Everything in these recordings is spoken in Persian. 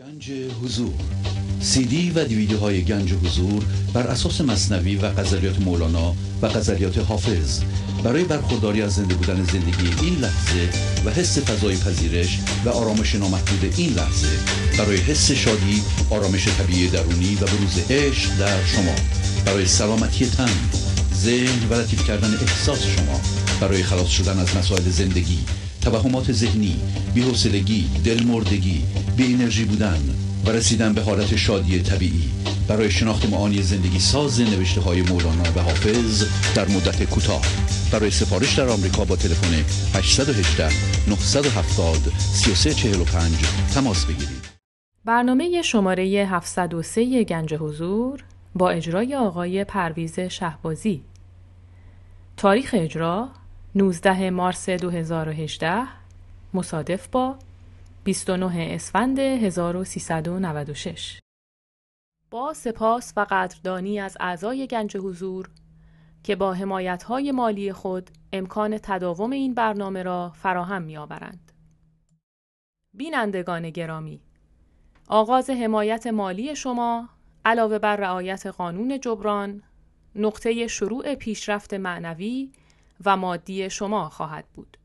گنج حضور، سی دی و دیویدیوهای گنج حضور بر اساس مثنوی و غزلیات مولانا و غزلیات حافظ برای برخورداری از زنده بودن زندگی این لحظه و حس فضای پذیرش و آرامش نامحدود این لحظه، برای حس شادی، آرامش طبیعی درونی و بروز عشق در شما، برای سلامتی تن، ذهن و لطیف کردن احساس شما، برای خلاص شدن از مسائل زندگی، توهمات ذهنی، بی‌حوصلگی، دلمردگی، بی انرژی بودن و رسیدن به حالت شادی طبیعی، برای شناخت معانی زندگی ساز نوشته‌های مولانا و حافظ در مدت کوتاه. برای سفارش در آمریکا با تلفن 818 970 3345 تماس بگیرید. برنامه شماره 703 گنج حضور با اجرای آقای پرویز شهبازی. تاریخ اجرا 19 مارس 2018 مصادف با 29 اسفند 1396. با سپاس و قدردانی از اعضای گنج حضور که با حمایت‌های مالی خود امکان تداوم این برنامه را فراهم می‌آورند. بینندگان گرامی، آغاز حمایت مالی شما علاوه بر رعایت قانون جبران، نقطه شروع پیشرفت معنوی و مادی شما خواهد بود.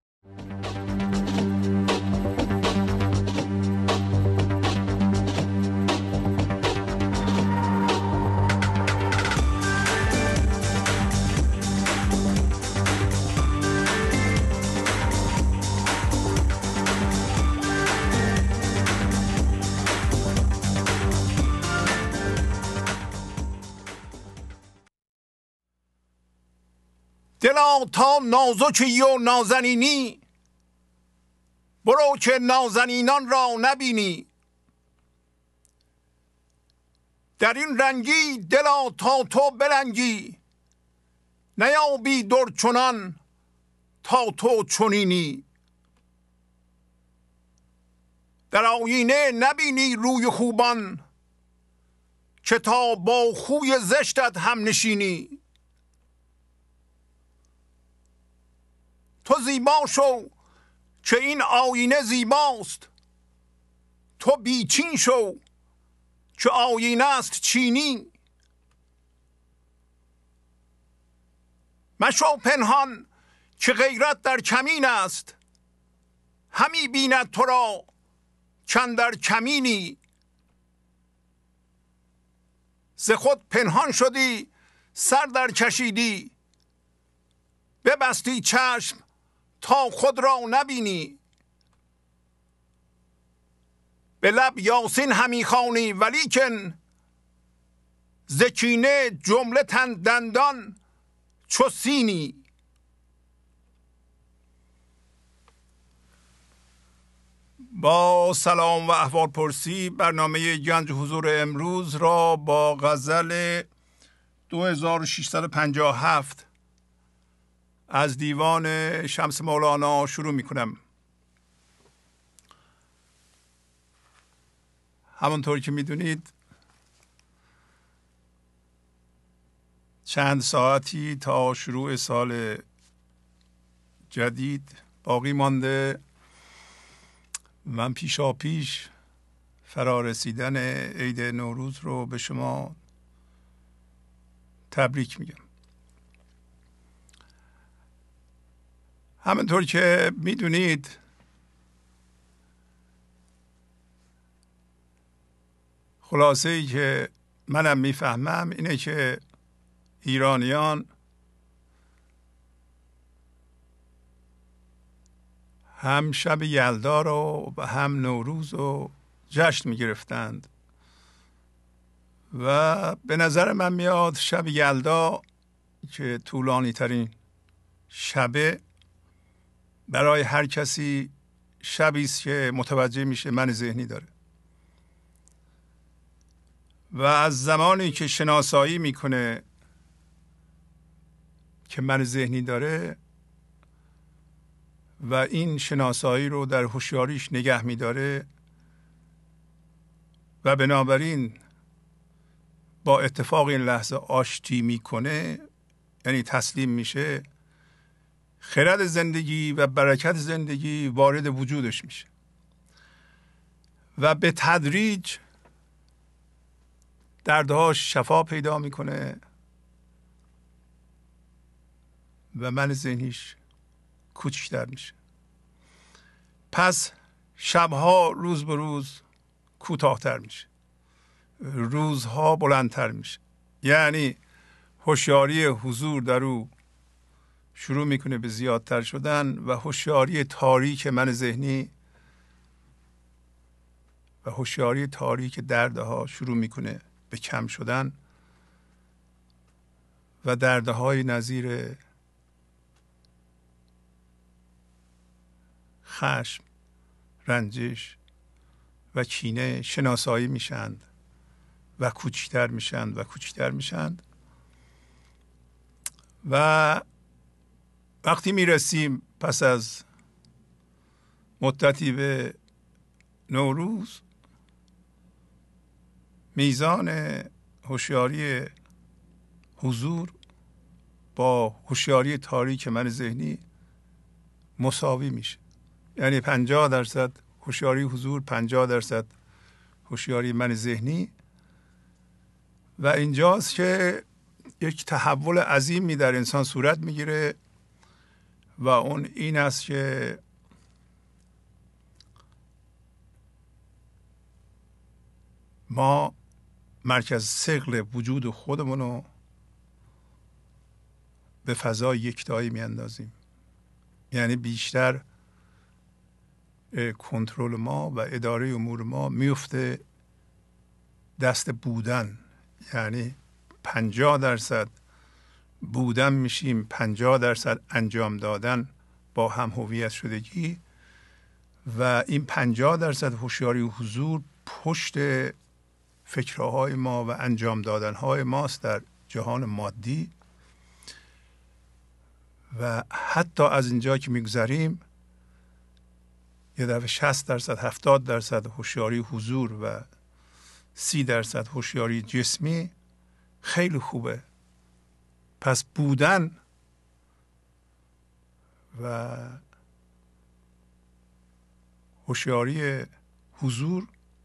دلا تا نازکی و نازنینی، برو که نازنینان را نبینی. در این رنگی دلا تا تو بلنگی، نیابی در چنان تا تو چنینی. در آینه نبینی روی خوبان، که تا با خوی زشتت هم نشینی. تو زیبا شو که این آینه زیباست، تو بیچین شو که آینه است چینی. مشو پنهان که غیرت در کمین است، همی بیند تو را کاندر کمینی. ز خود پنهان شدی سر در کشیدی، ببستی چشم تا خود را نبینی. به لب یاسین همی خوانی ولیکن، ز کینه جمله تن دندان چو سینی. با سلام و احوال پرسی برنامه گنج حضور امروز را با غزل 2657 از دیوان شمس مولانا شروع می کنم. همونطور که می دونید چند ساعتی تا شروع سال جدید باقی مانده. من پیشا پیش فرارسیدن عید نوروز رو به شما تبریک میگم. همونطور که میدونید خلاصه ای که منم میفهمم اینه که ایرانیان هم شب یلدا رو و هم نوروز رو جشن میگرفتند و به نظر من میاد شب یلدا که طولانی ترین شبه برای هر کسی شبی است که متوجه میشه من ذهنی داره و از زمانی که شناسایی میکنه که من ذهنی داره و این شناسایی رو در هوشیاریش نگه میداره و بنابراین با اتفاق این لحظه آشتی میکنه، یعنی تسلیم میشه، خرد زندگی و برکت زندگی وارد وجودش میشه و به تدریج دردها شفا پیدا میکنه و من ذهنیش کوچکتر میشه. پس شبها روز به روز کوتاهتر میشه، روزها بلندتر میشه. یعنی هوشیاری حضور در او شروع میکنه به زیادتر شدن و هوشیاری تاریک من ذهنی و هوشیاری تاریک دردها شروع میکنه به کم شدن و دردهای نظیر خشم، رنجش و کینه شناسایی میشند و کوچکتر میشند و کوچکتر میشند. و وقتی میرسیم پس از مدتی به نوروز، میزان هوشیاری حضور با هوشیاری تاریک من ذهنی مساوی میشه. یعنی 50% هوشیاری حضور، 50% هوشیاری من ذهنی. و اینجاست که یک تحول عظیمی در انسان صورت میگیره و اون این است که ما مرکز ثقل وجود خودمون رو به فضای یکتایی میاندازیم. یعنی بیشتر کنترل ما و اداره امور ما میفته دست بودن. یعنی 50% بودن میشیم، 50% انجام دادن با هم هویت شدگی. و این 50% هوشیاری و حضور پشت فکرهای ما و انجام دادنهای ماست در جهان مادی. و حتی از اینجا که میگذریم یه دفعه 60% 70% هوشیاری حضور و 30% هوشیاری جسمی خیلی خوبه. پس بودن و هوشیاری حضور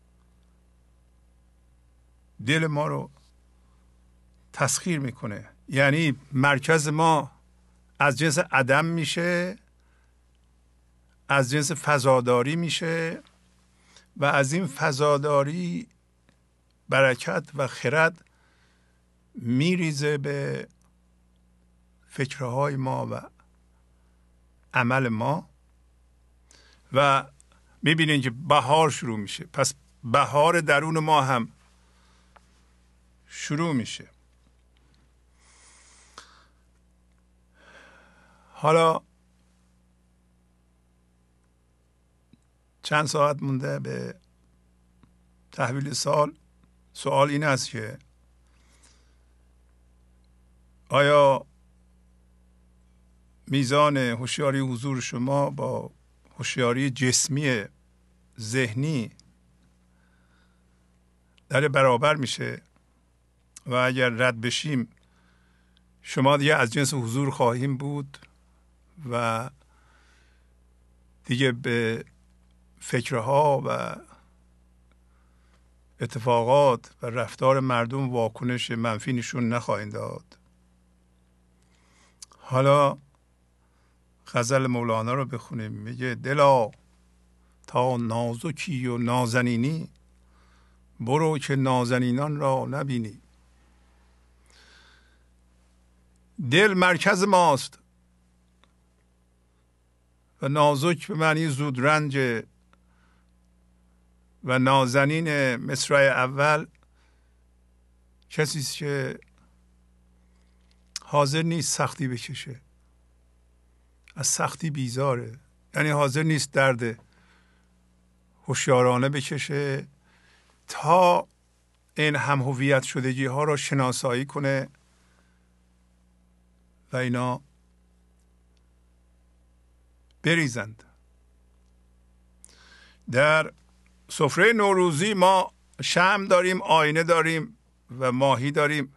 دل ما رو تسخیر میکنه. یعنی مرکز ما از جنس عدم میشه، از جنس فضاداری میشه و از این فضاداری برکت و خرد میریزه به فکرهای ما و عمل ما و میبینین که بهار شروع میشه. پس بهار درون ما هم شروع میشه. حالا چند ساعت مونده به تحویل سال. سوال این است که آیا میزان هوشیاری حضور شما با هوشیاری جسمی ذهنی در برابر میشه؟ و اگر رد بشیم شما دیگه از جنس حضور خواهیم بود و دیگه به فکرها و اتفاقات و رفتار مردم واکنش منفی نشون نخواهیم داد. حالا غزل مولانا رو بخونیم. میگه دلا تا نازکی و نازنینی، برو که نازنینان را نبینی. دل مرکز ماست و نازک به معنی زودرنج و نازنین مصرع اول کسی است که حاضر نیست سختی بکشه، از سختی بیزاره. یعنی حاضر نیست درد هوشیارانه بکشه تا این هم هویت شدگی ها رو شناسایی کنه و اینا بریزند. در سفره نوروزی ما شمع داریم، آینه داریم و ماهی داریم.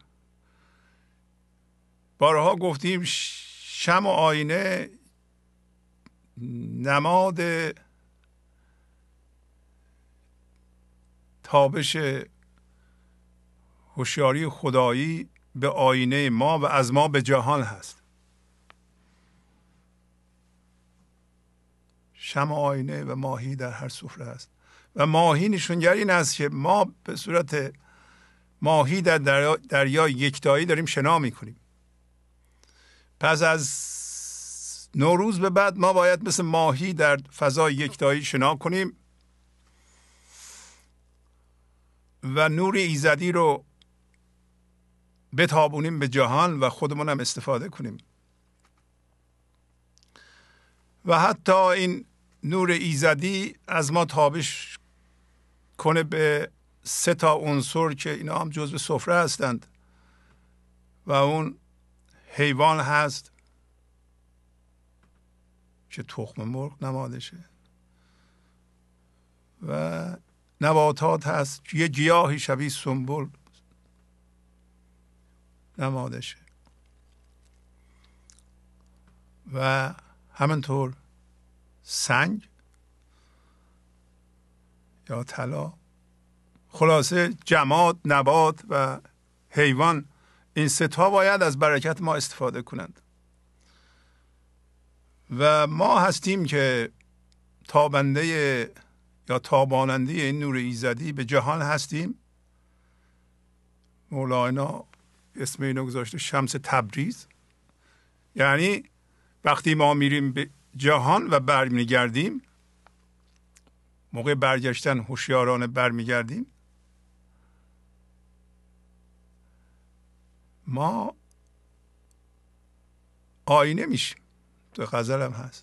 بارها گفتیم شمع و آینه نماد تابش هوشیاری خدایی به آینه ما و از ما به جهان هست. شمع آینه و ماهی در هر سفره است. و ماهی نشونگر این است که ما به صورت ماهی در دریا یکتایی داریم شنا میکنیم. پس از نوروز به بعد ما باید مثل ماهی در فضای یکتایی شنا کنیم و نور ایزدی رو بتابونیم به جهان و خودمون هم استفاده کنیم. و حتی این نور ایزدی از ما تابش کنه به 3 عنصر که اینا هم جزو سفره هستند و اون حیوان هست که تخم مرغ نمادشه و نباتات هست، یه گیاهی شبیه سنبل نمادشه و همینطور سنگ یا طلا. خلاصه جماد، نبات و حیوان، این 3 باید از برکت ما استفاده کنند و ما هستیم که تابنده یا تاباننده این نور ایزدی به جهان هستیم. مولانا اسم اینو گذاشته شمس تبریز. یعنی وقتی ما میریم به جهان و برمیگردیم، موقع برگشتن هوشیارانه برمیگردیم، ما آینه میشیم. تو غزل هم هست.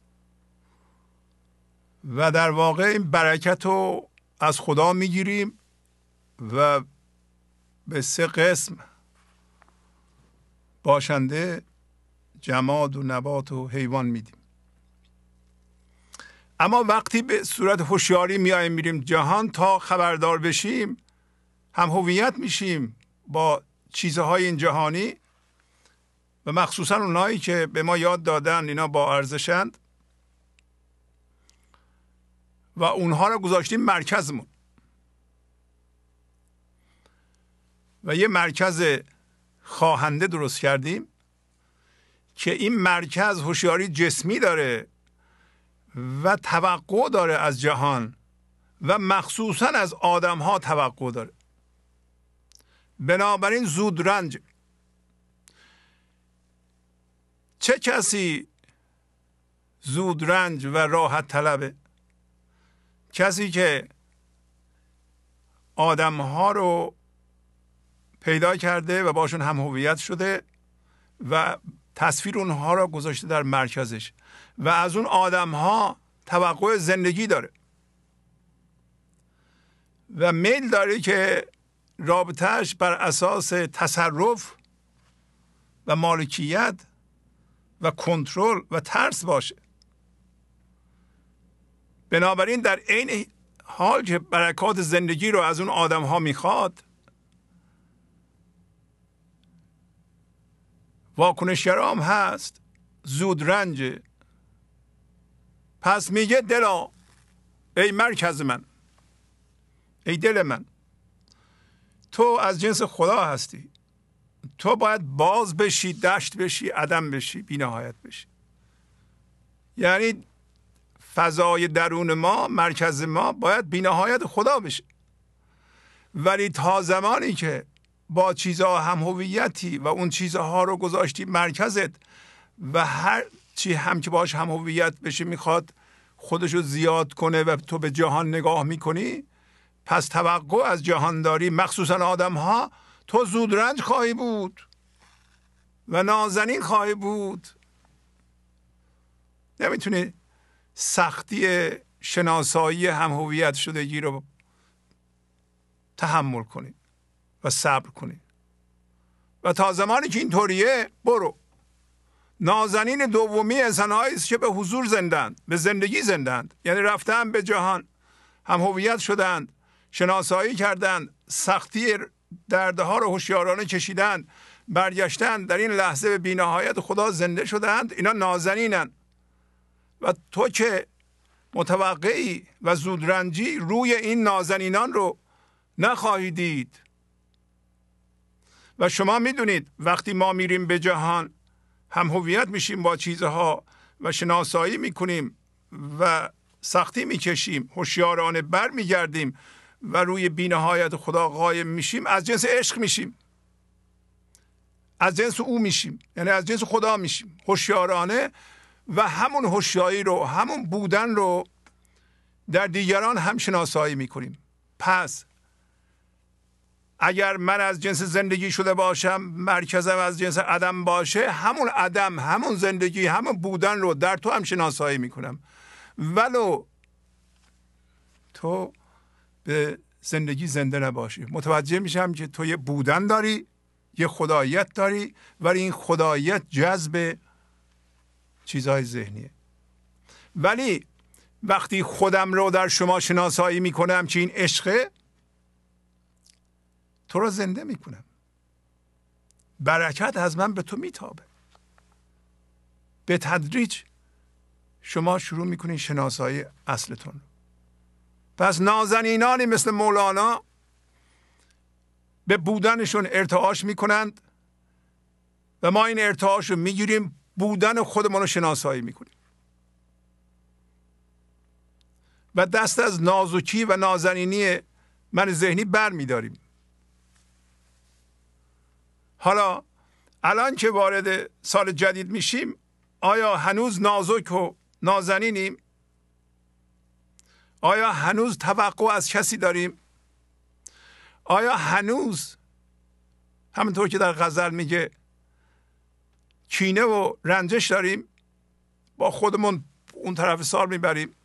و در واقع این برکت رو از خدا میگیریم و به 3 قسم باشنده جماد و نبات و حیوان میدیم. اما وقتی به صورت هوشیاری میایم میریم جهان تا خبردار بشیم، هم هویت میشیم با چیزهای این جهانی و مخصوصا اونایی که به ما یاد دادن اینا با ارزشند و اونها رو گذاشتیم مرکزمون و یه مرکز خواهنده درست کردیم که این مرکز هوشیاری جسمی داره و توقع داره از جهان و مخصوصا از آدم ها توقع داره. بنابراین زود رنج. چه کسی زود رنج و راحت طلبه؟ کسی که آدم ها رو پیدا کرده و باشون هم هویت شده و تصویر اونها را گذاشته در مرکزش و از اون آدم ها توقع زندگی داره و میل داره که رابطهش بر اساس تصرف و مالکیت و کنترل و ترس باشه. بنابراین در عین حال که برکات زندگی رو از اون آدم ها میخواد، واکنشگرام هست، زود رنج. پس میگه دلا ای مرکز من، ای دل من، تو از جنس خدا هستی، تو باید باز بشی، دشت بشی، عدم بشی، بی نهایت بشی. یعنی فضای درون ما، مرکز ما باید بی نهایت خدا بشه. ولی تا زمانی که با چیزها هم هویتی و اون چیزها رو گذاشتی مرکزت و هر چی هم که باش هم هویت بشه میخواد خودشو زیاد کنه و تو به جهان نگاه میکنی، پس توقع از جهانداری مخصوصا آدم ها، تو زود رنج خواهی بود و نازنین خواهی بود. نمیتونی سختی شناسایی هم هویت شدگی رو تحمل کنی و صبر کنی. و تا زمانی که اینطوریه برو. نازنین دومی انسان‌هایی است که به حضور زندند، به زندگی زندند، یعنی رفتن به جهان، هم هویت شدند، شناسایی کردند، سختی دردها رو هوشیارانه کشیدند، برگشتند، در این لحظه به بی‌نهایت خدا زنده شدند. اینا نازنینن و تو که متوقعی و زودرنجی روی این نازنینان رو نخواهید دید. و شما میدونید وقتی ما میریم به جهان هم هویت میشیم با چیزها و شناسایی میکنیم و سختی میکشیم، هوشیارانه بر میگردیم و روی بی‌نهایت خدا قایم میشیم، از جنس عشق میشیم، از جنس او میشیم، یعنی از جنس خدا میشیم هوشیارانه. و همون هوشیاری رو، همون بودن رو در دیگران هم شناسایی میکنیم. پس اگر من از جنس زندگی شده باشم، مرکزم از جنس عدم باشه، همون عدم، همون زندگی، همون بودن رو در تو هم شناسایی میکنم، ولو تو به زندگی زنده نباشی. متوجه میشم که تو یه بودن داری، یه خداییت داری، ولی این خداییت جذب چیزهای ذهنیه. ولی وقتی خودم رو در شما شناسایی میکنم که این عشقه، تو رو زنده میکنم، برکت از من به تو میتابه. به تدریج شما شروع میکنین شناسایی اصلتون. پس نازنینانی مثل مولانا به بودنشون ارتعاش میکنند و ما این ارتعاش رو میگیریم، بودن خودمون رو شناسایی میکنیم و دست از نازکی و نازنینی من ذهنی بر میداریم. حالا الان که وارد سال جدید میشیم، آیا هنوز نازک و نازنینیم؟ آیا هنوز توقع از کسی داریم؟ آیا هنوز همونطور که در غزل میگه کینه و رنجش داریم؟ با خودمون اون طرف سال میبریم؟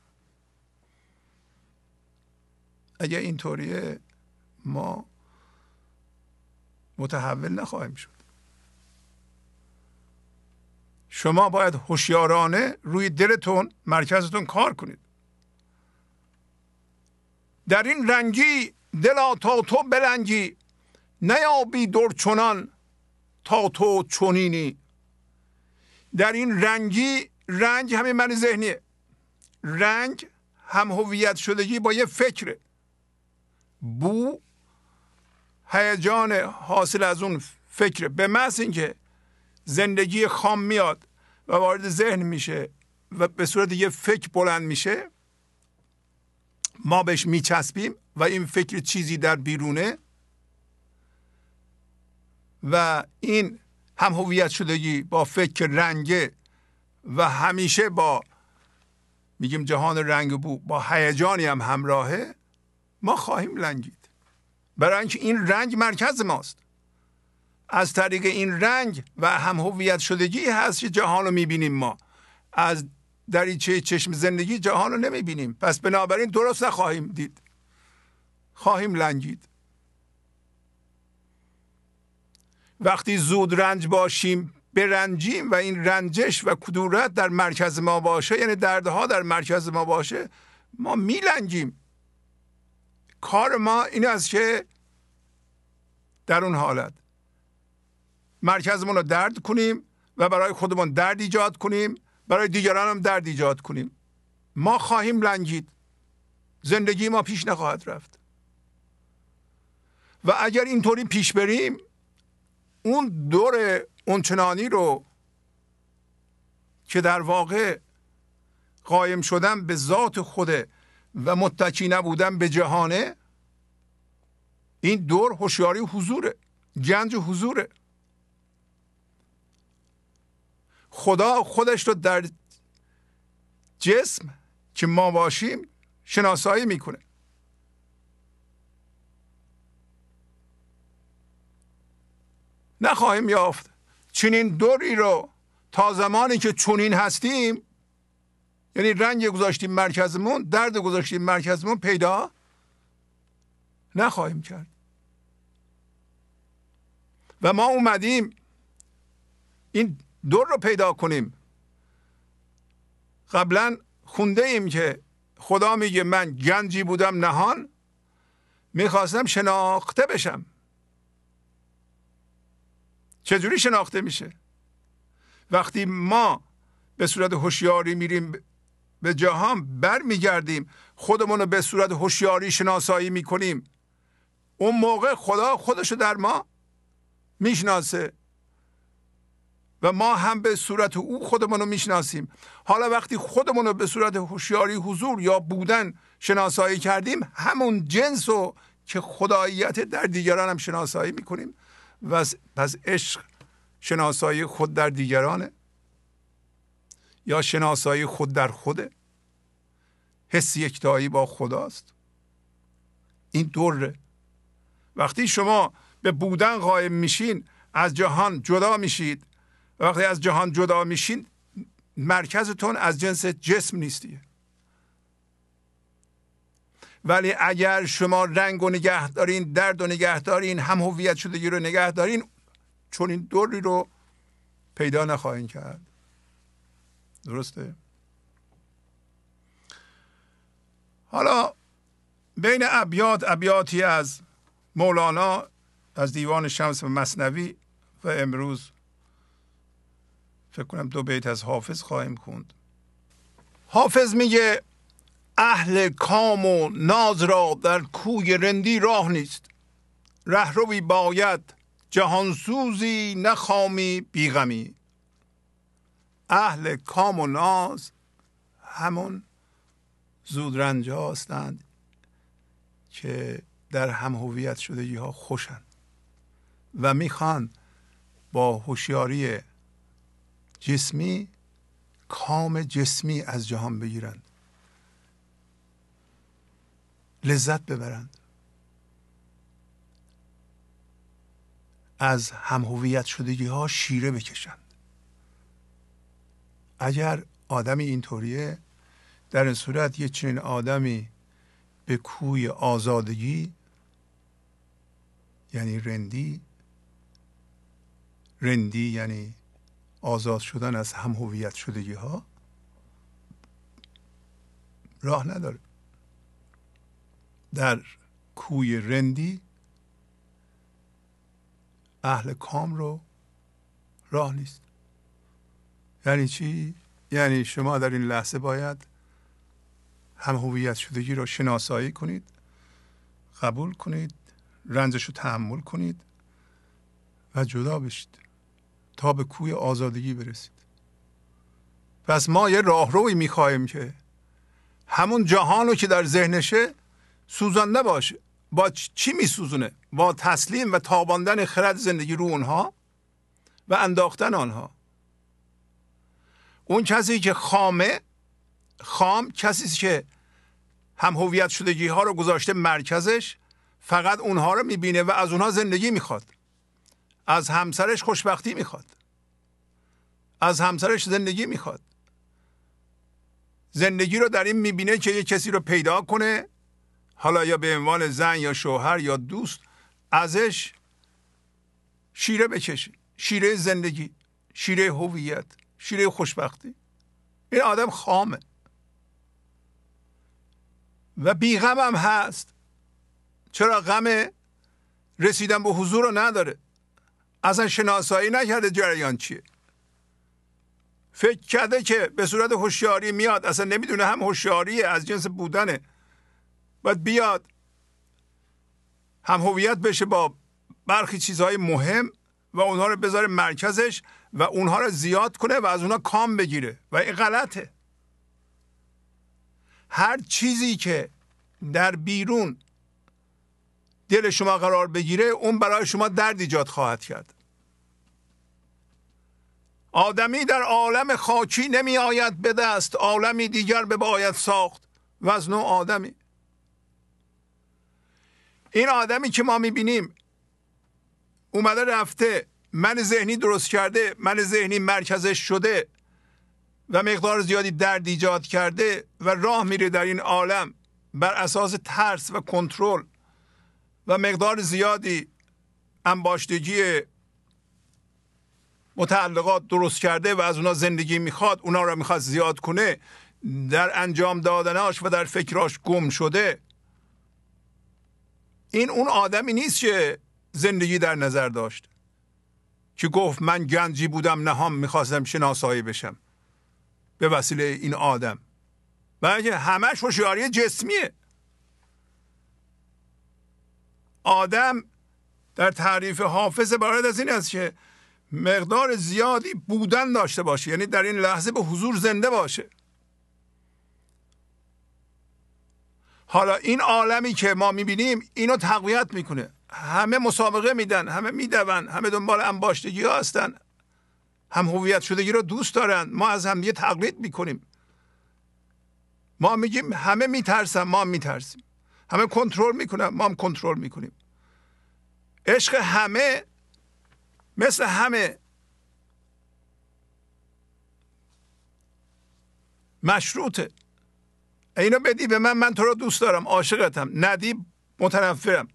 اگه اینطوریه ما متحول نخواهیم شد. شما باید هوشیارانه روی دلتون، مرکزتون کار کنید. در این رنگی دلا تا تو بلنگی، نیابی در چنان تا تو چنینی. در این رنگی، رنگ همین من ذهنیه. رنگ هم هویت شدگی با یه فکره. بو هیجان حاصل از اون فکره. به محض اینکه زندگی خام میاد و وارد ذهن میشه و به صورت یه فکر بلند میشه، ما بهش میچسبیم و این فکر چیزی در بیرونه و این هم هویت شدگی با فکر رنگه و همیشه با میگیم جهان رنگ بو با هیجانی هم همراهه، ما خواهیم لنگید. برای اینکه این رنگ مرکز ماست. از طریق این رنگ و هم هویت شدگی هست که جهان رو میبینیم. ما از دریچه چشم زندگی جهان رو نمیبینیم. پس بنابراین درست نخواهیم دید، خواهیم لنگید. وقتی زود رنج باشیم برنجیم و این رنجش و کدورت در مرکز ما باشه، یعنی دردها در مرکز ما باشه، ما میلنگیم. کار ما این است که در اون حالت مرکزمون رو درد کنیم و برای خودمون درد ایجاد کنیم، برای دیگران هم درد ایجاد کنیم. ما خواهیم لنگید، زندگی ما پیش نخواهد رفت. و اگر اینطوری پیش بریم، اون دور اونچنانی رو که در واقع قایم شدن به ذات خوده و متکی نبودن به جهانه، این دور هوشیاری حضوره، گنج حضوره. خدا خودش رو در جسم که ما باشیم شناسایی میکنه. نخواهیم یافت چنین دوری رو تا زمانی که چنین هستیم، یعنی رنگ گذاشتیم مرکزمون، درد گذاشتیم مرکزمون، پیدا نخواهیم کرد. و ما اومدیم این دور رو پیدا کنیم. قبلا خونده ایم که خدا میگه من گنجی بودم نهان، میخواستم شناخته بشم. چجوری شناخته میشه؟ وقتی ما به صورت هوشیاری میریم به جهان، بر میگردیم، خودمون رو به صورت هوشیاری شناسایی میکنیم، اون موقع خدا خودشو در ما میشناسه و ما هم به صورت او خودمون رو میشناسیم. حالا وقتی خودمون رو به صورت هوشیاری حضور یا بودن شناسایی کردیم، همون جنس رو که خداییت در دیگران هم شناسایی میکنیم. و پس عشق شناسایی خود در دیگرانه یا شناسایی خود در خوده، حس یکتایی با خداست. این دوره. وقتی شما به بودن قائم میشین از جهان جدا میشید. وقتی از جهان جدا میشین مرکزتون از جنس جسم نیستیه. ولی اگر شما رنگ و نگه دارین، درد و نگه دارین، هم هویت شدگی رو نگه دارین، چون این دوری رو پیدا نخواهین کرد. درسته؟ حالا بین ابیاتی از مولانا از دیوان شمس و مثنوی و امروز فکر کنم 2 بیت از حافظ خواهیم خوند. حافظ میگه اهل کام و ناز را در کوی رندی راه نیست. رهروی باید جهانسوزی نخامی بیغمی. اهل کام و ناز همون زودرنج ها هستند که در هم هویت شدگی ها خوشند و میخوان با هوشیاری جسمی کام جسمی از جهان بگیرند، لذت ببرند، از هم هویت شدگی ها شیره بکشند. اگر آدمی اینطوریه، در این صورت یه چنین آدمی به کوی آزادگی یعنی رندی یعنی آزاد شدن از هم هویت شدگی ها راه نداره. در کوی رندی اهل کام رو راه نیست. یعنی چی؟ یعنی شما در این لحظه باید هم هویت شدگی رو شناسایی کنید، قبول کنید، رنجش رو تحمل کنید و جدا بشید تا به کوی آزادگی برسید. پس ما یه راهروی میخواهیم که همون جهانو که در ذهنشه سوزانده باشه. با چی میسوزونه؟ با تسلیم و تاباندن خرد زندگی رو اونها و انداختن آنها. اون کسی که خام کسی که هم هویت شدگی ها رو گذاشته مرکزش، فقط اونها رو میبینه و از اونها زندگی میخواد. از همسرش خوشبختی میخواد، از همسرش زندگی میخواد. زندگی رو در این میبینه که یک کسی رو پیدا کنه، حالا یا به عنوان زن یا شوهر یا دوست، ازش شیره بکشه، شیره زندگی، شیره هویت، شیره خوشبختی. این آدم خامه و بیغم هم هست. چرا؟ غم رسیدن به حضور رو نداره، اصلا شناسایی نکرده جریان چیه. فکر کرده که به صورت هوشیاری میاد، اصلا نمیدونه هم هوشیاری از جنس بودنه، باید بیاد هم هویت بشه با برخی چیزهای مهم و اونها رو بذاره مرکزش و اونها رو زیاد کنه و از اونها کام بگیره و این غلطه. هر چیزی که در بیرون دل شما قرار بگیره اون برای شما درد ایجاد خواهد کرد. آدمی در عالم خاکی نمی آید به دست، عالمی دیگر بباید ساخت و از نوع آدمی. این آدمی که ما میبینیم اومده رفته من ذهنی درست کرده، من ذهنی مرکزش شده و مقدار زیادی درد ایجاد کرده و راه میره در این عالم بر اساس ترس و کنترل و مقدار زیادی انباشتگی متعلقات درست کرده و از اونا زندگی میخواد، اونا رو میخواد زیاد کنه، در انجام دادناش و در فکراش گم شده. این اون آدمی نیست که زندگی در نظر داشت، که گفت من گنجی بودم نهام میخواستم شناسایی بشم به وسیله این آدم. بلکه همش هوشیاری جسمیه. آدم در تعریف حافظ عبارت از این است که مقدار زیادی بودن داشته باشه، یعنی در این لحظه به حضور زنده باشه. حالا این عالمی که ما میبینیم اینو تقویت میکنه. همه مسابقه میدن، همه میدون، همه دنبال انباشتگی ها هستن، هم هویت شدگی رو دوست دارن. ما از هم دیگه تقلید میکنیم. ما میگیم همه میترسن، ما هم میترسیم. همه کنترل میکنن، ما هم کنترل میکنیم. عشق همه مثل همه مشروطه. اینو بدی به من، من تو رو دوست دارم، عاشقتم. ندی متنفرم.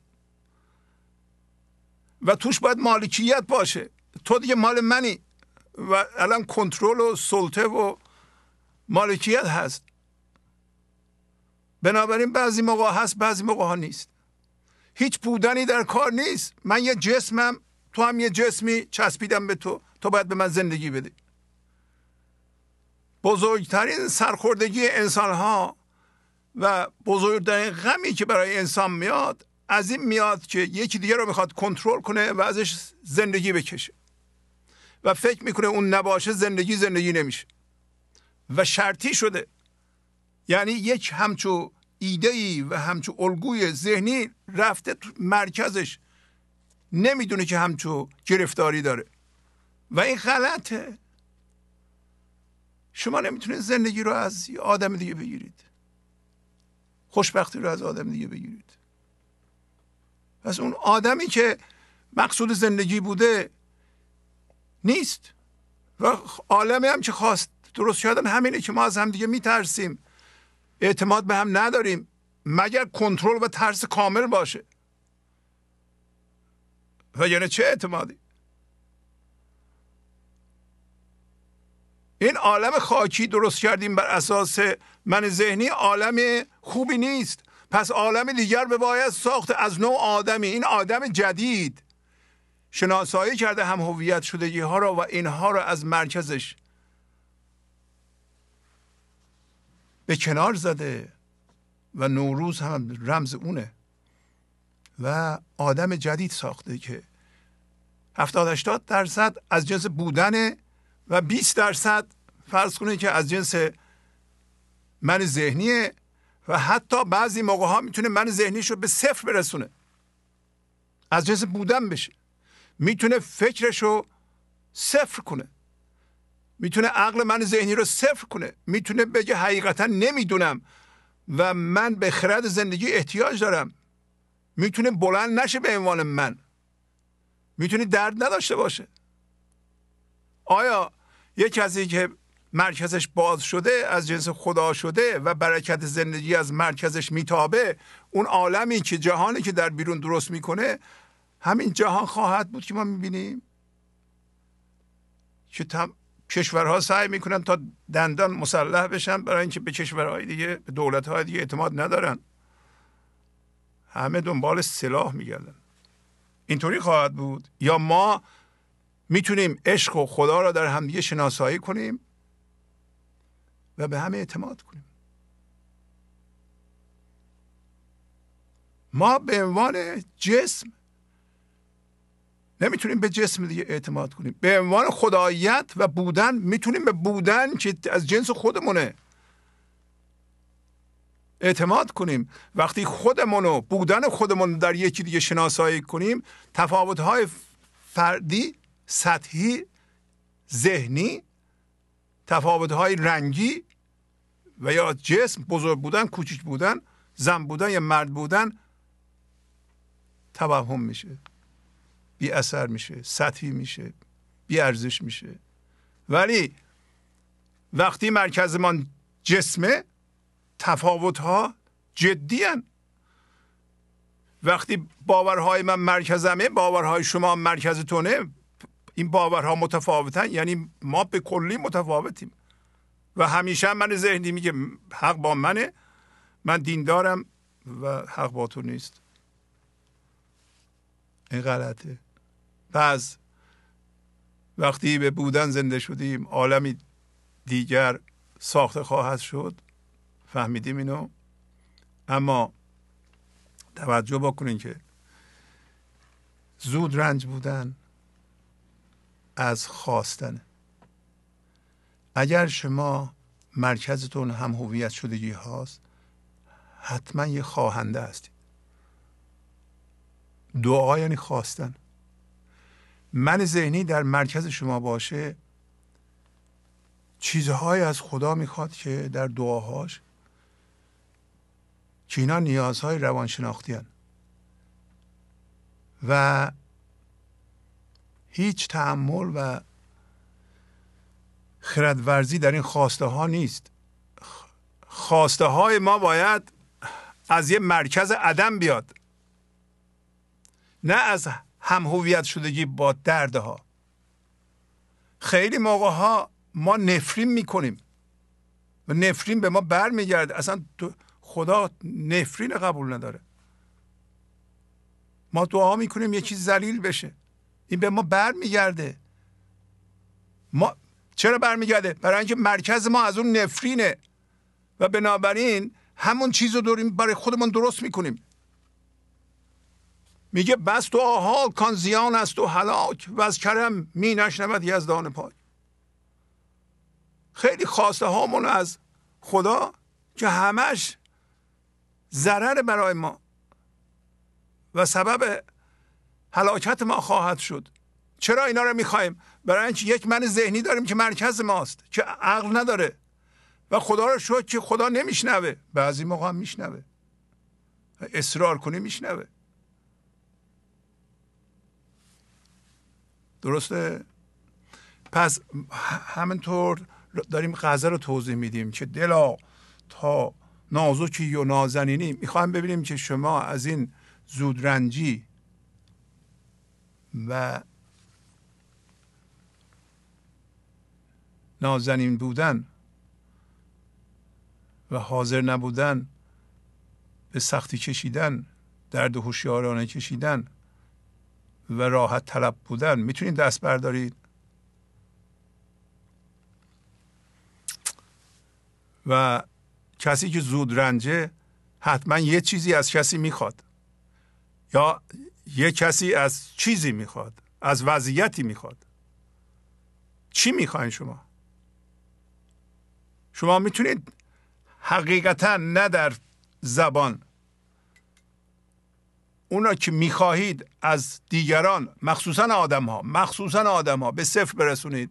و توش باید مالکیت باشه. تو دیگه مال منی و الان کنترل و سلطه و مالکیت هست. بنابراین بعضی موقع هست، بعضی موقع ها نیست. هیچ بودنی در کار نیست. من یه جسمم، تو هم یه جسمی، چسبیدم به تو، تو باید به من زندگی بدی. بزرگترین سرخوردگی انسان ها و بزرگترین غمی که برای انسان میاد از این میاد که یکی دیگه رو میخواد کنترل کنه و ازش زندگی بکشه و فکر میکنه اون نباشه زندگی نمیشه و شرطی شده. یعنی یک همچو ایده‌ای و همچو الگوی ذهنی رفته تو مرکزش، نمیدونه که همچو گرفتاری داره و این غلطه. شما نمیتونید زندگی رو از آدم دیگه بگیرید، خوشبختی رو از آدم دیگه بگیرید. پس اون آدمی که مقصود زندگی بوده نیست و عالمی هم که خواست درست کردن همینه که ما از هم دیگه میترسیم، اعتماد به هم نداریم مگر کنترل و ترس کامل باشه. و یعنی چه اعتمادی؟ این عالم خاکی درست کردیم بر اساس من ذهنی، عالم خوبی نیست. پس عالم دیگر به باید ساخت از نوع آدمی. این آدم جدید شناسایی کرده هم هویت شدگی ها را و اینها را از مرکزش به کنار زده و نوروز هم رمز اونه و آدم جدید ساخته که 70-80% از جنس بودنه و 20% فرض کنید که از جنس من ذهنیه و حتی بعضی موقع ها میتونه من ذهنیش رو به 0 برسونه، از جنس بودن بشه. میتونه فکرش رو 0 کنه، میتونه عقل من ذهنی رو 0 کنه، میتونه بگه حقیقتا نمیدونم و من به خرد زندگی احتیاج دارم، میتونه بلند نشه به عنوان من، میتونه درد نداشته باشه. آیا یک کسی که مرکزش باز شده، از جنس خدا شده و برکت زندگی از مرکزش میتابه، اون عالمی که جهانی که در بیرون درست میکنه همین جهان خواهد بود که ما میبینیم که کشورها سعی میکنن تا دندان مسلح بشن برای اینکه به کشورهای دیگه، به دولتهای دیگه اعتماد ندارن، همه دنبال سلاح میگردن. اینطوری خواهد بود یا ما میتونیم عشق و خدا را در همدیگه شناسایی کنیم و به همه اعتماد کنیم. ما به عنوان جسم نمیتونیم به جسم دیگه اعتماد کنیم. به عنوان خداییت و بودن میتونیم به بودن که از جنس خودمونه اعتماد کنیم. وقتی خودمونو، بودن خودمون در یکی دیگه شناسایی کنیم، تفاوت‌های فردی، سطحی، ذهنی، تفاوت‌های رنگی و یا جسم، بزرگ بودن، کوچک بودن، زن بودن یا مرد بودن توهم میشه، بی اثر میشه، سطحی میشه، بی ارزش میشه. ولی وقتی مرکزمان جسمه، تفاوت‌ها جدی هن. وقتی باورهای من مرکزمه، باورهای شما مرکزتونه، این باورها متفاوتن، یعنی ما به کلی متفاوتیم. و همیشه من ذهنی میگه حق با منه، من دیندارم و حق با تو نیست. این غلطه. پس وقتی به بودن زنده شدیم، عالمی دیگر ساخته خواهد شد. فهمیدیم اینو؟ اما توجه بکنین که زود رنج بودن از خواستن. اگر شما مرکزتون هم هویت شدگی هاست، حتما یه خواهنده هستید. دعا یعنی خواستن. من ذهنی در مرکز شما باشه، چیزهای از خدا میخواد که در دعاهاش، که اینا نیازهای روانشناختی هستند و هیچ تأمل و خردورزی در این خواسته ها نیست. خواسته های ما باید از یه مرکز عدم بیاد، نه از هم هویت شدگی با دردها. خیلی موقع ها ما نفرین میکنیم و نفرین به ما بر میگرده. اصلا خدا نفرین قبول نداره. ما دعا میکنیم یه چیز ذلیل بشه، این به ما بر میگرده. ما چرا بر میگرده؟ برای اینکه مرکز ما از اون نفرینه و بنابراین همون چیز رو داریم برای خودمون درست میکنیم. میگه بس دعاها کان زیان است و هلاک و از کرم می نشنود یزدان پاک. خیلی خواسته هامون از خدا که همش ضرر برای ما و سبب هلاکت ما خواهد شد. چرا اینا رو میخوایم؟ برای اینکه یک من ذهنی داریم که مرکز ماست، که عقل نداره و خدا رو شد که خدا نمیشنوه. بعضی موقع هم میشنوه، اصرار کنی میشنوه. درسته؟ پس همینطور داریم غزل رو توضیح میدیم که دلا تا نازکی و نازنینی. میخوایم ببینیم که شما از این زودرنجی و نازنین بودن و حاضر نبودن به سختی کشیدن، درد هوشیارانه کشیدن و راحت طلب بودن میتونید دست بردارید و کسی که زود رنجه حتما یه چیزی از کسی میخواد، یا یه کسی از چیزی میخواد، از وضعیتی میخواد. چی میخواین شما؟ شما میتونید حقیقتا نه در زبان اونا که میخواهید از دیگران، مخصوصا آدم ها به صفر برسونید.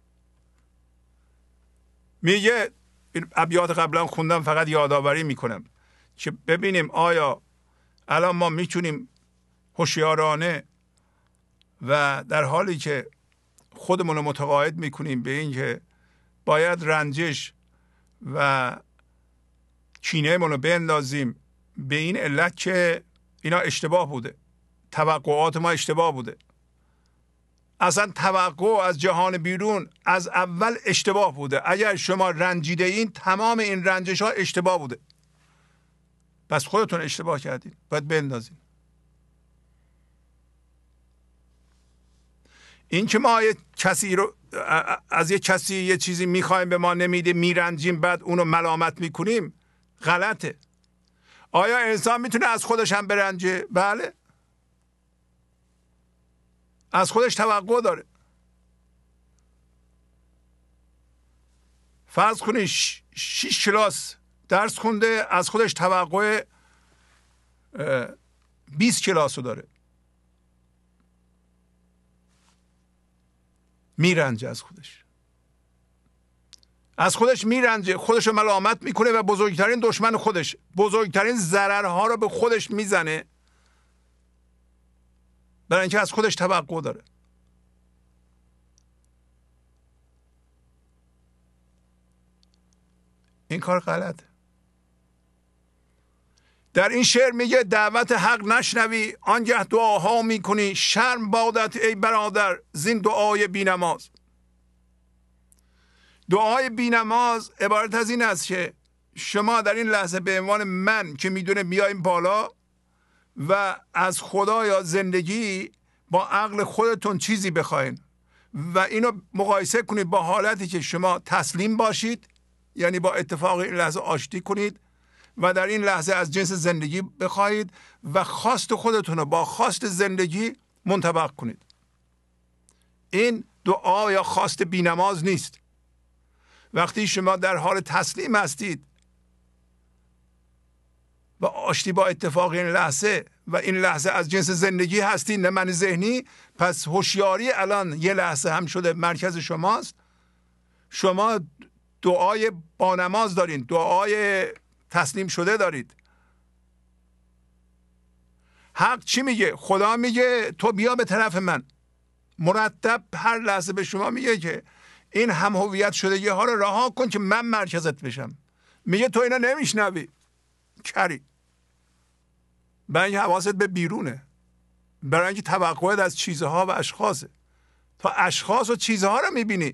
میگه ابیات قبلا خوندم، فقط یادآوری میکنم که ببینیم آیا الان ما میتونیم هوشیارانه و در حالی که خودمون رو متقاعد میکنیم به این که باید رنجش و کینه منو بندازیم به این علت که اینا اشتباه بوده، توقعات ما اشتباه بوده. اصلا توقع از جهان بیرون از اول اشتباه بوده. اگر شما رنجیده این، تمام این رنجش ها اشتباه بوده. پس خودتون اشتباه کردین، باید بندازین. این که ما کسی رو از یه کسی یه چیزی میخوایم به ما نمیده، میرنجیم، بعد اونو ملامت میکنیم، غلطه. آیا انسان میتونه از خودش هم برنجه؟ بله، از خودش توقع داره. فرض کنید 6 کلاس درس خونده، از خودش توقع 20 کلاس رو داره، میرنجه از خودش میرنجه، خودش رو ملامت میکنه و بزرگترین دشمن خودش، بزرگترین ضررها رو به خودش میزنه، برای اینکه از خودش توقع داره. این کار غلطه. در این شعر میگه دعوت حق نشنوی آنگه دعاها میکنی، شرم بادت ای برادر زین دعای بینماز. دعای بینماز عبارت از این است که شما در این لحظه به عنوان من که میدونه بیایم بالا و از خدا یا زندگی با عقل خودتون چیزی بخواین و اینو مقایسه کنید با حالتی که شما تسلیم باشید، یعنی با اتفاق این لحظه آشتی کنید و در این لحظه از جنس زندگی بخواهید و خواست خودتون رو با خواست زندگی منطبق کنید. این دعا یا خواست بی‌نماز نیست. وقتی شما در حال تسلیم هستید و آشتی با اتفاق این لحظه و این لحظه از جنس زندگی هستید، نه من ذهنی، پس هوشیاری الان یه لحظه هم شده مرکز شماست. شما دعای با نماز دارید، دعای تسلیم شده دارید. حق چی میگه؟ خدا میگه تو بیا به طرف من. مرتب هر لحظه به شما میگه که این هم هویت شدگی ها رو رها کن که من مرکزت بشم. میگه تو اینا نمیشنوی کری. برای اینکه حواست به بیرونه، برای اینکه توقعت از چیزها و اشخاصه. تو اشخاص و چیزها رو میبینی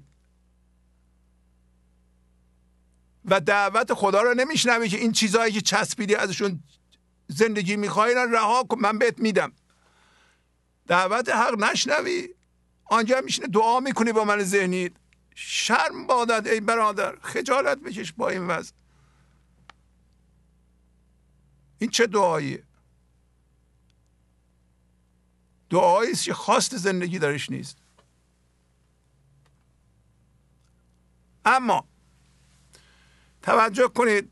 و دعوت خدا رو نمیشنوی که این چیزهایی که چسبیدی ازشون زندگی میخوای را رها کن، من بهت میدم. دعوت حق نشنوی، آنجا میشینه دعا میکنی با من ذهنی. شرم بادت ای برادر، خجالت بکش با این وضع. این چه دعاییه؟ دعایی است که خواست زندگی درش نیست. اما توجه کنید،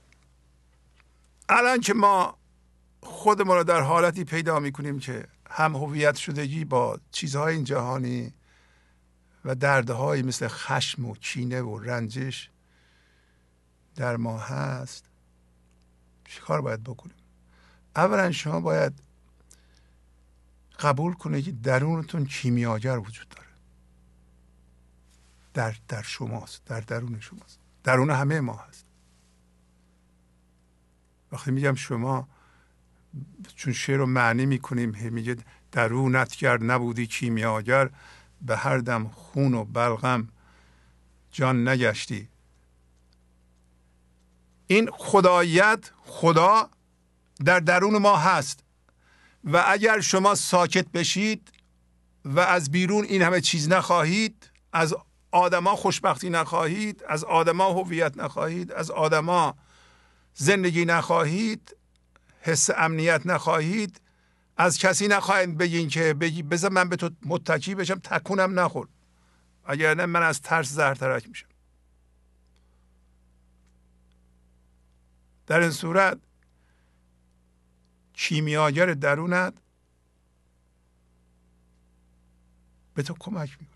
الان که ما خودمون رو در حالتی پیدا میکنیم که هم هویت شدگی با چیزهای این جهانی و دردهایی مثل خشم و کینه و رنجش در ما هست، چه کار باید بکنیم؟ اولا شما باید قبول کنید که درونتون کیمیاگر وجود داره. در شماست، در درون شماست، درون همه ما هست. وقتی میگم شما، چون شعر رو معنی میکنیم، میگه درونت گر نبودی کیمیاگر، به هر دم خون و بلغم جان نگشتی. این خداییت، خدا در درون ما هست و اگر شما ساکت بشید و از بیرون این همه چیز نخواهید، از آدما خوشبختی نخواهید، از آدما هویت نخواهید، از آدما زندگی نخواهید، حس امنیت نخواهید، از کسی نخواهید بگین که بگی بذار من به تو متکی بشم تکونم نخور، اگر نه من از ترس زهرترک میشم. در این صورت کیمیاگر درونت به تو کمک میکنه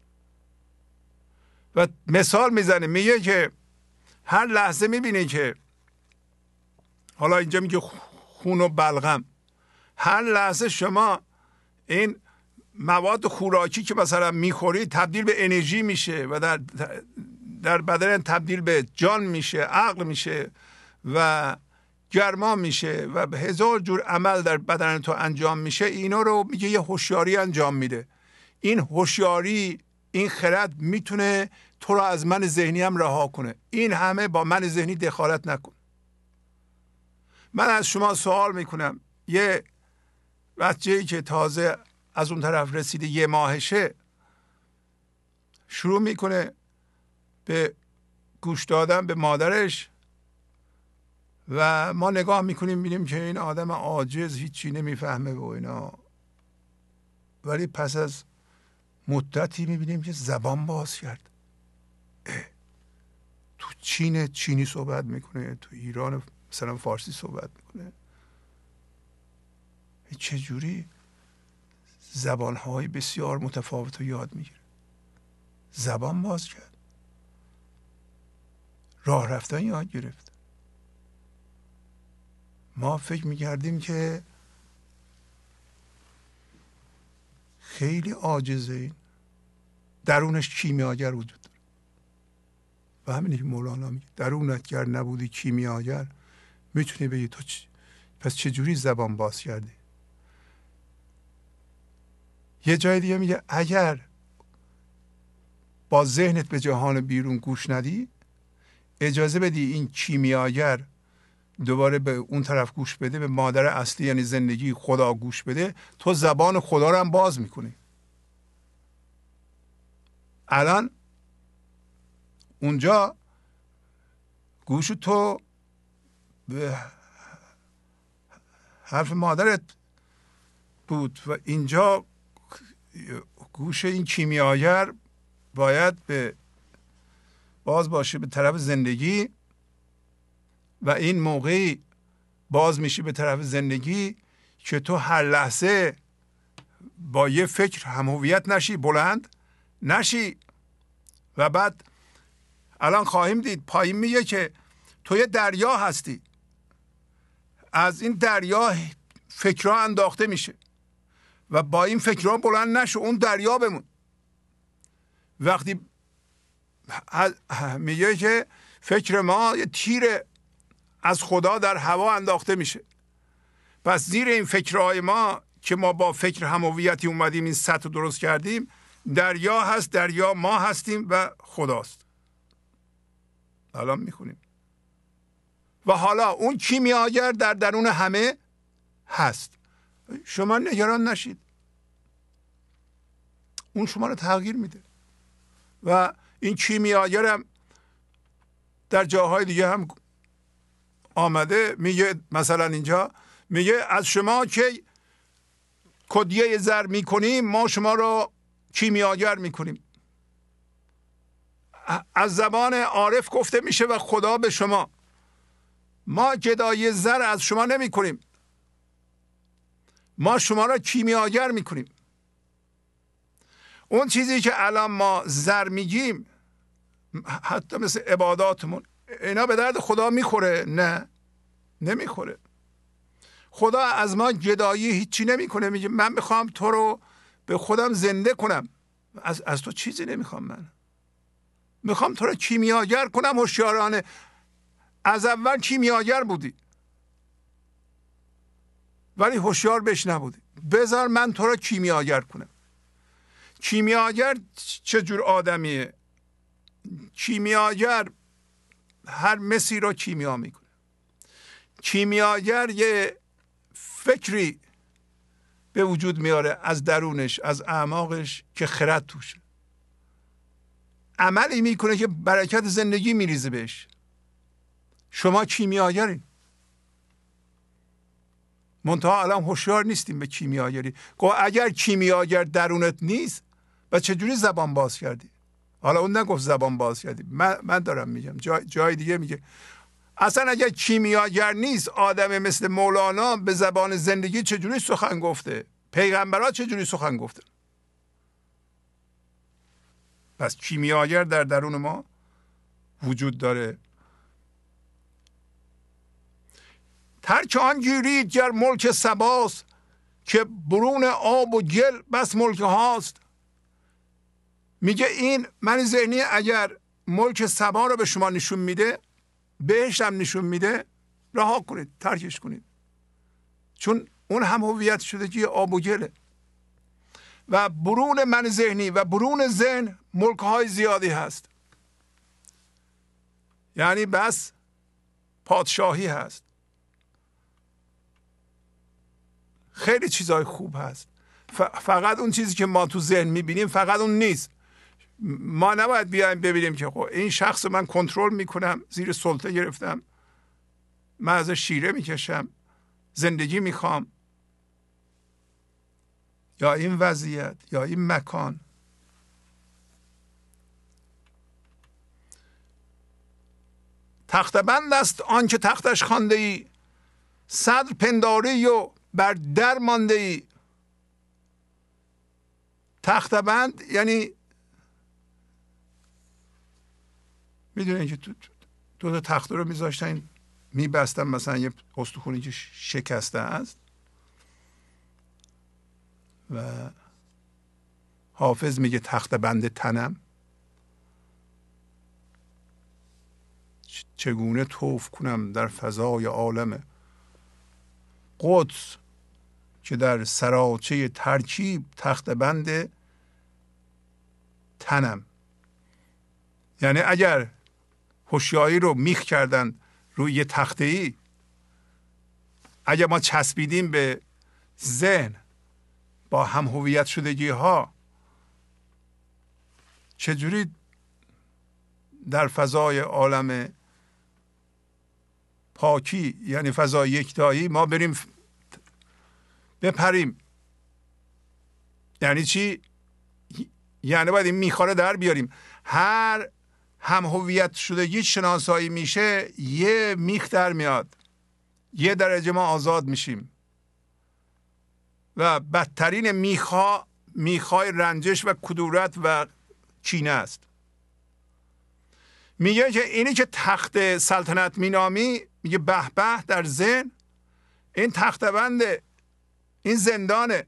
و مثال میزنه، میگه که هر لحظه میبینی که حالا اینجا میگه خون و بلغم، هر لحظه شما این مواد خوراکی که مثلا میخوری تبدیل به انرژی میشه و در بدن تبدیل به جان میشه، عقل میشه و گرما میشه و هزار جور عمل در بدن تو انجام میشه. اینا رو میگه یه هوشیاری انجام میده. این هوشیاری، این خرد میتونه تو رو از من ذهنی هم رها کنه. این همه با من ذهنی دخالت نکن. من از شما سوال میکنم، یه بچه‌ای که تازه از اون طرف رسیده، یه ماهشه، شروع میکنه به گوش دادن به مادرش و ما نگاه میکنیم میبینیم که این آدم عاجز هیچی نمیفهمه و اینا، ولی پس از مدتی میبینیم که زبان باز کرد. تو چینی صحبت میکنه، تو ایران مثلا فارسی صحبت میکنه. چجوری زبانهای بسیار متفاوت رو یاد میگیره؟ زبان باز کرد، راه رفتن یاد گرفت. ما فکر میکردیم که خیلی عاجزه، این درونش کیمیاگر وجود داره و همینه که مولانا میگه درونت گر نبودی کیمیاگر، میتونی بگی تو پس چجوری زبان باز کردی؟ یه جای دیگه میگه اگر با ذهنت به جهان بیرون گوش ندی، اجازه بدی این کیمیاگر دوباره به اون طرف گوش بده، به مادر اصلی یعنی زندگی خدا گوش بده، تو زبان خدا رو هم باز میکنی. الان اونجا گوش تو به حرف مادرت بود و اینجا گوش این کیمیاگر باید به باز باشه به طرف زندگی و این موقعی باز میشی به طرف زندگی که تو هر لحظه با یه فکر هم هویت نشی، بلند نشی. و بعد الان خواهیم دید پایین میگه که تو یه دریا هستی، از این دریا فکرها انداخته میشه و با این فکرها بلند نشو، اون دریا بمون. وقتی میگه که فکر ما یه تیر از خدا در هوا انداخته میشه، پس زیر این فکرهای ما که ما با فکر هم هویتی اومدیم این سطح درست کردیم، دریا هست، دریا ما هستیم و خداست. الان میخونیم و حالا اون کیمیاگر در درون همه هست. شما نگران نشید، اون شما رو تغییر میده. و این کیمیاگر هم در جاهای دیگه هم آمده، میگه مثلا اینجا میگه از شما که کدیه زر میکنیم ما شما رو کیمیاگر میکنیم. از زبان عارف گفته میشه و خدا به شما، ما گدایی زر از شما نمی کنیم، ما شما را کیمیاگر میکنیم. اون چیزی که الان ما زر میگیم، حتی مثل عباداتمون، اینا به درد خدا میخوره؟ نه، نمیخوره. خدا از ما گدایی هیچی نمیکنه. میگه من میخوام تو رو به خودم زنده کنم، از تو چیزی نمیخوام، من میخوام تو رو کیمیاگر کنم. هوشیارانه از اول کیمیاگر بودی ولی هوشیار بهش نبودی، بذار من تو رو کیمیاگر کنم. کیمیاگر چجور آدمیه؟ کیمیاگر هر مسی رو کیمیا میکنه. کیمیاگر یه فکری به وجود میاره از درونش، از اعماقش که خرد توشه، عملی میکنه که برکت زندگی میریزه بهش. شما کیمیاگرین، منتها الان هوشیار نیستیم به کیمیاگری. اگر کیمیاگر درونت نیست و چجوری زبان باز کردی؟ حالا اون نگفت زبان باز کردی، من دارم میگم جای دیگه میگه اصلا اگر کیمیاگر نیست، آدم مثل مولانا به زبان زندگی چجوری سخن گفته؟ پیغمبرها چجوری سخن گفتن؟ پس کیمیاگر در درون ما وجود داره. ترک آن گیرید گر ملک سباست، که برون آب و گل بس ملک هاست. میگه این من ذهنی اگر ملک سبا رو به شما نشون میده، بهشت هم نشون میده، رها کنید، ترکش کنید، چون اون هم هویت شدگی آب و گله. و برون من ذهنی و برون ذهن ملک های زیادی هست، یعنی بس پادشاهی هست، خیلی چیزهای خوب هست. فقط اون چیزی که ما تو ذهن میبینیم فقط اون نیست. ما نباید بیایم ببینیم که خب این شخص من کنترل میکنم، زیر سلطه گرفتم، من ازش شیره میکشم، زندگی میخوام، یا این وضعیت یا این مکان. تخت بند است آن که تختش خوانده ای، صدر پنداری و بر در مانده ای. تخت بند یعنی میدونین که دو تا تخت رو میذاشتن میبستن، مثلا یه استخونی که شکسته است و حافظ میگه تخت بند تنم، چگونه طوف کنم در فضای عالم قدس، که در سراچه ترکیب تخت بند تنم. یعنی اگر هوشیاری رو میخ کردن روی یه تخته ای، اگر ما چسبیدیم به ذهن با هم هویت شدگی ها، چجوری در فضای عالم پاکی یعنی فضای یکتایی ما بریم بپریم؟ یعنی چی؟ یعنی باید این میخواره در بیاریم. هر هم هویت شدگی شناسایی میشه، یه میخ در میاد، یه درجه ما آزاد میشیم. و بدترین میخای رنجش و کدورت و کینه است. میگه که اینی که تخت سلطنت مینامی، میگه به به در ذهن، این تخت بنده، این زندانه.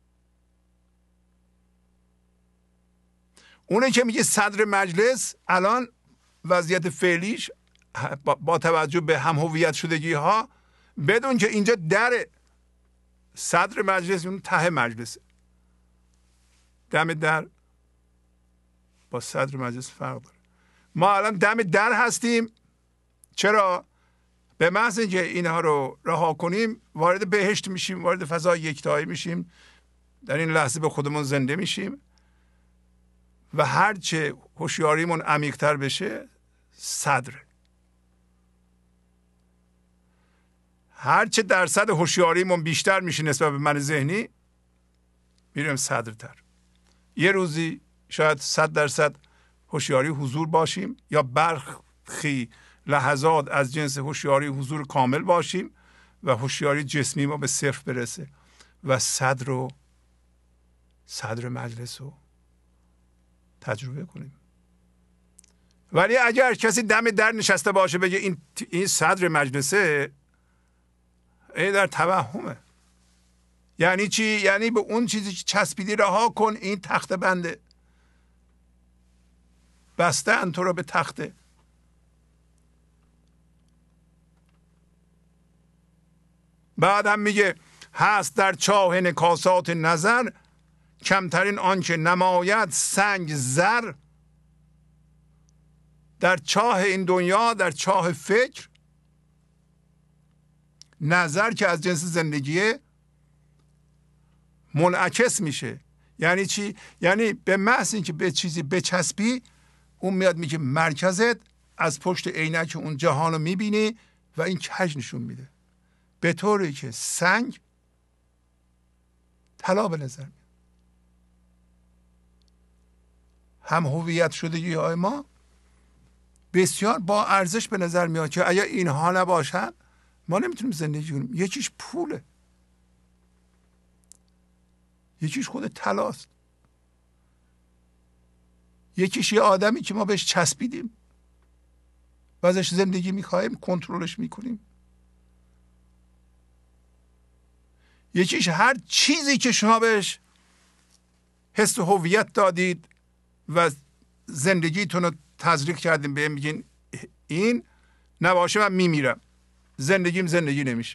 اونه که میگه صدر مجلس، الان وضعیت فعلیش با توجه به هم هویت شدگی ها، بدون که اینجا در صدر مجلس، اون ته مجلسه. دم در با صدر مجلس فرق داره. ما الان دم در هستیم. چرا؟ به محض اینکه اینها رو رها کنیم وارد بهشت میشیم، وارد فضای یکتایی میشیم، در این لحظه به خودمون زنده میشیم و هرچه هوشیاریمون عمیق‌تر بشه صدر، هرچه درصد هوشیاریمون بیشتر میشه نسبت به من ذهنی میریم صدرتر. یه روزی شاید 100% هوشیاری حضور باشیم، یا برخی لحظات از جنس هوشیاری حضور کامل باشیم و هوشیاری جسمی ما به صفر برسه و صدر مجلس رو تجربه کنیم. ولی اگر کسی دم در نشسته باشه بگه این صدر مجلسه، این در توهمه. یعنی چی؟ یعنی به اون چیزی که چسبیدی رها کن. این تخت بنده، بستن تو رو به تخته. بعد هم میگه هست در چاه انعکاسات نظر، کمترین آنچه نماید سنگ زر. در چاه این دنیا، در چاه فکر، نظر که از جنس زندگیه منعکس میشه. یعنی چی؟ یعنی به محض اینکه به چیزی بچسبی، اون میاد میگه مرکزت، از پشت عینک اون جهان رو میبینی و این کج نشون میده، به طوری که سنگ طلا به نظر میاد. هم هویت شدگی های ما بسیار با ارزش به نظر میاد که اگر اینها نباشن ما نمیتونیم زندگی کنیم. یکیش پوله، یکیش خود طلاست، یکیش یه آدمی که ما بهش چسبیدیم و ازش زندگی میخوایم، کنترلش میکنیم. یکیش هر چیزی که شما بهش حس و هویت دادید و زندگیتون رو تزریق کردیم، به میگین این نباشه من میمیرم، زندگیم زندگی نمیشه.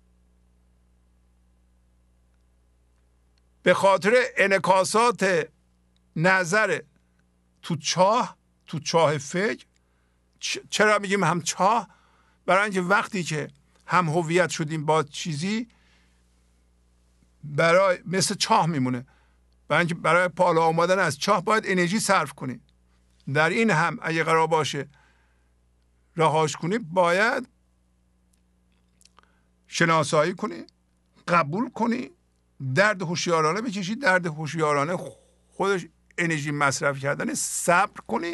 به خاطر انعکاسات نظر تو چاه فکر. چرا میگیم هم چاه؟ برای اینکه وقتی که هم هویت شدیم با چیزی، برای مثل چاه میمونه. برای اینکه برای بالا آمدن از چاه باید انرژی صرف کنی. در این هم اگه قرار باشه رهاش کنی، باید شناسایی کنی، قبول کنی، درد هوشیارانه بکشی. درد هوشیارانه خودش انرژی مصرف کردن، صبر کنی،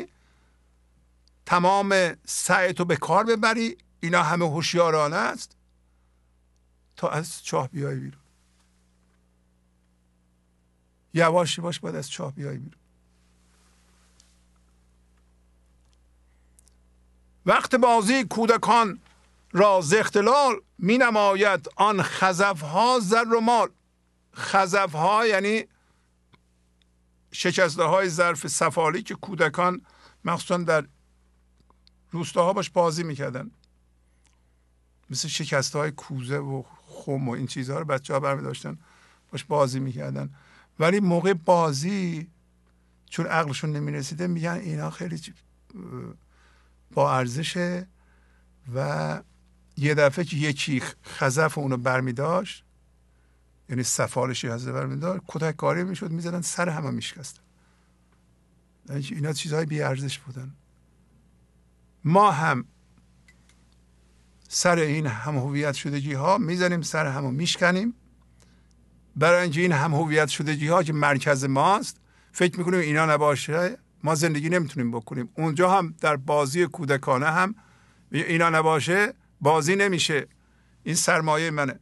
تمام سعیتو به کار ببری. اینا همه هوشیارانه است تا از چاه بیای بیرون. یواش یواش باید از چاه بیای بیرون. وقت بازی کودکان را ز اختلال، می نماید آن خزف ها زر و مال. خزف ها یعنی شکسته های ظرف سفالی که کودکان مخصوصا در روستاها باش بازی میکردن، مثل شکسته های کوزه و خم و این چیزها رو بچه ها برمی داشتن باش بازی میکردن. ولی موقع بازی چون عقلشون نمی رسیده میگن اینا خیلی با ارزشه و یه دفعه که یکی خزف اونو برمی داشت، یعنی سفالشی هزه برمی داشت، کتک کاری میشد، میزدن سر همه میشکستن. اینا چیزهای بی ارزش بودن. ما هم سر این هم هویت شدگی ها میزنیم، سر همو میشکنیم، برای اینکه این هم هویت شدگی ها که مرکز ماست، فکر میکنیم اینا نباشه ما زندگی نمیتونیم بکنیم. اونجا هم در بازی کودکانه هم اینا نباشه بازی نمیشه، این سرمایه منه.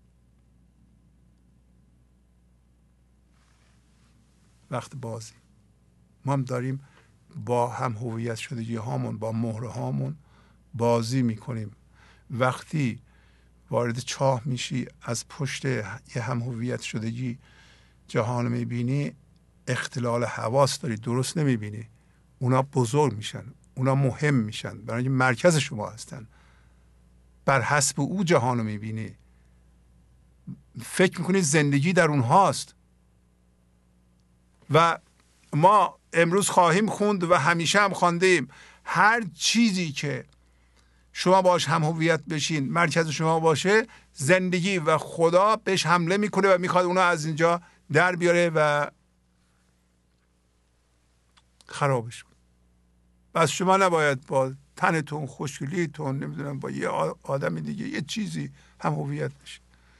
وقت بازی ما هم داریم با هم هویت شدگی هامون، با مهره هامون بازی میکنیم. وقتی وارد چاه میشی از پشت یه هم هویت شدگی جهان میبینی، اختلال حواس داری، درست نمیبینی. اونا بزرگ میشن، اونا مهم میشن، برای اینکه مرکز شما هستن. بر حسب او جهان رو میبینی، فکر میکنی زندگی در اونهاست. و ما امروز خواهیم خوند و همیشه هم خواندیم، هر چیزی که شما باش هم هویت بشین، مرکز شما باشه، زندگی و خدا بهش حمله میکنه و میخواد اونو از اینجا در بیاره و خرابش کنه. بس شما نباید با تنتون، خوشگلیتون، نمیدونم با یه آدم دیگه یه چیزی هم هویت بشین.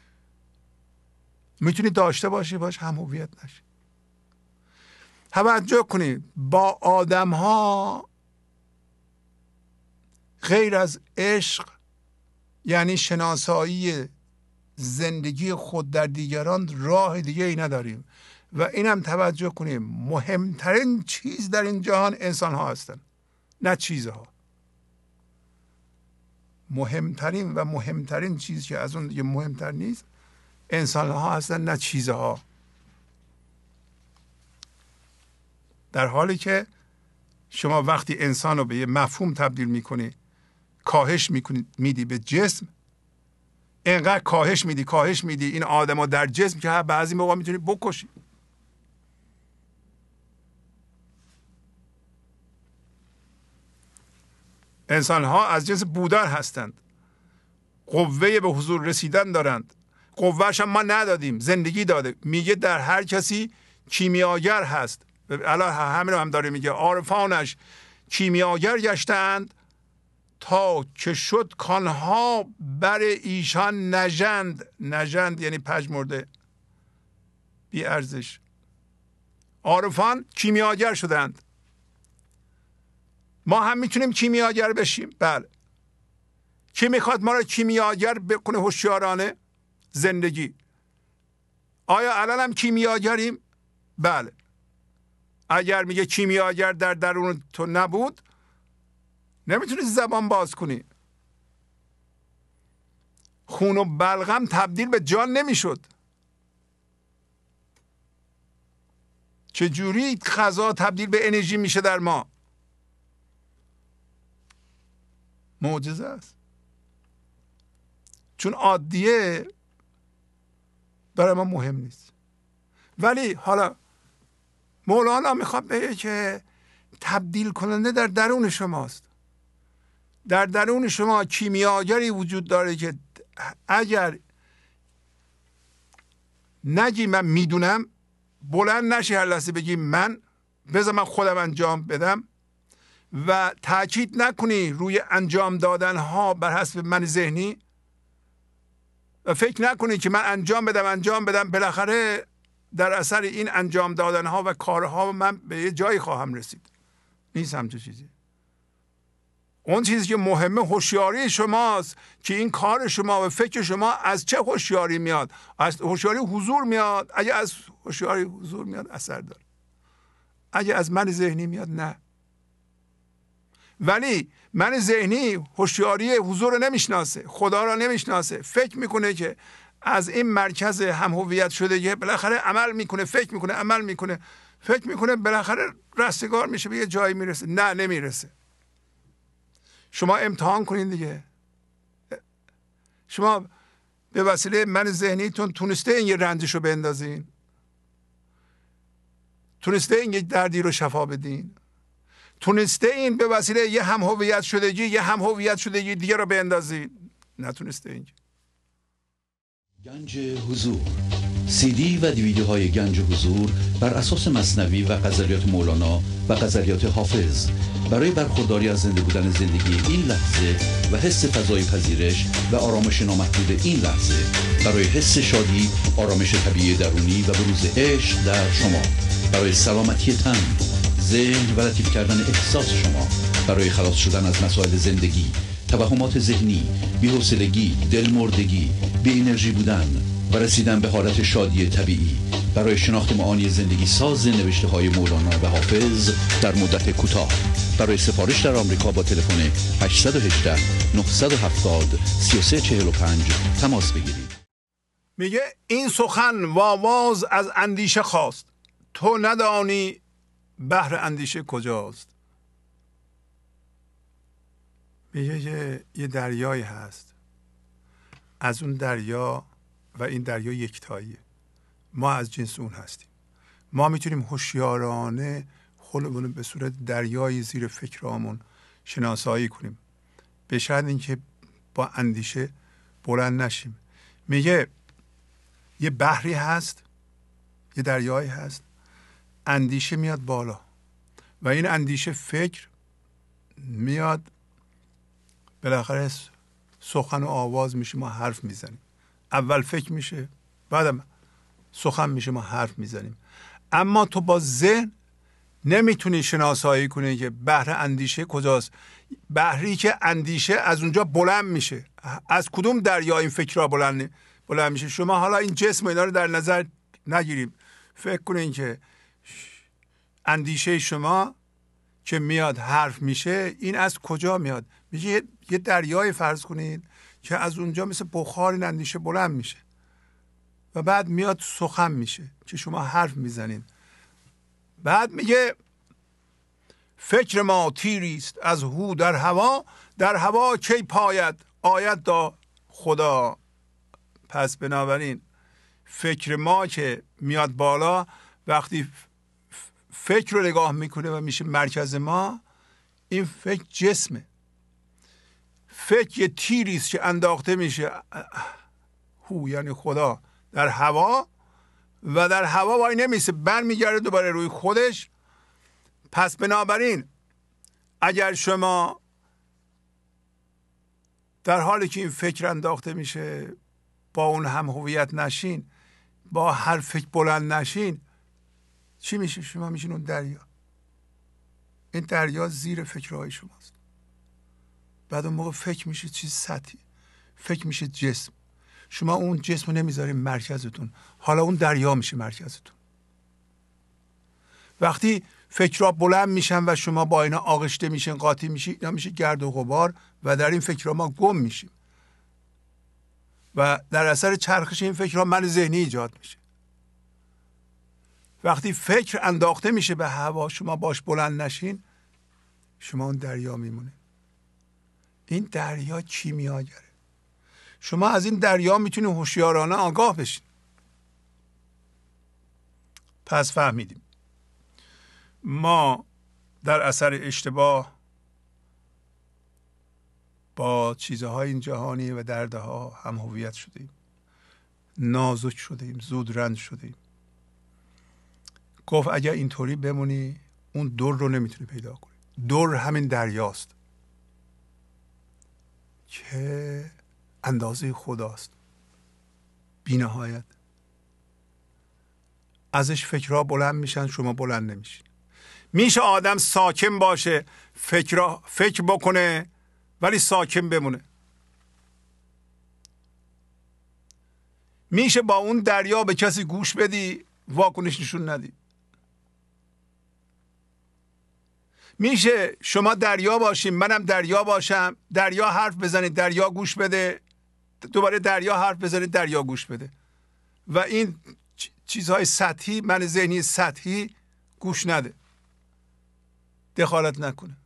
میتونی داشته باشی، باش هم هویت نشی. توجه کنید، با آدم ها غیر از عشق، یعنی شناسایی زندگی خود در دیگران، راه دیگه ای نداریم. و اینم توجه کنیم، مهمترین چیز در این جهان انسان ها هستن، نه چیزها. مهمترین چیز که از اون دیگه مهمتر نیست، انسان ها هستن، نه چیزها. در حالی که شما وقتی انسان رو به یه مفهوم تبدیل میکنی، کاهش میدی به جسم، اینقدر کاهش میدی این آدم ها در جسم که بعضی موقع میتونی بکشی. انسان ها از جنس بودن هستند، قوه به حضور رسیدن دارند. قوهش هم ما ندادیم، زندگی داده. میگه در هر کسی کیمیاگر هست. الان همین هم داره میگه، عارفانش کیمیاگر گشتند تا که شد کانها بر ایشان نژند یعنی پژمرده، بی ارزش. عارفان کیمیاگر شدند. ما هم میتونیم کیمیاگر بشیم. بله. کی میخواد ما رو کیمیاگر بکنه هوشیارانه زندگی؟ آیا الان هم کیمیاگریم؟ بله. اگر میگه کیمیاگر در درون تو نبود، نمیتونی زبان باز کنی. خون و بلغم تبدیل به جان نمیشد. چجوری غذا تبدیل به انرژی میشه در ما؟ معجزه است. چون عادیه برای ما مهم نیست. ولی حالا مولانا میخواد بگه که تبدیل کننده در درون شماست. در درون شما کیمیاگری وجود داره که اگر نگی من میدونم، بلند نشی هر لحظه بگی من بذار من خودم انجام بدم و تاکید نکنی روی انجام دادن ها بر حسب من ذهنی و فکر نکنی که من انجام بدم بالاخره در اثر این انجام دادن ها و کارها من به یه جایی خواهم رسید. نیست همچه چیزی. اون چیزی که مهمه هوشیاری شماست که این کار شما و فکر شما از چه هوشیاری میاد؟ از هوشیاری حضور میاد. اگه از هوشیاری حضور میاد اثر داره. اگه از من ذهنی میاد نه. ولی من ذهنی هوشیاری حضور رو نمیشناسه، خدا رو نمیشناسه. فکر میکنه که از این مرکز هم هویت شده که بالاخره عمل میکنه، فکر میکنه بالاخره رستگار میشه، به یه جایی میرسه. نه، نمیرسه. شما امتحان کنین دیگه. شما به وسیله من ذهنیتون تونسته این یه رنجش رو بندازین؟ تونسته این یک دردی رو شفا بدین؟ تونسته این به وسیله یه هم هویت شدگی دیگه رو بندازین؟ نتونسته این. گنج حضور CD و دیویدیوهای گنج حضور بر اساس مثنوی و غزلیات مولانا و غزلیات حافظ برای برخورداری از زنده بودن زندگی این لحظه و حس فضای پذیرش و آرامش نامحدود این لحظه، برای حس شادی، آرامش طبیعی درونی و بروز عشق در شما، برای سلامتی تن، ذهن و لطیف کردن احساس شما، برای خلاص شدن از مسائل زندگی، توهمات ذهنی، بی‌حوصلگی، دلمردگی، بی انرژی بودن و رسیدن به حالت شادی طبیعی، برای شناخت معانی زندگی ساز نوشته های مولانا و حافظ در مدت کوتاه. برای سفارش در آمریکا با تلفن 818 970 3345 تماس بگیرید. میگه این سخن واواز از اندیشه خواست، تو ندانی بحر اندیشه کجاست. میگه یه دریایی هست، از اون دریا و این دریا یکتاییه، ما از جنس اون هستیم. ما میتونیم هوشیارانه خودمون به صورت دریایی زیر فکرامون شناسایی کنیم، به شرط اینکه با اندیشه بلند نشیم. میگه یه بحری هست، یه دریایی هست، اندیشه میاد بالا و این اندیشه فکر میاد، بالاخره سخن و آواز میشه، ما حرف میزنیم. اول فکر میشه، بعدم سخن میشه، ما حرف میزنیم. اما تو با ذهن نمیتونی شناسایی کنی که بحر اندیشه کجاست. بحری که اندیشه از اونجا بلند میشه. از کدوم دریا این فکرها بلند میشه؟ شما حالا این جسم اینا رو در نظر نگیریم، فکر کنین که اندیشه شما که میاد حرف میشه، این از کجا میاد؟ میگه یه دریای فرض کنید که از اونجا مثل بخار این اندیشه بلند میشه و بعد میاد سخن میشه که شما حرف میزنید. بعد میگه فکر ما تیری است از هو در هوا، در هوا کی پاید آید دا خدا. پس بنابراین فکر ما که میاد بالا، وقتی فکر رو نگاه میکنه و میشه مرکز ما، این فکر جسمه. فکر یه تیری است که انداخته میشه، هو یعنی خدا، در هوا و در هوا وای نمیسه، برمیگرده دوباره روی خودش. پس بنابراین اگر شما در حالی که این فکر انداخته میشه با اون هم هویت نشین، با هر فکر بلند نشین، چی میشه؟ شما میشین اون دریا. این دریا زیر فکرهای شماست. بعد اون موقع فکر میشه چیز سطحی، فکر میشه جسم. شما اون جسم رو نمیذارین مرکزتون، حالا اون دریا میشه مرکزتون. وقتی فکرها بلند میشن و شما با اینا آغشته میشین، قاطی میشین، اینا میشه گرد و غبار و در این فکرها ما گم میشیم و در اثر چرخش این فکرها من ذهنی ایجاد میشه. وقتی فکر انداخته میشه به هوا، شما باش بلند نشین، شما اون دریا میمونه. این دریا کیمیاگره. شما از این دریا میتونید هوشیارانه آگاه بشین. پس فهمیدیم ما در اثر اشتباه با چیزهای این جهانی و دردها هم هویت شدیم، نازک شدیم، زود رنج شدیم. گفت اگر اینطوری بمونی اون در رو نمیتونی پیدا کنی. در همین دریاست که اندازه خداست، بی نهایت. ازش فکرها بلند میشن، شما بلند نمیشین. میشه آدم ساکن باشه، فکر بکنه ولی ساکن بمونه. میشه با اون دریا به کسی گوش بدی، واکنش نشون ندی. میشه شما دریا باشیم، منم دریا باشم، دریا حرف بزنید، دریا گوش بده، دوباره دریا حرف بزنید، دریا گوش بده و این چیزهای سطحی، من ذهنی سطحی گوش نده، دخالت نکنه.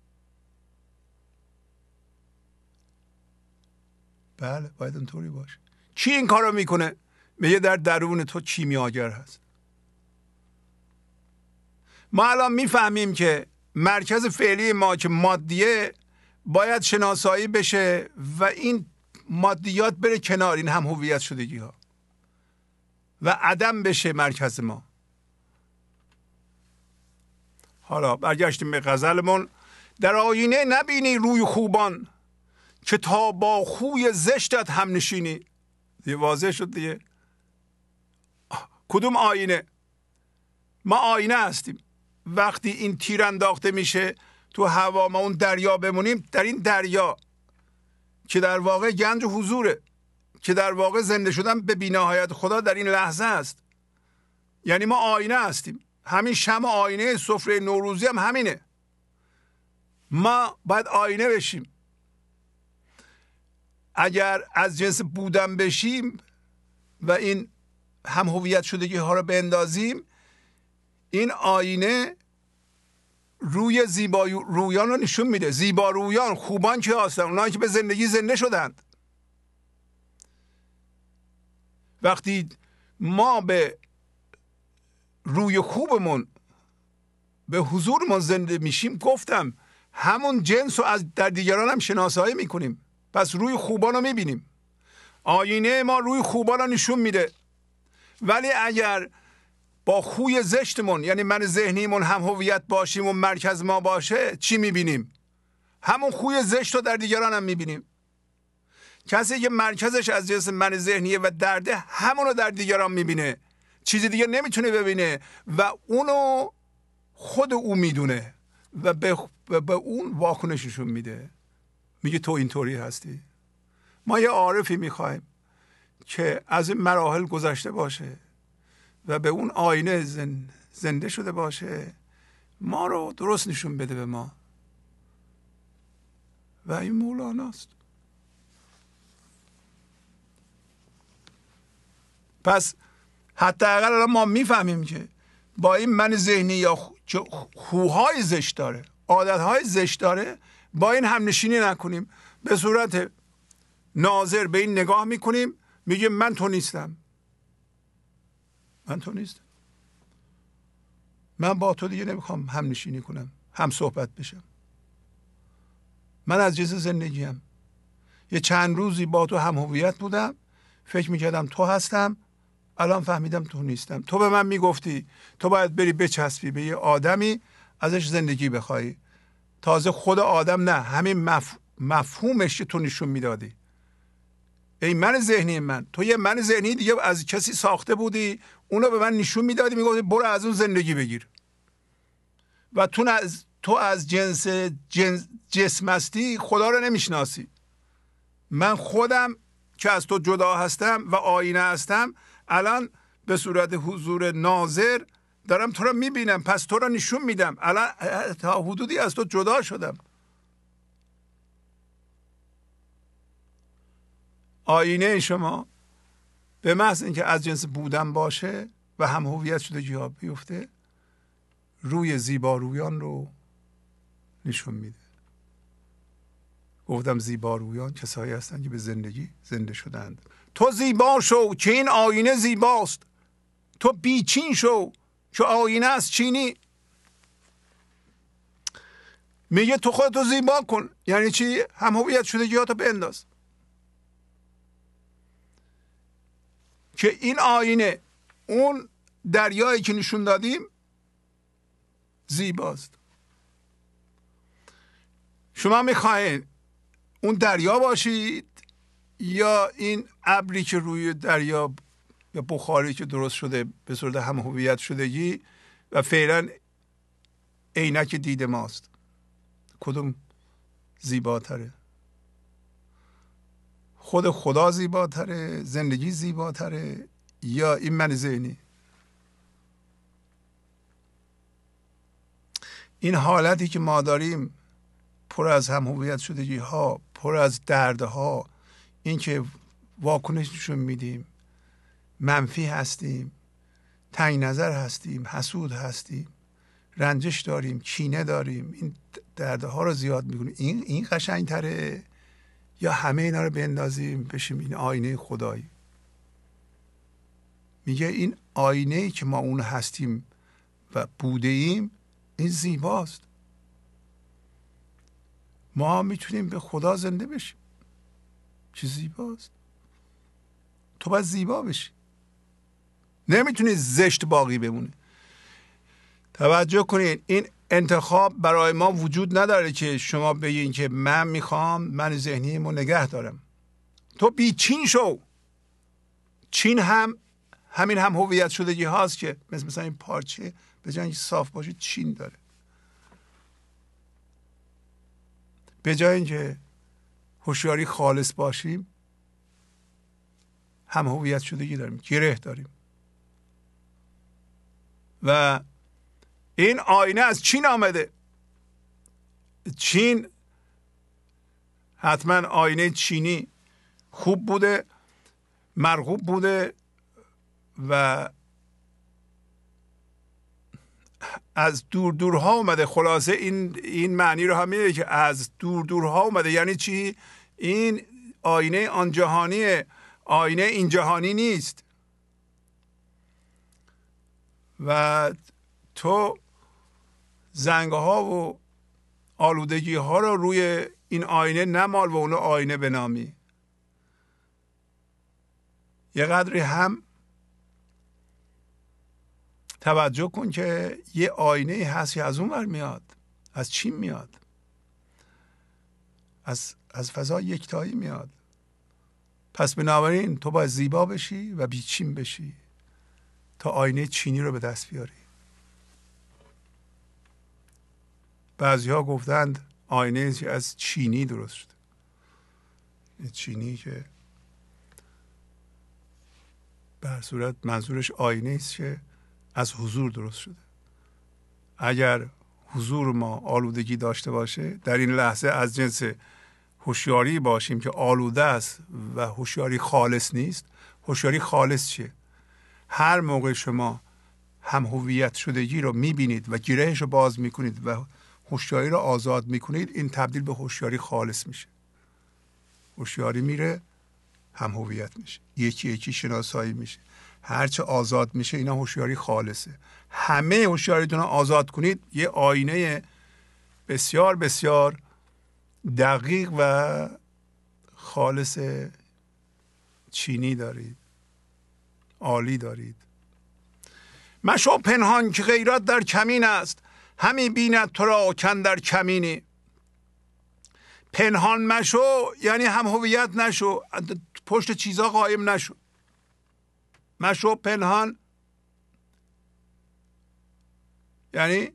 بله باید اونطوری باشه. چی این کارو میکنه؟ میگه در درون تو کیمیاگر هست. ما الان میفهمیم که مرکز فعلی ما که مادیه باید شناسایی بشه و این مادیات بره کنار، این هم هویت شدگی ها. و عدم بشه مرکز ما. حالا برگشتیم به غزلمون. در آینه نبینی روی خوبان، که تا با خوی زشتت هم نشینی. دیگه واضح شد دیگه. کدوم آینه؟ ما آینه هستیم. وقتی این تیر انداخته میشه تو هوا، ما اون دریا بمونیم، در این دریا که در واقع گنج و حضوره، که در واقع زنده شدن به بی‌نهایت خدا در این لحظه است. یعنی ما آینه هستیم. همین شمع آینه سفره نوروزی هم همینه. ما باید آینه بشیم. اگر از جنس بودن بشیم و این هم هویت شدگی ها رو بندازیم، این آینه روی زیبا رویان رو نشون میده. زیبا رویان خوبان که هستن؟ اونایی که به زندگی زنده شدند. وقتی ما به روی خوبمون، به حضورمون زنده میشیم، گفتم همون جنس رو از در دیگران هم شناسایی میکنیم. پس روی خوبان رو میبینیم. آینه ما روی خوبان رو نشون میده. ولی اگر با خوی زشتمون، یعنی من ذهنیمون هم هویت باشیم و مرکز ما باشه، چی میبینیم؟ همون خوی زشت رو در دیگران هم میبینیم. کسی که مرکزش از جنس من ذهنیه و درده، همون رو در دیگران میبینه، چیزی دیگه نمیتونه ببینه و اونو خود او میدونه و به اون واکنششون میده. میگه تو اینطوری هستی. ما یه عارفی میخوایم که از این مراحل گذشته باشه و به اون آینه زنده شده باشه، ما رو درست نشون بده به ما. و این مولاناست. پس حداقل ما میفهمیم که با این من ذهنی یا خوهای زشت داره، عادتهای زشت داره، با این هم نشینی نکنیم. به صورت ناظر به این نگاه میکنیم، میگیم من تو نیستم، من تو نیستم، من با تو دیگه نمیخوام هم نشینی کنم، هم صحبت بشم، من از جنس زندگیم. یه چند روزی با تو هم هویت بودم، فکر میکردم تو هستم، الان فهمیدم تو نیستم. تو به من میگفتی تو باید بری بچسبی به یه آدمی ازش زندگی بخوای. تازه خود آدم نه، همین مفهومش تو نشون میدادی. ای من ذهنی من، تو یه من ذهنی دیگه از کسی ساخته بودی، اونو به من نشون میدادی، میگفتی برو از اون زندگی بگیر. و تو از جنس جسم هستی، خدا رو نمیشناسی. من خودم که از تو جدا هستم و آینه هستم، الان به صورت حضور ناظر دارم تو رو میبینم، پس تو رو نشون میدم. الان تا حدودی از تو جدا شدم. آینه شما به محض اینکه از جنس بودن باشه و هم هویت شدگی ها بیفته، روی زیبا رویان رو نشون میده. گفتم زیبا رویان کسایی هستند که به زندگی زنده شدند. تو زیبا شو که این آینه زیباست، تو بیچین شو که آینه از چینی. میگه تو خودتو زیبا کن. یعنی چی؟ هم هویت شدگی ها تو بنداز که این آینه، اون دریایی که نشون دادیم، زیباست. شما میخواین اون دریا باشید یا این ابری که روی دریا یا بخاری که درست شده به صورت هم هویت شدگی و فعلا عینک دید ماست؟ کدوم زیباتره؟ خود خدا زیباتره، زندگی زیباتره، یا این من ذهنی؟ این حالتی که ما داریم پر از هم هویت شدگی ها، پر از دردها، این که واکنش نشون میدیم، منفی هستیم، تنگ نظر هستیم، حسود هستیم، رنجش داریم، کینه داریم، این دردها رو زیاد میکنیم. این قشنگ تره یا همه اینا رو بندازیم بشیم این آینه خدایی؟ میگه این آینه‌ای که ما اون هستیم و بوده ایم، این زیباست. ما میتونیم به خدا زنده بشیم. چه زیباست. تو باید زیبا بشی. نمیتونه زشت باقی بمونه. توجه کنید، این انتخاب برای ما وجود نداره که شما بگین که من میخوام من ذهنیمو نگه دارم. تو بی چین شو. چین هم همین هم هویت شدگی هاست که مثلا این پارچه به جای اینکه صاف باشه چین داره. به جای اینکه هوشیاری خالص باشیم هم هویت شدگی داریم، گره داریم. و این آینه از چین آمده. چین حتما آینه چینی خوب بوده، مرغوب بوده و از دور دورها اومده. خلاصه این معنی رو هم میده که از دور دورها اومده. یعنی چی؟ این آینه آن جهانیه، آینه این جهانی نیست. و تو زنگ ها و آلودگی ها رو روی این آینه نمال و اونو آینه بنامی. یه قدری هم توجه کن که یه آینه هست که از اون ور میاد، از چین میاد، از فضا یکتایی میاد. پس بنابراین تو باید زیبا بشی و بیچین بشی تا آینه چینی رو به دست بیاری. بعضی ها گفتند آینه از چینی درست شده. چینی که به صورت منظورش آینه است که از حضور درست شده. اگر حضور ما آلودگی داشته باشه، در این لحظه از جنس هوشیاری باشیم که آلوده است و هوشیاری خالص نیست. هوشیاری خالص چیه؟ هر موقع شما هم هویت شدگی رو میبینید و گرهش رو باز میکنید و هوشیاری رو آزاد میکنید، این تبدیل به هوشیاری خالص میشه. هوشیاری میره هم هویت میشه، یکی یکی شناسایی میشه. هرچه آزاد میشه اینا هوشیاری خالصه. همه هوشیاریتون رو آزاد کنید، یه آینه بسیار بسیار دقیق و خالص چینی دارید، عالی دارید. مشو پنهان که غیرت در کمین است، همی بیند تو را کاندر کمینی. پنهان مشو یعنی هم هویت نشو، پشت چیزا قایم نشو. مشو پنهان یعنی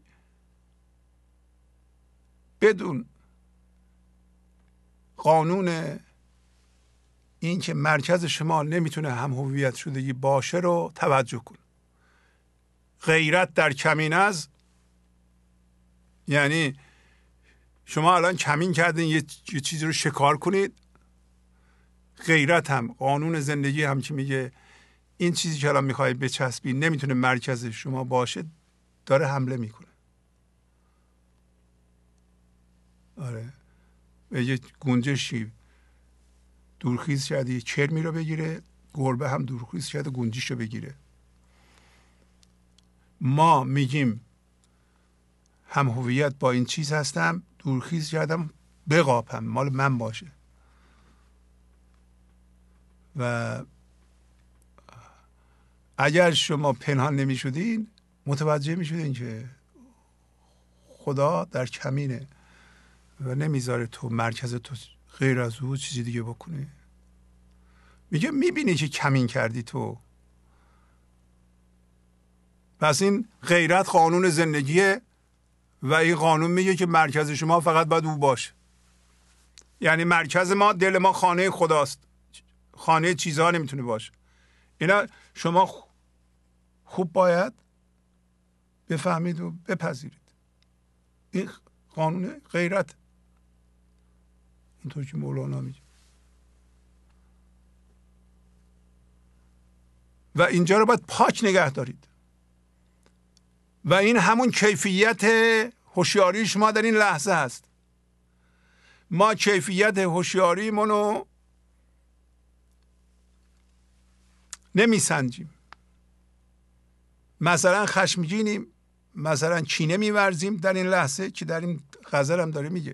بدون قانون این که مرکز شما نمیتونه هم هویت شدگی باشه رو توجه کن. غیرت در کمین است یعنی شما الان کمین کردین یه چیزی رو شکار کنید. غیرت هم قانون زندگی هم که میگه این چیزی که الان میخوای بچسبی نمیتونه مرکز شما باشه، داره حمله میکنه. آره، یه گنجشی دورخیز کرده یه چرمی رو بگیره، گربه هم دورخیز کرده گنجیش رو بگیره. ما میگیم هم هویت با این چیز هستم، دورخیز کردم بقاپم، مال من باشه. و اگر شما پنهان نمی شدین متوجه می شدین که خدا در کمینه و نمیذاره تو مرکز تو غیر از او چیزی دیگه بکنی. میگه میبینی که کمین کردی تو. پس این غیرت قانون زندگیه و این قانون میگه که مرکز شما فقط باید او باشه. یعنی مرکز ما، دل ما خانه خداست، خانه چیزها نمیتونه باشه. اینا شما خوب باید بفهمید و بپذیرید. این قانون غیرت، اینطور که مولانا میگه. و اینجا رو باید پاک نگه دارید. و این همون کیفیت هوشیاری شما در این لحظه هست. ما کیفیت هوشیاریمون رو نمیسنجیم. مثلا خشمگینیم، مثلا کینه میورزیم در این لحظه که در این غزل هم داره میگه،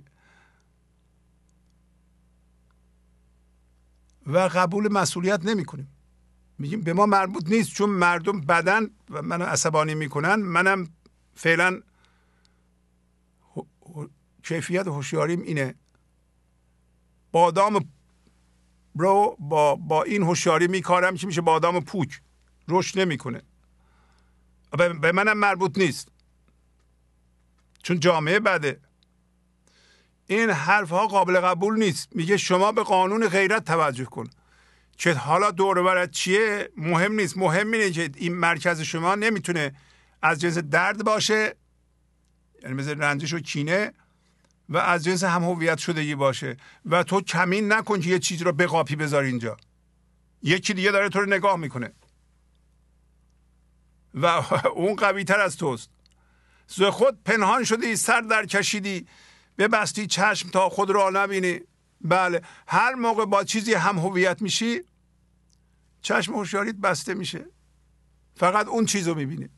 و قبول مسئولیت نمی کنیم. میگیم به ما مربوط نیست، چون مردم بدن و منو عصبانی میکنن، منم فعلا کیفیت هوشیاریم اینه، بادام رو با این هوشیاری میکارم که میشه بادام پوچ، رشد نمیکنه، به منم مربوط نیست چون جامعه بده. این حرف ها قابل قبول نیست. میگه شما به قانون غیرت توجه کن که حالا دور و برت چیه مهم نیست، مهم اینه که این مرکز شما نمیتونه از جنس درد باشه، یعنی مثل رنجش و کینه، و از جنس هم هویت شدگی باشه و تو کمین نکن که یه چیز رو به قاپی بذار اینجا، یکی دیگه داره تو رو نگاه میکنه و اون قوی تر از توست. ز خود پنهان شدی، سر در کشیدی، ببستی چشم تا خود را نبینی. بله، هر موقع با چیزی هم هویت میشی چشم هوشیاریت بسته میشه، فقط اون چیز رو میبینی،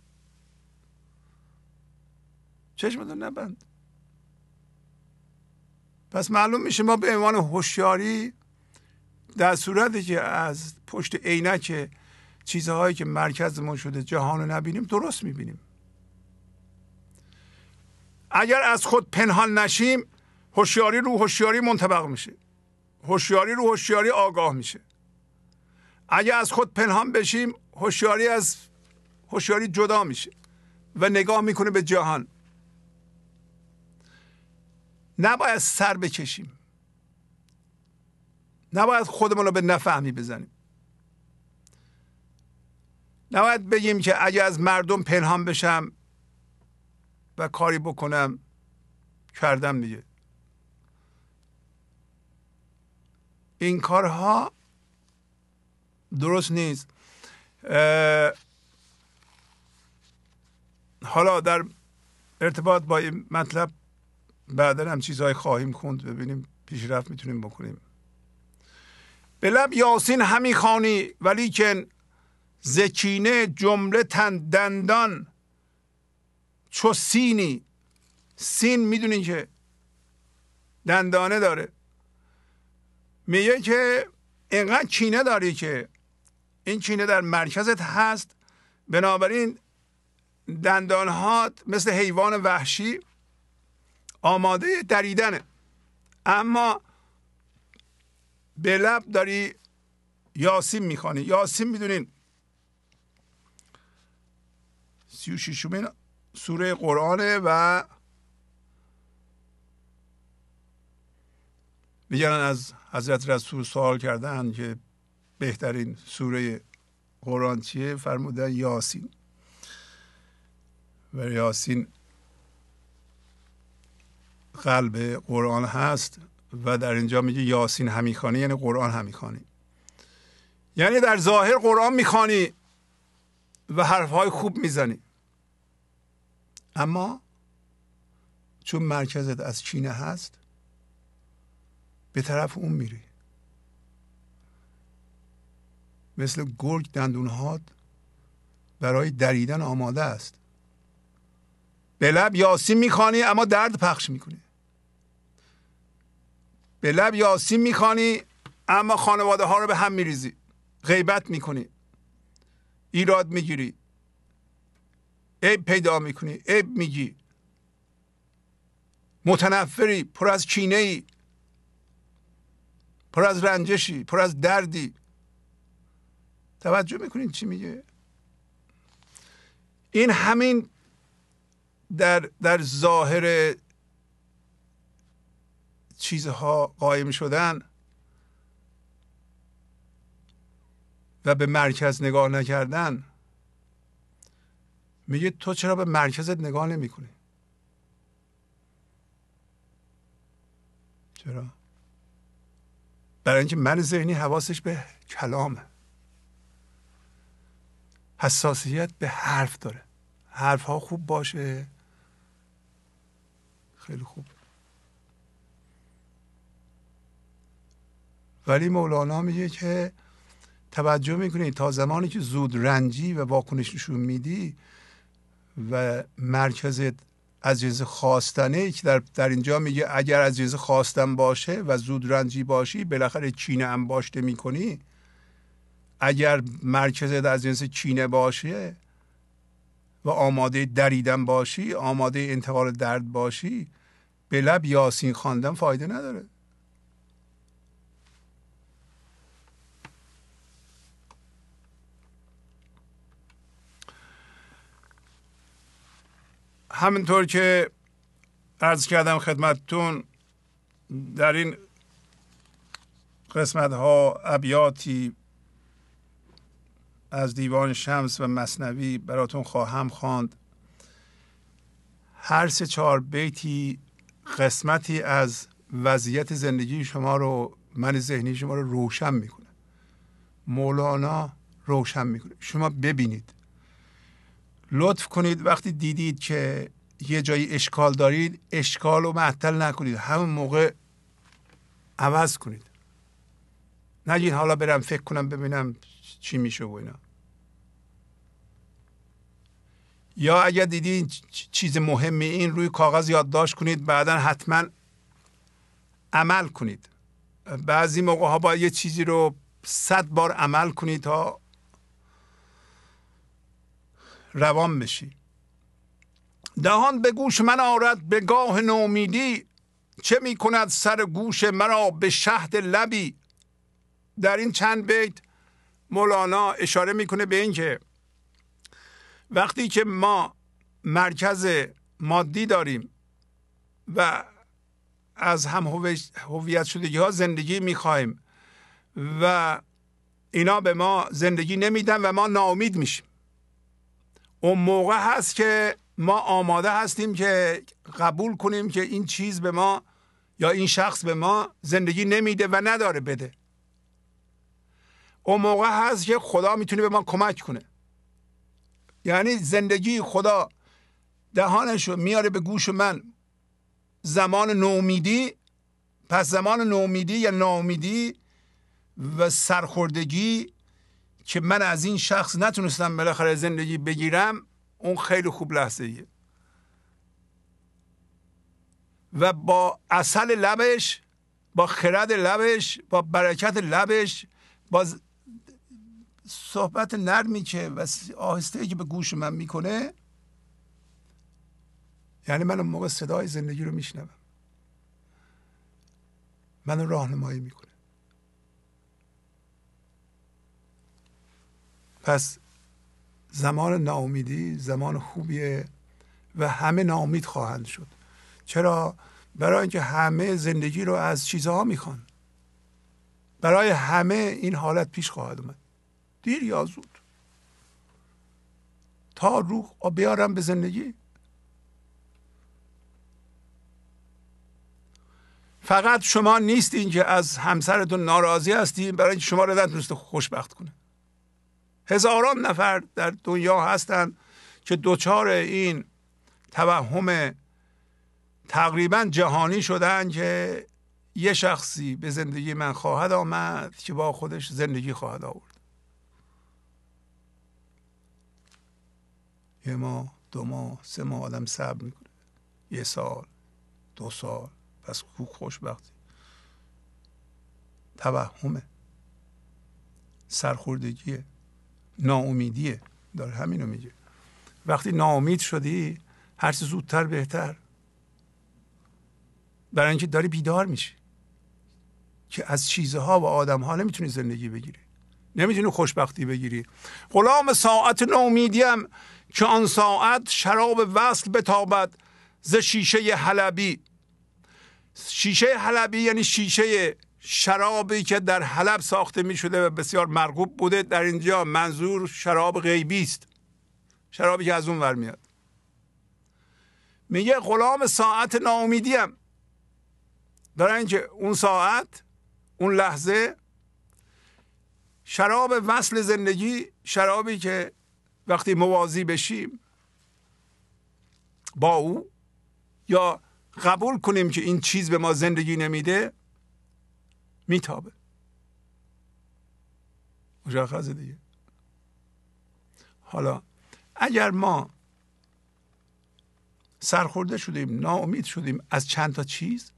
چشمتو نبند. پس معلوم میشه ما به عنوان هوشیاری در صورتی که از پشت عینک چیزهایی که مرکزمون شده جهان رو نبینیم درست میبینیم. اگر از خود پنهان نشیم هوشیاری رو هوشیاری منطبق میشه، هوشیاری رو هوشیاری آگاه میشه. اگر از خود پنهان بشیم هوشیاری از هوشیاری جدا میشه و نگاه میکنه به جهان. نباید سر بکشیم، نباید خودمون رو به نفهمی بزنیم، نباید بگیم که اگه از مردم پنهان بشم و کاری بکنم کردم دیگه. این کارها درست نیست. حالا در ارتباط با این مطلب بعدا هم چیزهای خواهیم خوند، ببینیم پیشرفت میتونیم بکنیم. به لب یاسین همی خوانی ولیکن ز کینه جمله دندان چو سینی. سین میدونین که دندانه داره. میگه که اینقدر کینه داری که این کینه در مرکزت هست، بنابراین دندانهات مثل حیوان وحشی آماده دریدنه، اما به لب داری یاسین میخوانی. یاسین میدونین 36مین سوره قرآنه و میگن از حضرت رسول سوال کردن که بهترین سوره قرآن چیه، فرمودن یاسین. و یاسین قلب قرآن هست و در اینجا میگه یاسین همی خوانی، یعنی قرآن همی خوانی، یعنی در ظاهر قرآن میخوانی و حرفهای خوب میزنی، اما چون مرکزت از کینه هست به طرف اون میری. مثل گرگ دندونهات برای دریدن آماده است. به لب یاسین میخوانی اما درد پخش میکنی. به لب یاسین میخوانی اما خانواده ها رو به هم میریزی، غیبت میکنی، ایراد میگیری، عیب پیدا میکنی، عیب میگی، متنفری، پر از کینه ای، پر از رنجشی، پر از دردی. توجه میکنین چی میگه؟ این همین در ظاهر چیزها قایم شدن و به مرکز نگاه نکردن. میگه تو چرا به مرکزت نگاه نمی کنی؟ چرا؟ برای اینکه من ذهنی حواسش به کلامه، حساسیت به حرف داره. حرف ها خوب باشه خیلی خوب، ولی مولانا میگه که توجه میکنی تا زمانی که زود رنجی و واکنش نشون میدی و مرکزت از جنس خواستنه، که در اینجا میگه اگر از جنس خواستن باشه و زود رنجی باشی بالاخره کینه انباشته میکنی، اگر مرکزت از جنس کینه باشه و آماده دریدن باشی، آماده انتقال درد باشی، به لب یاسین خواندن فایده نداره. همینطور که عرض کردم خدمتتون، در این قسمت ها ابیاتی از دیوان شمس و مثنوی براتون خواهم خواند. هر 3-4 بیتی قسمتی از وضعیت زندگی شما رو، من ذهنی شما رو روشن میکنه. مولانا روشن میکنه. شما ببینید، لطف کنید وقتی دیدید که یه جایی اشکال دارید، اشکال رو معطل نکنید، همون موقع عوض کنید. نگید حالا برم فکر کنم ببینم چی میشه و اینا. یا اگر دیدین چیز مهمی این، روی کاغذ یادداشت کنید، بعدا حتما عمل کنید. بعضی موقع ها باید یه چیزی رو 100 بار عمل کنید تا روان بشی. دهان به گوش من آرد به گاه نومیدی، چه می کند سر گوش مرا به شهد لبی. در این چند بیت مولانا اشاره میکنه به این که وقتی که ما مرکز مادی داریم و از هم هویت شدگی ها زندگی میخوایم و اینا به ما زندگی نمیدن و ما ناامید میشیم، اون موقع هست که ما آماده هستیم که قبول کنیم که این چیز به ما یا این شخص به ما زندگی نمیده و نداره بده. اون موقع هست که خدا میتونه به ما کمک کنه. یعنی زندگی خدا دهانشو میاره به گوش من زمان نومیدی. پس زمان نومیدی یا ناامیدی و سرخوردگی که من از این شخص نتونستم بالاخره زندگی بگیرم، اون خیلی خوب لحظه ایه. و با عسل لبش، با خرد لبش، با برکت لبش، با صحبت نرمی که و آهسته‌ای که به گوش من میکنه، یعنی من اون موقع صدای زندگی رو میشنوم، منو راهنمایی میکنه. پس زمان ناامیدی زمان خوبیه و همه ناامید خواهند شد. چرا؟ برای اینکه همه زندگی رو از چیزها میخوان. برای همه این حالت پیش خواهد اومد، دیر یا زود، تا روح بیارم به زندگی. فقط شما نیستین که از همسرتون ناراضی هستین برای اینکه شما رو نتونسته خوشبخت کنه. هزاران نفر در دنیا هستن که دوچار این توهم تقریبا جهانی شدن که یه شخصی به زندگی من خواهد آمد که با خودش زندگی خواهد آورد. 1 ماه، 2 ماه، 3 ماه آدم صبر میکنه، 1 سال، 2 سال، پس خوشبختی. توهمه، سرخوردگیه، ناامیدیه. داره همینو میگه. وقتی ناامید شدی هر چه زودتر بهتر، برای اینکه داری بیدار میشی که از چیزها و آدمها نمیتونی زندگی بگیری، نمیتونی خوشبختی بگیری. غلام ساعت ناامیدیم که آن ساعت شراب وصل بتابد ز شیشه حلبی. شیشه حلبی یعنی شیشه شرابی که در حلب ساخته می شده و بسیار مرغوب بوده. در اینجا منظور شراب غیبی است، شرابی که از اون ور میاد. میگه غلام ساعت ناامیدیم، برای اینکه اون ساعت، اون لحظه شراب وصل زندگی، شرابی که وقتی موازی بشیم با او یا قبول کنیم که این چیز به ما زندگی نمیده، میتابه. مشخصه دیگه. حالا اگر ما سرخورده شدیم، ناامید شدیم از چند تا چیز،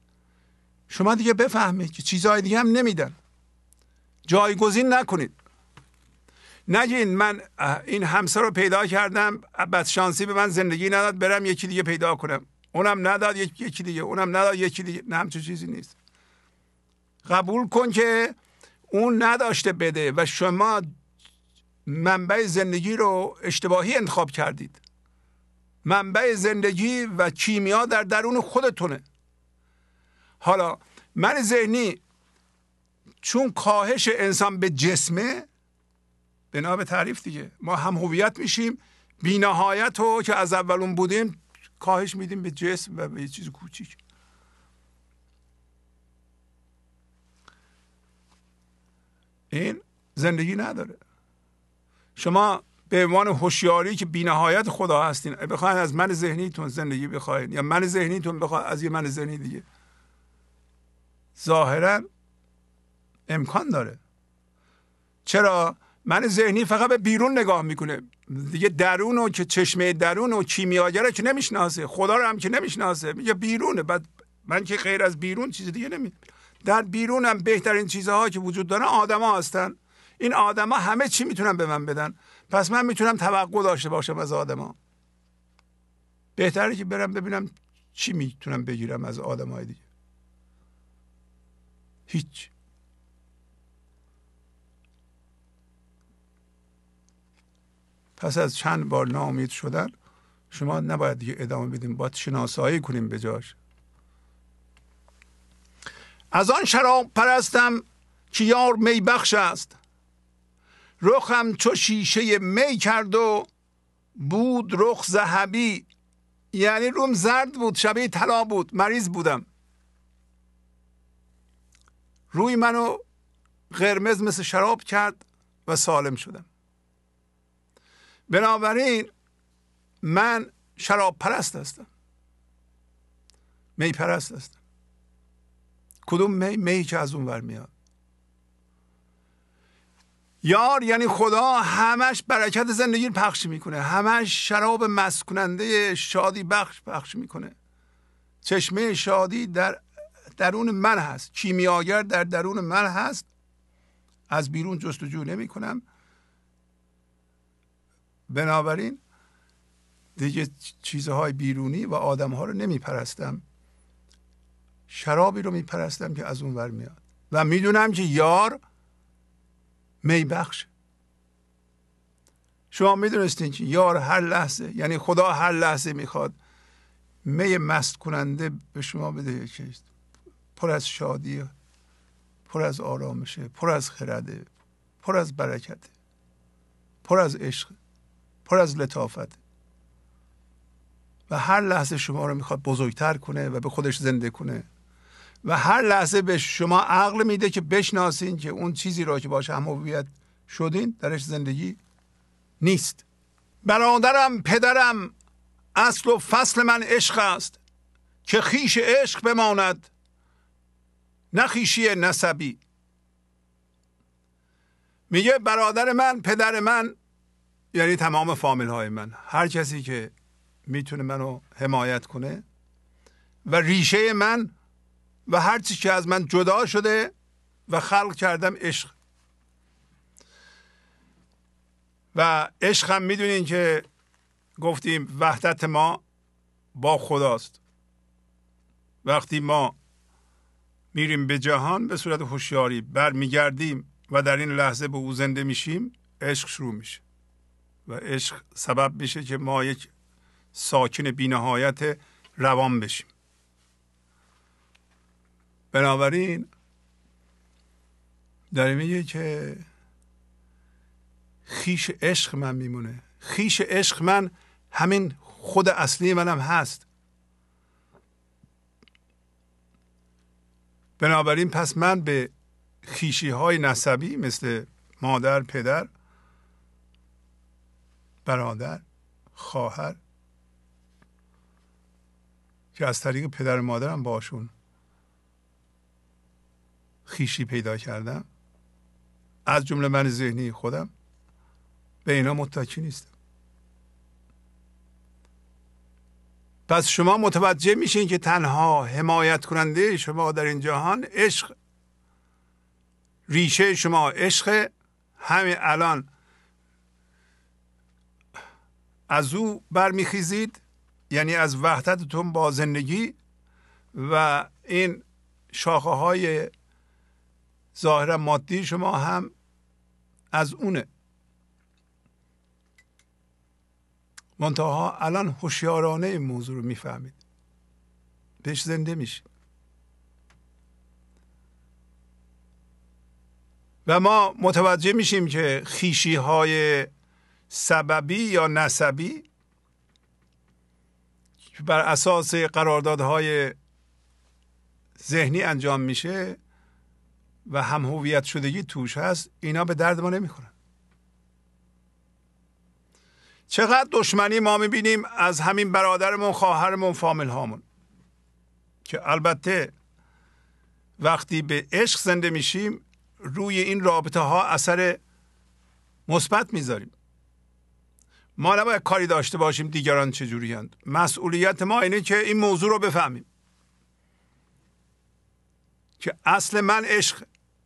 شما دیگه بفهمید که چیزهای دیگه هم نمیدن. جایگزین نکنید. نگین من این همسر رو پیدا کردم، بدشانسی به من زندگی نداد، برم یکی دیگه پیدا کنم، اونم نداد یکی دیگه، اونم نداد یکی دیگه. نه، همچون چیزی نیست. قبول کن که اون نداشته بده و شما منبع زندگی رو اشتباهی انتخاب کردید. منبع زندگی و کیمیا در درون خودتونه. حالا من ذهنی چون کاهش انسان به جسمه، بنا به تعریف دیگه ما هم هویت میشیم، بی نهایت رو که از اولون بودیم کاهش میدیم به جسم و به یه چیز کوچیک. این زندگی نداره. شما به عنوان هوشیاری که بی نهایت خدا هستین بخواید از من ذهنیتون زندگی بخواید یا من ذهنیتون بخواید از یه من ذهنی دیگه، ظاهرا امکان داره. چرا؟ من ذهنی فقط به بیرون نگاه میکنه دیگه، درون و که چشمه درون و کیمیاگر که نمیشناسه، خدا رو هم که نمیشناسه، میگه بیرونه. بعد من که غیر از بیرون چیز دیگه نمی. در بیرون هم بهترین چیزها که وجود دارن آدما هستن. این آدما همه چی میتونن به من بدن، پس من میتونم توقع داشته باشم از آدما. بهتره که برم ببینم چی میتونم بگیرم از آدمای دیگه. هیچ. پس از چند بار ناامید شدن شما نباید دیگه ادامه بدیم، باید شناسایی کنیم به جاش. از آن شراب پرستم که یار می بخش است، رخم چو شیشه می کرد و بود رخ ذهبی. یعنی روم زرد بود، شبیه طلا بود، مریض بودم، روی منو قرمز مثل شراب کرد و سالم شدم. بنابراین من شراب پرست هستم، می پرست هستم. کدوم می؟ می که از اون ور میاد. یار یعنی خدا همش برکت زندگی رو پخش میکنه، همش شراب مست کننده شادی بخش پخش میکنه. چشمه شادی در درون من هست، کیمیاگر در درون من هست، از بیرون جستجو نمی کنم. بنابراین دیگه چیزهای بیرونی و آدمها رو نمی پرستم، شرابی رو می پرستم که از اون ور میاد و میدونم که یار می بخش. شما میدونستین که یار هر لحظه، یعنی خدا هر لحظه میخواد می مست کننده به شما بده که پر از شادی، پر از آرامشه، پر از خرده، پر از برکت، پر از عشق، پر از لطافت و هر لحظه شما رو میخواد بزرگتر کنه و به خودش زنده کنه و هر لحظه به شما عقل میده که بشناسین که اون چیزی را که باش هم هویت شدین درش زندگی نیست. برادرم پدرم اصل و فصل من عشق است، که خویش عشق بماند نه خویشی نسبی. میگه برادر من، پدر من، یعنی تمام فامیل های من، هر کسی که میتونه منو حمایت کنه و ریشه من و هر چیزی که از من جدا شده و خلق کردم عشق. و عشق هم میدونین که گفتیم وحدت ما با خداست. وقتی ما میریم به جهان به صورت هوشیاری برمیگردیم و در این لحظه به او زنده میشیم، عشق شروع میشه و عشق سبب میشه که ما یک ساکن بی‌نهایت روان بشیم. بنابراین داره میگه که خویش عشق من میمونه. خویش عشق من همین خود اصلی منم هست. بنابراین پس من به خویشی های نسبی مثل مادر، پدر، برادر، خواهر که از طریق پدر و مادرم باشون خویشی پیدا کردم، از جمله من ذهنی خودم، به اینا متکی نیستم. پس شما متوجه میشین که تنها حمایت کننده شما در این جهان عشق، ریشه شما عشق. همین الان از او برمیخیزید، یعنی از وحدتتون با زندگی و این شاخه های ظاهرا مادی شما هم از اونه. منتها الان هوشیارانه این موضوع رو میفهمید، بهش زنده میشید. و ما متوجه میشیم که خویشی های سببی یا نسبی بر اساس قراردادهای ذهنی انجام میشه و هم هویت شدگی توش هست، اینا به درد ما نمیخورن. چقدر دشمنی ما میبینیم از همین برادرمون، خواهرمون، فامیل هامون، که البته وقتی به عشق زنده میشیم روی این رابطه ها اثر مثبت میذاریم. ما نباید کاری داشته باشیم دیگران چجوری هستند. مسئولیت ما اینه که این موضوع رو بفهمیم که اصل من عشق.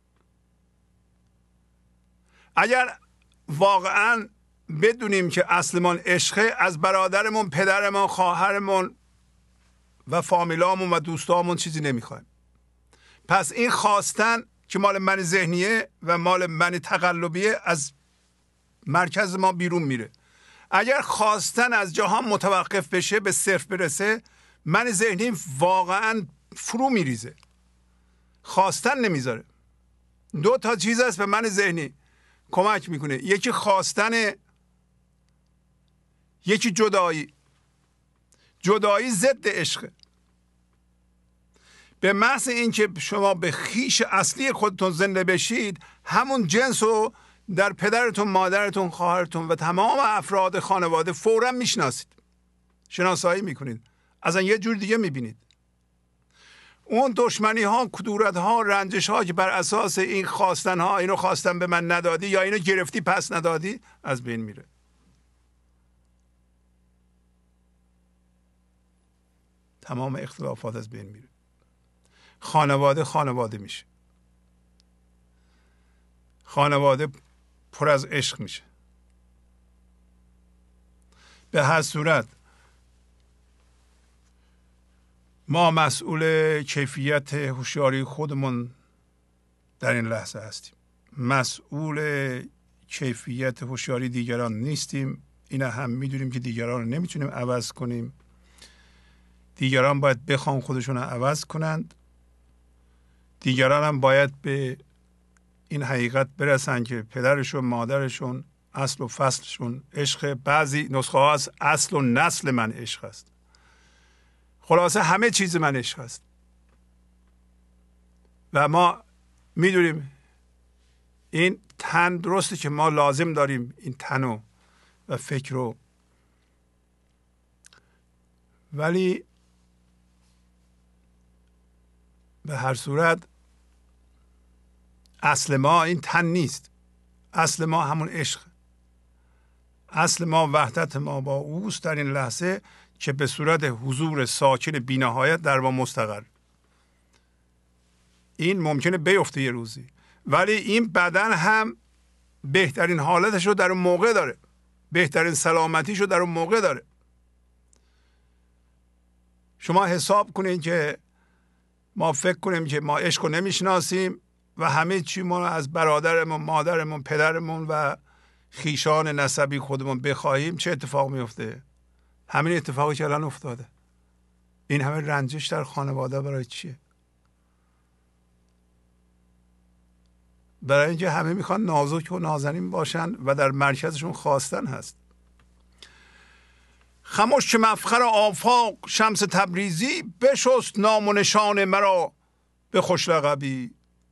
اگر واقعا بدونیم که اصل من عشقه، از برادرمون، پدرمون، خواهرمون و فامیلامون و دوستامون چیزی نمیخوایم. پس این خواستن که مال من ذهنیه و مال من تقلبیه از مرکز ما بیرون میره. اگر خواستن از جهان متوقف بشه، به صفر برسه، من ذهنی واقعا فرو میریزه. خواستن نمیذاره. دو تا چیز هست به من ذهنی کمک میکنه، یکی خواستن، یکی جدایی. جدایی ضد عشقه. به محض اینکه شما به خویش اصلی خودتون زنده بشید، همون جنس رو در پدرتون، مادرتون، خواهرتون و تمام افراد خانواده فوراً میشناسید، شناسایی میکنید، اصلا یه جور دیگه میبینید. اون دشمنی ها، کدورت ها، رنجش ها که بر اساس این خواستن ها، اینو خواستن به من ندادی یا اینو گرفتی پس ندادی، از بین میره. تمام اختلافات از بین میره. خانواده میشه. خانواده پر از عشق میشه. به هر صورت ما مسئول کیفیت هوشیاری خودمون در این لحظه هستیم. مسئول کیفیت هوشیاری دیگران نیستیم. اینا هم میدونیم که دیگران رو نمیتونیم عوض کنیم. دیگران باید بخوان خودشون رو عوض کنند. دیگران هم باید به این حقیقت برسن که پدرشون، مادرشون، اصل و فصلشون عشق. بعضی نسخه ها از اصل و نسل من عشق است. خلاصه همه چیز من عشق است. و ما میدونیم این تن درسته که ما لازم داریم این تن و فکر رو، ولی به هر صورت اصل ما این تن نیست. اصل ما همون عشق. اصل ما وحدت ما با اوست در این لحظه که به صورت حضور ساکن بی‌نهایت در ما مستقر. این ممکنه بیفته یه روزی، ولی این بدن هم بهترین حالتش رو در اون موقع داره، بهترین سلامتیش رو در اون موقع داره. شما حساب کنید که ما فکر کنیم که ما عشق رو نمیشناسیم و همه چی ما از برادرمون، مادرمون، پدرمون و خیشان نسبی خودمون بخواهیم، چه اتفاق میفته؟ همین اتفاقی که الان افتاده. این همه رنجش در خانواده برای چیه؟ برای اینکه همه میخوان نازک و نازنین باشن و در مرکزشون خواستن هست. خموش که مفخر آفاق شمس تبریزی، بشست نام و نشان مرا به خوش لقبی.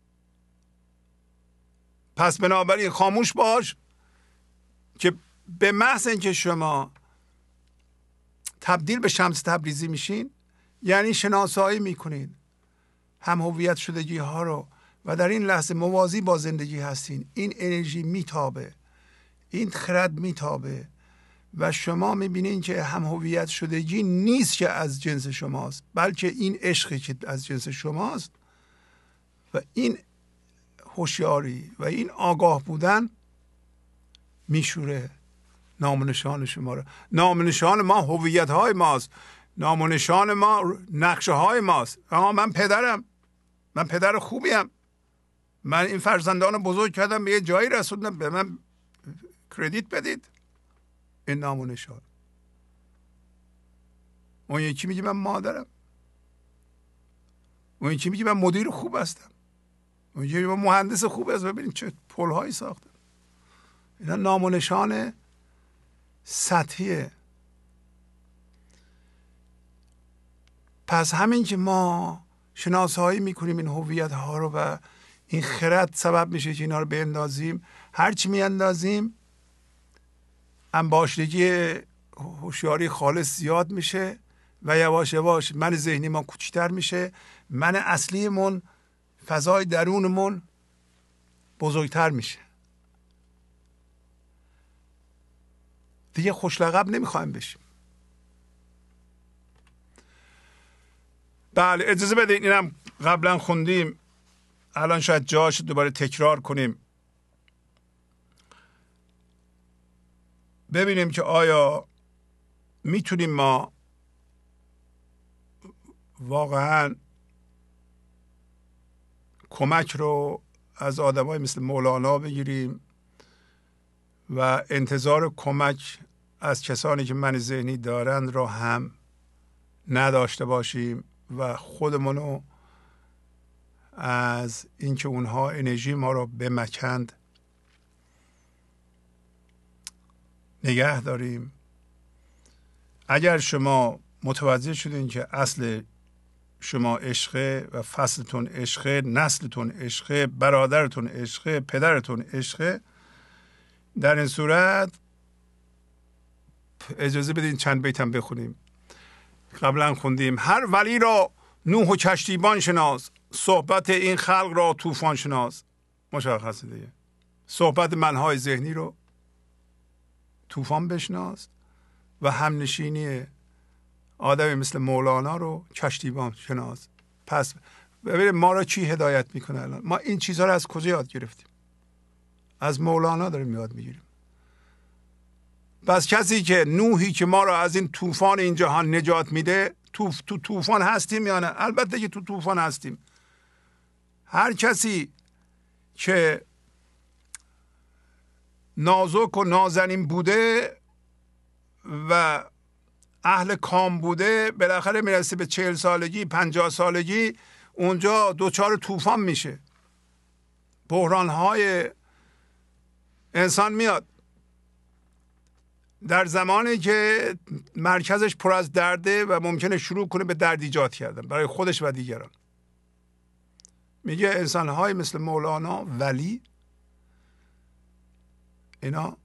پس بنابراین خاموش باش که به محض اینکه شما تبدیل به شمس تبریزی میشین، یعنی شناسایی میکنین هم هویت شدگی ها رو و در این لحظه موازی با زندگی هستین. این انرژی میتابه، این خرد میتابه و شما میبینین که هم هویت شدگی نیست که از جنس شماست، بلکه این عشقی که از جنس شماست. و این هوشیاری و این آگاه بودن میشوره نام و نشان شما رو. نام و نشان ما هویت های ماست، نام و نشان ما نقشه های ماست. من پدرم، من پدر خوبیم، من این فرزندان رو بزرگ کردم، به یه جایی رسوندم، به من کردیت بدید. این نام و نشان. اون یکی میگه من مادرم، اون یکی میگه من مدیر خوب هستم، اون یکی من مهندس خوب هستم. ببینید چه پل‌هایی ساختم. اینا نام و نشان سطحیه. پس همین که ما شناسایی میکنیم این هویت ها رو و این خرد سبب میشه که اینا رو بیندازیم، هرچی میاندازیم انباشتگی هوشیاری خالص زیاد میشه و یواش یواش من ذهنی ما کوچیک‌تر میشه، من اصلیمون، فضای درونمون بزرگتر میشه. دیگه خوش لقب نمیخوایم بشیم. بله اجازه بدین، اینم قبلا خوندیم، الان شاید جاش دوباره تکرار کنیم، ببینیم که آیا میتونیم ما واقعا کمک رو از آدمای مثل مولانا بگیریم و انتظار کمک از کسانی که من ذهنی دارند را هم نداشته باشیم و خودمونو از اینکه اونها انرژی ما رو بمکند نگه داریم. اگر شما متوجه شدین که اصل شما عشقه و فصلتون عشقه، نسلتون عشقه، برادرتون عشقه، پدرتون عشقه، در این صورت اجازه بدین چند بیتم بخونیم. قبلا خوندیم هر ولی را نوح و کشتیبان شناس، صحبت این خلق را طوفان شناس. مشخصه دیگه، صحبت منهای ذهنی رو طوفان بشناس و همنشینی آدمی مثل مولانا رو کشتیبان شناس. پس ببینید ما را چی هدایت میکنه الان؟ ما این چیزها رو از کجا یاد گرفتیم؟ از مولانا داریم یاد میگیریم. پس کسی که نوحی که ما را از این طوفان این جهان نجات میده، تو طوفان هستیم یا نه؟ البته که تو طوفان هستیم. هر کسی که نازک و نازنین بوده و اهل کام بوده، بالاخره میرسه به 40 سالگی 50 سالگی، اونجا دوچار طوفان میشه. بحرانهای انسان میاد در زمانی که مرکزش پر از درده و ممکنه شروع کنه به درد ایجاد کردن برای خودش و دیگران. میگه انسانهای مثل مولانا ولی اینا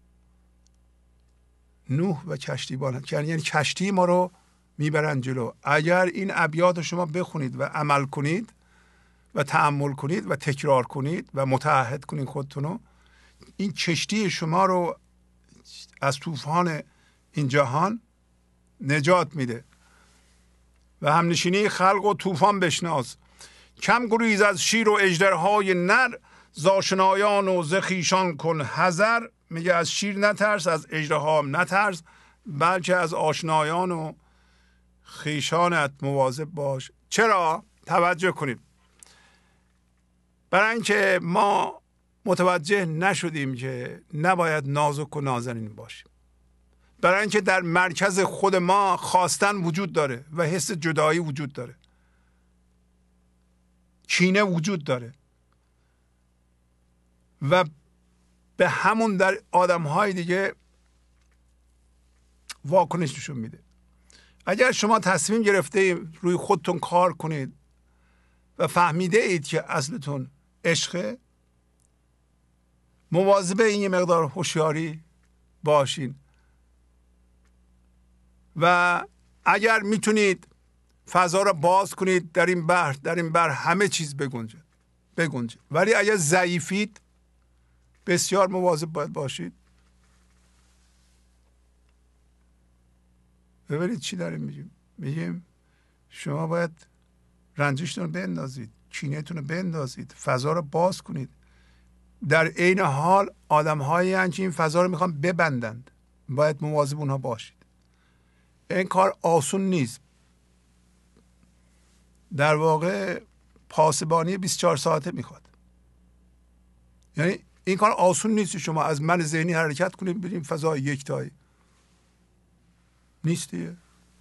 نوح و کشتیبان، یعنی کشتی ما رو میبرن جلو. اگر این ابیات شما بخونید و عمل کنید و تأمل کنید و تکرار کنید و متعهد کنید خودتونو، این کشتی شما رو از طوفان این جهان نجات میده. و همنشینی خلق و طوفان بشناس، کم گریز از شیر و اژدرهای نر، ز آشنایان و ز خویشان کن حذر. میگه از شیر نترس، از اژدها هم نترس، بلکه از آشنایان و خویشانت مواظب باش. چرا؟ توجه کنید. برای اینکه ما متوجه نشدیم که نباید نازک و نازنین باشیم. برای اینکه در مرکز خود ما خواستن وجود داره و حس جدایی وجود داره، کینه وجود داره و به همون در آدم‌های دیگه واکنش نشون میده. اگر شما تصمیم گرفته روی خودتون کار کنید و فهمیده اید که اصلتون عشقه، مواظب این یه مقدار هوشیاری باشین و اگر میتونید فضا را باز کنید در این بحر همه چیز بگنجه. ولی اگر ضعیفید بسیار مواظب باید باشید. ببینید چی داریم میگیم شما باید رنجشتون رو بندازید، کینه‌تون رو بندازید، فضا رو باز کنید. در عین حال آدم هایی هستند که این فضا رو میخوان ببندند باید مواظب اونها باشید. این کار آسون نیست. در واقع پاسبانی 24 ساعته میخواد. یعنی این کار آسون نیست شما از من ذهنی حرکت کنید بریم فضای یکتایی. نیست دیگه.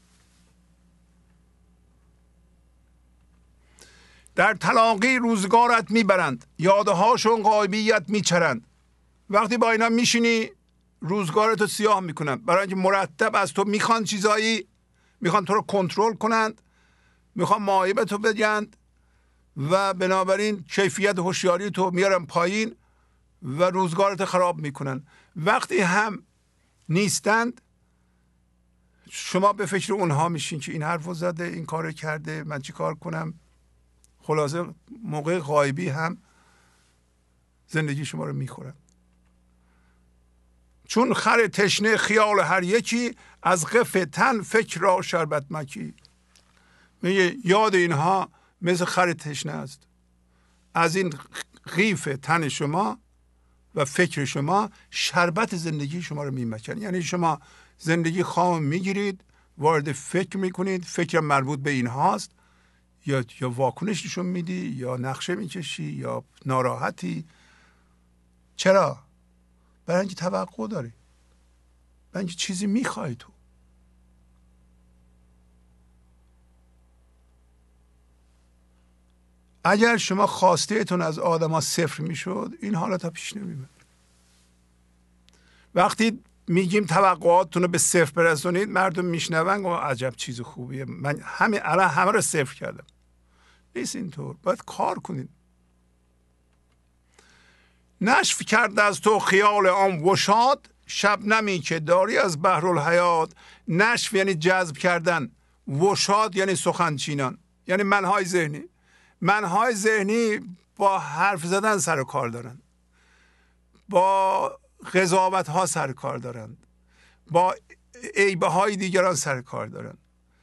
در تلاقی روزگارت میبرند، یادهاشون غایبیت میچرند. وقتی با اینا میشینی روزگارتو سیاه میکنن، برای اینکه مرتب از تو میخوان چیزایی، میخوان تو رو کنترل کنند، میخوان معایب تو بگند و بنابراین کیفیت هوشیاری تو میارن پایین و روزگارت خراب میکنن. وقتی هم نیستند شما به فکر اونها میشین که این حرفو زده، این کارو کرده، من چی کار کنم. خلاصه موقع غایبی هم زندگی شما رو میخورن. چون خر تشنه خیال هر یکی، از قف تن فکر را شربت مکی. میگه یاد اینها مثل خر تشنه است. از این قیف تن شما و فکر شما شربت زندگی شما رو میمکن. یعنی شما زندگی خام میگیرید، وارد فکر میکنید، فکر مربوط به این هاست، یا واکنش نشون میدی، یا نقشه میکشی، یا ناراحتی. چرا؟ برای اینکه توقع داری، برای اینکه چیزی میخوای تو. اگر شما خواستهتون از آدما صفر میشد این حالت ها پیش نمیمد. وقتی میگیم توقعاتتون رو به صفر برسونید، مردم میشنون و عجب چیز خوبیه، من الان همه رو صفر کردم. نیست اینطور. باید کار کنید. نشف کرده از تو خیال آن وشاد، شبنمی که داری از بحرالحیات. نشف یعنی جذب کردن، وشاد یعنی سخنچینان، یعنی منهای ذهنی. منهای ذهنی با حرف زدن سر کار دارن، با قضاوت ها سر کار دارند، با عیبه های دیگران سر کار دارند.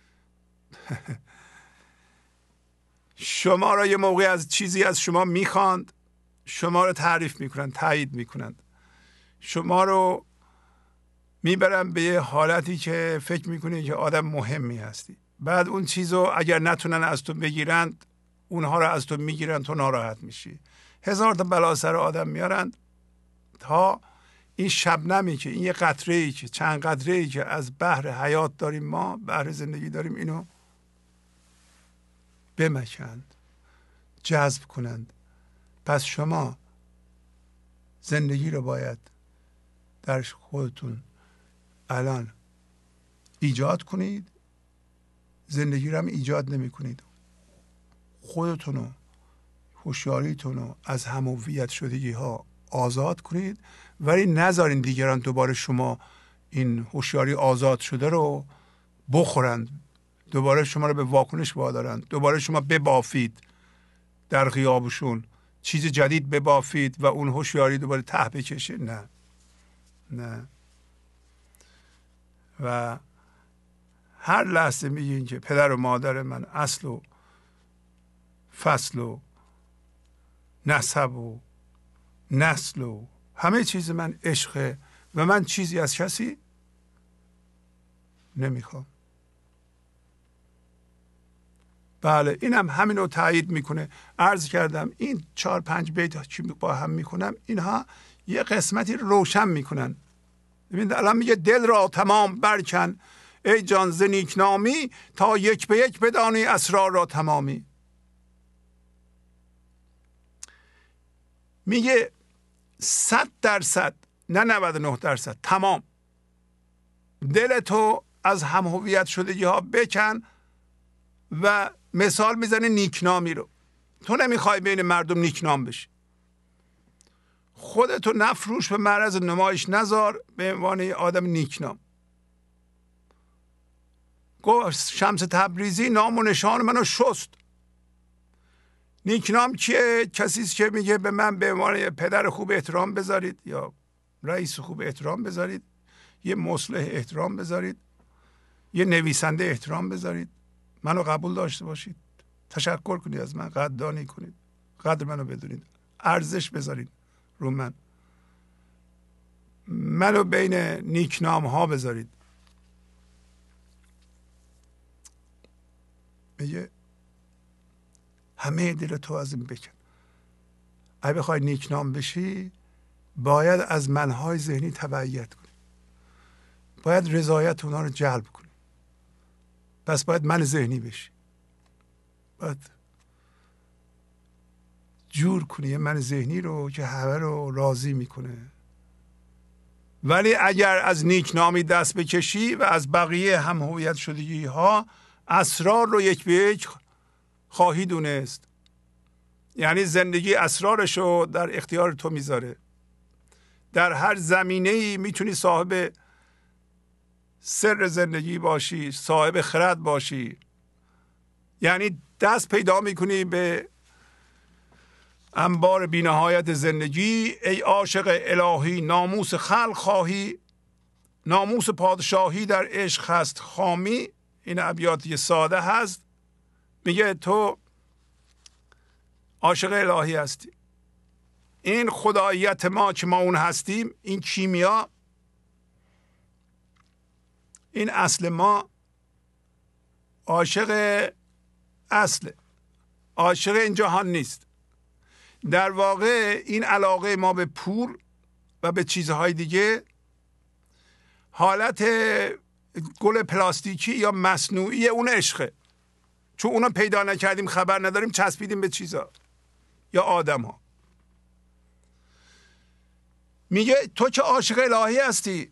شما را یه موقع از چیزی از شما میخواند، شما رو تعریف میکنند، تایید میکنند، شما رو میبرن به یه حالتی که فکر میکنید که آدم مهمی هستی. بعد اون چیزو اگر نتونن از تو بگیرند، اونها رو از تو میگیرن، تو ناراحت میشی. هزار تا بلا سر آدم میارند تا این شبنمی که این یه قطره‌ای که چند قطره‌ای که از بحر حیات داریم، ما بحر زندگی داریم، اینو بمکند، جذب کنند. پس شما زندگی رو باید در خودتون الان ایجاد کنید. زندگی رو هم ایجاد نمی کنید. خودتون و هوشیاریتون رو از هم‌هویت شدگی ها آزاد کنید، ولی نذارین دیگران دوباره شما این هوشیاری آزاد شده رو بخورند، دوباره شما رو به واکنش وادارند، دوباره شما ببافید در غیابشون، چیز جدید ببافید و اون هوشیاری دوباره ته بکشه. نه. و هر لحظه میگین که پدر و مادر من اصل و فصل و نسب و نسل و همه چیز من عشقه و من چیزی از کسی نمیخوام. بله، اینم همین رو تایید میکنه. عرض کردم این 4-5 بیت که با هم میکنم، اینها یه قسمتی روشن میکنن. ببینید الان میگه دل را تمام برکن ای جان ز نیکنامی، تا یک به یک بدانی اسرار را تمامی. میگه 100%، نه 99%، تمام دل تو از هم هویت شدگی ها بکن. و مثال میزنه نیکنامی رو. تو نمیخوای بین مردم نیکنام بشی، خودتو نفروش، به معرض نمایش نذار به عنوان آدم نیکنام. گفت شمس تبریزی نام و نشان منو شست. نیکنام کیه؟ کسی است که میگه به من به عنوان پدر خوب احترام بذارید، یا رئیس خوب احترام بذارید، یه مصلح احترام بذارید، یه نویسنده احترام بذارید، منو قبول داشته باشید، تشکر کنید از من، قدردانی کنید، قدر منو بدونید، ارزش بذارید رو من. منو بین نیکنام ها بذارید. میگه همه دل تو از این بکن. اگه بخوای نیکنام بشی باید از منهای ذهنی تبعیت کنی، باید رضایت اونا رو جلب کنی. پس باید من ذهنی بشی، باید جور کنی یه من ذهنی رو که همه رو راضی میکنه. ولی اگر از نیکنامی دست بکشی و از بقیه هم هویت شدگی ها اسرار رو یک به یک خواهی دونست. یعنی زندگی اسرارش رو در اختیار تو میذاره. در هر زمینه‌ای میتونی صاحب سر زندگی باشی، صاحب خرد باشی. یعنی دست پیدا میکنی به انبار بی‌نهایت زندگی. ای عاشق الهی ناموس خلق خواهی، ناموس پادشاهی در عشق هست خامی. این ابیاتی ساده هست. میگه تو عاشق الهی هستی. این خداییت ما که ما اون هستیم، این کیمیا، این اصل ما عاشق اصله، عاشق این جهان نیست. در واقع این علاقه ما به پول و به چیزهای دیگه حالت گل پلاستیکی یا مصنوعی اون عشقه. چون اونو پیدا نکردیم، خبر نداریم، چسبیدیم به چیزها یا آدم ها. میگه تو که عاشق الهی هستی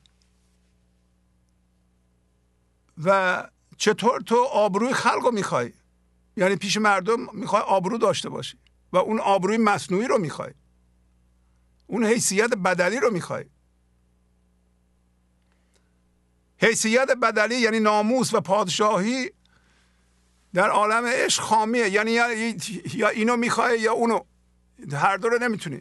و چطور تو آبروی خلق رو میخوای؟ یعنی پیش مردم میخوای آبرو داشته باشی و اون آبروی مصنوعی رو میخوای، اون حیثیت بدلی رو میخوای. حیثیت بدلی یعنی ناموس و پادشاهی در عالم عشق خامیه. یعنی یا اینو میخوای یا اونو، هر دو رو نمیتونی.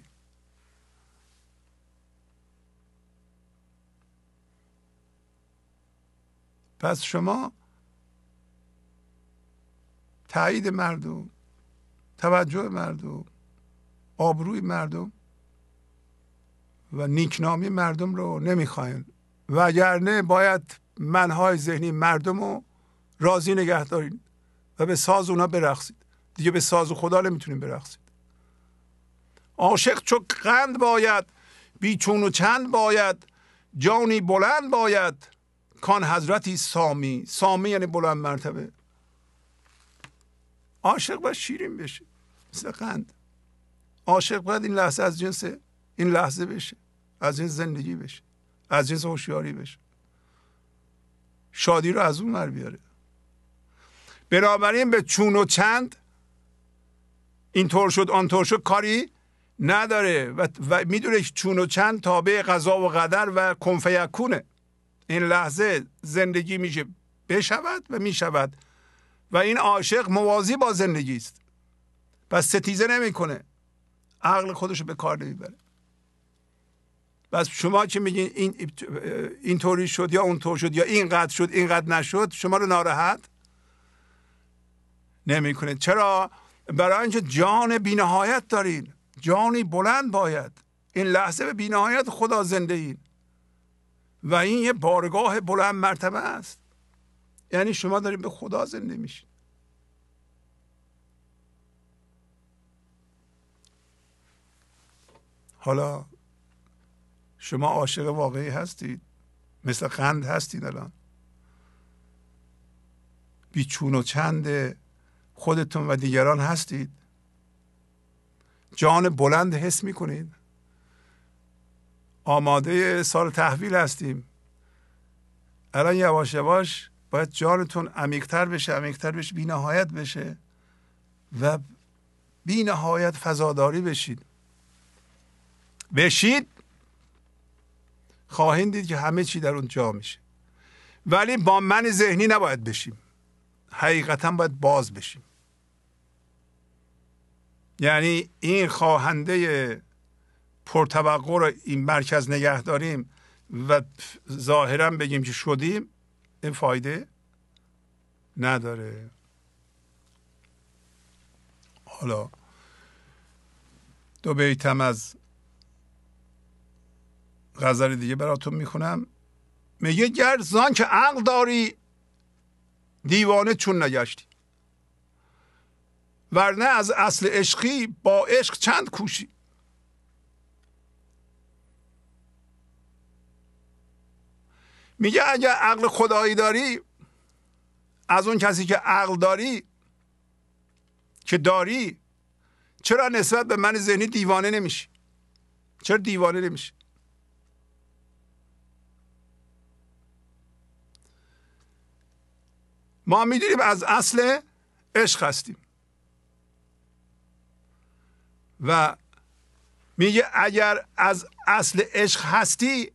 پس شما تایید مردم، توجه مردم، آبروی مردم و نیکنامی مردم رو نمیخواین. وگرنه باید منهای ذهنی مردم رو راضی نگه دارین و به ساز اونا برقصید. دیگه به ساز خدا نمیتونین برقصید. عاشق چو قند باید، بی چون و چند باید، جانی بلند باید، کان حضرتی سامی. سامی یعنی بلند مرتبه. عاشق باید شیرین بشه مثل قند. عاشق باید این لحظه از جنس این لحظه بشه، از جنس زندگی بشه، از جنس هوشیاری بشه، شادی رو از اون ور بیاره. بنابراین به چون و چند، اینطور شد آنطور شد کاری نداره و میدونه چون و چند تابع قضا و قدر و کن فیکونه. این لحظه زندگی میشه بشود و میشود و این عاشق موازی با زندگی است. پس ستیزه نمیکنه، عقل خودشو به کار نمیبره. بس شما که میگین این طوری شد یا اون طور شد یا اینقدر شد اینقدر نشد، شما رو ناراحت نمیکنه. چرا؟ برای اینکه جان بی‌نهایت دارین، جانی بلند باید. این لحظه به بی‌نهایت خدا زنده این و این یه بارگاه بلند مرتبه است. یعنی شما دارین به خدا زنده میشین. حالا شما عاشق واقعی هستید، مثل قند هستید الان، بی چون و چند خودتون و دیگران هستید، جان بلند حس میکنید، آماده سال تحویل هستیم. الان یواش یواش باید جانتون عمیق‌تر بشه، عمیق‌تر بشه، بی نهایت بشه و بی نهایت فضاداری بشید. خواهید دید که همه چی در اون جا میشه. ولی با من ذهنی نباید بشیم، حقیقتا باید باز بشیم. یعنی این خواهنده پرتوقع رو این مرکز نگه داریم و ظاهرا بگیم که شدیم، این فایده نداره. حالا دو بیتم از غزل دیگه براتون میخونم. میگه گر زان که عقل داری دیوانه چون نگشتی، ورنه از اصل عشقی با عشق چند کوشی. میگه اگر عقل خدایی داری، از اون کسی که عقل داری که داری، چرا نسبت به من ذهنی دیوانه نمیشی؟ چرا دیوانه نمیشی؟ ما میدونیم از اصل عشق هستیم و میگه اگر از اصل عشق هستی،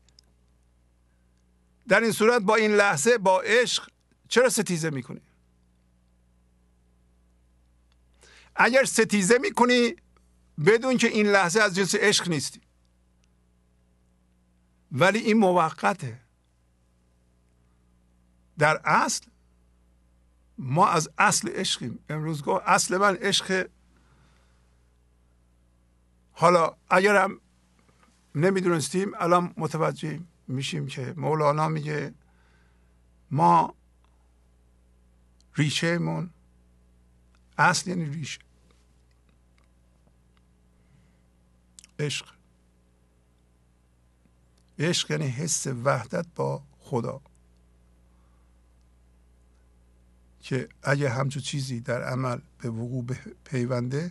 در این صورت با این لحظه با عشق چرا ستیزه میکنی؟ اگر ستیزه میکنی بدون که این لحظه از جنس عشق نیستی، ولی این موقته. در اصل ما از اصل عشقیم. امروز گفت اصل من عشق. حالا اگرم نمیدونستیم الان متوجه میشیم که مولانا میگه ما ریشه من اصل یعنی ریشه عشق. عشق یعنی حس وحدت با خدا، که اگه همچون چیزی در عمل به وقوع پیونده،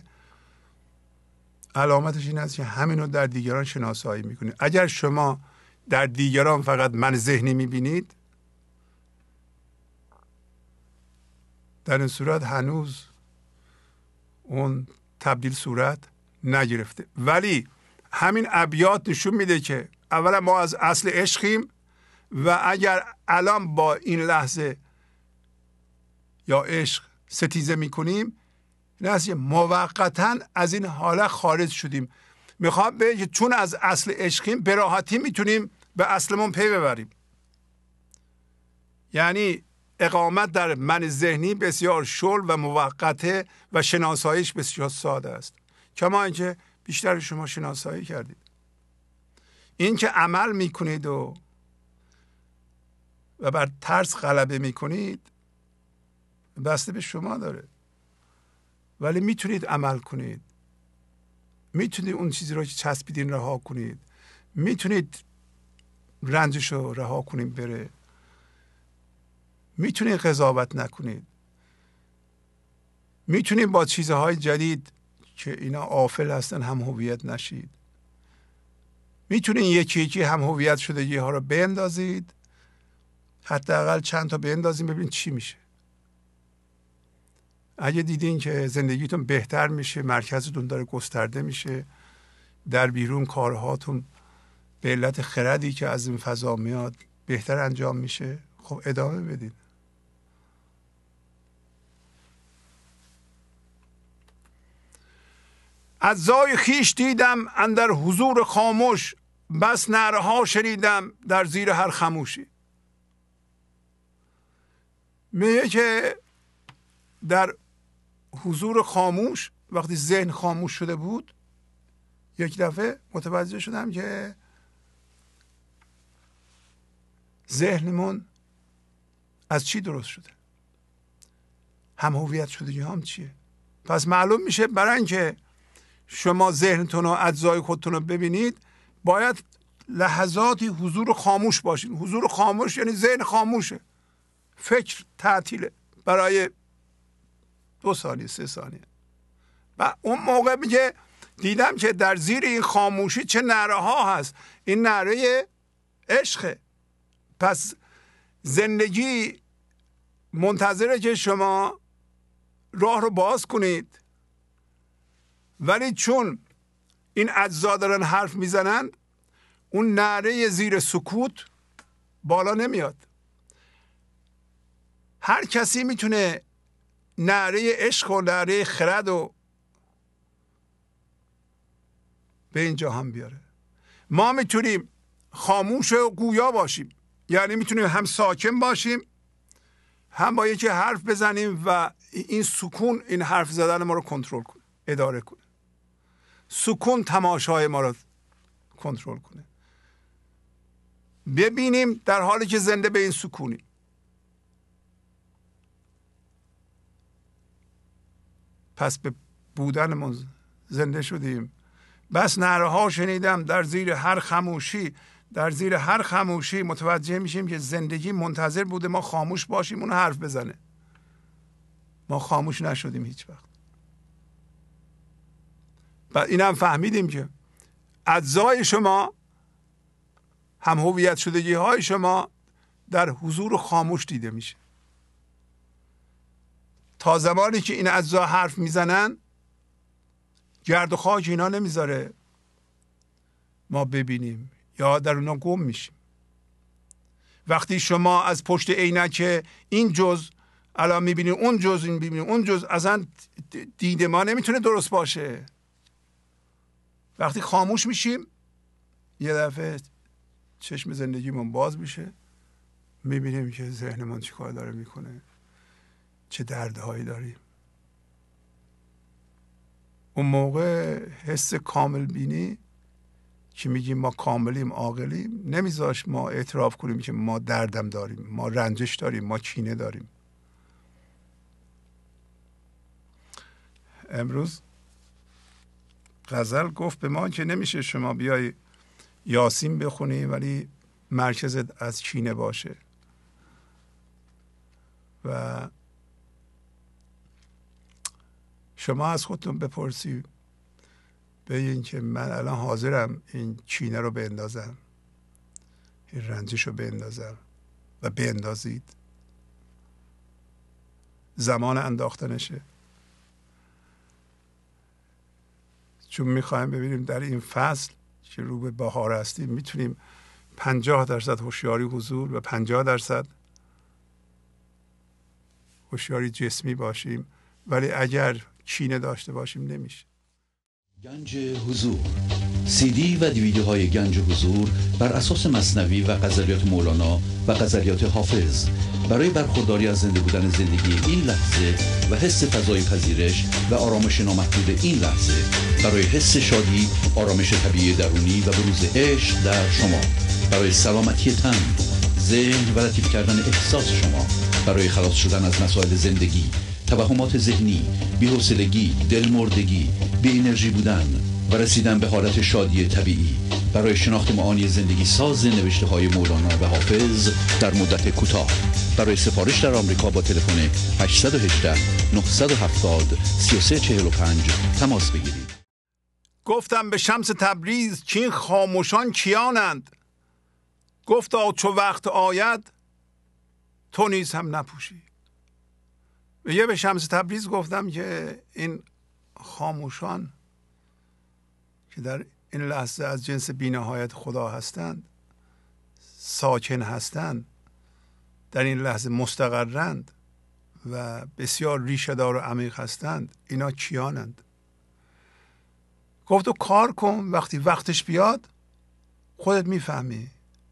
علامتش این است که همینو در دیگران شناسایی میکنید. اگر شما در دیگران فقط من ذهنی میبینید، در این صورت هنوز اون تبدیل صورت نگرفته. ولی همین ابیات نشون میده که اولا ما از اصل عشقیم و اگر الان با این لحظه یا عشق ستیزه میکنیم، نه موقتا از این حالت خارج شدیم. میخوام بگم که چون از اصل عشقیم به راحتی میتونیم به اصلمون پی ببریم. یعنی اقامت در من ذهنی بسیار شل و موقته و شناساییش بسیار ساده است، کما اینکه بیشتر شما شناسایی کردید. این که عمل میکنید و بر ترس غلبه میکنید بسته به شما داره، ولی میتونید عمل کنید، میتونید اون چیزی رو که چسبیدین رها کنید، میتونید رنجش رو رها کنید بره، میتونید قضاوت نکنید، میتونید با چیزهای جدید که اینا آفل هستن هم هویت نشید، میتونید یکی یکی هم هویت شدگی ها رو بندازید، حداقل چند تا بندازید ببینید چی میشه. اگه دیدین که زندگیتون بهتر میشه، مرکزتون داره گسترده میشه، در بیرون کارهاتون به علت خردی که از این فضا میاد بهتر انجام میشه، خب ادامه بدید. اجزای خویش دیدم اندر حضور خاموش، بس نعره ها شنیدم در زیر هر خموشی. میگه که در حضور خاموش، وقتی ذهن خاموش شده بود، یک دفعه متوجه شدم که ذهنمون از چی درست شده، هم هویت شدگی هم چیه. پس معلوم میشه برای اینکه شما ذهنتون و اجزای خودتون رو ببینید باید لحظاتی حضور خاموش باشین. حضور خاموش یعنی ذهن خاموشه، فکر تعطیله برای 2 ثانیه 3 ثانیه. و اون موقع میگه دیدم که در زیر این خاموشی چه نعره ها هست. این نعره عشقه. پس زندگی منتظره که شما راه رو باز کنید، ولی چون این اجزا دارن حرف میزنن اون نعره زیر سکوت بالا نمیاد. هر کسی میتونه نعره عشق و نعره خرد و به اینجا هم بیاره. ما میتونیم خاموش و گویا باشیم، یعنی میتونیم هم ساکن باشیم هم با یکی حرف بزنیم و این سکون این حرف زدن ما رو کنترل کنه، اداره کنه. سکون تماشای ما رو کنترل کنه. ببینیم در حالی که زنده به این سکونیم. پس به بودنمون زنده شدیم. بس نعره ها شنیدم در زیر هر خاموشی. در زیر هر خاموشی متوجه میشیم که زندگی منتظر بوده ما خاموش باشیم اون حرف بزنه. ما خاموش نشدیم هیچ وقت. و اینم فهمیدیم که اجزای شما، هم هویت شدگی های شما در حضور خاموش دیده میشه. تا زمانی که این اجزا حرف میزنن گرد و خاک اینا نمیذاره ما ببینیم یا در اونا گم میشیم. وقتی شما از پشت عینک این جز الان میبینید اون جز، این میبینید اون جز، اصلا دید ما نمیتونه درست باشه. وقتی خاموش میشیم یه دفعه چشم زندگیمون باز میشه، میبینیم که ذهنمون چی کار داره میکنه، چه دردهایی داریم. اون موقع حس کامل بینی که میگیم ما کاملیم، عاقلیم، نمیذاش ما اعتراف کنیم که ما دردم داریم، ما رنجش داریم، ما کینه داریم. امروز غزل گفت به ما که نمیشه شما بیای یاسین بخونی ولی مرکزت از کینه باشه. و شما از خودتون بپرسید، بگین که من الان حاضرم این کینه رو بندازم، این رنجش رو بندازم و بندازید. زمان انداختنشه. چون میخوایم ببینیم در این فصل که رو به بهار هستیم میتونیم 50% هوشیاری حضور و 50% هوشیاری جسمی باشیم، ولی اگر کینه داشته باشیم نمیشه. گنج حضور، CD و دیویدیوهای گنج حضور بر اساس مثنوی و غزلیات مولانا و غزلیات حافظ برای برخورداری از زنده بودن زندگی این لحظه و حس فضای پذیرش و آرامش نامحدود این لحظه، برای حس شادی، آرامش طبیعی درونی و بروز عشق در شما، برای سلامتی تن، ذهن و لطیف کردن احساس شما، برای خلاص شدن از مسائل زندگی، توهمات ذهنی، بی‌حوصلگی، دلمردگی، بی انرژی بودن و رسیدن به حالت شادی طبیعی، برای شناخت معانی زندگی ساز نوشته های مولانا و حافظ در مدت کوتاه. برای سفارش در آمریکا با تلفن 818 970 3345 تماس بگیرید. گفتم به شمس تبریز که این خاموشان کیانند؟ گفتا چو وقت آید تو نیز هم نپوشی. یه به شمس تبریز گفتم که این خاموشان که در این لحظه از جنس بی‌نهایت خدا هستند، ساکن هستند، در این لحظه مستقرند و بسیار ریشه دار و عمیق هستند، اینا کیانند؟ گفت تو کار کن، وقتی وقتش بیاد خودت میفهمی.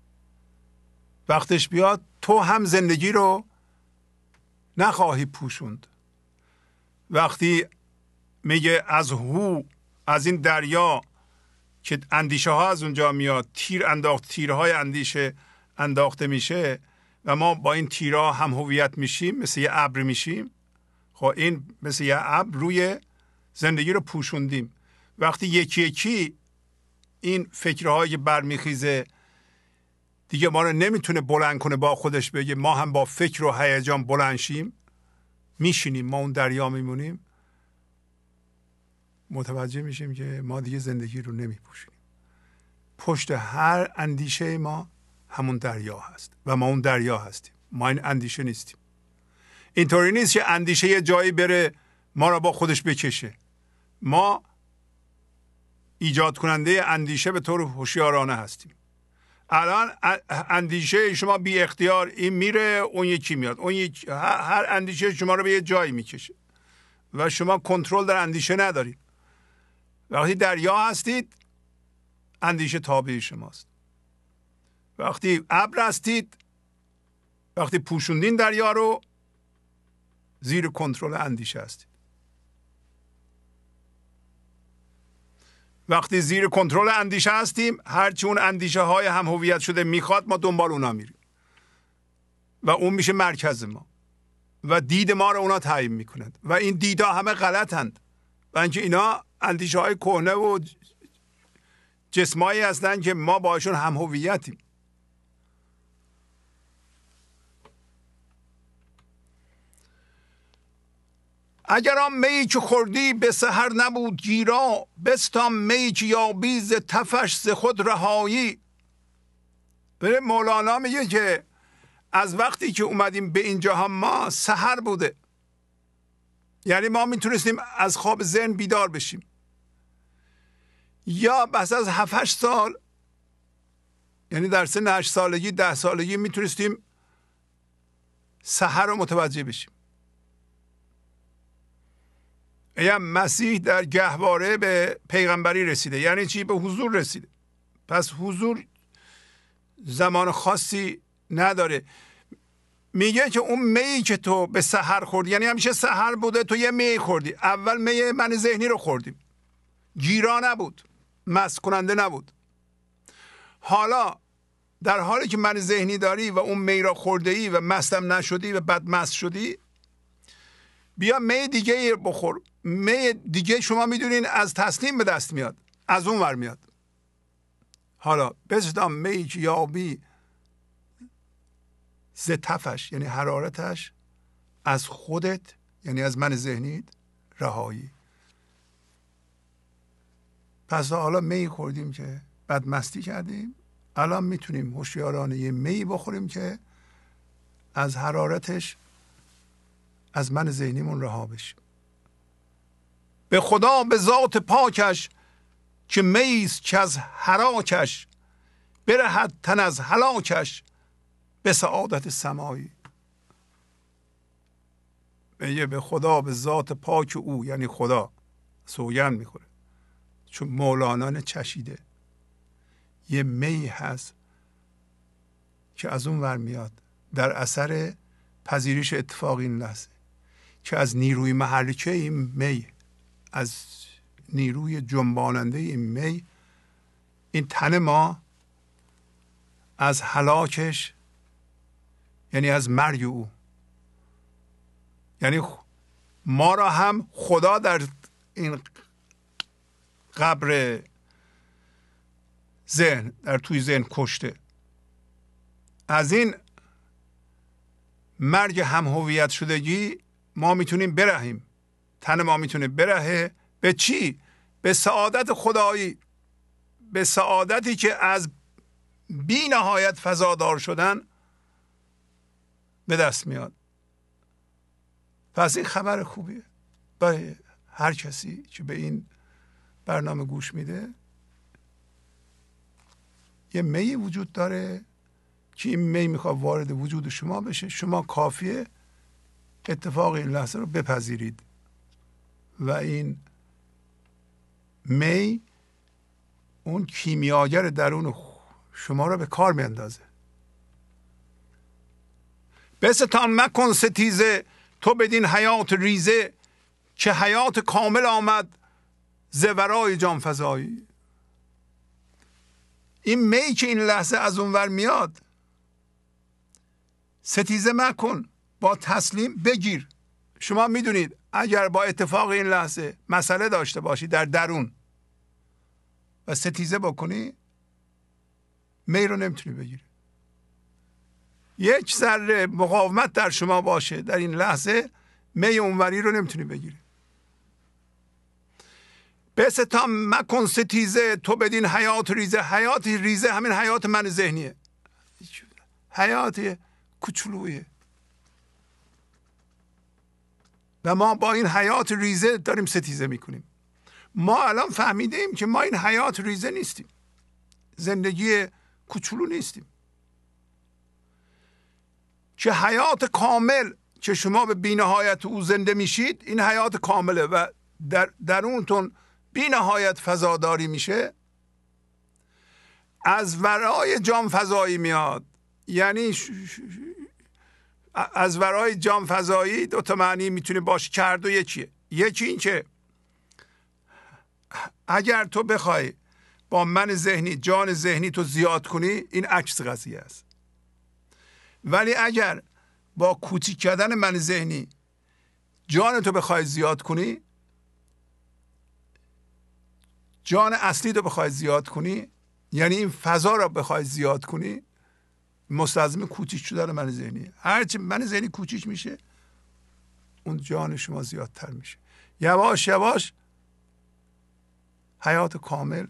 وقتش بیاد تو هم زندگی رو نخواهی پوشوند. وقتی میگه از هو، از این دریا که اندیشه ها از اونجا میاد، تیر انداخت، تیرهای اندیشه انداخته میشه و ما با این تیرها هم هویت میشیم، مثل یه ابر میشیم. خب این مثل یه ابر روی زندگی رو پوشوندیم. وقتی یکی یکی این فکرهایی که برمیخیزه دیگه ما رو نمیتونه بلند کنه، با خودش بگه ما هم با فکر و هیجان بلند شیم، میشینیم، ما اون دریا میمونیم، متوجه میشیم که ما دیگه زندگی رو نمیپوشیم. پشت هر اندیشه ما همون دریا هست و ما اون دریا هستیم، ما این اندیشه نیستیم. اینطوری نیست که اندیشه یه جایی بره ما رو با خودش بکشه. ما ایجاد کننده اندیشه به طور هوشیارانه هستیم. الان اندیشه شما بی اختیار این میره، اون یکی میاد، اون هر اندیشه شما رو به یه جایی میکشه و شما کنترل در اندیشه ندارید. وقتی دریا هستید اندیشه تابع شماست. وقتی ابر هستید، وقتی پوشوندین دریا رو، زیر کنترل اندیشه هستید. وقتی زیر کنترل اندیشه هستیم، هرچی اون اندیشه های هم هویت شده میخواد ما دنبال اونا میریم و اون میشه مرکز ما و دید ما رو اونا تعیین میکنند و این دیدها همه غلطند و اینکه اینا اندیشه های کهنه و جسمایی هستند که ما باشون هم هویتیم. اگر آن می که خوردی به سحر نبود گیرا، بستان می که یابی ز تفش ز خود رهایی. مولانا میگه که از وقتی که اومدیم به اینجا هم ما سحر بوده، یعنی ما میتونستیم از خواب ذهن بیدار بشیم، یا بس از 7-8 سال، یعنی در سن 8 سالگی 10 سالگی میتونستیم سحر رو متوجه بشیم. یا مسیح در گهواره به پیغمبری رسیده، یعنی چی؟ به حضور رسیده. پس حضور زمان خاصی نداره. میگه که اون می که تو به سحر خوردی، یعنی همیشه سحر بوده، تو یه می خوردی. اول می من ذهنی رو خوردیم، گیرا نبود، مست کننده نبود. حالا در حالی که من ذهنی داری و اون می را خورده ای و مستم نشدی و بعد مست شدی، بیا می دیگه بخور. می دیگه شما میدونین از تسلیم به دست میاد، از اون ور میاد. حالا بستان می که یابی ز تفش، یعنی حرارتش، از خودت، یعنی از من ذهنیت رهایی. پس حالا می خوردیم که بعد مستی کردیم، الان میتونیم هوشیارانه یه می بخوریم که از حرارتش از من ذهنیمون رها بشیم. به خدا به ذات پاکش که میست که از حراکش، برهد تن از هلاکش به سعادت سمایی. میگه به خدا به ذات پاک او، یعنی خدا، سوگند میخوره، چون مولانا چشیده یه می هست که از اون ور میاد در اثر پذیرش اتفاق این لحظه، که از نیروی محرکه این می، از نیروی جنباننده این می، این تن ما از هلاکش، یعنی از مرگ او، یعنی ما را هم خدا در این قبر ذهن، در توی ذهن کشته. از این مرگ هم هویت شدگی ما میتونیم برهیم، تن ما میتونه برهه. به چی؟ به سعادت خدایی، به سعادتی که از بی نهایت فضادار شدن به دست میاد. پس این خبر خوبیه برای هر کسی که به این برنامه گوش میده. یه می وجود داره که این می میخواد وارد وجود شما بشه، شما کافیه اتفاق این لحظه رو بپذیرید و این می اون کیمیاگر درون شما رو به کار میاندازه. بستان مکن ستیزه تو بدین حیات ریزه، که حیات کامل آمد ز ورای جان فزایی. این می که این لحظه از اون ور میاد، ستیزه مکن، با تسلیم بگیر. شما میدونید اگر با اتفاق این لحظه مسئله داشته باشی در درون و ستیزه بکنی، می رو نمیتونی بگیری. یک ذره مقاومت در شما باشه در این لحظه، می اونوری رو نمیتونی بگیری. بستان مکن ستیزه تو بدین حیات ریزه. حیات ریزه همین حیات من ذهنیه، حیات کوچولویه و ما با این حیات ریزه داریم ستیزه میکنیم. ما الان فهمیدیم که ما این حیات ریزه نیستیم، زندگی کوچولو نیستیم، که حیات کامل که شما به بی‌نهایت او زنده میشید، این حیات کامله و درونتون بی‌نهایت فضاداری میشه. از ورای جان فضایی میاد، یعنی از ورای جان فضایی دو تا معنی میتونه باشه که هر دو یکیه. یکی این که اگر تو بخوای با من ذهنی جان ذهنی تو زیاد کنی، این عکس قضیه است. ولی اگر با کوچیک کردن من ذهنی جان تو بخوای زیاد کنی، جان اصلی تو بخوای زیاد کنی، یعنی این فضا را بخوای زیاد کنی، مستلزم کوچیک شدن من ذهنی. هرچی من ذهنی کوچیک میشه، اون جان شما زیادتر میشه. یواش یواش حیات کامل،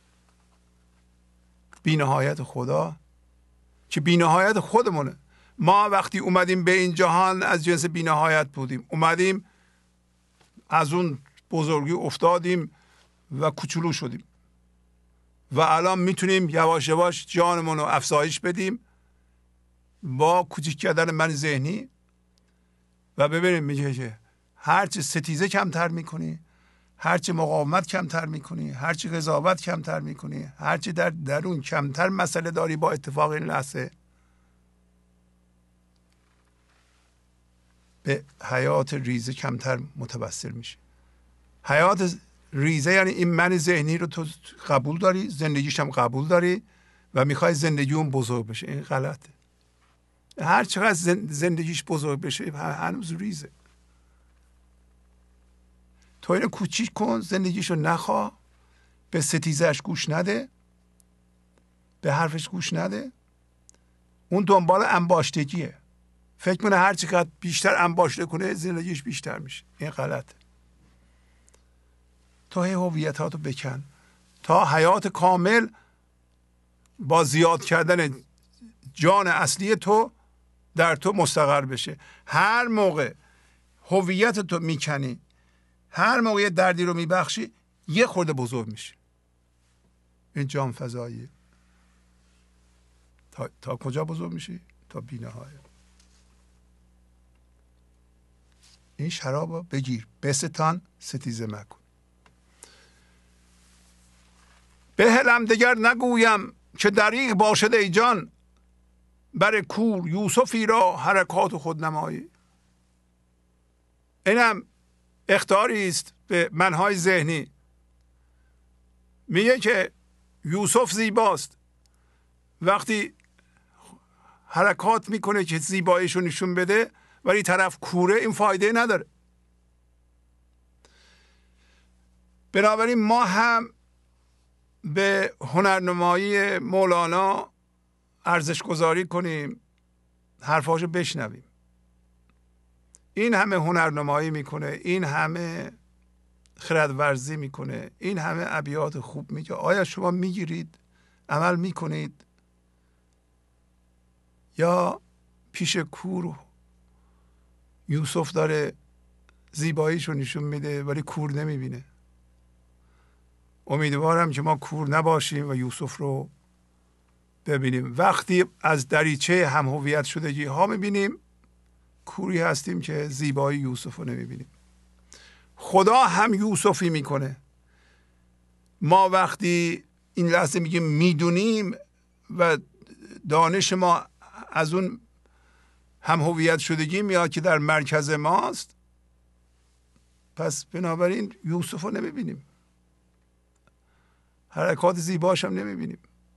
بی‌نهایت خدا که بی‌نهایت خودمونه. ما وقتی اومدیم به این جهان از جنس بی‌نهایت بودیم، اومدیم از اون بزرگی افتادیم و کوچولو شدیم و الان میتونیم یواش یواش جانمون رو افزایش بدیم با کوچیک کردن من ذهنی. و ببینیم میگه که هرچی ستیزه کمتر میکنی، هرچی مقاومت کمتر میکنی، هرچی قضاوت کمتر میکنی، هرچی در درون کمتر مسئله داری با اتفاق این لحظه، به حیات ریزه کمتر متوسل میشه. حیات ریزه یعنی این من ذهنی رو تو قبول داری، زندگیش هم قبول داری و میخوای زندگی اون بزرگ بشه. این غلطه. هر چقدر زندگیش بزرگ بشه هنوز ریزه. تو اینو کوچیک کن، زندگیشو نخوا، به ستیزش گوش نده، به حرفش گوش نده. اون دنبال انباشتگیه، فکر کنه هر چقدر بیشتر انباشته کنه زندگیش بیشتر میشه. این غلطه. تو هویتاتو بکن تا حیات کامل با زیاد کردن جان اصلی تو در تو مستقر بشه. هر موقع هویت تو میکنی، هر موقع دردی رو میبخشی، یه خورده بزرگ میشه. این جان فضاییه. تا کجا بزرگ میشی؟ تا بی‌نهایت. این شراب رو بگیر، بستان، ستیزه مکن. بهلم دگر نگویم که دریغ باشد ای جان، بر کور یوسفی را حرکات خود نمایی. اینم اخطاری است به منهای ذهنی. میگه که یوسف زیباست، وقتی حرکات میکنه که زیباییشو نشون بده، ولی طرف کوره، این فایده نداره. بنابراین ما هم به هنرنمایی مولانا ارزش گذاری کنیم، حرفاشو بشنویم. این همه هنرنمایی میکنه، این همه خردورزی میکنه، این همه ابیات خوب میگه. آیا شما میگیرید، عمل میکنید، یا پیش کور یوسف داره زیباییشو نشون میده ولی کور نمیبینه؟ امیدوارم که ما کور نباشیم و یوسف رو ببینیم. وقتی از دریچه هم هویت شدگی ها میبینیم، کوری هستیم که زیبایی یوسف رو نمیبینیم. خدا هم یوسفی میکنه. ما وقتی این لحظه میگیم میدونیم و دانش ما از اون هم هویت شدگی میاد که در مرکز ماست، پس بنابراین یوسف رو نمیبینیم، حرکات زیباش هم نمیبینیم،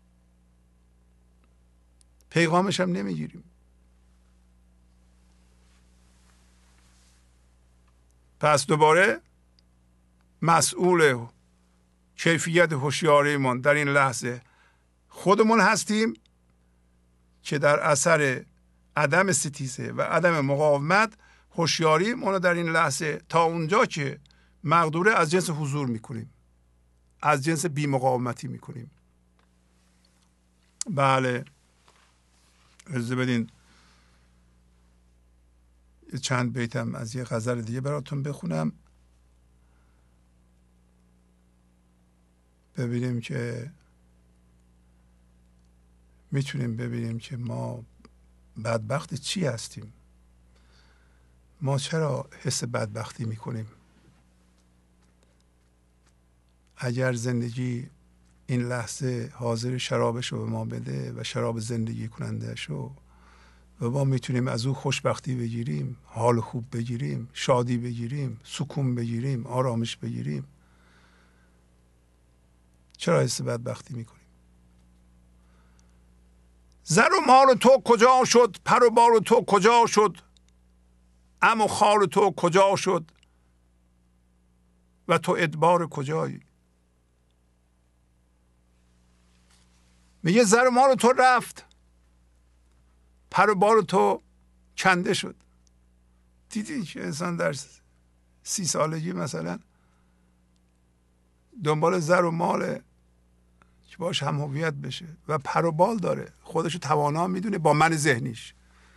پیغامش هم نمیگیریم. پس دوباره مسئول کیفیت هوشیاریمون در این لحظه خودمون هستیم که در اثر عدم ستیزه و عدم مقاومت هوشیاری ما در این لحظه تا اونجا که مقدوره از جنس حضور میکنیم، از جنس بی مقاومتی میکنیم. بله، اجازه بدین چند بیتم از یه غزل دیگه براتون بخونم، ببینیم که میتونیم ببینیم که ما بدبخت چی هستیم. ما چرا حس بدبختی میکنیم؟ اگر زندگی این لحظه حاضر شرابش رو به ما بده و شراب زندگی کننده شو و ما میتونیم از او خوشبختی بگیریم، حال خوب بگیریم، شادی بگیریم، سکون بگیریم، آرامش بگیریم، چرا حس بدبختی میکنیم؟ زر و مال تو کجا شد؟ پر و بال تو کجا شد؟ ام و خال تو کجا شد؟ و تو ادبار کجایی؟ میگه زر و مال تو رفت، پر و بال تو کنده شد. دیدی که انسان در 30 سالگی مثلا دنبال زر و مال که باش هم هویت بشه و پر و بال داره، خودشو توانا میدونه با من ذهنیش.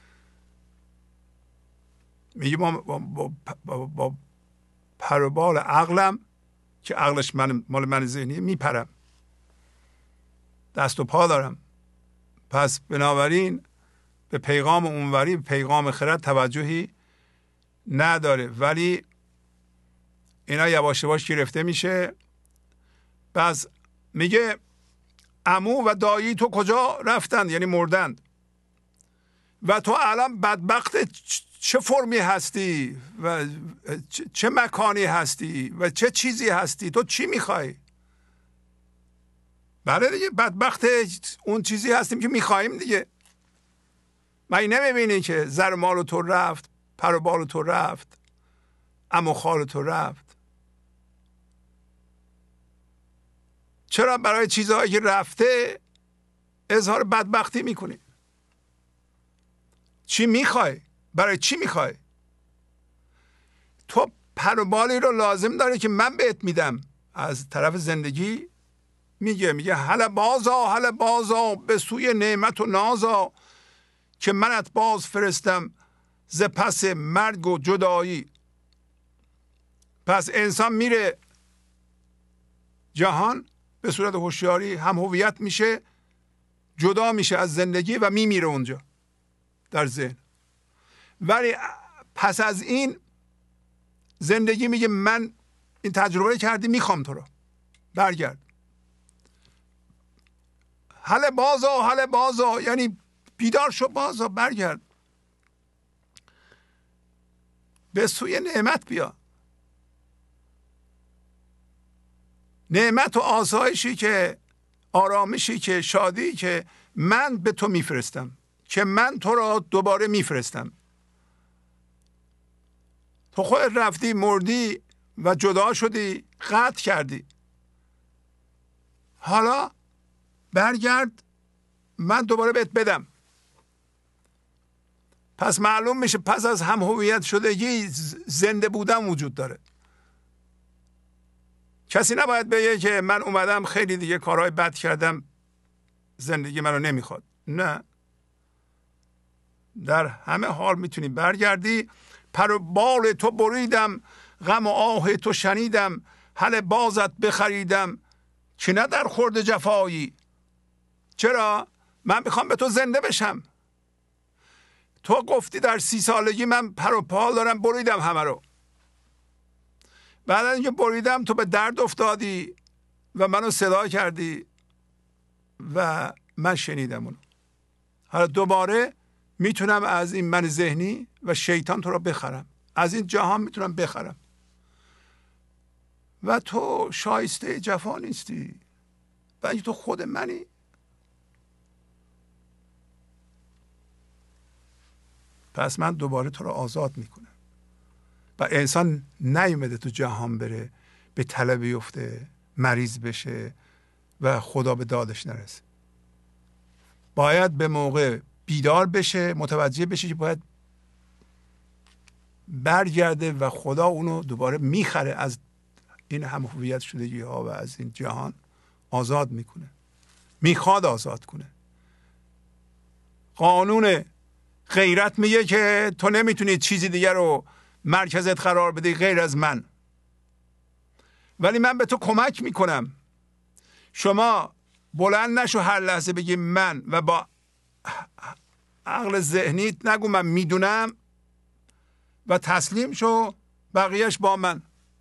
میگه با پر و بال عقلم که عقلش مال من ذهنیه میپرم، دست و پا دارم. پس بنابراین به پیغام اونوری، به پیغام خرد توجهی نداره، ولی اینا یواش یواش گرفته میشه. پس میگه عمو و دایی تو کجا رفتند؟ یعنی مردند. و تو الان بدبخت چه فرمی هستی و چه مکانی هستی و چه چیزی هستی؟ تو چی میخوای؟ بله دیگه، بدبخت اون چیزی هستیم که میخواییم دیگه. مگه نمیبینی که زر مال تو رفت، پر و بال تو رفت، ام و خال تو رفت؟ چرا برای چیزهایی که رفته اظهار بدبختی میکنی؟ چی میخوای؟ برای چی میخوای؟ تو پر و بالی رو لازم داری که من بهت میدم از طرف زندگی. میگه هله بازا به سوی نعمت و نازا، که منت باز فرستم ز پس مرگ و جدایی. پس انسان میره جهان به صورت هوشیاری هم هویت میشه، جدا میشه از زندگی و میمیره اونجا در ذهن. ولی پس از این زندگی میگه من این تجربه کردی، میخوام تو رو، برگرد. هله بازا یعنی بیدار شو، بازا برگرد، به سوی نعمت بیا. نعمت و آسایشی که، آرامشی که، شادی که من به تو میفرستم، که من تو را دوباره میفرستم. تو خودت رفتی مردی و جدا شدی، قطع کردی، حالا برگرد من دوباره بهت بدم. پس معلوم میشه پس از هم هویت شدگی زنده بودن وجود داره. کسی نباید بگه که من اومدم خیلی دیگه کارهای بد کردم، زندگی منو نمیخواد. نه، در همه حال میتونی برگردی. پر و بال تو بریدم، غم و آه تو شنیدم، هله بازت بخریدم که نه در خورد جفایی. چرا؟ من میخوام به تو زنده بشم. تو گفتی در 30 سالگی من پر و پال دارم، بریدم همه رو. بعد از اینکه بریدم تو به درد افتادی و منو صدا کردی و من شنیدم اونو. حالا دوباره میتونم از این من ذهنی و شیطان تو رو بخرم، از این جهان میتونم بخرم و تو شایسته جفا نیستی و اینکه تو خود منی. پس من دوباره تو رو آزاد میکنم. و انسان نیومده تو جهان بره به طلب بیفته، مریض بشه و خدا به دادش نرسه. باید به موقع بیدار بشه، متوجه بشه که باید برگرده و خدا اونو دوباره میخره از این هم هویت شدگی ها و از این جهان آزاد میکنه. میخواد آزاد کنه. قانون غیرت میگه که تو نمیتونی چیزی دیگر رو مرکزت قرار بدی غیر از من، ولی من به تو کمک میکنم. شما بلند نشو هر لحظه بگی من و با عقل ذهنیت نگو من میدونم و تسلیم شو، بقیهش با من.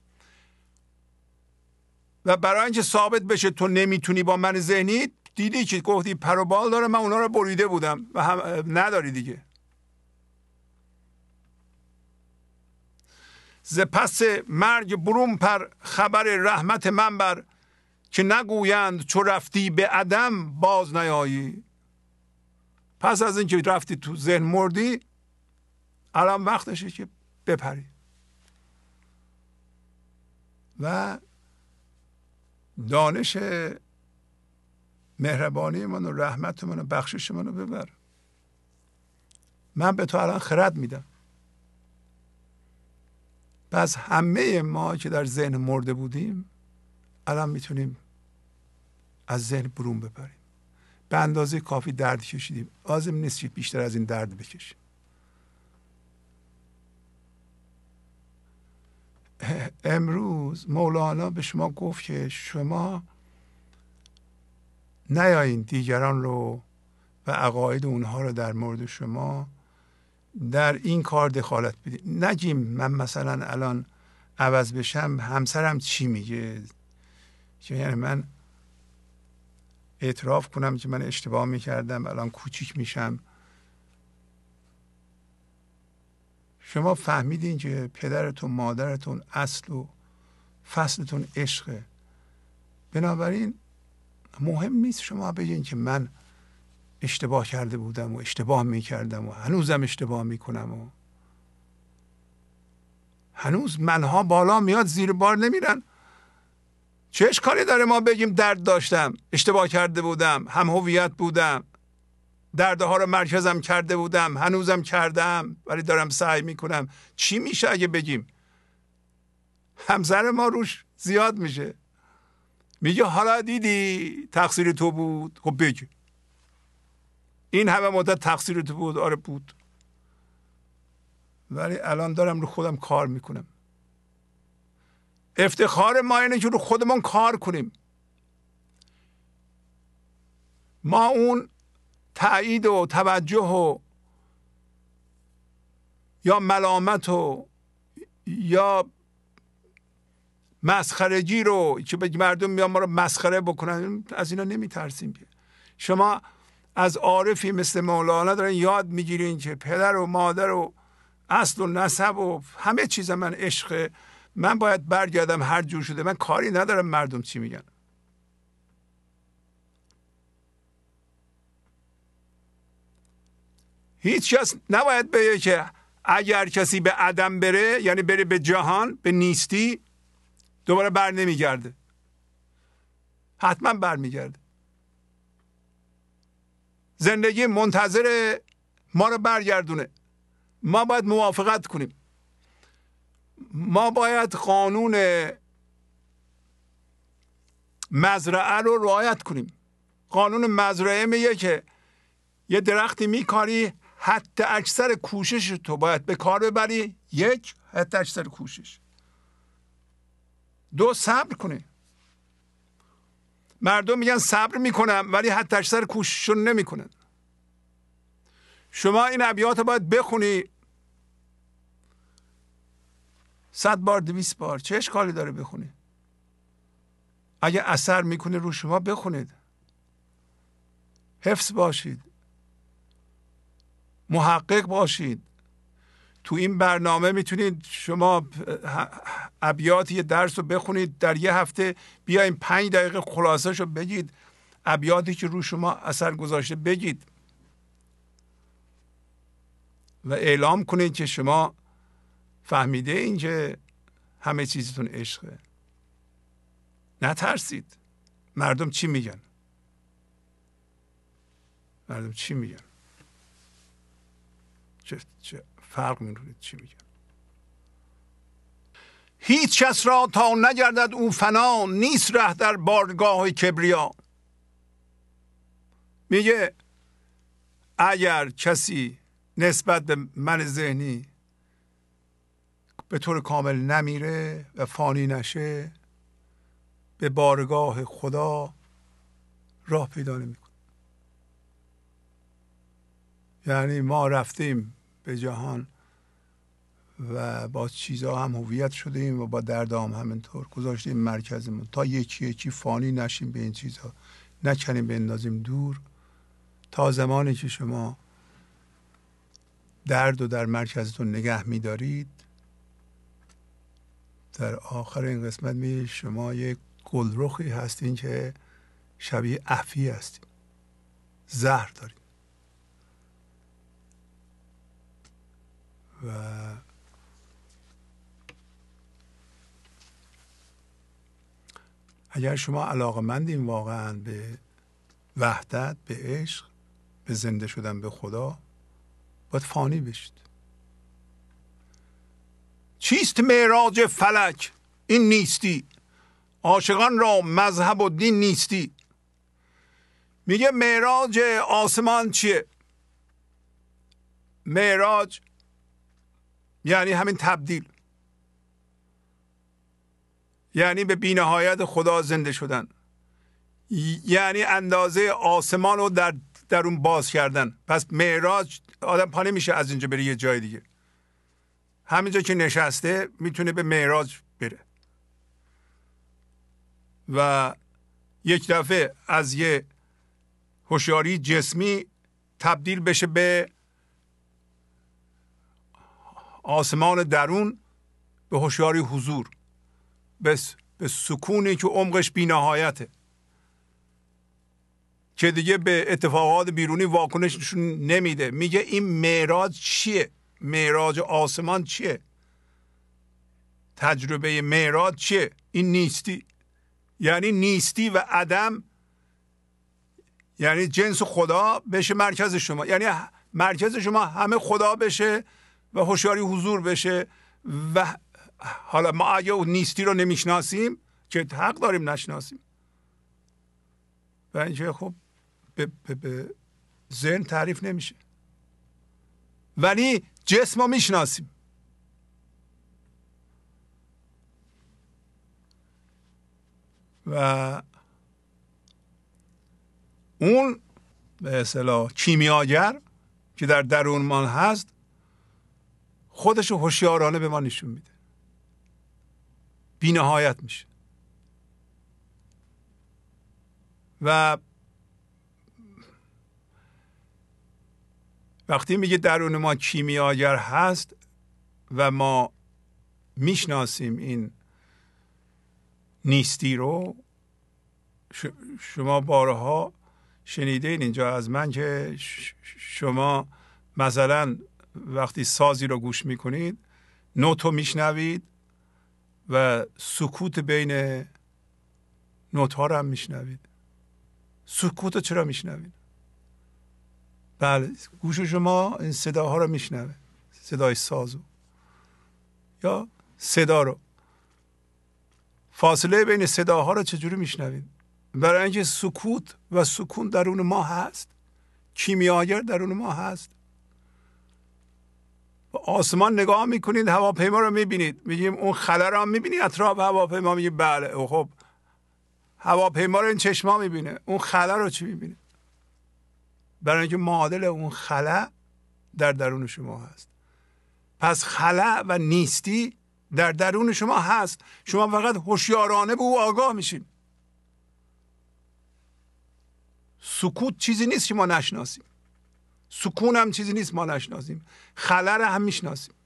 و برای اینکه ثابت بشه تو نمیتونی با من ذهنی، دیدی که گفتی پر و بال داره، من اونا رو بریده بودم و هم نداری دیگه. ز پس مرگ برون پر، خبر رحمت من بر، که نگویند چو رفتی به عدم باز نیایی. پس از اینکه رفتی تو ذهن مردی، الان وقتشه که بپری و دانش مهربانی من و رحمت من و بخشش من رو ببر. من به تو الان خرد میدم. پس همه ما که در ذهن مرده بودیم الان میتونیم از ذهن برون بپریم. به اندازه کافی درد کشیدیم، لازم نیست که بیشتر از این درد بکشیم. امروز مولانا به شما گفت که شما نیایین دیگران رو و عقاید اونها رو در مورد شما در این کار دخالت بدید. نگیم من مثلا الان عوض بشم همسرم چی میگه، که یعنی من اعتراف کنم که من اشتباه میکردم الان کوچیک میشم. شما فهمیدین که پدرتون مادرتون اصل و فصلتون عشقه، بنابراین مهم نیست شما بگین که من اشتباه کرده بودم و اشتباه میکردم و هنوزم اشتباه میکنم و هنوز منها بالا میاد زیر بار نمیرن. چه اشکالی داره ما بگیم درد داشتم، اشتباه کرده بودم، هم هویت بودم، دردها رو مرکزم کرده بودم، هنوزم کردم ولی دارم سعی میکنم. چی میشه اگه بگیم؟ همسر ما روش زیاد میشه، میگه حالا دیدی تقصیر تو بود. خب بگی این همه مدت تقصیر تو بود. آره بود، ولی الان دارم رو خودم کار میکنم. افتخار ما اینه که رو خودمون کار کنیم. ما اون تایید و توجه و یا ملامت و یا مسخرگی رو که به مردم میان ما رو مسخره بکنن، از اینا نمیترسیم. شما از عارفی مثل مولانا دارن یاد میگیرین که پدر و مادر و اصل و نسب و همه چیز من عشقه، من باید برگردم هر جور شده، من کاری ندارم مردم چی میگن. هیچ کس نباید بگه که اگر کسی به عدم بره، یعنی بره به جهان، به نیستی، دوباره بر نمیگرده. حتما بر میگرده. زندگی منتظر ما رو برگردونه. ما باید موافقت کنیم. ما باید قانون مزرعه رو رعایت کنیم. قانون مزرعه میگه که یه درختی میکاری، حتی اکثر کوشش تو باید به کار ببری. یک، حتی اکثر کوشش. دو، صبر کنی. مردم میگن صبر میکنم ولی حتی اکثر کوشششون نمیکنن. شما این ابیات باید بخونی 100 بار 200 بار. چه اشکالی داره بخونی؟ اگه اثر میکنه رو شما بخونید. حفظ باشید، محقق باشید. تو این برنامه میتونید شما ابیات یه درس رو بخونید، در یه هفته بیاین 5 دقیقه خلاصش رو بگید، ابیاتی که رو شما اثر گذاشته بگید و اعلام کنید که شما فهمیده این که همه چیزتون عشقه. نترسید. مردم چی میگن؟ مردم چی میگن؟ چه فرق میکنید چی میگن؟ هیچ کس را تا نگردد او فنا، نیست ره در بارگاه کبریا. میگه اگر کسی نسبت به من ذهنی به طور کامل نمیره و فانی نشه، به بارگاه خدا راه پیدا نمیکنه. یعنی ما رفتیم به جهان و با چیزها هم هویت شدیم و با درد هم همینطور گذاشتیم مرکزمون تا یکی یکی فانی نشیم، به این چیزها نکنیم بندازیم دور. تا زمانی که شما درد رو در مرکزتون نگه میدارید، در آخر این قسمت میگه شما یک گلرخی هستین که شبیه افعی هستین، زهر دارین. و اگر شما علاقه‌مندین واقعا به وحدت، به عشق، به زنده شدن به خدا، باید فانی بشید. چیست معراج فلک؟ این نیستی. عاشقان را مذهب و دین نیستی. میگه معراج آسمان چیه؟ معراج یعنی همین تبدیل، یعنی به بی‌نهایت خدا زنده شدن، یعنی اندازه آسمان رو در درون باز کردن. پس معراج، آدم پا نمیشه از اینجا بره یه جای دیگه، همینجا که نشسته میتونه به معراج بره و یک دفعه از یه هوشیاری جسمی تبدیل بشه به آسمان درون، به هوشیاری حضور، به سکونی که عمقش بی‌نهایته، که دیگه به اتفاقات بیرونی واکنش نشون نمیده. میگه این معراج چیه؟ معراج آسمان چیه؟ تجربه معراج چیه؟ این نیستی. یعنی نیستی و عدم، یعنی جنس خدا بشه مرکز شما، یعنی مرکز شما همه خدا بشه و هوشیاری حضور بشه. و حالا ما اگه نیستی رو نمیشناسیم، که حق داریم نشناسیم، و اینکه خب به ذهن تعریف نمیشه، ولی جسم رو میشناسیم. و اون به اصطلاح کیمیاگر که در درون ما هست، خودش رو هوشیارانه به ما نشون میده، بی‌نهایت میشه. و وقتی میگه درون ما کیمیاگر هست و ما میشناسیم این نیستی رو، شما بارها شنیدین اینجا از من که شما مثلا وقتی سازی رو گوش میکنید، نوت رو میشنوید و سکوت بین نوت ها رو هم میشنوید. سکوت رو چرا میشنوید؟ بله، گوش شما این صداها رو میشنوه، صدای سازو یا صدا رو. فاصله بین صداها رو چجوری میشنوید؟ برای اینکه سکوت و سکون درون ما هست، کیمیاگر درون ما هست. به آسمان نگاه میکنید، هواپیما رو میبینید، میگیم اون خلا رو میبینید اطراف هواپیما؟ میگیم بله. خب هواپیما رو این چشما میبینه، اون خلا رو چی میبینه؟ برای اینکه معادل اون خلا در درون شما هست. پس خلا و نیستی در درون شما هست، شما فقط هوشیارانه به او آگاه میشین. سکوت چیزی نیست که ما نشناسیم، سکون هم چیزی نیست ما نشناسیم، خلا رو هم میشناسیم.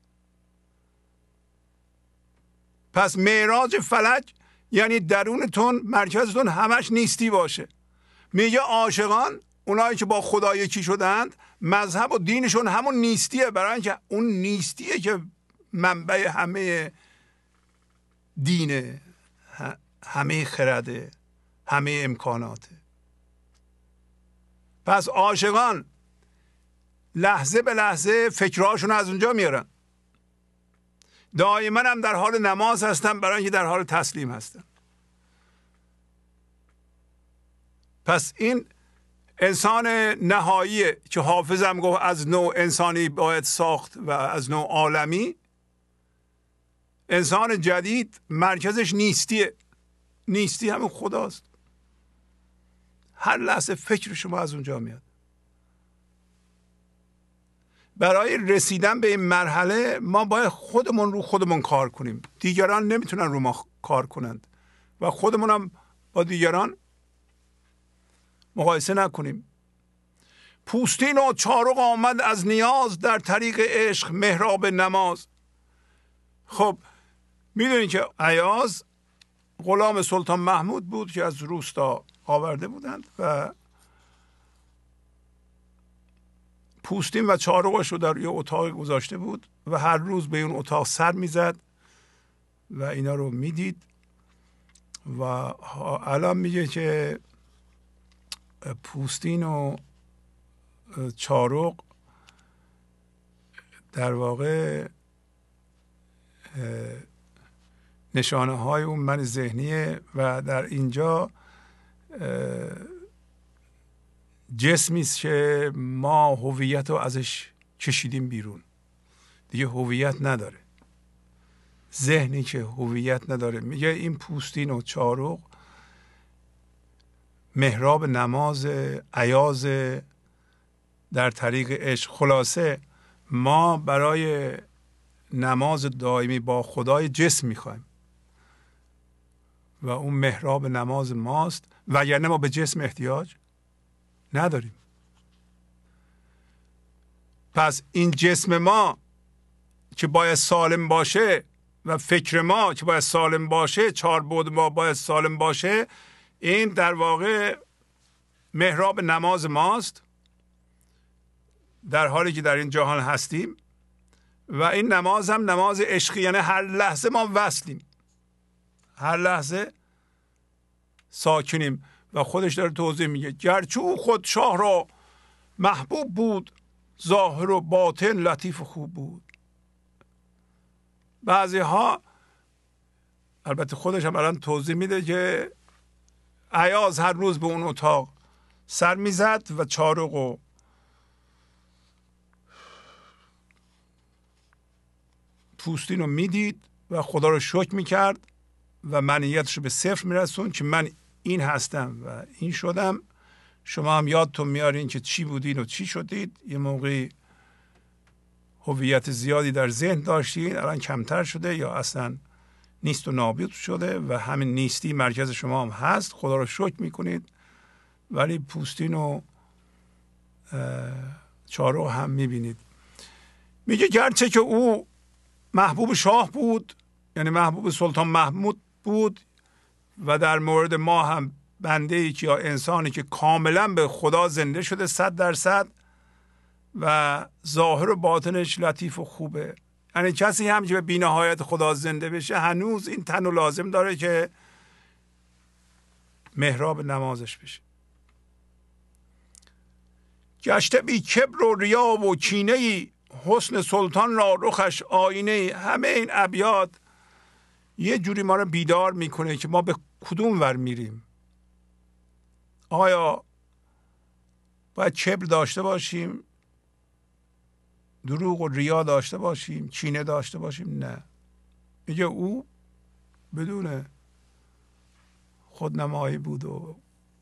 پس معراج فلک یعنی درونتون، مرکزتون همش نیستی باشه. میگه عاشقان، اونایی که با خدا یکی شدند، مذهب و دینشون همون نیستیه، برای اینکه اون نیستیه که منبع همه دینه، همه خرده، همه امکاناته. پس عاشقان لحظه به لحظه فکرهاشون از اونجا میارن. دائما هم در حال نماز هستن، برای اینکه در حال تسلیم هستن. پس این انسان نهایی که حافظم گفت از نوع انسانی باید ساخت و از نوع عالمی، انسان جدید مرکزش نیستیه. نیستی همون خداست. هر لحظه فکر شما از اونجا میاد. برای رسیدن به این مرحله ما باید خودمون رو خودمون کار کنیم. دیگران نمیتونن رو ما کار کنند و خودمون هم با دیگران مقایسه نکنیم. پوستین و چارق آمد از نیاز، در طریق عشق محراب نماز. خب میدونید که ایاز غلام سلطان محمود بود که از روستا آورده بودند و پوستین و چارقش رو در یه اتاق گذاشته بود و هر روز به اون اتاق سر میزد و اینا رو میدید و الان میگه که پوستین و چارق در واقع نشانه های اون من ذهنیه و در اینجا جسمی است که ما هویت رو ازش کشیدیم بیرون، دیگه هویت نداره. ذهنی که هویت نداره، میگه این پوستین و چارق محراب نماز ایاز در طریق عشق. خلاصه ما برای نماز دائمی با خدای جسم میخوایم و اون محراب نماز ماست، وگرنه ما به جسم احتیاج نداریم. پس این جسم ما که باید سالم باشه و فکر ما که باید سالم باشه، چهار بعد ما باید سالم باشه، این در واقع محراب نماز ماست در حالی که در این جهان هستیم و این نماز هم نماز عشقی، یعنی هر لحظه ما وصلیم، هر لحظه ساکنیم. و خودش داره توضیح میگه گرچه او خود شاه را محبوب بود، ظاهر و باطن لطیف و خوب بود. بعضی ها البته خودش هم الان توضیح میده که ایاز هر روز به اون اتاق سر میزد و چارق و پوستین رو میدید و خدا رو شکر میکرد و منیتش رو به صفر میرسون که من این هستم و این شدم. شما هم یادتون میارین که چی بودین و چی شدید. یه موقعی هویت زیادی در ذهن داشتین، الان کمتر شده یا اصلا نیست و نابود شده و همین نیستی مرکز شما هم هست. خدا رو شکر میکنید ولی پوستین و چارق هم میبینید. میگه گرچه که او محبوب شاه بود، یعنی محبوب سلطان محمود بود و در مورد ما هم بنده ای که یا انسانی که کاملا به خدا زنده شده 100% و ظاهر و باطنش لطیف و خوبه. یعنی کسی هم که به بی‌نهایت خدا زنده بشه هنوز این تن و لازم داره که محراب نمازش بشه. گشته بی کبر و ریا و کینه ای، حسن سلطان را رخش آینه ای. همه این ابیات یه جوری ما رو بیدار میکنه که ما به کدوم ور میریم. آیا باید کبر داشته باشیم، دروغ و ریا داشته باشیم، کینه داشته باشیم؟ نه. میگه او بدون خودنمایی بود و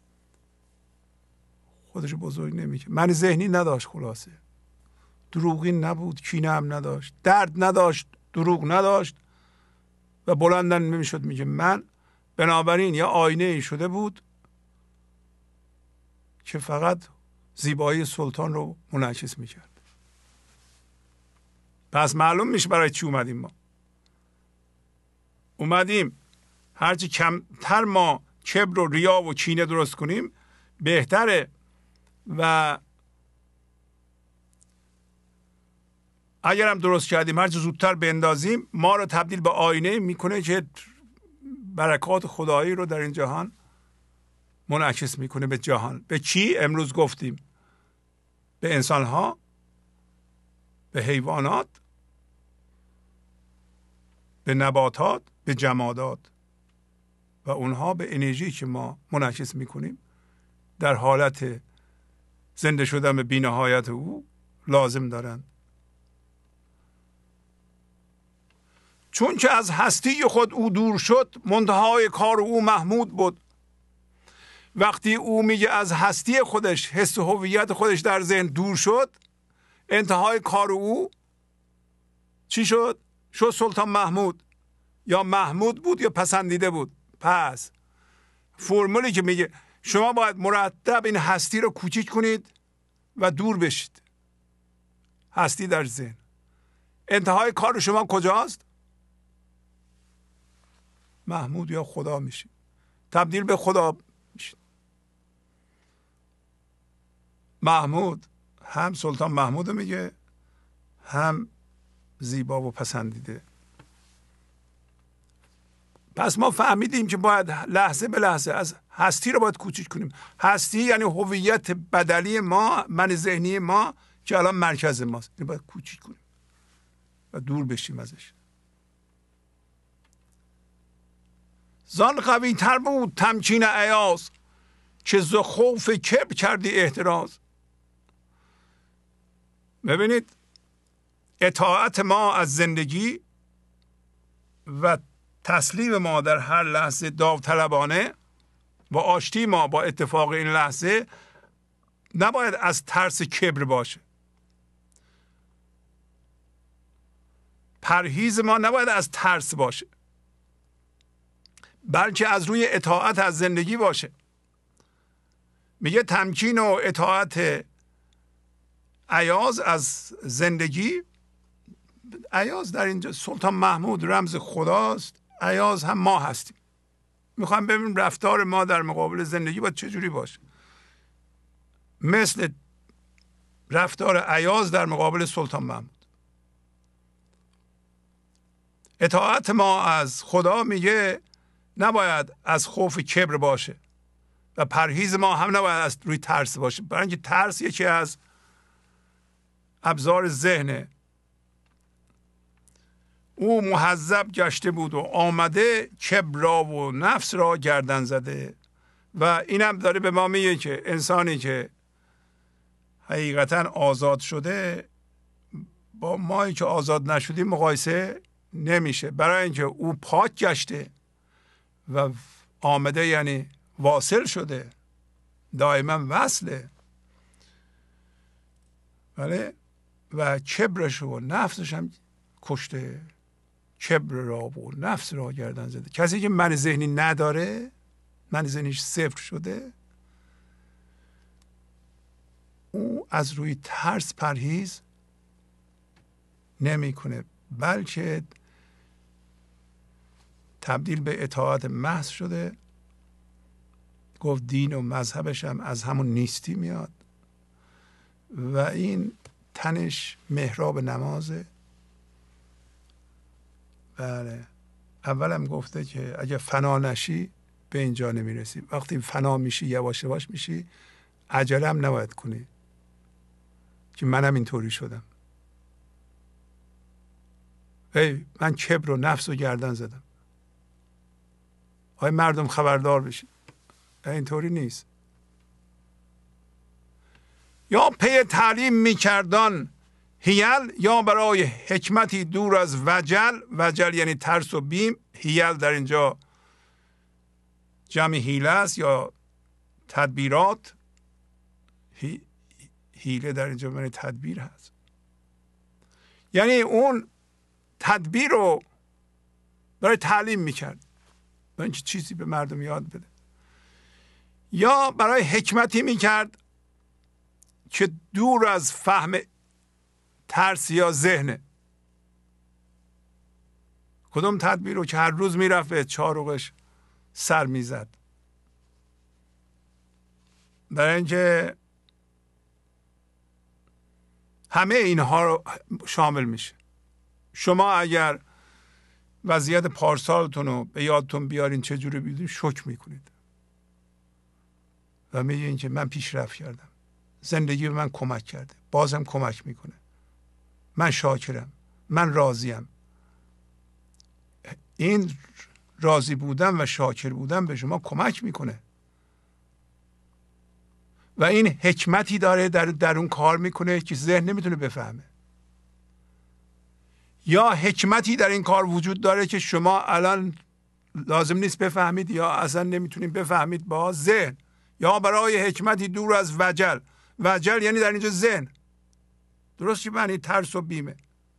خودش بزرگ نمیکنه. من ذهنی نداشت، خلاصه دروغین نبود، کینه هم نداشت، درد نداشت، دروغ نداشت و بلندن نمیشد میگه من. بنابراین یا آینه ای شده بود که فقط زیبایی سلطان رو منعکس میکرد. پس معلوم میشه برای چی اومدیم. ما اومدیم هرچی کمتر ما کبر و ریا و کینه درست کنیم بهتره و اگر هم درست کردیم هرچی زودتر بندازیم ما رو تبدیل به آینه میکنه که برکات خدایی رو در این جهان منعکس میکنه به جهان. به کی؟ امروز گفتیم به انسانها، به حیوانات، به نباتات، به جمادات و اونها به انرژی که ما منعکس میکنیم در حالت زنده شدن به بی‌نهایت او لازم دارند. چون که از هستی خود او دور شد، منتهای کار او محمود بود. وقتی او میگه از هستی خودش، حس و هویت خودش در ذهن دور شد، انتهای کار او چی شد؟ شد سلطان محمود. یا محمود بود یا پسندیده بود. پس فرمولی که میگه شما باید مرتب این هستی رو کوچیک کنید و دور بشید. هستی در ذهن. انتهای کار شما کجاست؟ محمود یا خدا میشید، تبدیل به خدا میشید. محمود هم سلطان محمود میگه، هم زیبا و پسندیده. پس ما فهمیدیم که باید لحظه به لحظه از هستی رو باید کوچیک کنیم. هستی یعنی هویت بدلی ما، من ذهنی ما که الان مرکز ماست، این باید کوچیک کنیم و دور بشیم ازش. زان قوی تر بود تمکین ایاز، که ز خوف کبر کردی احتراز. ببینید اطاعت ما از زندگی و تسلیم ما در هر لحظه داوطلبانه و آشتی ما با اتفاق این لحظه نباید از ترس کبر باشه. پرهیز ما نباید از ترس باشه، بلکه از روی اطاعت از زندگی باشه. میگه تمکین و اطاعت ایاز از زندگی. ایاز در اینجا سلطان محمود رمز خداست، ایاز هم ما هستیم. میخوام ببینیم رفتار ما در مقابل زندگی باید چجوری باشه، مثل رفتار ایاز در مقابل سلطان محمود. اطاعت ما از خدا میگه نباید از خوف کبر باشه و پرهیز ما هم نباید از روی ترس باشه، برای اینکه ترس یکی از ابزار ذهنه. او مهذب گشته بود و آمده، کبر را و نفس را گردن زده. و اینم داره به ما میگه که انسانی که حقیقتا آزاد شده با مایی که آزاد نشدیم مقایسه نمیشه، برای اینکه او پاک گشته و آمده یعنی واصل شده، دائما وصله. بله، و کبرش و نفسش هم کشته، کبر را و نفس را گردن زده. کسی که من ذهنی نداره، من ذهنیش صفر شده، او از روی ترس پرهیز نمیکنه، بلکه تبدیل به اطاعت محض شده. گفت دین و مذهبش هم از همون نیستی میاد و این تنش محراب نمازه. بله، اولم گفته که اگه فنا نشی به اینجا نمیرسی. وقتی فنا میشی یواش یواش میشی، عجله هم نباید کنی که منم اینطوری شدم. من کبر و نفس و گردن زدم. آیا مردم خبردار بشید، اینطوری نیست. یا پی تعلیم میکردان هیل، یا برای حکمتی دور از وجل. وجل یعنی ترس و بیم. هیل در اینجا جمع حیله است یا تدبیرات. حیله در اینجا معنی تدبیر هست، یعنی اون تدبیر رو برای تعلیم میکرد، برای اینکه چیزی به مردم یاد بده. یا برای حکمتی میکرد که دور از فهم ترس یا ذهنه. کدوم تدبیر رو که هر روز میرفت به چارقش سر میزد، برای اینکه همه اینها رو شامل میشه. شما اگر وضعیت پارسالتون رو به یادتون بیارین چجوری بیدین، شوک میکنید و میگین که من پیشرفت کردم، زندگی به من کمک کرده، بازم کمک میکنه، من شاکرم، من راضیم. این راضی بودن و شاکر بودن به شما کمک میکنه و این حکمتی داره در اون کار میکنه که ذهن نمیتونه بفهمه. یا حکمتی در این کار وجود داره که شما الان لازم نیست بفهمید یا اصلا نمیتونید بفهمید با ذهن. یا برای حکمتی دور از وجل. وجل یعنی در اینجا ذهن، درست که معنی ترس و بیمه.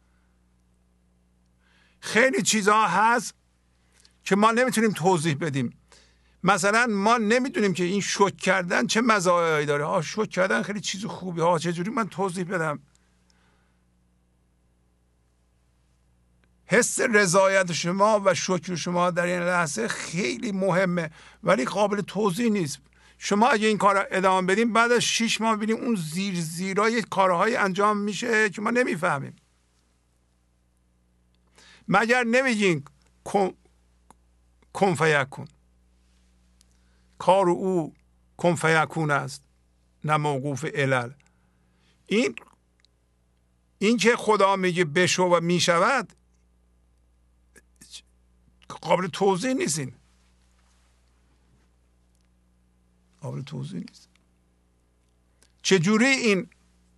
خیلی چیزها هست که ما نمیتونیم توضیح بدیم. مثلا ما نمیدونیم که این شوک کردن چه مزایایی داره. شوک کردن خیلی چیز خوبی، چجوری من توضیح بدم؟ حس رضایت شما و شکر شما در این لحظه خیلی مهمه، ولی قابل توضیح نیست. شما اگه این کار رو ادامه بدیم، بعد از 6 ماه ببینیم اون زیرای کارهای انجام میشه که ما نمیفهمیم. مگر نمیگین کن فیکون، کار او کن فیکون است نه موقوف علل. این که خدا میگه بشو و میشود قابل توضیح نیست. این قابل توضیح نیست. چجوری این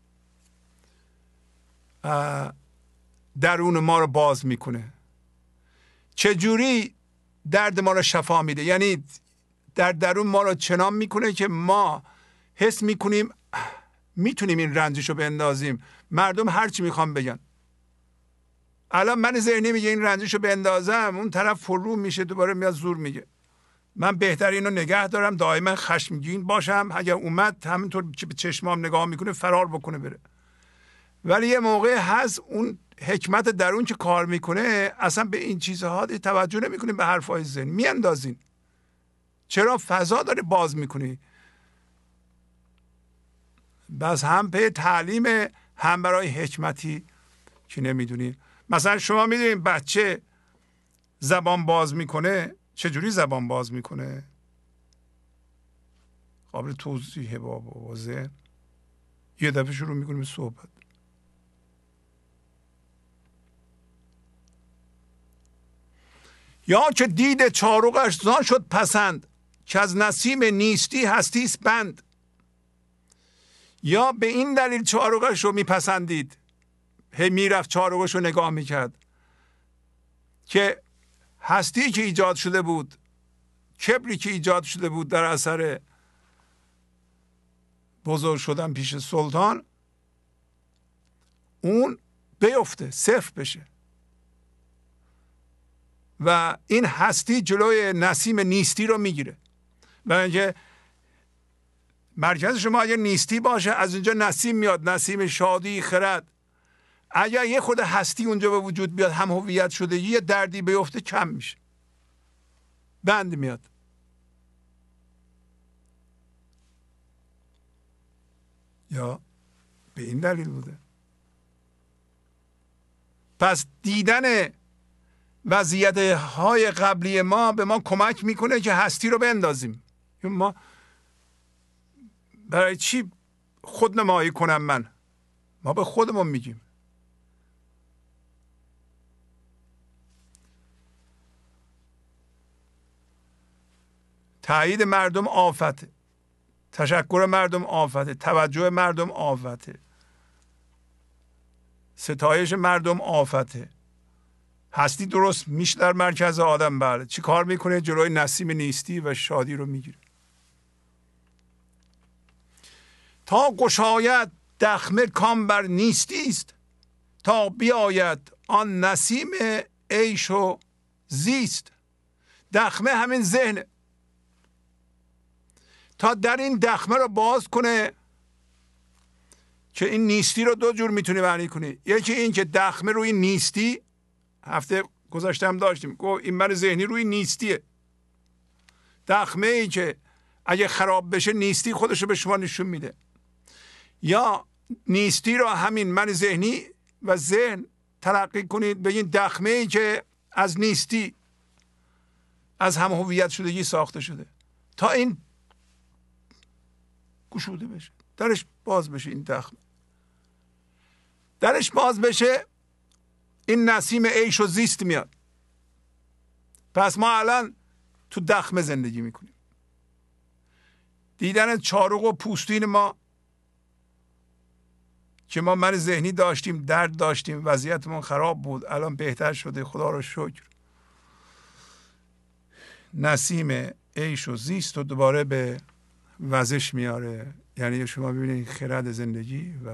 درون ما رو باز میکنه، چجوری درد ما رو شفا میده. یعنی در درون ما رو چنان میکنه که ما حس میکنیم میتونیم این رنجش رو بندازیم. مردم هرچی میخوام بگن، الان من ذهنی میگه این رنجش رو بندازم، اون طرف فرو میشه دوباره میاد زور میگه. من بهتر اینو نگه دارم، دائما خشمگین باشم، اگر اومد همینطور که به چشمام نگاه میکنه فرار بکنه بره. ولی یه موقع هست اون حکمت درون که کار میکنه، اصلا به این چیزها توجه نمیکنیم، به حرفای ذهن میاندازین. چرا؟ فضا داره باز میکنی. بس هم به تعلیم، هم برای حکمتی که نمیدونی. مثلا شما میدونید بچه زبان باز میکنه، چجوری زبان باز میکنه؟ قابل توضیحه با ذهن. یه دفعه شروع میکنیم صحبت. یا که دید چارقش زان شد پسند، که از نسیم نیستی هستیست بند. یا به این دلیل چارقش رو میپسندید، هی میرفت چارقش رو نگاه میکرد که هستی که ایجاد شده بود، کبری که ایجاد شده بود در اثر بزرگ شدن پیش سلطان، اون بیفته، صفر بشه و این هستی جلوی نسیم نیستی رو میگیره. و اینکه مرکز شما اگر نیستی باشه، از اینجا نسیم میاد، نسیم شادی، خرد. اگر یه خود هستی اونجا به وجود بیاد، هم هویت شده، یه دردی بیفته کم میشه، بند میاد. یا به این دلیل بوده. پس دیدن وضعیت های قبلی ما به ما کمک میکنه که هستی رو بندازیم. ما برای چی خود نمایی کنم من؟ ما به خودمون میگیم. تایید مردم آفته، تشکر مردم آفته، توجه مردم آفته، ستایش مردم آفته. هستی درست میشه در مرکز آدم. بله، چی کار میکنه؟ جلوی نسیم نیستی و شادی رو میگیره. تا گشاید دخمه کام بر نیستی است، تا بیاید آن نسیم عیش و زیست. دخمه همین ذهن، تا در این دخمه رو باز کنه که این نیستی رو دو جور میتونی معنی کنی. یکی این که دخمه روی نیستی، هفته گذشته هم داشتیم، گفت این من ذهنی روی نیستیه. دخمه ای که اگه خراب بشه نیستی خودش رو به شما نشون میده. یا نیستی رو همین من ذهنی و ذهن تلقی کنید، بگین دخمه ای که از نیستی، از هم هویت شدگی ساخته شده، تا این گشوده بشه، درش باز بشه. این دخمه درش باز بشه، این نسیم عیش و زیست میاد. پس ما الان تو دخمه زندگی میکنیم. دیدن چارق و پوستین ما که ما من ذهنی داشتیم، درد داشتیم، وضعیتمون خراب بود، الان بهتر شده، خدا رو شکر. نسیم عیش و زیست رو دوباره به وزش میاره. یعنی شما ببینید خرد زندگی و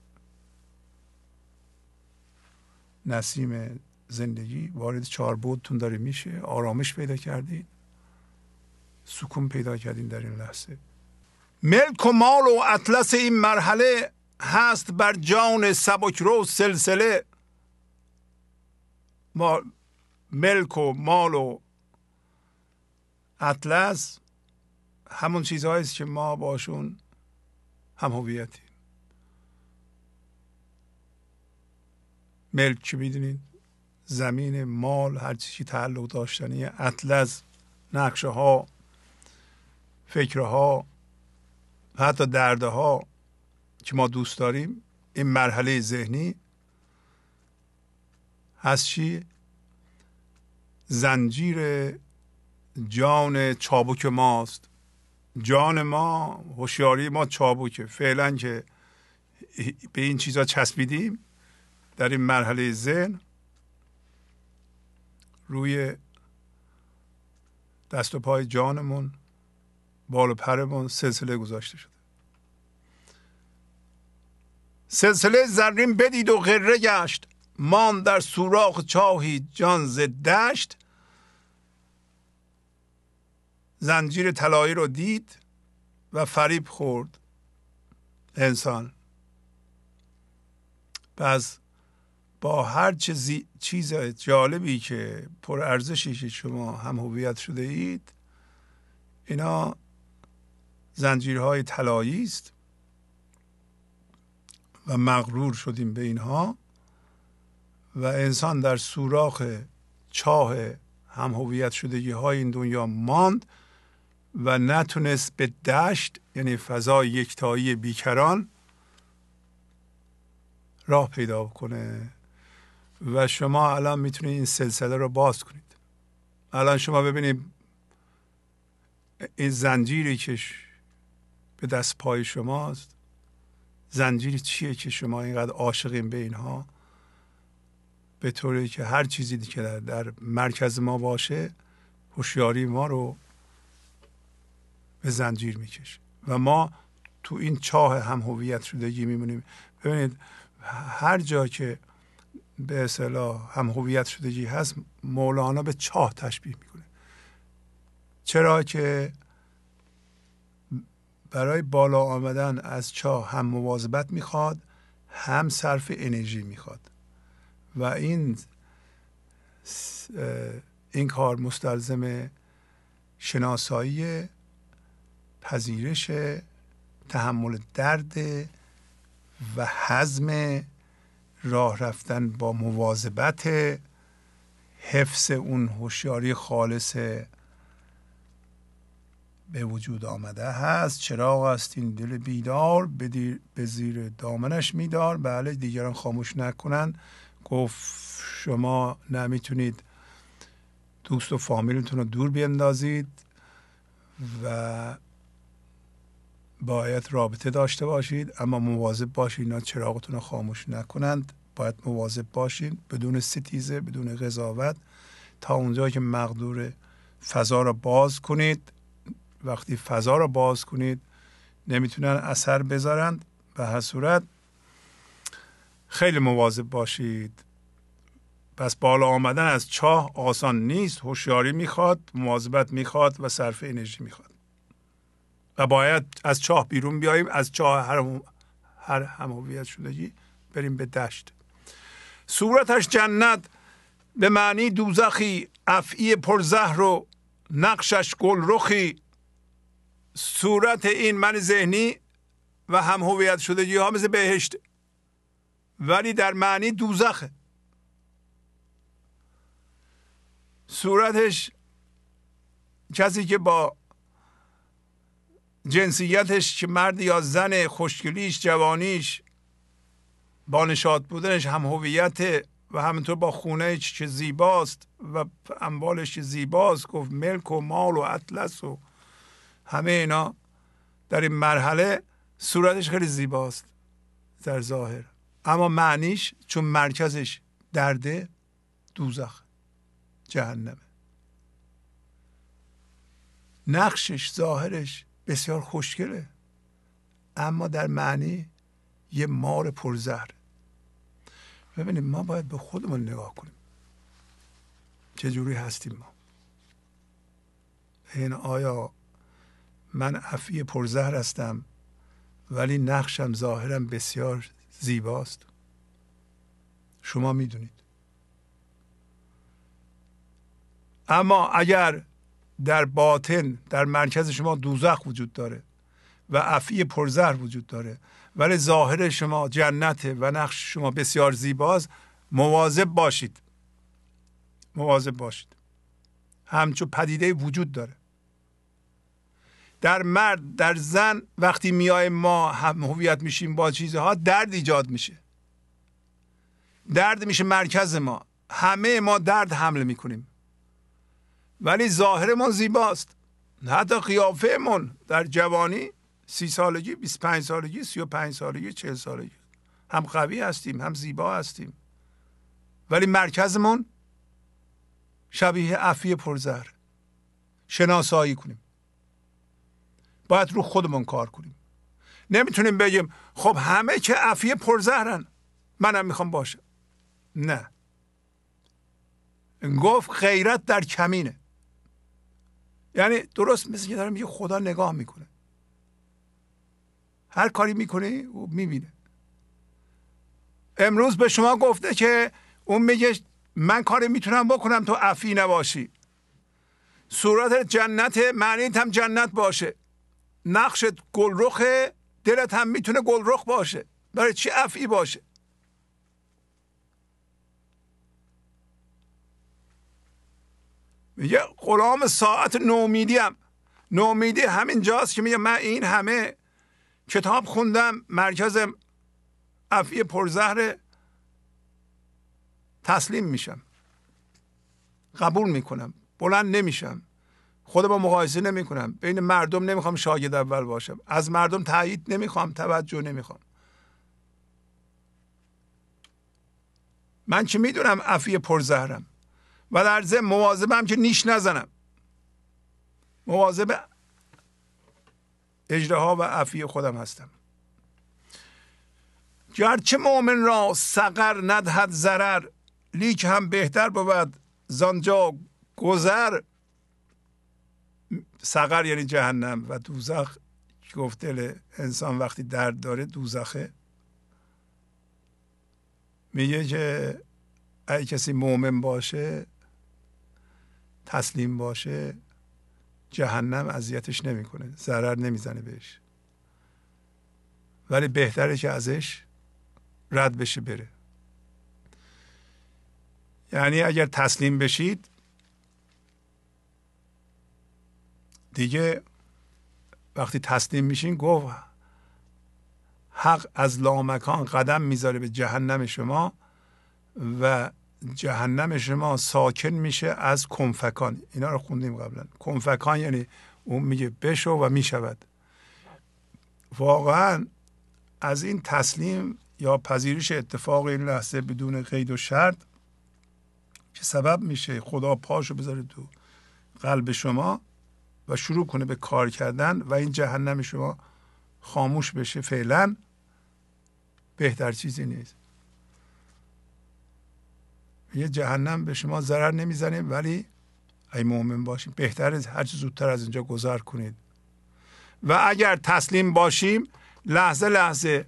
نسیم زندگی وارد چاربودتون داره میشه، آرامش پیدا کردید، سکون پیدا کردین در این لحظه. ملک و مال و اطلس این مرحله، هست بر جان سبکرو سلسله. ملک و مال و اطلس همون چیزهاییست که ما باشون هم هویتیم. ملک که میدونید زمین، مال، هر چیزی تعلق داشتنی، اطلس نقشه ها، فکرها، حتی درده ها که ما دوست داریم. این مرحله ذهنی هست چی؟ زنجیر جان چابک ماست. جان ما، هوشیاری ما چابکه. فعلا که به این چیزا چسبیدیم در این مرحله ذهن، روی دست و پای جانمون، بال و پرمون سلسله گذاشته شده. سلسله زرین بدید و غره گشت، مان در سوراخ چاهی جان ز دشت. زنجیر طلایی رو دید و فریب خورد انسان. پس با هر چیز جالبی که پر ارزشی که شما هم هویت شده اید، اینا زنجیرهای طلایی است و مغرور شدیم به اینها و انسان در سوراخ چاه هم هویت شدگی های این دنیا ماند و نتونست به دشت، یعنی فضای یکتایی بیکران، راه پیدا کنه. و شما الان میتونید این سلسله رو باز کنید. الان شما ببینید این زنجیری که به دست پای شماست، زنجیری چیه که شما اینقدر عاشقین به اینها، به طوری که هر چیزی که در مرکز ما باشه هوشیاری ما رو به زنجیر میکشه و ما تو این چاه هم هویت شدگی میمونیم. ببینید هر جا که به اصطلاح هم هویت شدگی هست، مولانا به چاه تشبیه میکنه. چرا که برای بالا آمدن از چاه هم مواظبت میخواد، هم صرف انرژی میخواد و این کار مستلزم شناسایی، پذیرش، تحمل درد و هضم، راه رفتن با مواظبت، حفظ اون هوشیاری خالص به وجود آمده هست. چراغ است این دل بیدار، به زیر دامنش میدار. بله، دیگران خاموش نکنن. گفت شما نمیتونید دوست و فامیلتون رو دور بیندازید و باید رابطه داشته باشید، اما مواظب باشید اینا چراغتون رو خاموش نکنند. باید مواظب باشید بدون ستیزه، بدون قضاوت، تا اونجا که مقدور فضا رو باز کنید. وقتی فضا رو باز کنید نمیتونن اثر بذارند. به هر صورت خیلی مواظب باشید. پس بالا آمدن از چاه آسان نیست. هوشیاری میخواد، مواظبت میخواد و صرف انرژی میخواد و باید از چاه بیرون بیاییم، از چاه هر هم هویت شدگی بریم به دشت. صورتش جنت به معنی دوزخی، افعی پرزهر و نقشش گل رخی. صورت این من ذهنی و هم هویت شدگی ها مثل بهشت، ولی در معنی دوزخه. صورتش کسی که با جنسیتش، که مرد یا زن، خوشگلیش، جوانیش، با نشاط بودنش هم هویت و همینطور با خونه که زیباست و اموالش زیباست، گفت ملک و مال و اطلس و همه اینا، در این مرحله صورتش خیلی زیباست در ظاهر، اما معنیش چون مرکزش درده، دوزخ، جهنمه. نقشش، ظاهرش بسیار خوشگله، اما در معنی یه مار پرزهر. ببینید ما باید به خودمون نگاه کنیم چجوری هستیم ما. این آیا من افعی پرزهر هستم ولی نقشم ظاهرم بسیار زیباست؟ شما میدونید. اما اگر در باطن در مرکز شما دوزخ وجود داره و افعی پرزهر وجود داره ولی ظاهر شما جنته و نقش شما بسیار زیباست، مواظب باشید. مواظب باشید. همچون پدیده وجود داره. در مرد در زن وقتی میای ما هم هویت میشیم با چیزها، درد ایجاد میشه. درد میشه مرکز ما. همه ما درد حمل میکنیم ولی ظاهر ما زیباست. حتی قیافه من در جوانی 30 سالگی، 25 سالگی، 35 سالگی، 40 سالگی هم قوی هستیم هم زیبا هستیم ولی مرکزمون شبیه افعی پرزهر. شناسایی کنیم. باید رو خودمون کار کنیم. نمیتونیم بگیم خب همه که افعی پرزهرن منم میخوام باشم. نه. گفت غیرت در کمینه. یعنی درست مثل که دارم میگه خدا نگاه میکنه. هر کاری میکنه او میبینه. امروز به شما گفته که اون میگه من کاری میتونم بکنم تو افعی نباشی. صورت جنت معنیت هم جنت باشه. نقشت گلرخه، دلت هم میتونه گلرخ باشه. برای چی افعی باشه؟ میگه غلام ساعت نومیدی هم. نومیدی همین جاست که میگه من این همه کتاب خوندم، مرکزم افعی پرزهر، تسلیم میشم، قبول میکنم، بلند نمیشم، خودم با مقایسه نمیکنم، بین مردم نمیخوام شاگرد اول باشم، از مردم تایید نمیخوام، توجه نمیخوام. من چه میدونم افعی پرزهرم و در ضمن مواظبم که نیش نزنم. مواظب اژدها و افعی خودم هستم. گرچه مؤمن را سقر ندهد ضرر، لیک هم بهتر بود زانجا گذر. سقر یعنی جهنم و دوزخ. گفت دل انسان وقتی درد داره دوزخه. میگه که اگه کسی مؤمن باشه، تسلیم باشه، جهنم اذیتش نمیکنه، ضرر نمیزنه بهش، ولی بهتره که ازش رد بشه بره. یعنی اگر تسلیم بشید دیگه، وقتی تسلیم میشین گفت حق از لامکان قدم میذاره به جهنم شما و جهنم شما ساکن میشه از کنفکان. اینا رو خوندیم قبلا. کنفکان یعنی اون میگه بشو و میشود. واقعا از این تسلیم یا پذیرش اتفاق این لحظه بدون قید و شرط که سبب میشه خدا پاشو بذاره تو قلب شما و شروع کنه به کار کردن و این جهنم شما خاموش بشه فعلا، بهتر چیزی نیست. یه جهنم به شما ضرر نمیزنه ولی ای مؤمن باشیم بهتره هر چه زودتر از اینجا گذر کنید. و اگر تسلیم باشیم لحظه لحظه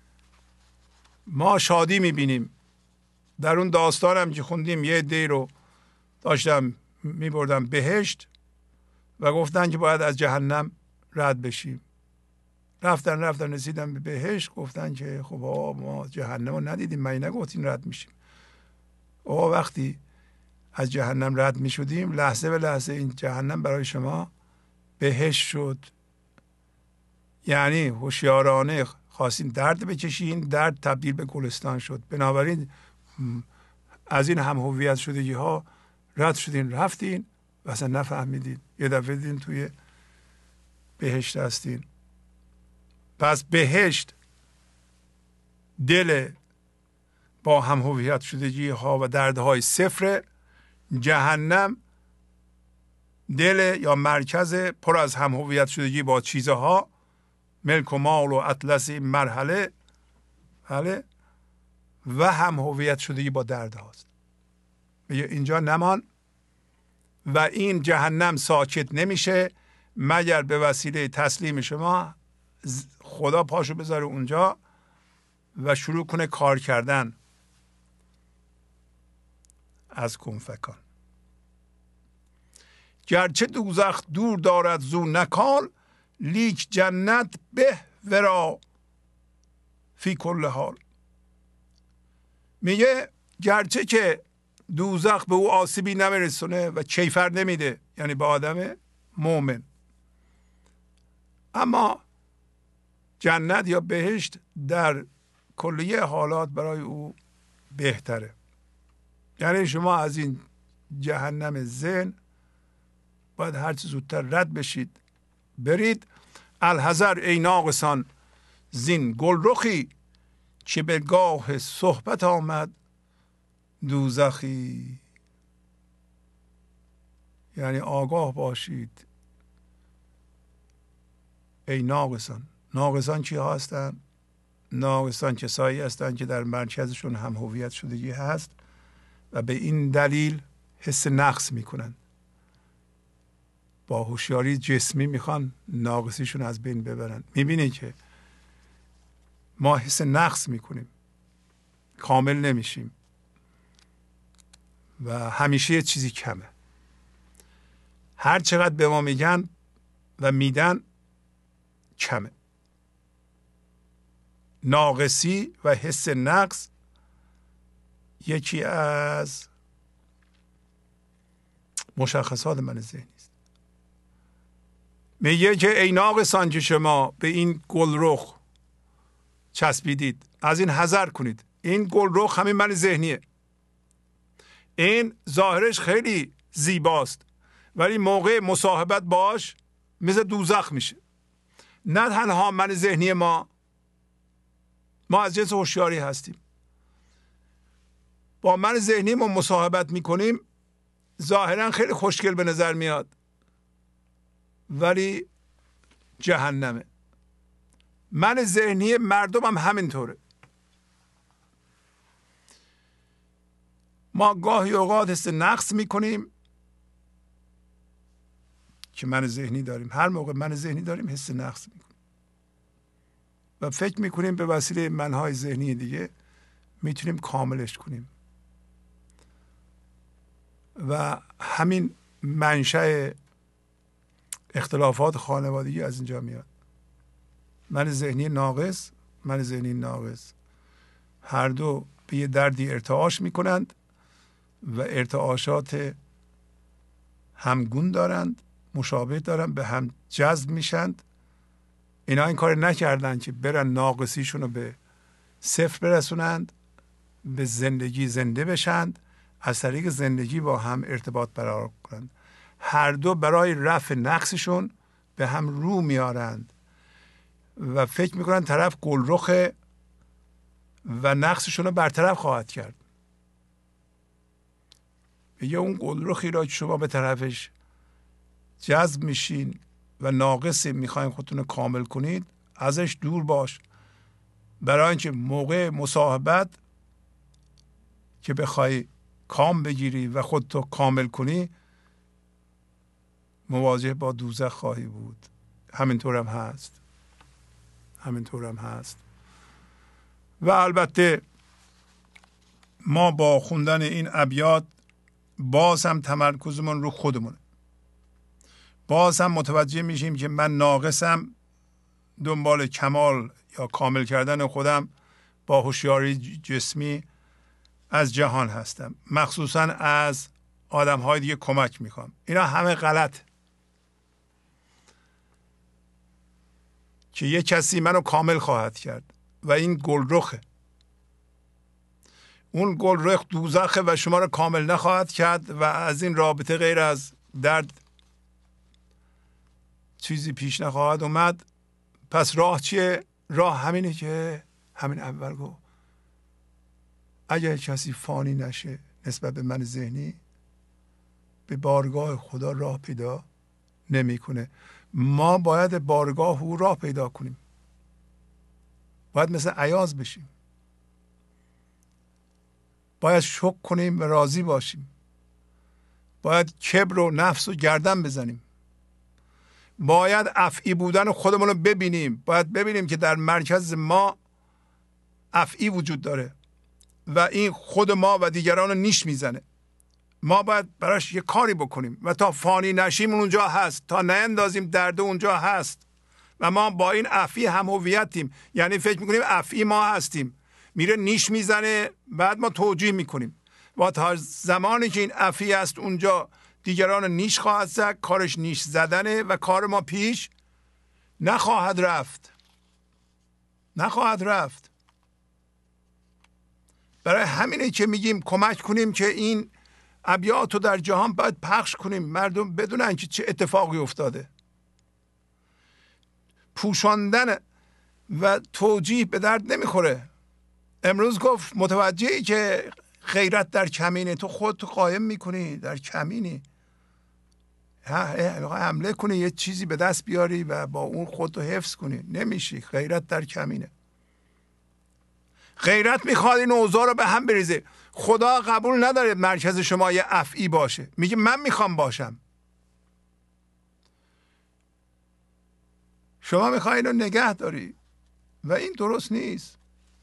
ما شادی میبینیم. در اون داستانم که خوندیم یه عده‌ای رو داشتم میبردم بهشت و گفتن که باید از جهنم رد بشیم. رفتن رسیدن به بهشت، گفتن که خب ما جهنم رو ندیدیم، من نگفتیم رد میشیم. وقتی از جهنم رد می شدیم لحظه به لحظه این جهنم برای شما بهشت شد. یعنی هوشیارانه خواستین درد بکشین، درد تبدیل به گلستان شد. بنابراین از این هم هویت شدگی ها رد شدین، رفتین و اصلا نفهمیدین، یه دفعه دیدین توی بهشت هستین. پس بهشت دل با هم هویت شدگی ها و دردهای صفر، جهنم دل یا مرکز پر از هم هویت شدگی با چیزها، ملک و مال و اطلس این مرحله و هم هویت شدگی با درد هاست. میگه اینجا نمان و این جهنم ساکت نمیشه مگر به وسیله تسلیم شما خدا پاشو بذاره اونجا و شروع کنه کار کردن از کنفکان. گرچه دوزخ دور دارد زو نکال، لیک جنت به ورا فی کل حال. میگه گرچه که دوزخ به او آسیبی نمیرسونه و کیفر نمیده، یعنی به آدم مؤمن، اما جنت یا بهشت در کلیه حالات برای او بهتره. یعنی شما از این جهنم ذهن باید هرچه زودتر رد بشید، برید. الحذر ای ناقصان زین گل رخی، که به گاه صحبت آمد دوزخی. یعنی آگاه باشید ای ناقصان. ناقصان چی هستند؟ ناقصان کسایی هستند که در مرکزشون هم هویت شدگی هست و به این دلیل حس نقص میکنن. با هوشیاری جسمی میخوان ناقصیشون از بین ببرن. میبینی که ما حس نقص میکنیم، کامل نمیشیم و همیشه یه چیزی کمه. هر چقدر به ما میگن و میدن کمه. ناقصی و حس نقص یکی از مشخصات من ذهنی است. میگه که ای ناقصان که شما به این گلرخ چسبیدید، از این حذر کنید. این گلرخ همین من ذهنیه. این ظاهرش خیلی زیباست ولی موقع مصاحبت باش مثل دوزخ میشه. نه تنها من ذهنی ما از جنس هوشیاری هستیم. با من ذهنی ما مصاحبت میکنیم، ظاهرا خیلی خوشگل به نظر میاد ولی جهنمه. من ذهنی مردم هم همینطوره. ما گاهی اوقات حس نقص میکنیم که من ذهنی داریم. هر موقع من ذهنی داریم حس نقص میکنیم و فکر میکنیم به وسیله منهای ذهنی دیگه میتونیم کاملش کنیم و همین منشأ اختلافات خانوادگی از اینجا میاد. من ذهنی ناقص، من ذهنی ناقص، هر دو به یه دردی ارتعاش میکنند و ارتعاشات همگون دارند، مشابه دارند، به هم جذب میشند. اینا این کار نکردن که برن ناقصیشون رو به صفر برسونند، به زندگی زنده بشند، از طریق زندگی با هم ارتباط برقرار کنند. هر دو برای رفع نقصشون به هم رو میارند و فکر میکنن طرف گلرخه و نقصشون رو برطرف خواهد کرد. میگه اون گلرخی را که شما به طرفش جذب میشین و ناقصی میخواین خودتون رو کامل کنید، ازش دور باش، برای اینکه موقع مصاحبت که بخوای کام بگیری و خودتو کامل کنی مواجه با دوزخ خواهی بود. همینطور هم هست، همینطور هم هست. و البته ما با خوندن این ابیات باز هم تمرکزمون رو خودمونه. باز هم متوجه میشیم که من ناقصم، دنبال کمال یا کامل کردن خودم با هوشیاری جسمی از جهان هستم، مخصوصا از آدم های دیگه کمک میخوام. اینا همه غلط. که یه کسی منو کامل خواهد کرد و این گلرخه. اون گلرخ دوزخه و شما رو کامل نخواهد کرد و از این رابطه غیر از درد چیزی پیش نخواهد اومد. پس راه چیه؟ راه همینه که همین اول گفت. اگر کسی فانی نشه نسبت به من ذهنی، به بارگاه خدا راه پیدا نمیکنه. ما باید بارگاه او راه پیدا کنیم. باید مثل ایاز بشیم. باید شکر کنیم و راضی باشیم. باید کبر و نفس و گردن بزنیم. باید افعی بودن خودمون رو ببینیم. باید ببینیم که در مرکز ما افعی وجود داره و این خود ما و دیگران رو نیش میزنه. ما باید براش یه کاری بکنیم و تا فانی نشیم اونجا هست، تا نندازیم درد اونجا هست و ما با این افعی هم هویتیم. یعنی فکر میکنیم افعی ما هستیم، میره نیش میزنه، بعد ما توجیه میکنیم و تا زمانی که این افعی است اونجا دیگران نیش خواهد زد، کارش نیش زدنه و کار ما پیش نخواهد رفت. برای همینه که میگیم کمک کنیم که این ابیات رو در جهان باید پخش کنیم، مردم بدونن که چه اتفاقی افتاده. پوشاندن و توجیه به درد نمیخوره. امروز گفت متوجهی که غیرت در کمینه، تو خودت قایم میکنی در کمینی، حمله کنی یه چیزی به دست بیاری و با اون خودتو حفظ کنی، نمیشی. غیرت در کمینه. غیرت میخواد این اوضاع رو به هم بریزه. خدا قبول نداره مرکز شما یه افعی باشه، میگه من میخوام باشم. شما میخوای اینو نگه داری و این درست نیست.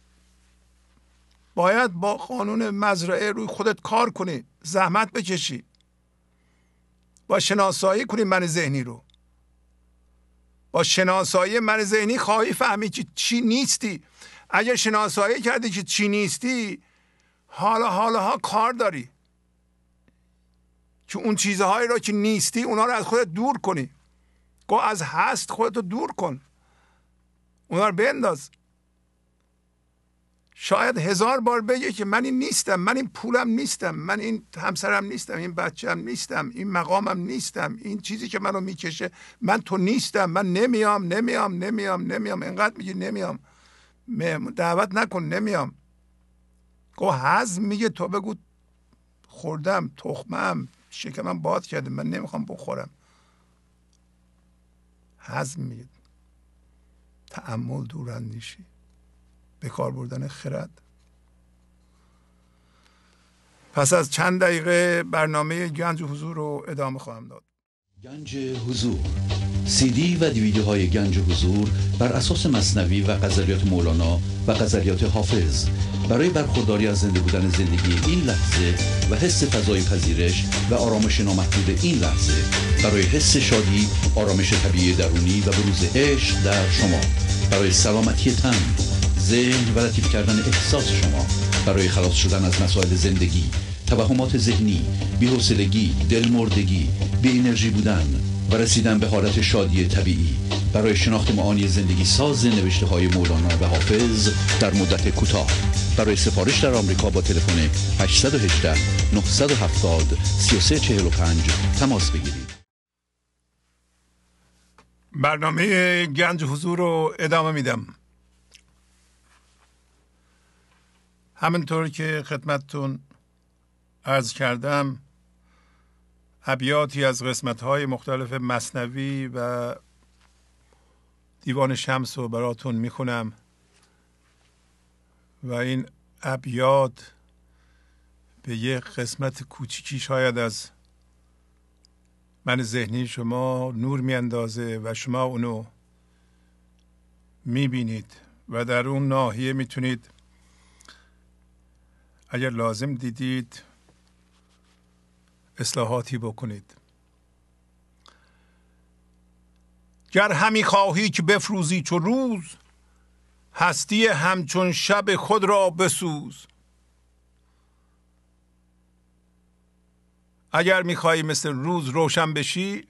باید با قانون مزرعه روی خودت کار کنی، زحمت بکشی، با شناسایی کنی من ذهنی رو. با شناسایی من ذهنی خواهی فهمید که چی نیستی. اگر شناسایی کردی که چی نیستی، حالا کار داری که اون چیزهایی رو که نیستی اونا رو از خودت دور کنی. گو از هست خودت رو دور کن، اونا رو بنداز. شاید 1000 بار بگه که من این نیستم، من این پولم نیستم، من این همسرم نیستم، این بچه‌م نیستم، این مقامم نیستم، این چیزی که منو میکشه، من تو نیستم، من نمیام. اینقدر میگه نمیام، دعوت نکن، نمیام. گو هضم میگه تو بگو خوردم، تخمم شکمم باد کرده، من نمیخوام بخورم. هضم میگه. تأمل، دوراندیشی، به کار بردن خرد. پس از چند دقیقه برنامه گنج حضور رو ادامه خواهم داد. گنج حضور، CD و دیویدیوهای گنج حضور بر اساس مثنوی و غزلیات مولانا و غزلیات حافظ برای برخورداری از زنده بودن زندگی این لحظه و حس فضای پذیرش و آرامش نامحدود این لحظه، برای حس شادی، آرامش طبیعی درونی و بروز عشق در شما، برای سلامتی تن، ذهن و لطیف کردن احساس شما، برای خلاص شدن از مسائل زندگی، توهمات ذهنی، بی‌حوصلگی، دلمردگی، بی انرژی بودن و رسیدن به حالت شادی طبیعی، برای شناخت معانی زندگی ساز نوشته های مولانا و حافظ در مدت کوتاه. برای سفارش در آمریکا با تلفن 818 970 3345 تماس بگیرید. برنامه گنج حضور رو ادامه میدم. همونطور که خدمتتون عرض کردم، ابیاتی از قسمت‌های مختلف مثنوی و دیوان شمس رو براتون میخونم و این ابیات به یک قسمت کوچیکی شاید از من ذهنی شما نور میاندازه و شما اونو میبینید و در اون ناحیه میتونید اگر لازم دیدید اصلاحاتی بکنید. گر همی خواهی که بفروزی چو روز، هستی همچون شب خود را بسوز. اگر میخوایی مثل روز روشن بشی،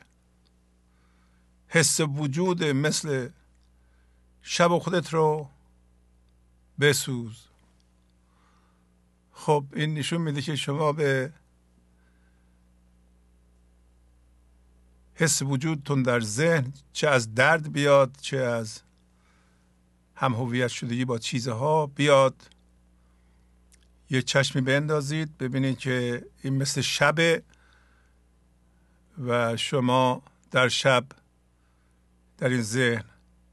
حس وجود مثل شب خودت رو بسوز. خب این نشون میده که شما به حس وجودتون در ذهن، چه از درد بیاد چه از هم هویت شدگی با چیزها بیاد، یه چشمی بندازید ببینید که این مثل شبه و شما در شب در این ذهن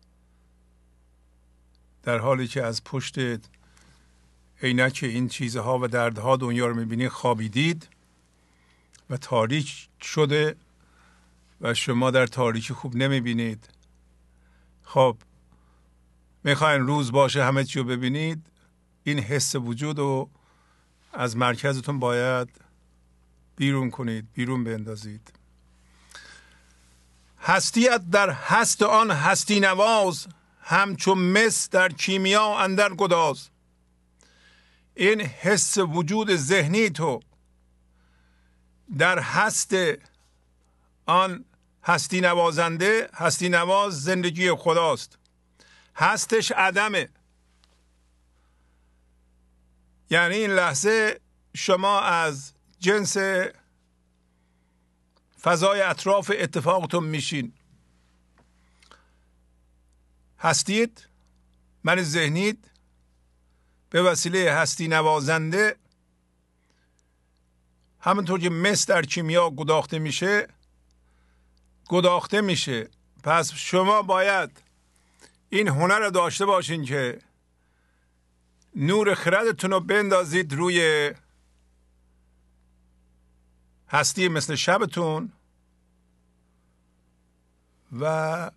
در حالی که از پشت عینک این چیزها و دردها دنیا رو میبینید خوابیدید و تاریک شده و شما در تاریکی خوب نمیبینید. خب میخواین روز باشه همه چی رو ببینید، این حس وجود رو از مرکزتون باید بیرون کنید، بیرون بندازید. هستیت در هست آن هستی نواز، همچو مس در کیمیا اندر گداز. این حس وجود ذهنی تو در هست آن هستی نوازنده، هستی نواز زندگی خداست. هستش عدمه، یعنی این لحظه شما از جنس فضای اطراف اتفاقتون میشین. هستید، من ذهنید، به وسیله هستی نوازنده همونطور که مس در کیمیا گداخته میشه. پس شما باید این هنر رو داشته باشین که نور خردتون رو بندازید روی هستی مثل شبتون و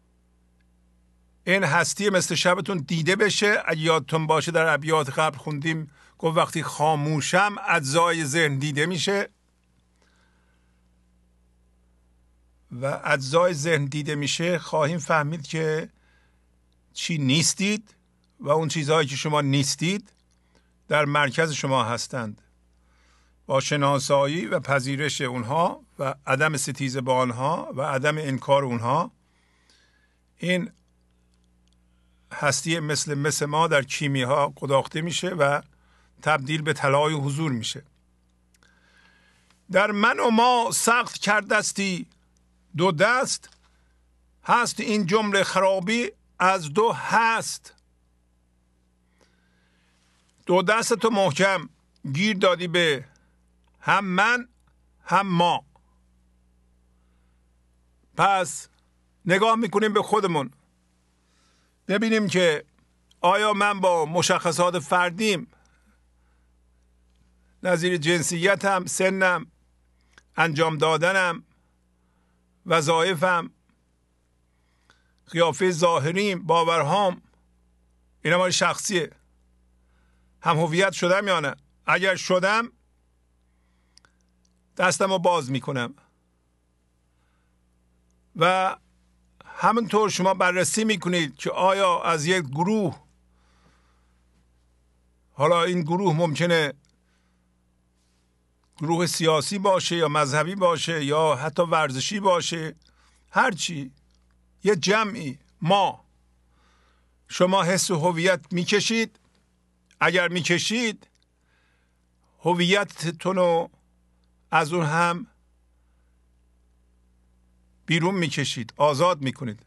این هستی مثل شبتون دیده بشه. اگه یادتون باشه در ابیات قبل خوندیم گفت وقتی خاموشم اجزای ذهن دیده میشه و اجزای ذهن دیده میشه خواهیم فهمید که چی نیستید و اون چیزهایی که شما نیستید در مرکز شما هستند. با شناسایی و پذیرش اونها و عدم ستیزه با آنها و عدم انکار اونها، این هستی مثل ما در کیمیاها گداخته میشه و تبدیل به طلای حضور میشه. در من و ما سخت کردستی دو دست، هست این جمله خرابی از دو هست. دو دستتو محکم گیر دادی به هم من هم ما. پس نگاه میکنیم به خودمون ببینیم که آیا من با مشخصات فردیم، نظیر جنسیتم، سنم، انجام دادنم، وظایفم، قیافه ظاهریم، باورهام، اینا مال شخصیه، هم هویت شدم یا نه؟ اگر شدم دستم رو باز میکنم و همینطور شما بررسی میکنید که آیا از یک گروه، حالا این گروه ممکنه گروه سیاسی باشه یا مذهبی باشه یا حتی ورزشی باشه، هرچی، یه جمعی، ما، شما حس و هویت میکشید. اگر میکشید هویتتون رو از اون هم بیرون میکشید، آزاد میکنید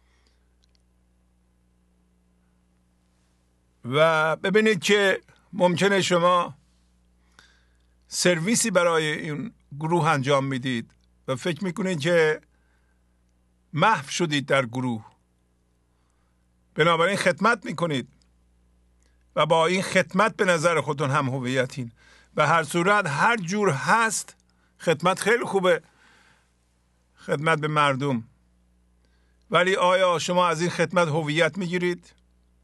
و ببینید که ممکنه شما سرویسی برای این گروه انجام میدید و فکر میکنید که محو شدید در گروه، بنابراین خدمت میکنید و با این خدمت به نظر خودتون هم هویتین. به هر صورت هر جور هست خدمت خیلی خوبه، خدمت به مردم، ولی آیا شما از این خدمت هویت میگیرید؟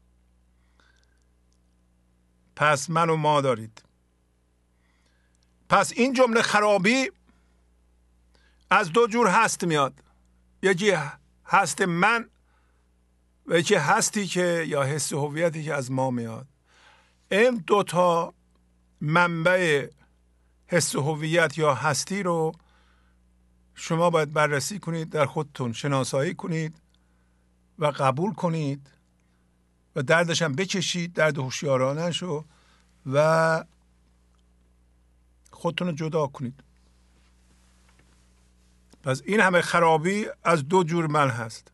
پس من و ما دارید. پس این جمله خرابی از دو جور هست میاد، یکی هست من و یکی هستی که یا حس هویتی که از ما میاد. این دوتا منبع حس هویت یا هستی رو شما باید بررسی کنید، در خودتون شناسایی کنید و قبول کنید و دردش هم بکشید، درد هوشیارانش رو، و خودتون رو جدا کنید. پس این همه خرابی از دو جور من هست.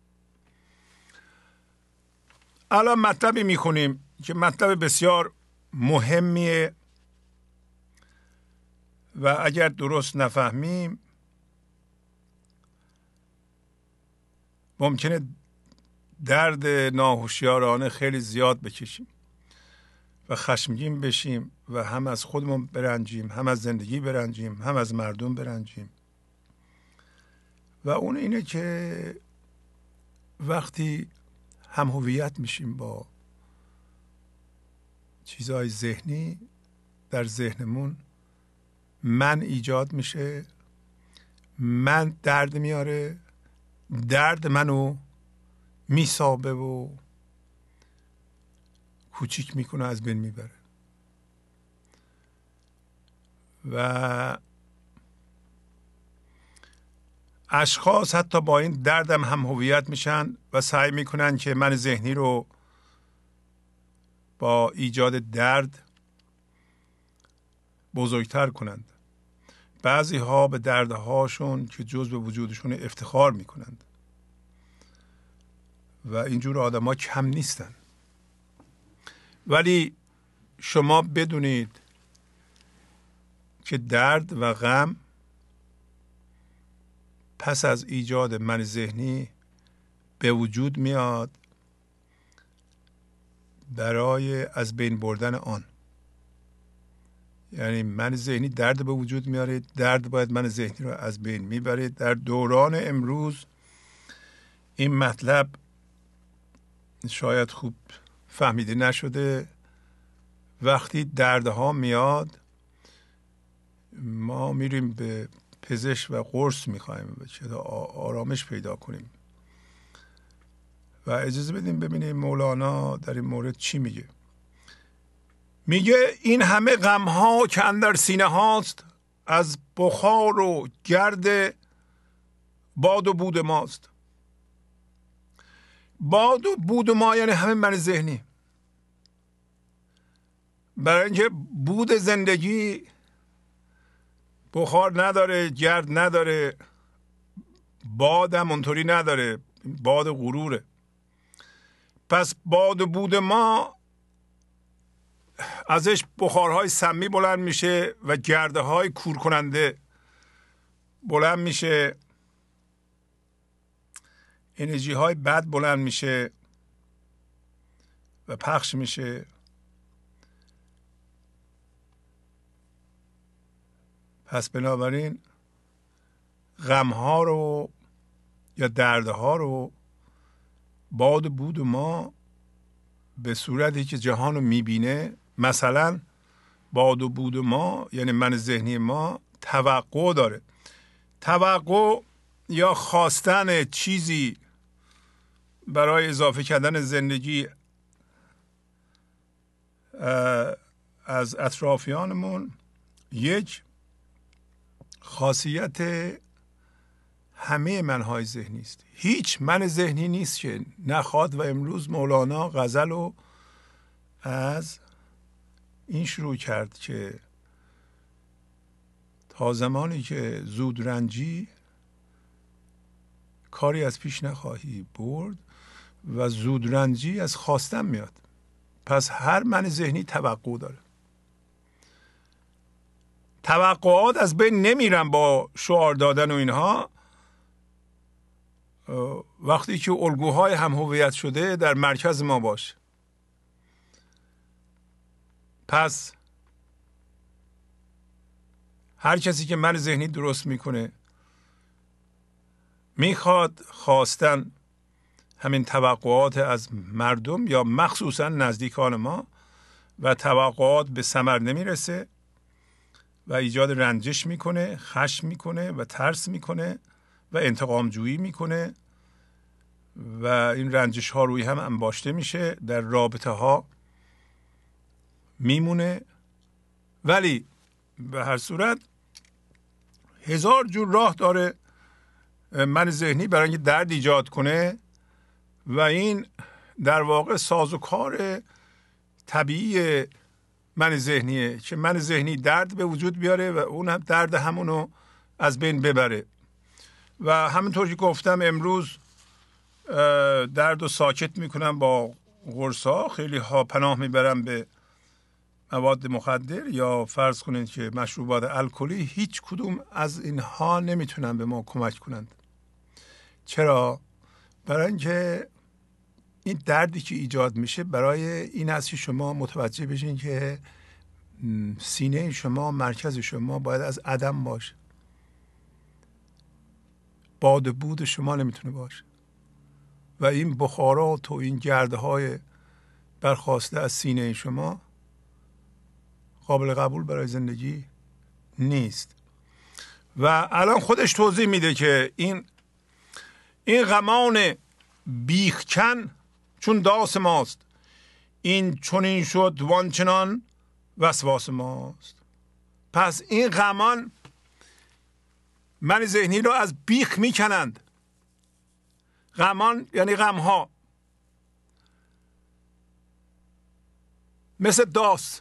الان مطلبی میخونیم که مطلب بسیار مهمیه و اگر درست نفهمیم ممکنه درد ناهوشیارانه خیلی زیاد بکشیم و خشمگین بشیم و هم از خودمون برنجیم، هم از زندگی برنجیم، هم از مردم برنجیم. و اون اینه که وقتی هم هویت میشیم با چیزهای ذهنی، در ذهنمون من ایجاد میشه، من درد میاره، درد منو میسابه و کوچیک میکنه، از بین میبره. و اشخاص حتی با این دردم هم هویت میشن و سعی میکنن که من ذهنی رو با ایجاد درد بزرگتر کنند. بعضی ها به دردهاشون که جزء وجودشون افتخار میکنند و اینجور آدم ها کم نیستن. ولی شما بدونید که درد و غم پس از ایجاد من ذهنی به وجود میاد برای از بین بردن آن. یعنی من ذهنی درد به وجود میاره، درد باید من ذهنی رو از بین میبره. در دوران امروز این مطلب شاید خوب فهمیده نشده. وقتی دردها میاد ما میریم به پزشک و قرص میخوایم چه آرامش پیدا کنیم. و اجازه بدیم ببینیم مولانا در این مورد چی میگه. میگه این همه غم ها که اندر سینه هاست، از بخار و گرد باد و بود ماست. باد و بود ما یعنی همه من ذهنی. برای اینکه بود زندگی بخار نداره، گرد نداره، باد هم اونطوری نداره، باد غروره. پس باد و بود ما ازش بخارهای سمی بلند میشه و گرده های کور کننده بلند میشه، انرژی های بد بلند میشه و پخش میشه. پس بنابراین غم ها رو یا درد ها رو باد و بود ما به صورتی که جهان رو میبینه، مثلا باد و بود ما یعنی من ذهنی ما توقع داره. توقع یا خواستن چیزی برای اضافه کردن زندگی از اطرافیانمون یک خاصیت همه منهای ذهنی است. هیچ من ذهنی نیست که نخواد. و امروز مولانا غزل رو از این شروع کرد که تا زمانی که زود رنجی کاری از پیش نخواهی برد و زود رنجی از خواستن میاد. پس هر من ذهنی توقع داره. توقعات از بین نمیرن با شعار دادن و اینها. وقتی که الگوهای هم هویت شده در مرکز ما باشه. پس هر کسی که من ذهنی درست میکنه میخواد خواستن همین توقعات از مردم یا مخصوصا نزدیکان ما و توقعات به ثمر نمیرسه و ایجاد رنجش میکنه، خشم میکنه و ترس میکنه و انتقام جویی میکنه و این رنجش ها روی هم انباشته میشه، در رابطه ها میمونه. ولی به هر صورت هزار جور راه داره من ذهنی برای اینکه درد ایجاد کنه و این در واقع سازوکار طبیعی من ذهنیه که من ذهنی درد به وجود بیاره و اون هم درد همونو از بین ببره. و همونطور که گفتم امروز درد رو ساکت میکنن با قرصا. خیلی ها پناه میبرن به مواد مخدر یا فرض کنید که مشروبات الکلی. هیچ کدوم از اینها نمیتونن به ما کمک کنند. چرا؟ برای اینکه این دردی که ایجاد میشه برای این است که شما متوجه بشین که سینه شما، مرکز شما باید از عدم باشه. باد بود شما نمیتونه باشه و این بخارات و این گرده های برخواسته از سینه شما قابل قبول برای زندگی نیست. و الان خودش توضیح میده که این غمان بیخکن چون داس ماست، این چنین شد وان چنان وسواس ماست. پس این غمان من ذهنی رو از بیخ میکنند. غمان یعنی غمها، مثل داس.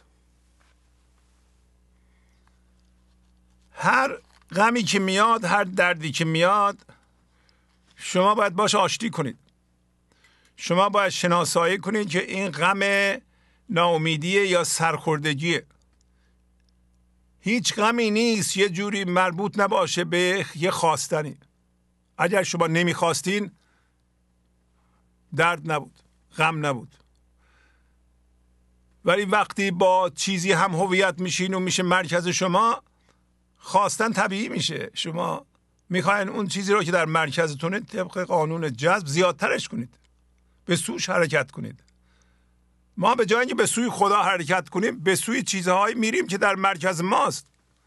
هر غمی که میاد، هر دردی که میاد، شما باید باش آشتی کنید. شما باید شناسایی کنید که این غم ناامیدیه یا سرخوردگیه. هیچ غمی نیست یه جوری مربوط نباشه به یه خواستنی. اگر شما نمیخواستین درد نبود، غم نبود. ولی وقتی با چیزی هم هویت میشین و میشه مرکز شما، خواستن طبیعی میشه. شما میخواین اون چیزی رو که در مرکزتونه طبق قانون جذب زیادترش کنید، به سوش حرکت کنید. ما به جای اینکه به سوی خدا حرکت کنیم، به سوی چیزهایی میریم که در مرکز ماست.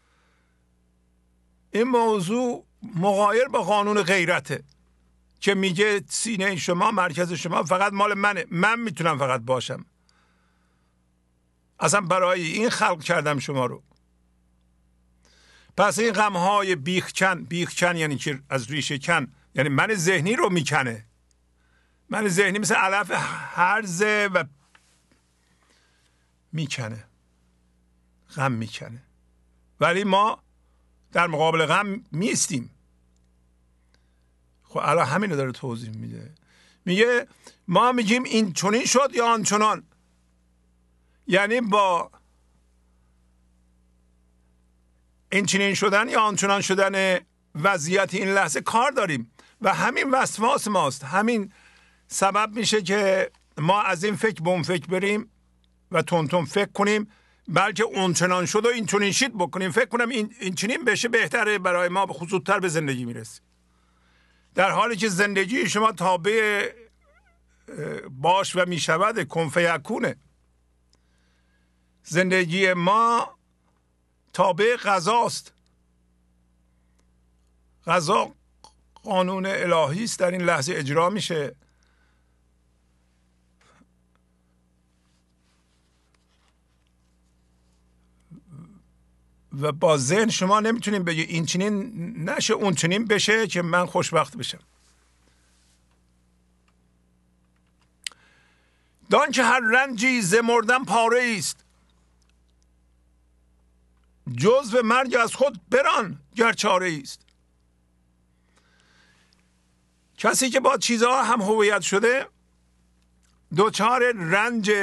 این موضوع مغایر با قانون غیرته که میگه سینه شما، مرکز شما فقط مال منه، من میتونم فقط باشم. اصلا برای این خلق کردم شما رو. پس این غمهای بیخکن یعنی که از ریشه کن، یعنی من ذهنی رو میکنه. من ذهنی مثل علف هرزه و میکنه، غم میکنه. ولی ما در مقابل غم میستیم. خب الان همین رو داره توضیح میده. میگه ما میگیم این چنین شد یا آنچنان، یعنی با این چنین شدن یا آنچنان شدن وضعیت این لحظه کار داریم و همین وسواس ماست. همین سبب میشه که ما از این فکر به اون فکر بریم و تون فکر کنیم، بلکه اون چنان شد و این چنین شد بکنیم. فکر کنم این چنین بشه بهتره، برای ما خصوصتر به زندگی میرسیم. در حالی که زندگی شما تابع باش و میشود، کن فیکونه. زندگی ما تابع قضاست. قضا قانون الهی است، در این لحظه اجرا میشه. و با ذهن شما نمیتونیم بگی این چنین نشه اون چنین بشه که من خوشبخت بشم. دان که هر رنجی ز مردن پاره است، جزو مرگ از خود بران گر چاره است. کسی که با چیزها هم هویت شده دوچار رنج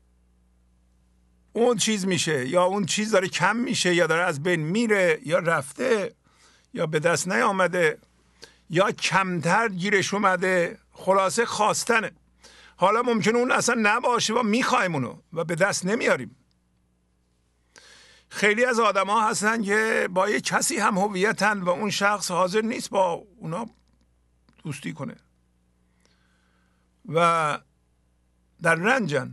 اون چیز میشه، یا اون چیز داره کم میشه، یا داره از بین میره، یا رفته، یا به دست نیامده، یا کمتر گیرش اومده. خلاصه خواستنه. حالا ممکنه اون اصلا نباشه و میخوایم اونو و به دست نمیاریم. خیلی از آدم ها هستن که با یه کسی هم هویتن و اون شخص حاضر نیست با اونا دوستی کنه و در رنجن.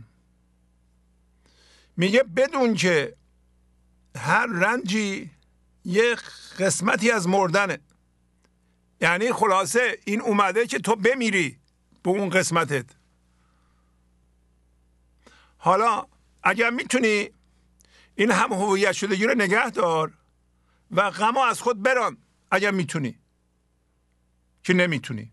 میگه بدون که هر رنجی یه قسمتی از مردنه. یعنی خلاصه این اومده که تو بمیری به اون قسمتت. حالا اگر میتونی این هم هویت شدگی رو نگه دار و غم از خود بران. اگر میتونی، که نمیتونی.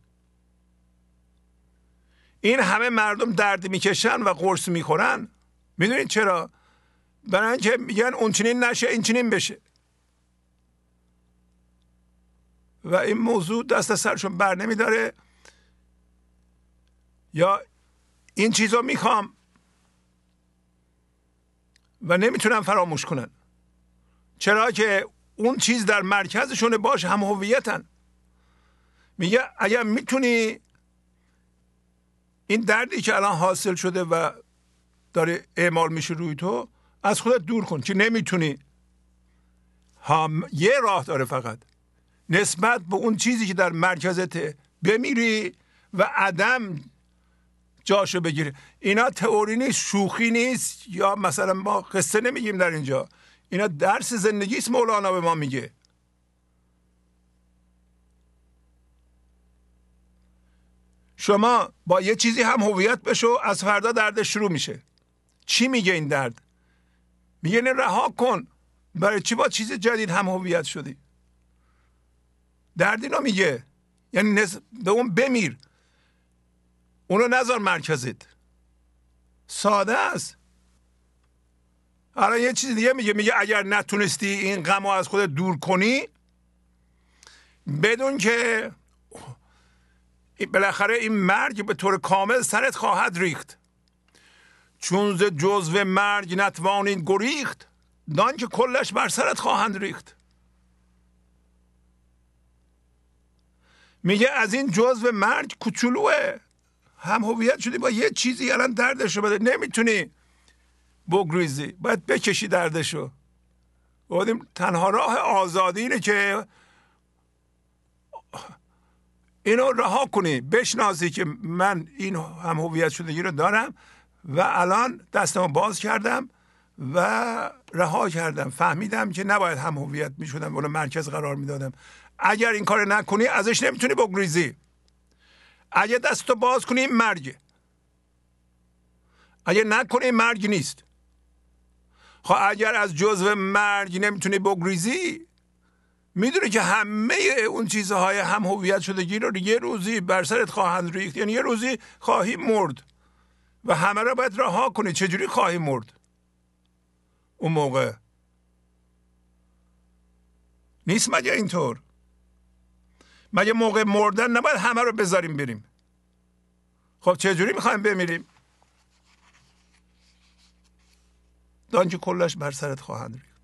این همه مردم درد میکشن و قرص میخورن. میدونید چرا؟ برای اینکه میگن اون چنین نشه این چنین بشه و این موضوع دست سرشون بر نمیداره، یا این چیزو میخوام و نمیتونن فراموش کنن. چرا که اون چیز در مرکزشونه، باش هم هویتن. میگه اگر میتونی این دردی که الان حاصل شده و داره اعمال میشه روی تو از خودت دور کن. که نمیتونی، یه راه داره فقط، نسبت به اون چیزی که در مرکزته بمیری و عدم جاشو بگیره. اینا تئوری نیست، شوخی نیست، یا مثلا ما قصه نمیگیم در اینجا. اینا درس زندگی است مولانا به ما میگه. شما با یه چیزی هم هویت بشو، از فردا دردش شروع میشه. چی میگه این درد؟ میگه نه رها کن. برای چی با چیز جدید هم هویت شدی؟ درد اینو میگه، یعنی به اون بمیر، اونو نذار مرکزت. ساده است. حالا یه چیز دیگه میگه اگر نتونستی این غمو از خودت دور کنی، بدون که بالاخره این مرگ به طور کامل سرت خواهد ریخت. چون ز جزو مرگ نتوانی گریخت، دان که کلش بر سرت خواهند ریخت. میگه از این جزو مرگ کوچولوه، هم هویت شدی با یه چیزی، الان دردشو بده، نمیتونی بگریزی، باید بکشی دردشو. گفتیم تنها راه آزادی اینه که اینو رها کنی، بشناسی که من این هم هویت شدگی رو دارم و الان دستمو باز کردم و رها کردم، فهمیدم که نباید هم هویت میشدم، اونو مرکز قرار میدادم. اگر این کار نکنی ازش نمیتونی بگریزی. اگه دستو باز کنی مرگ، اگه نکنی مرگ نیست. خب اگر از جزو مرگ نمیتونی بگریزی، میدونی که همه اون چیزهای هم هویت شدگی رو یه روزی بر سرت خواهند ریخت، یعنی یه روزی خواهی مرد و همه رو باید رها کنی. چجوری خواهی مرد اون موقع؟ نیست مگه اینطور؟ مگه موقع مردن نباید همه رو بذاریم بریم؟ خب چجوری میخوایم بمیریم؟ دانچه کلش بر سرت خواهند ریخت.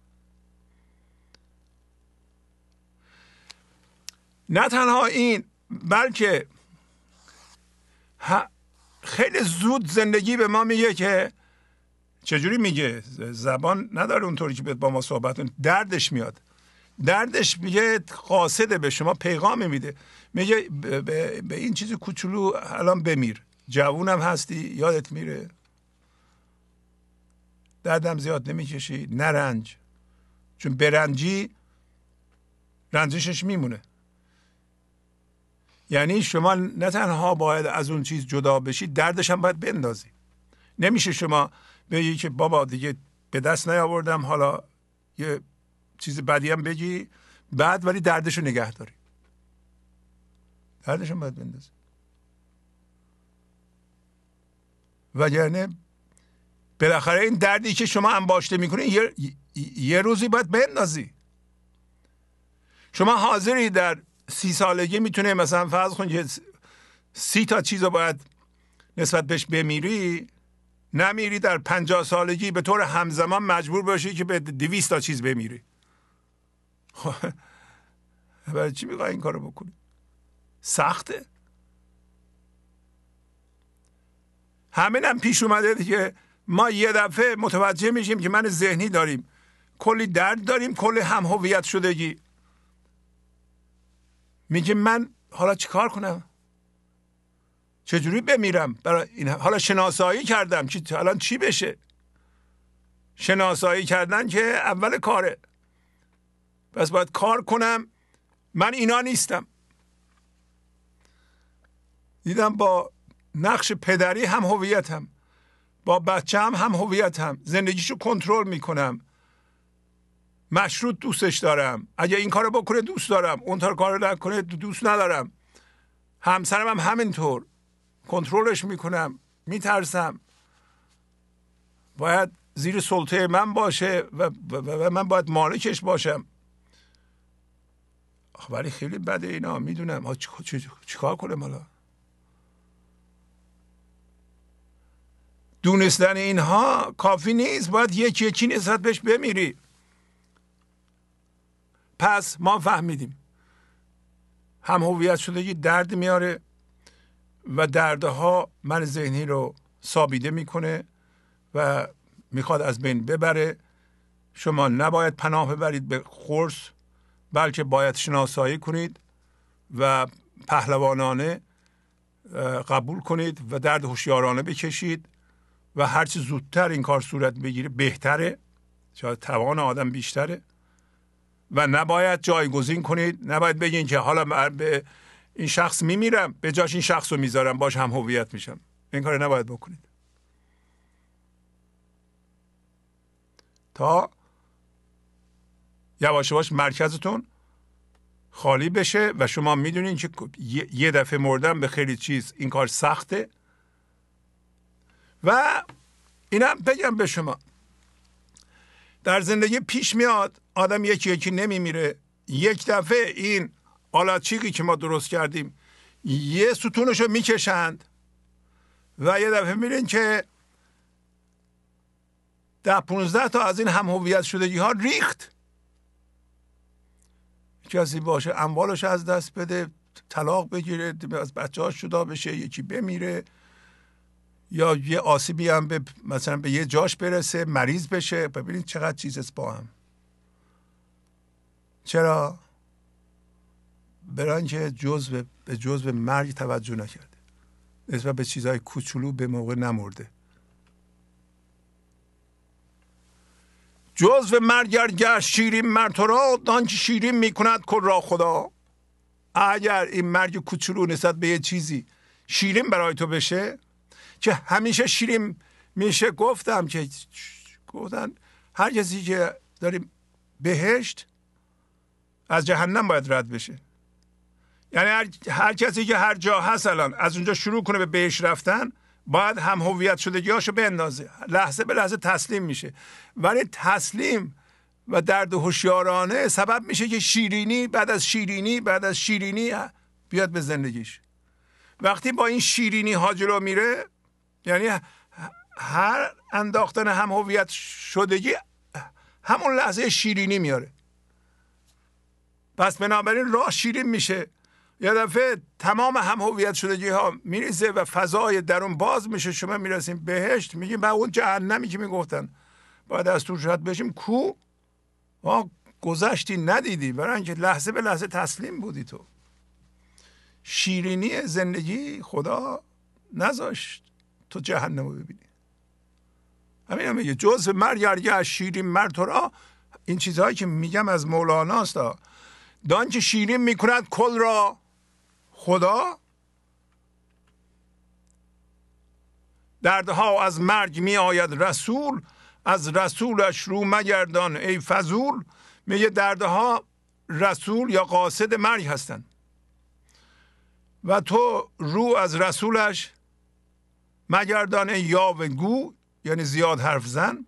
نه تنها این، بلکه خیلی زود زندگی به ما میگه که چجوری میگه، زبان نداره اونطوری که با ما صحبت کنه، دردش میاد. دردش میگه قاصده، به شما پیغام میده، میگه به این چیز کوچولو الان بمیر، جوونم هستی یادت میره، دردم زیاد نمیکشی، نرنج، چون برنجی رنجشش میمونه. یعنی شما نه تنها باید از اون چیز جدا بشی، دردش هم باید بندازی. نمیشه شما بگی که بابا دیگه به دست نیاوردم، حالا یه چیز بدی هم بگی بعد، ولی دردشو نگه داری. دردش هم باید بندازی، وگرنه بالاخره این دردی که شما انباشته میکنی یه روزی باید بندازی. شما حاضری در 30 سالگی میتونه مثلا فرض کن که 30 تا چیز رو باید نسبت بهش بمیری، نمیری در 50 سالگی به طور همزمان مجبور باشی که به 200 تا چیز بمیری. برای چی میخوای این کارو بکنی؟ سخته. همین هم پیش اومده دیگه، ما یه دفعه متوجه میشیم که من ذهنی داریم، کلی درد داریم، کلی هم هویت شدگی. میگه من حالا چیکار کنم؟ چجوری بمیرم؟ برای این حالا شناسایی کردم که الان چی بشه. شناسایی کردن که اول کاره، پس باید کار کنم. من اینا نیستم. دیدم با نقش پدری هم هویتم، با بچه‌م هم هویتم، زندگیشو کنترل میکنم، مشروط دوستش دارم، اگه این کارو بکنه دوست دارم، اون کارو نکنه دوست ندارم. همسرم هم همینطور، کنترلش میکنم، میترسم، باید زیر سلطه من باشه و من باید مالکش باشم. ولی خیلی بده اینا، میدونم. چیکار کنم حالا؟ دونستن اینها کافی نیست، باید یکی نسبت بهش بمیری. پس ما فهمیدیم هم هویت شدگی درد میاره و دردها من ذهنی رو سابیده میکنه و میخواد از بین ببره. شما نباید پناه ببرید به قرص، بلکه باید شناسایی کنید و پهلوانانه قبول کنید و درد هوشیارانه بکشید و هرچی زودتر این کار صورت بگیره بهتره. شاید توان آدم بیشتره و نباید جایگزین کنید. نباید بگین که حالا به این شخص میمیرم به جاش این شخص رو میذارم باش هم هویت میشم. این کار نباید بکنید تا یواش یواش مرکزتون خالی بشه و شما میدونین که یه دفعه مردن به خیلی چیز این کار سخته. و اینم بگم به شما در زندگی پیش میاد آدم یکی یکی نمیمیره. یک دفعه این آلاچیقی که ما درست کردیم یه ستونشو میکشند و یه دفعه میرین که 10-15 تا از این هم هویت شدگی ها ریخت. کسی باشه اموالش از دست بده، طلاق بگیره، از بچه‌هاش جدا بشه، یکی بمیره، یا یه آسیبی هم به مثلا به یه جاش برسه، مریض بشه. ببینید چقدر چیز است با هم. چرا؟ برای اینکه به جزء مرگ توجه نکرده، نسبت به چیزهای کوچولو به موقع نمرده. جزء مرگ گر شیرین مرد تو را، دانچه شیرین میکند کل را خدا. اگر این مرگ کوچولو نسبت به یه چیزی شیرین برای تو بشه، که همیشه شیرین میشه، گفتن هر کسی که داریم بهشت از جهنم باید رد بشه. یعنی هر کسی که هر جا هست الان از اونجا شروع کنه به بهشت رفتن، باید هم هویت شدگیاشو بندازه، لحظه به لحظه تسلیم میشه. ولی تسلیم و درد هوشیارانه سبب میشه که شیرینی بعد از شیرینی بیاد به زندگیش. وقتی با این شیرینی ها جلو میره، یعنی هر انداختن هم هویت شدگی همون لحظه شیرینی میاره. پس بنابراین راه شیرین میشه. یه دفعه تمام هم هویت شدگی ها میریزه و فضای درون باز میشه. شما میرسیم بهشت، میگیم با اون جهنمی که میگفتن باید از توش رد بشیم، کو گذشتی ندیدی، برای اینکه لحظه به لحظه تسلیم بودی. تو شیرینی زندگی خدا نذاشت تو جهنم رو ببینی. همین هم میگه جزء مرگ شیرین مرد تو را. این چیزهایی که میگم از مولاناست. دانچه شیرین میکند کل را خدا. دردها از مرگ می آید رسول، از رسولش رو مگردان ای فضول. میگه دردها رسول یا قاصد مرگ هستن و تو رو از رسولش مگردان ای یاوه گو، یعنی زیاد حرف زن.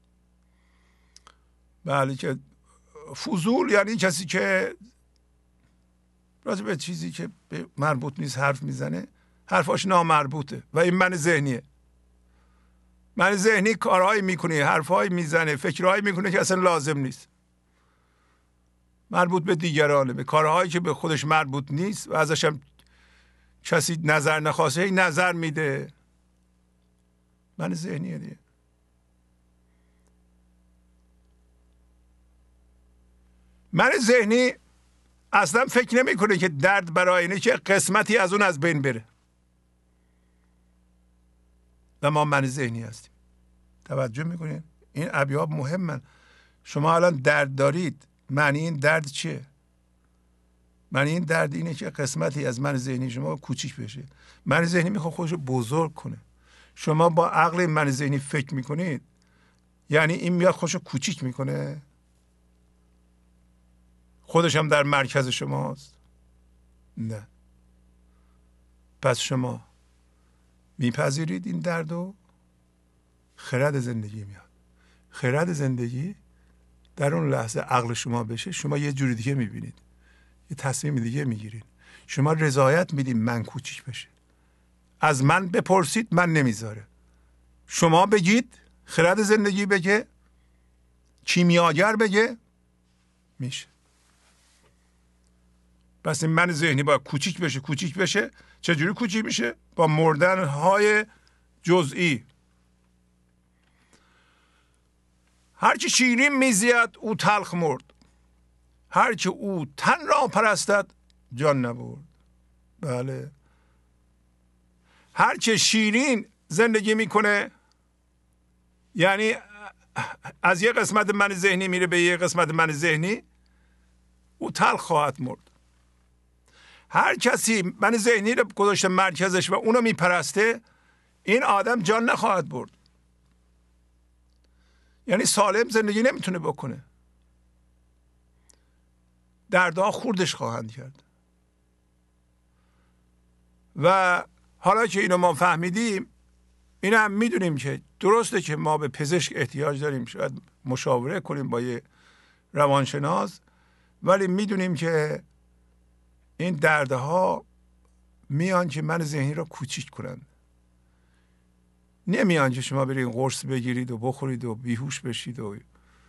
بله، که فضول یعنی کسی که راجع به چیزی که مربوط نیست حرف میزنه، حرفاش نامربوطه و این من ذهنیه. من ذهنی کارهایی میکنه، حرفهایی میزنه، فکرهایی میکنه که اصلا لازم نیست، مربوط به دیگرانه، به کارهایی که به خودش مربوط نیست و ازش هم کسی نظر نخواسته این نظر میده. من ذهنیه دیگه. من ذهنی اصلا فکر نمیکنه که درد برای اینه که قسمتی از اون از بین بره. و ما من ذهنی هستیم. توجه میکنین؟ این ابیات مهمن. شما الان درد دارید، معنی این درد چیه؟ معنی این درد اینه که قسمتی از من ذهنی شما کوچیک بشه. من ذهنی میخواد خودش رو بزرگ کنه. شما با عقل من ذهنی فکر میکنید، یعنی این میاد خودش رو کوچیک میکنه، خودش هم در مرکز شماست. نه. پس شما میپذیرید این درد و خرد زندگی میاد. خرد زندگی در اون لحظه عقل شما بشه، شما یه جوری دیگه میبینید، یه تصمیم دیگه میگیرید. شما رضایت میدید من کوچیک بشه. از من بپرسید، من نمیذاره. شما بگید، خرد زندگی بگه، کیمیاگر بگه، میشه. پس این من ذهنی باید کوچیک بشه. چجوری کوچیک میشه؟ با مردن های جزئی. هرچی شیرین میزید او تلخ مرد، هرچی او تن را پرستد جان نبرد. بله، هرچی شیرین زندگی میکنه، یعنی از یه قسمت من ذهنی میره به یه قسمت من ذهنی، او تلخ خواهد مرد. هر کسی من ذهنی رو گذاشته مرکزش و اونو میپرسته، این آدم جان نخواهد برد. یعنی سالم زندگی نمیتونه بکنه، دردها خوردش خواهند کرد. و حالا که اینو ما فهمیدیم، این هم میدونیم که درسته که ما به پزشک احتیاج داریم، شاید مشاوره کنیم با یه روانشناس، ولی میدونیم که این دردها میان که من ذهنی را کوچیک کنن. نمیان که شما برید قرص بگیرید و بخورید و بیهوش بشید و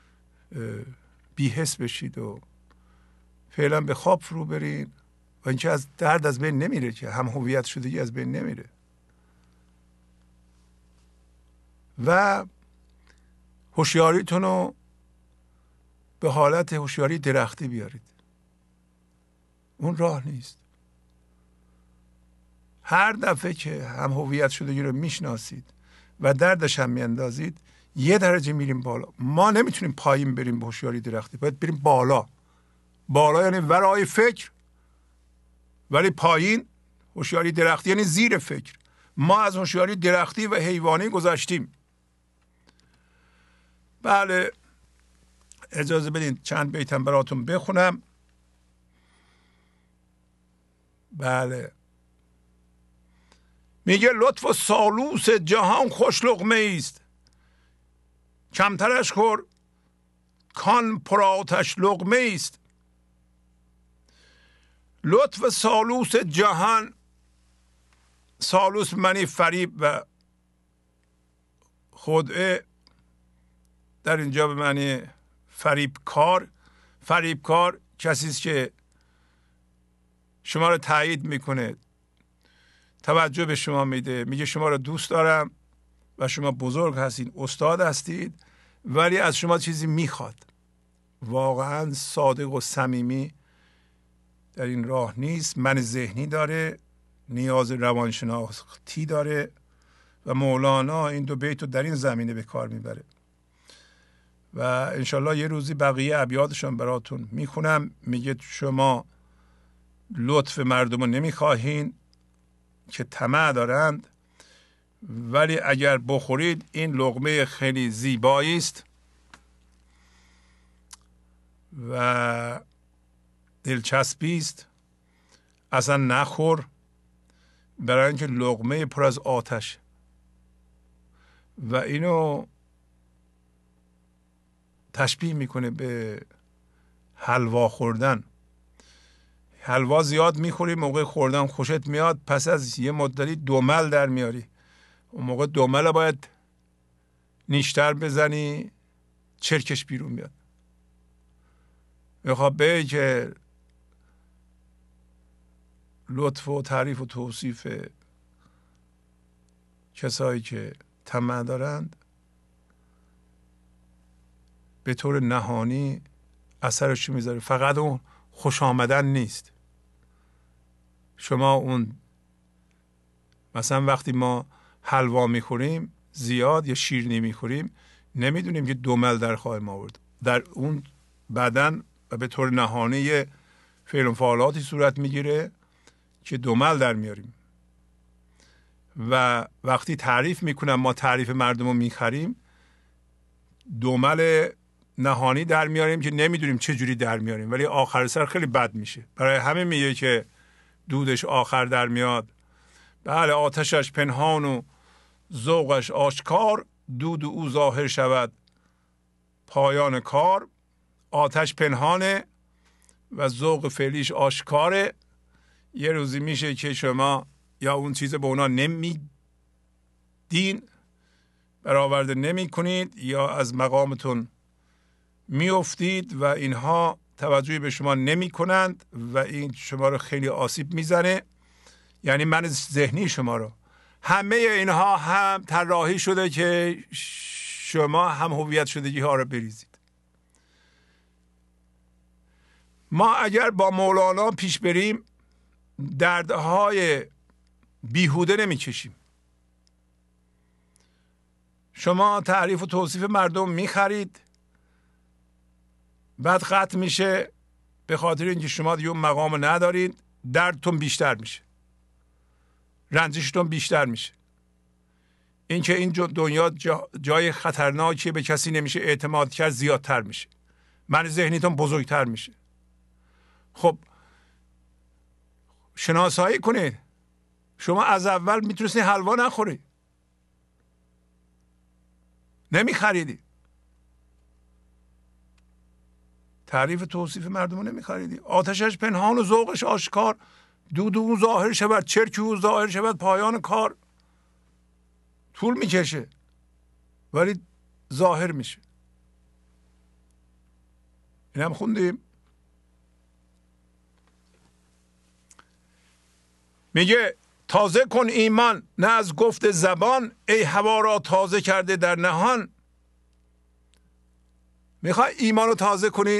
بی‌حس بشید و فعلا به خواب فرو برید و اینکه از درد از بین نمیره، که هم هویت شدگی از بین نمیره. و هوشیاریتون رو به حالت هوشیاری درختی بیارید. اون راه نیست. هر دفعه که هم هویت شدگی رو میشناسید و دردش هم میاندازید، یه درجه میریم بالا. ما نمیتونیم پایین بریم به هوشیاری درختی، باید بریم بالا. بالا یعنی ورای فکر، ولی پایین هوشیاری درختی یعنی زیر فکر. ما از هوشیاری درختی و حیوانی گذشتیم. بله، اجازه بدین چند بیتم براتون بخونم. بله، میگه لطف و سالوس جهان خوش لقمه است، کمترش خور کان پرآتش لقمه است. لطف و سالوس جهان، سالوس معنی فریب و خدعه، در اینجا به معنی فریبکار. فریبکار کسی است که شما رو تایید میکنه، توجه به شما میده، میگه شما رو دوست دارم و شما بزرگ هستید، استاد هستید، ولی از شما چیزی میخواد. واقعا صادق و صمیمی در این راه نیست. من ذهنی داره، نیاز روانشناختی داره و مولانا این دو بیت رو در این زمینه به کار میبره و انشالله یه روزی بقیه ابیاتشون براتون میخونم. میگه شما لطف مردم رو نمیخواهین که طمع دارند، ولی اگر بخورید این لقمه خیلی زیبایی است و دلچسبی است، اصلا نخور، برای اینکه لقمه پر از آتش. و اینو تشبیه میکنه به حلوا خوردن. حلوا زیاد میخوری، موقع خوردن خوشت میاد، پس از یه مدتی دمل در میاری. اون موقع دمل باید نیشتر بزنی چرکش بیرون بیاد. میخواد به که لطف و تعریف و توصیف کسایی که طمع دارند به طور نهانی اثرش میذاره. فقط اون خوش آمدن نیست. شما اون مثلا وقتی ما حلوا میخوریم زیاد یا شیرینی میخوریم، نمیدونیم که دمل در خواهیم آورد در اون بدن و به طور نهانی فعل و فعالاتی صورت میگیره که دمل در میاریم. و وقتی تعریف میکنم، ما تعریف مردم رو میخریم، دمل نهانی در میاریم که نمیدونیم چه جوری در میاریم، ولی آخر سر خیلی بد میشه. برای همه میگه که دودش آخر در میاد. بله، آتشش پنهان و ذوقش آشکار، دود او ظاهر شود پایان کار. آتش پنهانه و ذوق فعلیش آشکاره. یه روزی میشه که شما یا اون چیز به اونا نمیدین، برآورده نمی کنید، یا از مقامتون میافتید و اینها توجهی به شما نمی کنند و این شما رو خیلی آسیب میزنه. یعنی من ذهنی شما رو، همه اینها هم طراحی شده که شما هم هویت شدگی ها رو بریزید. ما اگر با مولانا پیش بریم دردهای بیهوده نمیکشیم. شما تعریف و توصیف مردم میخرید، بعد قطع میشه به خاطر اینکه شما دیگه اون مقام ندارید، دردتون بیشتر میشه، رنجشتون بیشتر میشه. اینکه این دنیا جای خطرناکیه، به کسی نمیشه اعتماد کرد، زیادتر میشه، من ذهنیتون بزرگتر میشه. خب شناسایی کنید. شما از اول میتونستید حلوا نخوری، نمیخریدی، تعریف توصیف مردم رو نمیخریدی. آتشش پنهان و ذوقش آشکار، دود او ظاهر شود، چرک او ظاهر شود، پایان کار. طول میکشه ولی ظاهر میشه. این هم خوندیم. میگه تازه کن ایمان نه از گفت زبان، ای هوا را تازه کرده در نهان. میخوای ایمان رو تازه کنی؟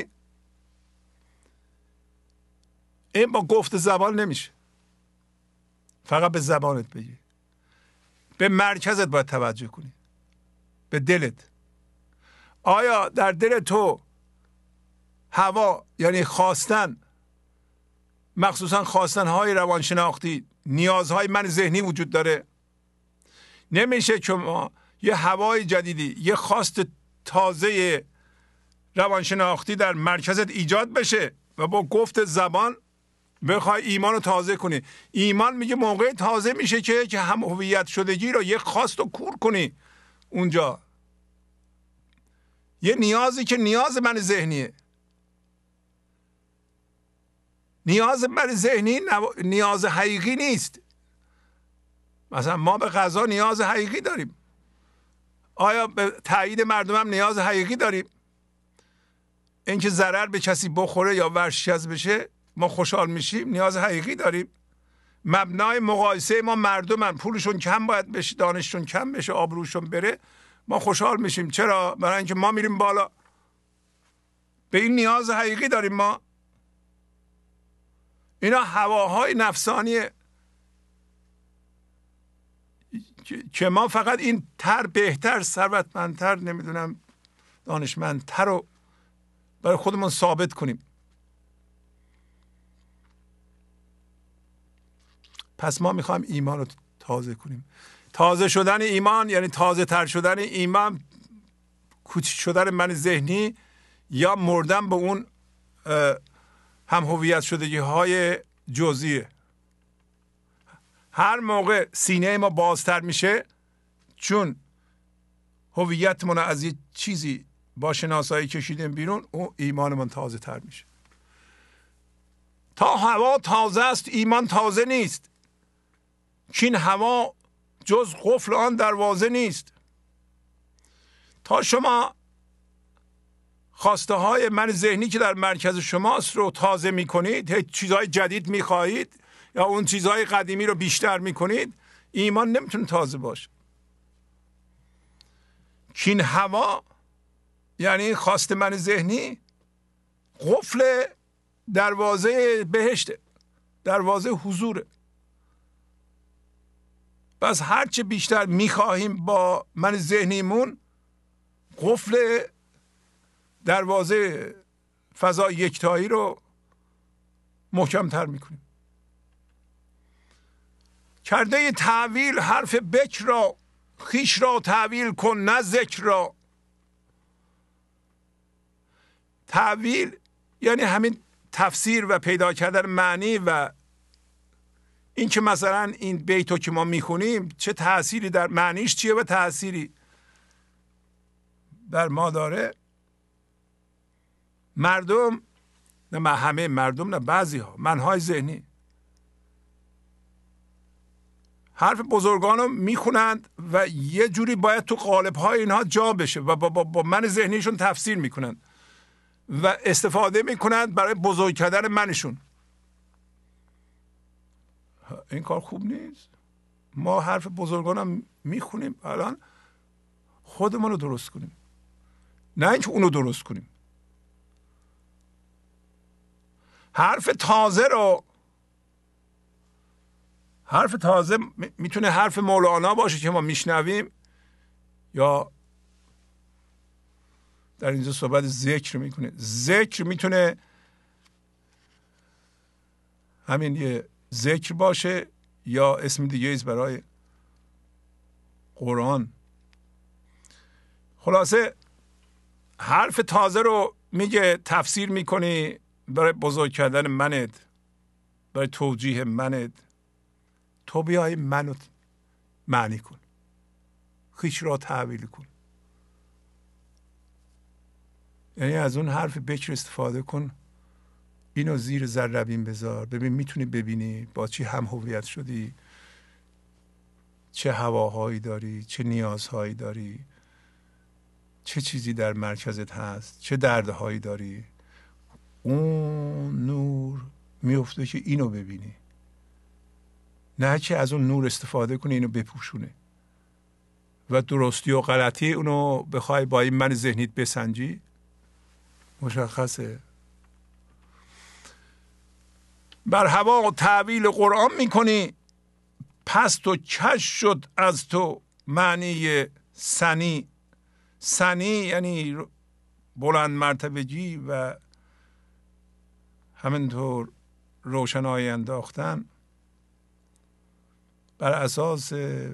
این با گفت زبان نمیشه، فقط به زبانت بگی. به مرکزت باید توجه کنی، به دلت. آیا در دل تو هوا یعنی خواستن، مخصوصا خواستنهای روانشناختی، نیازهای من ذهنی وجود داره؟ نمیشه که ما یه هوای جدیدی، یه خواست تازه روانشناختی در مرکزت ایجاد بشه و با گفت زبان بخوای ایمان رو تازه کنی. ایمان میگه موقع تازه میشه که هم هویت شدگی رو یه خواست رو کور کنی اونجا. یه نیازی که نیاز من ذهنیه. نیاز من ذهنی نیاز حقیقی نیست. مثلا ما به غذا نیاز حقیقی داریم. آیا به تایید مردم هم نیاز حقیقی داریم؟ اینکه ضرر به کسی بخوره یا ورشکست بشه ما خوشحال میشیم، نیاز حقیقی داریم. مبنای مقایسه ما مردمن، پولشون کم باید بشه، دانششون کم بشه، آبروشون بره، ما خوشحال میشیم. چرا؟ برای اینکه ما میریم بالا. به این نیاز حقیقی داریم ما. اینا هواهای نفسانیه که ما فقط این بهتر، ثروتمندتر، نمیدونم دانشمندتر رو برای خودمون ثابت کنیم. پس ما میخوایم ایمان رو تازه کنیم. تازه شدن ایمان یعنی تازه تر شدن ایمان، کوچک شدن من ذهنی یا مردن به اون هم هویت شدگی های جزئیه. هر موقع سینه ما بازتر میشه، چون هویتمون از یه چیزی با شناسایی کشیدیم بیرون، اون ایمانمون تازه تر میشه. تا هوا تازه است ایمان تازه نیست، چین هوا جز قفل آن دروازه نیست. تا شما خواسته های من ذهنی که در مرکز شماست رو تازه میکنید، چیزهای جدید میخواهید یا اون چیزهای قدیمی رو بیشتر میکنید، ایمان نمیتونه تازه باشه. چین هوا یعنی خواست من ذهنی قفل دروازه بهشته، دروازه حضوره. بس هرچه بیشتر میخواهیم با من ذهنیمون قفل دروازه فضای یکتایی رو محکمتر میکنیم. کرده تعویل حرف بکر را، خویش را تعویل کن نه ذکر را. تعویل یعنی همین تفسیر و پیدا کردن معنی و این که مثلا این بیتو که ما میخونیم چه تأثیری در معنیش چیه و تأثیری بر ما داره. مردم، نه همه مردم، نه بعضی ها، منهای ذهنی حرف بزرگان رو میخونند و یه جوری باید تو قالب های اینها جا بشه و با من ذهنیشون تفسیر میکنند و استفاده میکنند برای بزرگ کردن منشون. این کار خوب نیست. ما حرف بزرگان رو میخونیم، الان خودمون رو درست کنیم، نه اینکه اونو درست کنیم. حرف تازه میتونه حرف مولانا باشه که ما میشنویم، یا در اینجا صحبت ذکر میکنه. ذکر میتونه همین یه ذکر باشه یا اسم دیگه ایست برای قرآن. خلاصه حرف تازه رو میگه تفسیر میکنی برای بزرگ کردن منت، برای توجیه منت. تو بیای منو معنی کن، خویش را تحویل کن. یعنی از اون حرف بکر استفاده کن، اینو زیر ذره‌بین بذار، ببین میتونی ببینی با چی هم هویت شدی، چه هواهایی داری، چه نیازهایی داری، چه چیزی در مرکزت هست، چه دردهایی داری. اون نور میفته که اینو ببینی، نه که از اون نور استفاده کنی اینو بپوشونه و درستی و غلطی اونو بخوای با این من ذهنیت بسنجی. مشخصه بر هوا تعویل قرآن میکنی، پس تو کش شد از تو معنی سنی. سنی یعنی بلند مرتبگی و همینطور روشنایی انداختن بر اساس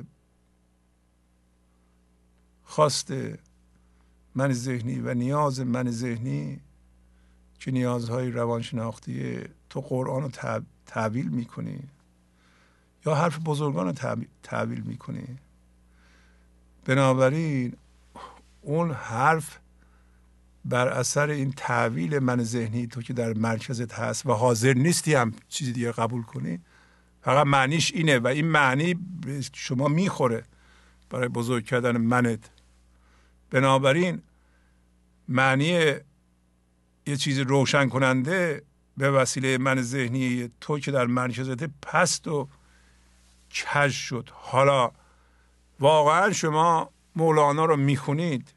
خواست من ذهنی و نیاز من ذهنی که نیازهای روانشناختیه. تو قرآن رو تعویل میکنی یا حرف بزرگان رو تعویل میکنی. بنابراین اون حرف بر اثر این تعویل من ذهنی تو که در مرکزت هست و حاضر نیستی هم چیزی دیگه قبول کنی، فقط معنیش اینه و این معنی به شما میخوره برای بزرگ کردن منت. بنابراین معنی یه چیز روشن کننده به وسیله من ذهنی تو که در مرکزت پست و کج شد. حالا واقعا شما مولانا رو میخونید،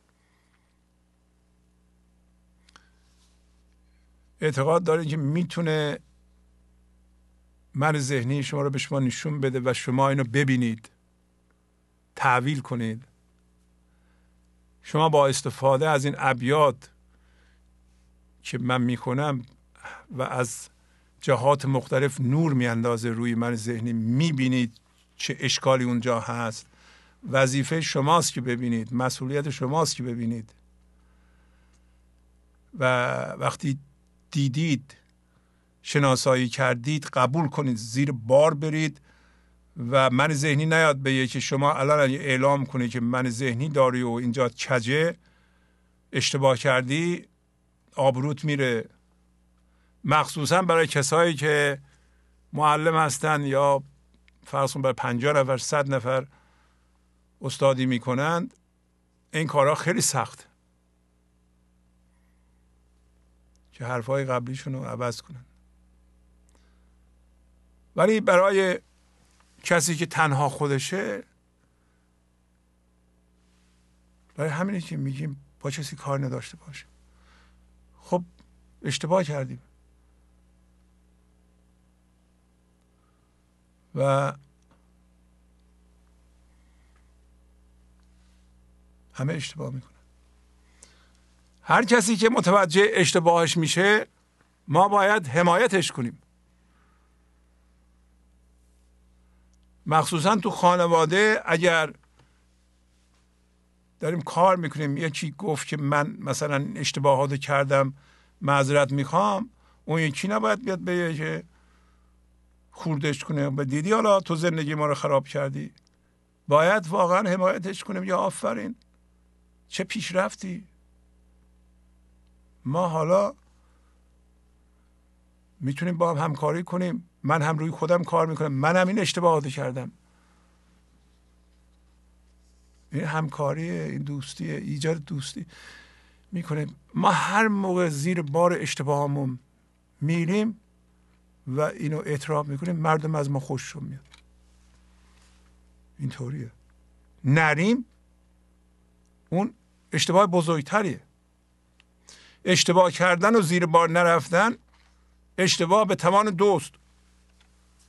اعتقاد دارید که میتونه من ذهنی شما رو به شما نشون بده و شما اینو ببینید، تعویل کنید. شما با استفاده از این ابیات که من میکنم و از جهات مختلف نور میاندازه روی من ذهنی، میبینید چه اشکالی اونجا هست. وظیفه شماست که ببینید، مسئولیت شماست که ببینید. و وقتی دیدید، شناسایی کردید، قبول کنید، زیر بار برید و من ذهنی نیاد بگه که شما الان اعلام کنید که من ذهنی داری و اینجا کجه، اشتباه کردی، آبروت میره. مخصوصا برای کسایی که معلم هستن یا فرض کن برای 50 نفر 100 نفر استادی میکنند، این کارها خیلی سخت که حرفهای قبلیشون رو عوض کنن. ولی برای کسی که تنها خودشه، برای همینه که میگیم با کسی کار نداشته باشه. خب اشتباه کردیم و همه اشتباه میکنن. هر کسی که متوجه اشتباهش میشه ما باید حمایتش کنیم. مخصوصا تو خانواده اگر داریم کار میکنیم، یکی گفت که من مثلا اشتباهات کردم معذرت میخوام، اون یکی نباید بیاد بگه که خوردش کنه و دیدی حالا تو زندگی ما رو خراب کردی. باید واقعا حمایتش کنیم. یا آفرین چه پیشرفتی، ما حالا میتونیم با هم همکاری کنیم، من هم روی خودم کار میکنم، من هم این اشتباهات کردم. این همکاری، این دوستی، ایجاد دوستی میکنیم. ما هر موقع زیر بار اشتباهمون میریم و اینو اعتراف میکنیم، مردم از ما خوششون میاد. اینطوریه. نریم اون اشتباه بزرگتریه. اشتباه کردن و زیر بار نرفتن اشتباه به توان دوست.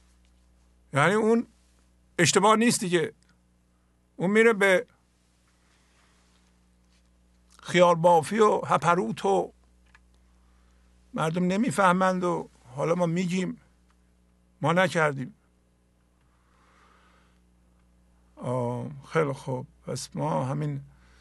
یعنی اون اشتباه نیست دیگه، اون میره به خیال بافی و هپروت و مردم نمیفهمند و حالا ما میگیم ما نکردیم. خیلی خوب، پس ما همین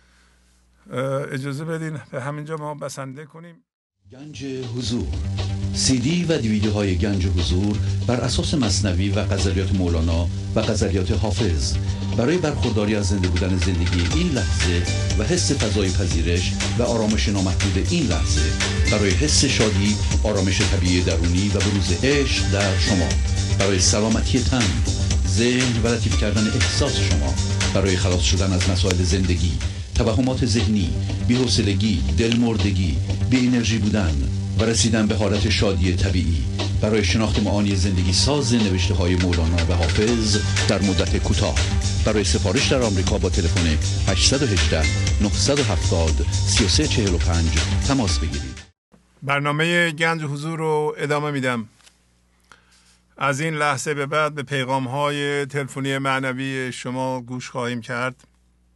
اجازه بدین به همینجا ما بسنده کنیم. گنج حضور، سی دی و دیویدیوهای گنج حضور بر اساس مثنوی و غزلیات مولانا و غزلیات حافظ برای برخورداری از زنده بودن زندگی این لحظه و حس فضای پذیرش و آرامش نامحدود این لحظه، برای حس شادی، آرامش طبیعی درونی و بروز عشق در شما، برای سلامتی تن، ذهن و لطیف کردن احساس شما، برای خلاص شدن از مسائل زندگی، توهمات ذهنی، بی‌حوصلگی، دلمردگی، بی انرژی بودن و رسیدن به حالت شادی طبیعی، برای شناخت معانی زندگی ساز نوشته های مولانا و حافظ در مدت کوتاه. برای سفارش در آمریکا با تلفن 818 970 3345 تماس بگیرید. برنامه گنج حضور رو ادامه میدم. از این لحظه به بعد به پیغام های تلفنی معنوی شما گوش خواهیم کرد.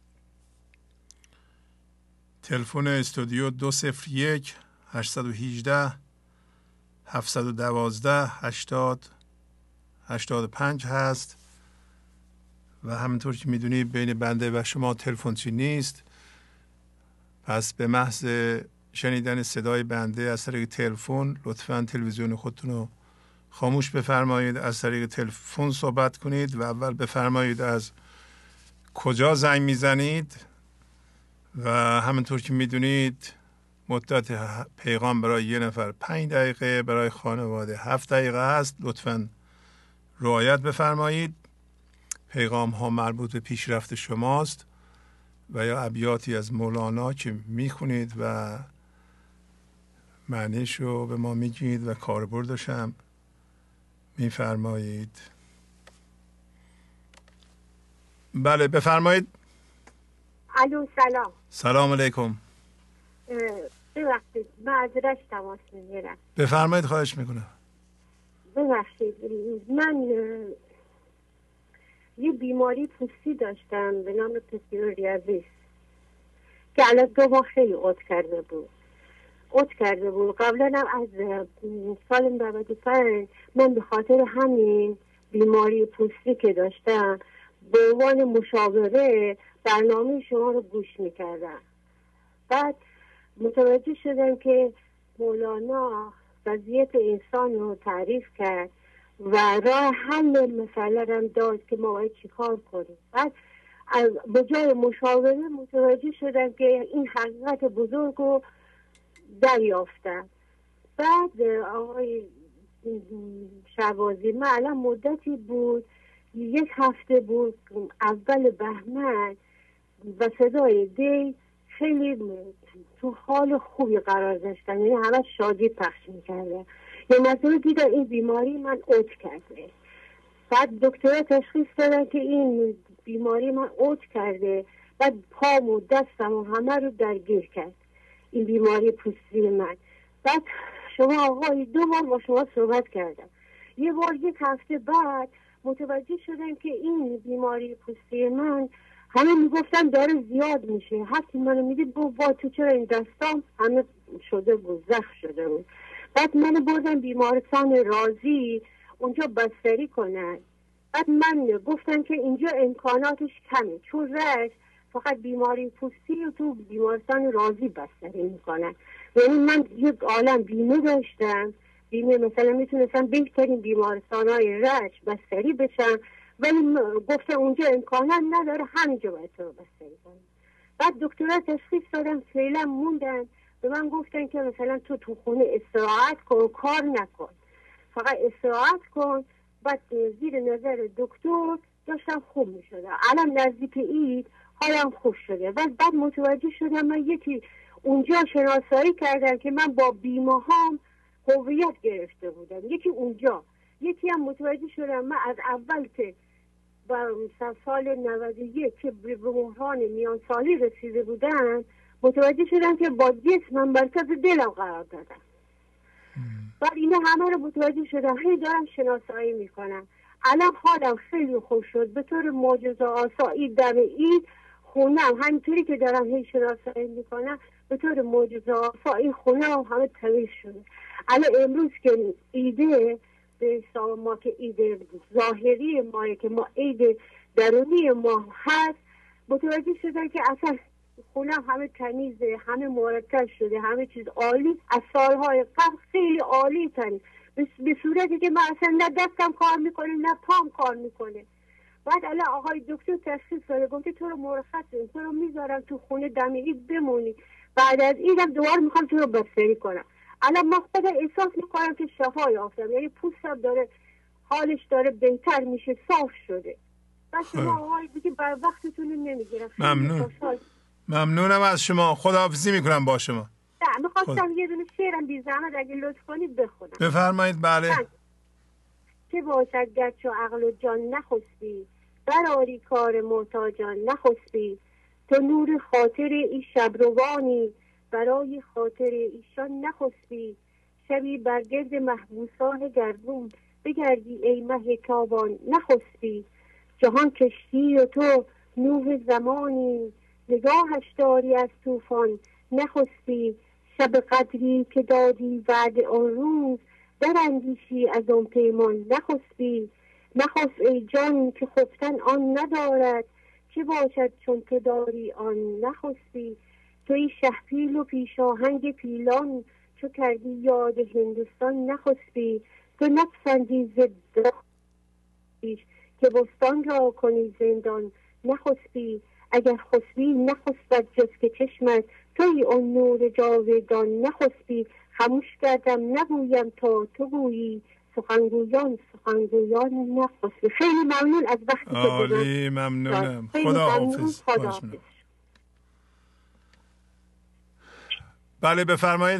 تلفن استودیو 201 818 712 8085 هست و همینطور که میدونید بین بنده و شما تلفنچی نیست، پس به محض شنیدن صدای بنده از طریق تلفن لطفاً تلویزیون خودتون رو خاموش بفرمایید، از طریق تلفن صحبت کنید و اول بفرمایید از کجا زنگ میزنید و همینطور که میدونید مدت پیغام برای یه نفر 5 دقیقه، برای خانواده 7 دقیقه هست. لطفاً رعایت بفرمایید. پیغام ها مربوط به پیشرفت شماست و یا ابیاتی از مولانا که میخونید و معنیش رو به ما میگید و کاربردش هم میفرمایید. بله بفرمایید. الو سلام. سلام علیکم. ببخشید معذرت تماس میگیرم. بفرمایید، خواهش میکنم. ببخشید من یه بیماری پوستی داشتم به نام پسیوریازیس که الان 2 ماه خیلی عد کرده بود. قبلا هم از سال 95 من به خاطر همین بیماری پوستی که داشتم به عنوان مشاوره برنامه شما رو گوش میکردم. بعد متوجه شدم که مولانا وضعیت انسان رو تعریف کرد و راه حل مسئله رو داد که ما باید چی کار کنیم. بعد به جای مشاوره متوجه شدم که این حقیقت بزرگ رو دریافتم. بعد آقای شعبازی، من الان مدتی بود 1 هفته بود اول بهمن و صدای دی خیلی تو حال خوبی قرار داشتن، یعنی همه شادی پخش میکرده. یه مسئله دیدم این بیماری من عد کرده. بعد دکتر تشخیص دادن که این بیماری من عد کرده. بعد پام و دستم و همه رو درگیر کرد این بیماری پوستی من. بعد شما آقای 2 بار با شما صحبت کردم. یه بار 1 هفته بعد متوجه شدم که این بیماری پوستی من همه میگفتن داره زیاد میشه. حتی منو میدید با تو چرا این دستام همه شده بود، زخم شده بود. بعد منو بردن بیمارستان رازی اونجا بستری کنن. بعد من گفتن که اینجا امکاناتش کمه چون رشت فقط بیماری پوستی و تو بیمارستان رازی بستری میکنن. یعنی من یک عالم بیمه داشتم، بیمه مثلا میتونستم بهترین بیمارستان‌های رشت بستری بشم، ولی گفتن اونجا امکانات نداره، همینجا باید تو بستری کنم. بعد دکترها تشخیص دادن، فعلا موندن به من گفتن که مثلا تو خونه استراحت کن، کار نکن، فقط استراحت کن. بعد زیر نظر دکتر داشتم خوب می شده. الان نزدیک عید حالم خوب شده. بعد متوجه شدم من یکی اونجا شناسایی کردن که من با بیمه هام هویت گرفته بودم، یکی اونجا. یکی هم متوجه شدم من از اول که با سال 91 که به بحران میان سالی رسیده بودم متوجه شدم که با جسمم مرکز دلم قرار دادم. بعد اینا همه رو متوجه شدم، هی دارم شناسایی میکنم. الان حالم خیلی خوب شد به طور معجزه آسا. دم عید خونم همینطوری که دارم هی شناسایی میکنم به طور معجزه این خونه هم همه تمیز شده. الان امروز که ایده به حساب ما که ایده ظاهری ما که ما ایده درونی ما هست، متوجه شدن که اصلا خونه همه تمیزه، همه مرتب شده، همه چیز عالی، از سالهای قبل خیلی عالی تن، به صورتی که من اصلا نه دستم کار میکنه نه پام کار میکنه. بعد الان آقای دکتر تشخیص داده، گفته تو رو مرخص، تو رو میذارم تو خونه دمیقی بمونی، بعد از اینم دوباره میخوام تو رو بستری کنم. الان من خودم احساس میکنم که شفا یافتم، یعنی پوستم داره حالش داره بهتر میشه، صاف شده. بس شما آقای دیگه بر وقتتون نمیگیرم. ممنونم از شما. خداحافظی میکنم با شما. نه میخواستم یه دونه شعرم بی زحمت اگه لطف کنید بخونم. بفرمایید. بله. چه باشد گرچه عقل و جان نخسبی، برآری کار محتاجان نخسبی، تو نور خاطر این شبروانی، برای خاطر ایشان نخسبی، شبی برگرد محبوسان گردون، بگردی ای مه تابان نخسبی، جهان کشتی و تو نوح زمانی، نگاهش داری از طوفان نخسبی، شب قدری که دادی وعد آن روز، در اندیشی از آن پیمان نخسبی، مخسب ای جان که خفتن آن ندارد، چه باشد چون تو داری آن نخسبی، توی شهپیل و پیشاهنگ پیلان، چو کردی یاد هندوستان نخسبی، تو نپسندی ضد که بستان را کنی زندان نخسبی، اگر خسبی نخسبد جز که چشمت، توی اون نور جاودان نخسبی، خموش کردم نگویم تا تو گویی، سخنگویان نخسبی. خیلی ممنون از وقتی که عالی. ممنونم. خداحافظ. بله بفرمایید.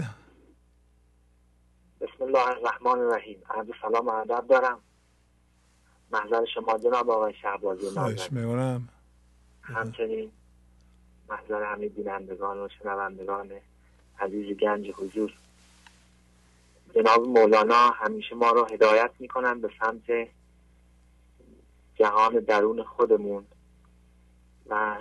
بسم الله الرحمن الرحیم. عرض سلام و ادب دارم. محضر شما جناب آقای شهبازی نازنین. خواهش می‌کنم. همچنین محضر همه بینندگان و شنوندگان عزیز گنج حضور. جناب مولانا همیشه ما رو هدایت میکنن به سمت جهان درون خودمون و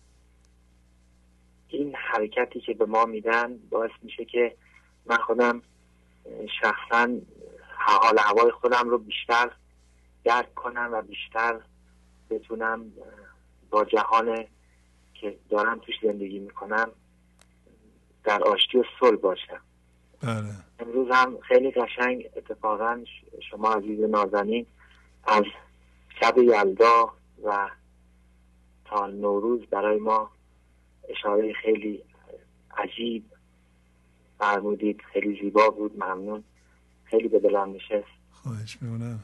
این حرکتی که به ما میدن باعث میشه که من خودم شخصا حال هوای خودم رو بیشتر درک کنم و بیشتر بتونم با جهان که دارم توش زندگی میکنم در آشتی و صلح باشم. بله. امروز هم خیلی قشنگ اتفاقا شما عزیز نازنین از شب یلدا و تا نوروز برای ما اشاره خیلی عجیب فرمودید. خیلی زیبا بود. ممنون. خیلی به دلم نشست. خواهش می‌کنم.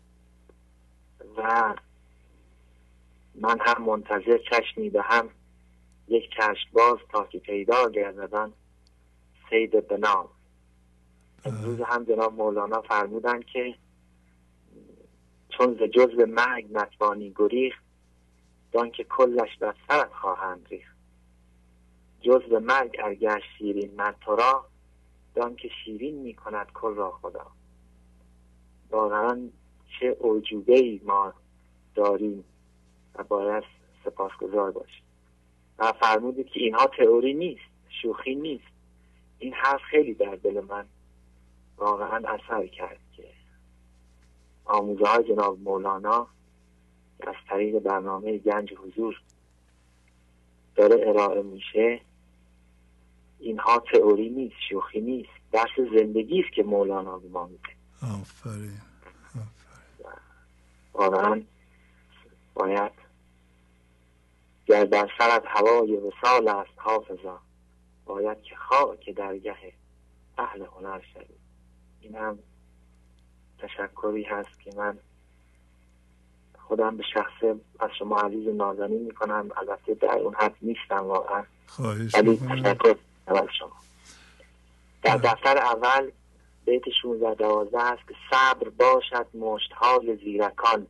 و من هم منتظر چشمی به هم یک چشم باز تا که پیدا گرددن صید بنام. امروز هم جناب مولانا فرمودن که چون ز جزو مرگ نتوانی گریخت، دان که کلش بر سرت خواهند ریخت. جزو مرگ ار گشت شیرین من تو را، دان که شیرین می کند کل را خدا. واقعا چه اعجوبه‌ای ما داریم و باید سپاسگزار باشیم. و فرمودید که اینها تئوری نیست، شوخی نیست. این حرف خیلی در دل من واقعا اثر کرد که آموزه های جناب مولانا از طریق برنامه گنج حضور داره ارائه میشه. اینها تئوری نیست، شوخی نیست، درس زندگی است که مولانا به ما میده. آفرین. واقعا باید گر در سرت هوای وصال است حافظا، باید که خاک درگه اهل هنر شوی. این هم تشکری هست که من خودم به شخصه از شما عزیز نازنین میکنم. البته در اون حد نیستم واقعا، ولی تشکر از شما. در دفتر اول بیت 16-12 هست که صبر باشد مشت‌های زیرکان،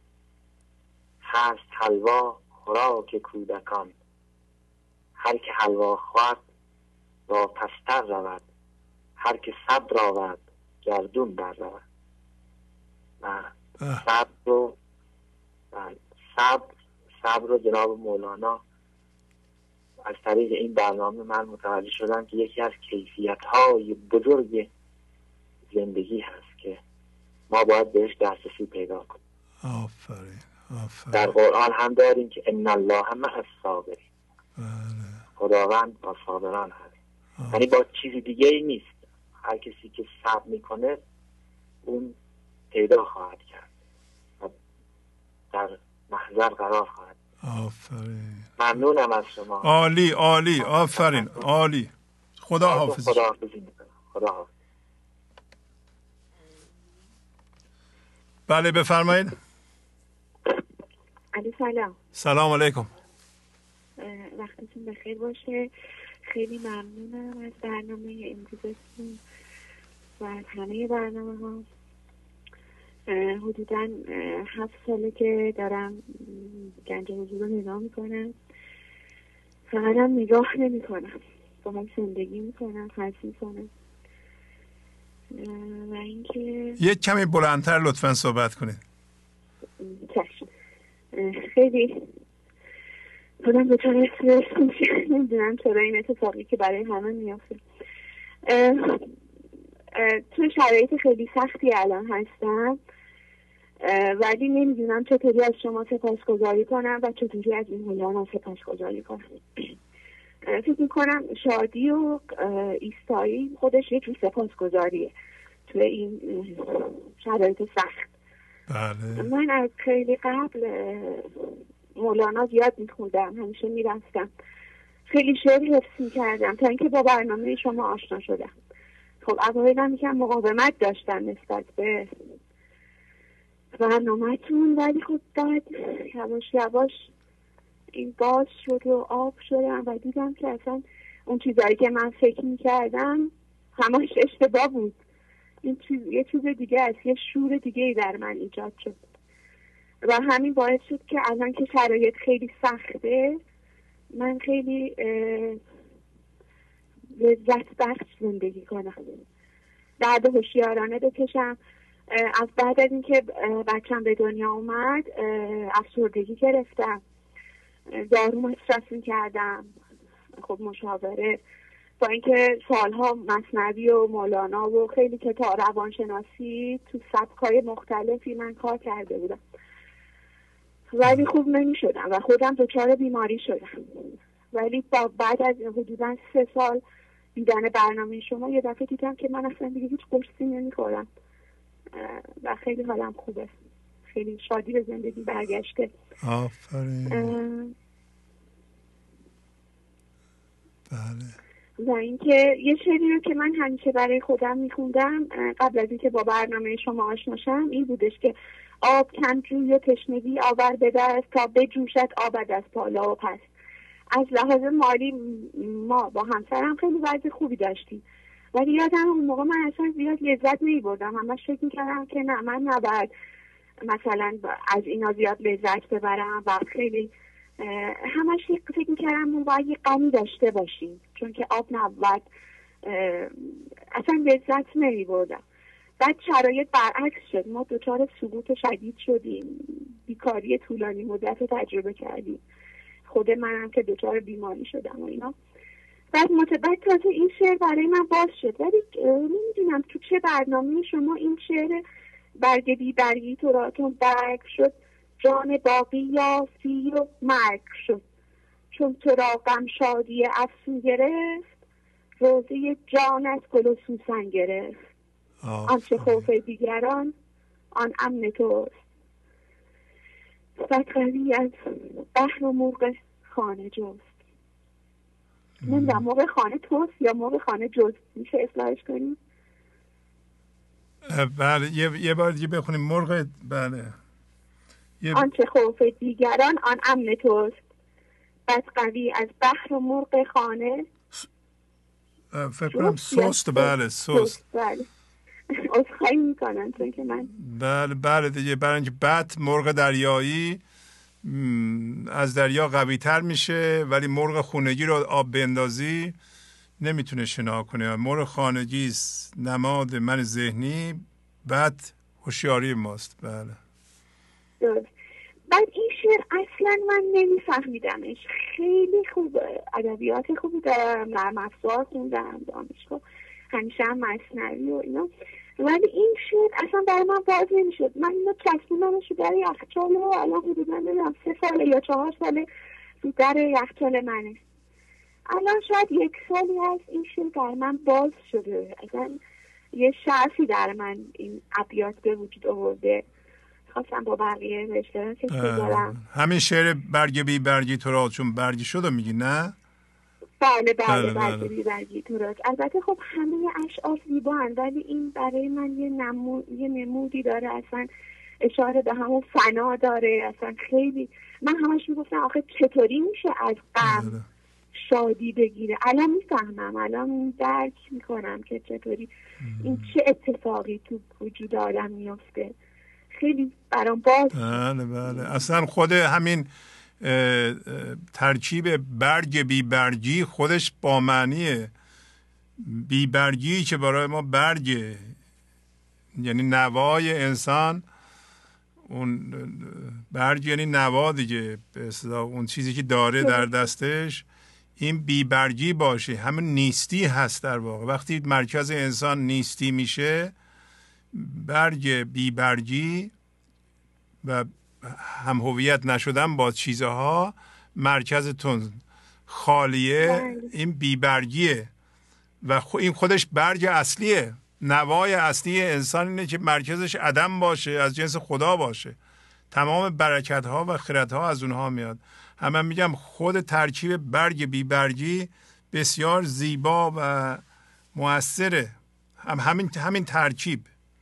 هست حلوا خوراک کودکان. هر که حلوا خورد را پستر رود، هر که صبر آورد گردون در رود. و صبر رو جناب مولانا از طریق این برنامه من متوجه شدم که یکی از کیفیت‌های بزرگ زندگی هست که ما باید بهش دسترسی پیدا کنیم. آفرین. در قرآن هم داریم که ان الله مع الصابرین. خداوند با صابران هست. یعنی با چیزی دیگه ای نیست. هر کسی که صبر میکنه اون پیدا خواهد کرد و در محضر قرار خواهد. آفرین. ممنونم از شما. عالی عالی. آفرین. عالی. خدا حافظ. خدا حافظی میکنم. خدا حافظ. بله بفرمایید. علی سلام. سلام علیکم. وقتتون بخیر باشه. خیلی ممنونم از برنامه امروزتون و از همه برنامه ها. حدوداً 7 ساله که دارم گنج حضور رو نگاه میکنم. فقط هم نگاه نمی کنم، با هم زندگی میکنم، خرج میکنم. و اینکه یک کمی بلندتر لطفاً صحبت کنید. چشم. خیلی خودم دچار استرس میشه، نمیدونم چرا این اتفاقی که برای همه میافته. تو شرایط خیلی سختی الان هستم، ولی نمیدونم چطوری از شما سپاسگزاری کنم و چطوری از این مولانا سپاسگزاری کنم. فکر میکنم شادی و ایستایی خودش یک سپاسگزاریه تو این شرایط سخت. بله. من از خیلی قبل مولانا زیاد میخوندم، همیشه میرفتم، خیلی شعر حفظ میکردم تا اینکه با برنامه شما آشنا شدم. خب اوایل یکم مقاومت داشتم نسبت به برنامه‌تون، ولی خب بعد یواش یواش این باز شد و آب شدم و دیدم که اصلا اون چیزایی که من فکر میکردم همش اشتباه بود. این چیز یه چیز دیگه است، یه شور دیگه در من ایجاد شد و همین باعث شد که الان که شرایط خیلی سخته من خیلی لذت بخش زندگی کنم، بعد هوشیارانه بکشم. از بعد از اینکه بچم به دنیا اومد افسردگی گرفتم، دارو مصرف می‌کردم، خب مشاوره، با اینکه سالها مثنوی و مولانا و خیلی کتاب روانشناسی تو سبک‌های مختلفی من کار کرده بودم، ولی خوب نمی‌شدم و خودم دچار بیماری شدم. ولی بعد از حدوداً 3 سال دیدن برنامه شما یه دفعه دیدم که من اصلا دیگه هیچ قرصی نمی‌خورم و خیلی حالم خوبه، خیلی شادی به زندگی برگشته. آفرین. بله. و اینکه یه شعری رو که من همیشه برای خودم میخوندم قبل از اینکه با برنامه شما آشنا شم این بودش که آب کم جوی و تشنگی آور به دست تا بجوشد آبد از بالا و پس. از لحاظ مالی ما با همسرم خیلی وضع خوبی داشتیم، ولی یادم اون موقع من اصلا زیاد لذت نمی‌بردم، همش فکر می‌کردم که نه من نباید مثلا از اینا زیاد لذت ببرم و خیلی همش فکر می‌کردم ما باید یه غمی داشته باشیم چون که آب نبود، اصلا لذت نمی‌بردم. بعد شرایط برعکس شد، ما دچار سقوط شدید شدیم، بیکاری طولانی مدت رو تجربه کردیم، خود منم که دچار بیماری شدم و اینا. بعد تازه این شعر برای من باز شد، ولی نمیدونم تو چه برنامه شما این شعر برگ بی برگی تو را چون برگ شد جان باقی یافتی و مرگ شد، چون تو را غم شادی افسون گرفت روزه جان از گل و سوسن گرفت. آنچه خوف دیگران آن امن توست، بدقوی از بحر و مرغ خانه جست. نمیدونم مرغ خانه توست یا مرغ خانه جست، میشه اصلاحش کنیم؟ بله یه بار دیگه بخونیم. مرغ بله. آنچه خوف دیگران آن امن توست، بدقوی از بحر و مرغ خانه فکر کنم سست. بله سست. بله اصخایی میکنن چون که من بله دیگه برای اینکه بعد مرغ دریایی از دریا قوی تر میشه ولی مرغ خونگی رو آب بندازی نمیتونه شنا کنه. مرغ خانگی نماد من ذهنی، بعد هوشیاری ماست. بله بعد این شعر اصلا من نمیفهمیدمش. خیلی خوبه، ادبیات خوبی دارم، نرم افزار خوندم دانشگاه، همیشه هم مثنوی و اینا، ولی این شعر اصلا برای من باز نمیشد. من اینو چسبوندمش در یخچال و الان حدودا نمیدونم 3 سال یا 4 سال تو در یخچال منه. الان شاید 1 سالی هست این شعر در من باز شده، اصلا یه شرفی در من این ابیات به وجود آورده. خواستم با بقیه به اشتراک بذارم. همین شعر برگ بی برگی تو را چون برگی شد میگی نه؟ بله برگ بی برگی تو را. البته خب همه اشعار زیبان، ولی این برای من یه نمودی داره، اصلا اشاره به همون فنا داره. اصلا خیلی من همش میگفتم آخه چطوری میشه از غم شادی بگیره. الان میفهمم، الان درک میکنم که چطوری این چه اتفاقی تو وجود آدم میفته. خیلی برام باز. بله اصلا خود همین ترکیب برگ بی برگی خودش با معنیه. بی برگی که برای ما برگه، یعنی نوای انسان. اون برگ یعنی نوا دیگه، به اصطلاح اون چیزی که داره در دستش. این بیبرگی باشه همون نیستی هست در واقع. وقتی مرکز انسان نیستی میشه، برگ بیبرگی و هم هویت نشدن با چیزها، مرکزتون خالیه، این بیبرگیه و این خودش برگ اصلیه. نوای اصلی انسان اینه که مرکزش عدم باشه، از جنس خدا باشه، تمام برکت ها و خیرت ها از اونها میاد. من میگم خود ترکیب برگ بی برگی بسیار زیبا و مؤثره. همین ترکیب.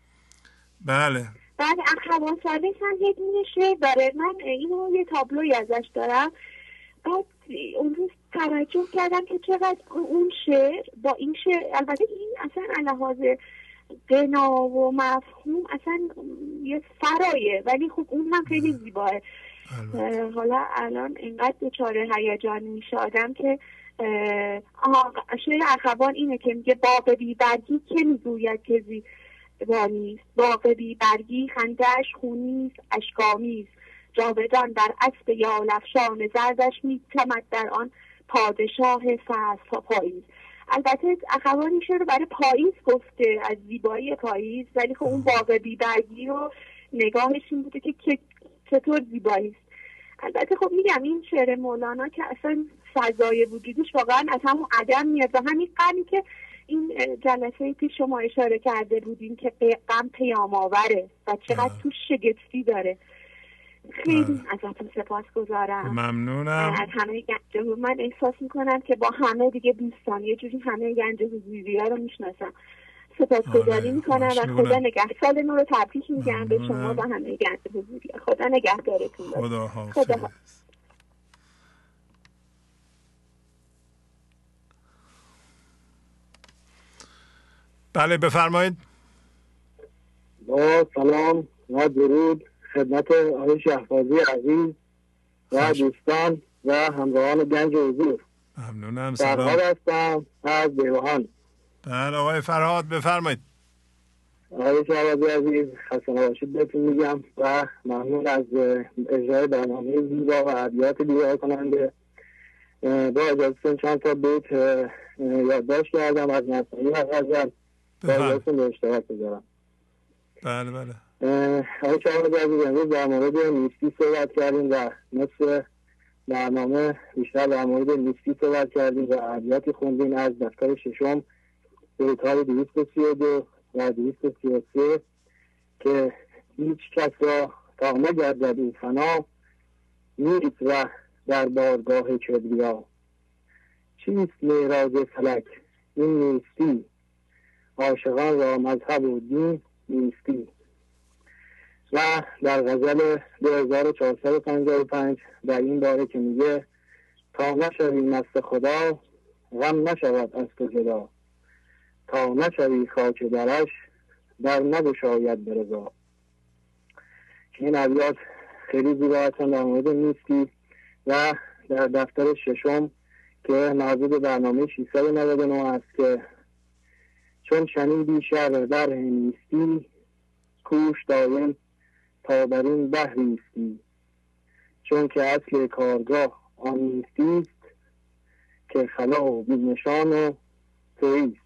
بله اخوان صالح هم یک شعر داره، من اینو یه تابلوی ازش دارم. بعد اون روز توجه کردم که چقدر اون شعر با این شعر، البته این اصلا لحاظ غنا و مفهوم اصلا یه فرایه، ولی خب اون هم خیلی زیباه. حالا الان اینقدر دچار هیجان میشه آدم که شعر اخوان اینه که میگه باغ بی برگی که میگوید که زیبانیست، باغ بی برگی خنده‌اش خونیست اشک‌آمیز، جاودان در اسب یالافشان زردش می‌تمد در آن پادشاه فصل‌ها پاییز. البته اخوان این شعر رو برای پاییز گفته، از زیبایی پاییز، ولی خب اون باغ بی برگی رو نگاهش این بوده که چطور زیبایی است. البته خب میگم این شعر مولانا که اصلا فضای وجودش واقعا از همون عدم میاد و همین غمی که این جلسه پیش شما اشاره کرده بودیم که غم پیام آوره و چقدر تو شگفتی داره. خیلی ازتون سپاسگزارم. ممنونم از همه گنج. من احساس میکنم که با همه دیگه دوستان یه جوری همه گنج حضوری ها رو میشناسم. سپاسگزاری میکنم و خدا نگهدار. سال نو رو تبریک میگم به شما و همه گنج حضوری. خدا نگهدارتون. خدا حافظ. بله بفرمایید. با سلام و درود خدمت آقای شهبازی عزیز و دوستان و همراهان گنج حضور. ممنونم. سلام. فرهاد هستم از بیوهان. بله آقای فرهاد بفرمایید. آقای شهبازی عزیز خسته نباشید بهتون میگم و ممنون از اجرای برنامه زیبا و ابیات بی‌نوا کننده. با اجازهتون چند تا بیت یادداشت کردم از مثنوی و غزل با اجازهتون به اشتراک بذارم. بله آقای شهبازی عزیز امروز در مورد نیستی صحبت کردیم و نصف برنامه بیشتر در مورد نیستی صحبت کردیم و ابیاتی خوندیم از دفتر ششم بیت‌های 232 و 233 که هیچ کس را تا نگردد این فنا نیست و در بارگاه کبریا. چیست معراج فلک این نیستی، عاشقان را مذهب و دین نیستی. و در غزل 2455 در این باره که میگه تا نشوی مست خدا غم نشود از تو جدا، تا نشوی خاک درش در نگشاید به رضا. این ابیات خیلی زیبا هستن در مورد نیستی و در دفتر ششم که مربوط به برنامه 699 است که چون شنیدی شر در نیستی، کوش دایم تا بر این بحر نیستی. چون که اصل کارگاه آن نیستیست که خلا و بینشان و تویست.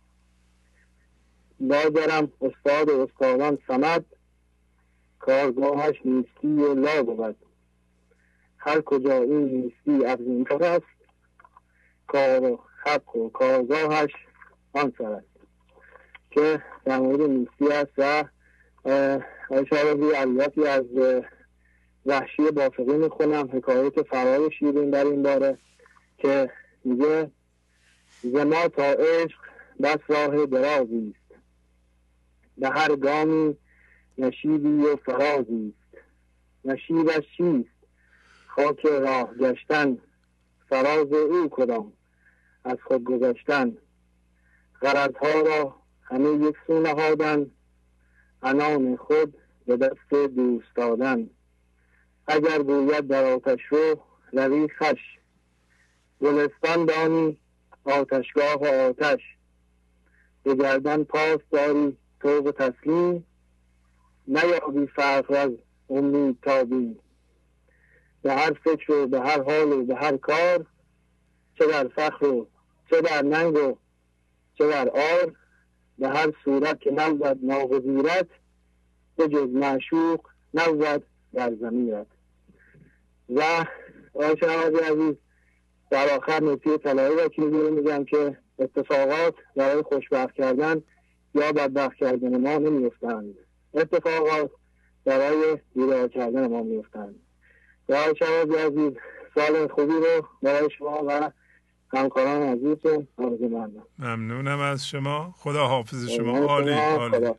لاجرم استاد و استادان صمد کارگاهش نیستی و لا بود. هر کجا این نیستی افزین کار است کار و حق و کارگاهش آن سر است. که در مورد نیستی است و شاید علیاتی از وحشی بافقی میخونم، حکایت فرار شیرین در این باره که میگه زما تا عشق بس راه درازی است، به هر گامی نشیبی و فرازی است. نشیبش چیست؟ خاک راه گشتن، فراز او کدام از خود گذشتن. غرضها را همه یک سو نهادن، عنان خود به دست دوست دادن. اگر گوید در آتش رو روی خوش، گلستان دانی آتشگاه و آتش. به گردن پاس داری توب تسلیم، نیابی فرق از امید تابی. به هر فکر و به هر حال و به هر کار، چه در فخر و چه در ننگ و چه در آر، به هر صورت که نبود ناگزیرت، به جز معشوق نبود در ضمیرت. و آقای شهبازی عزیز در آخر نکته طلایی را که میگم که اتفاقات برای خوشبخت کردن یا بدبخت کردن ما نمیفتند، اتفاقات برای بیدار کردن ما میفتند. و آقای شهبازی عزیز سال خوبی رو برای شما و همکاران عزیزتون آرزو مندم. ممنونم از شما. خدا حافظ شما. عالی عالی.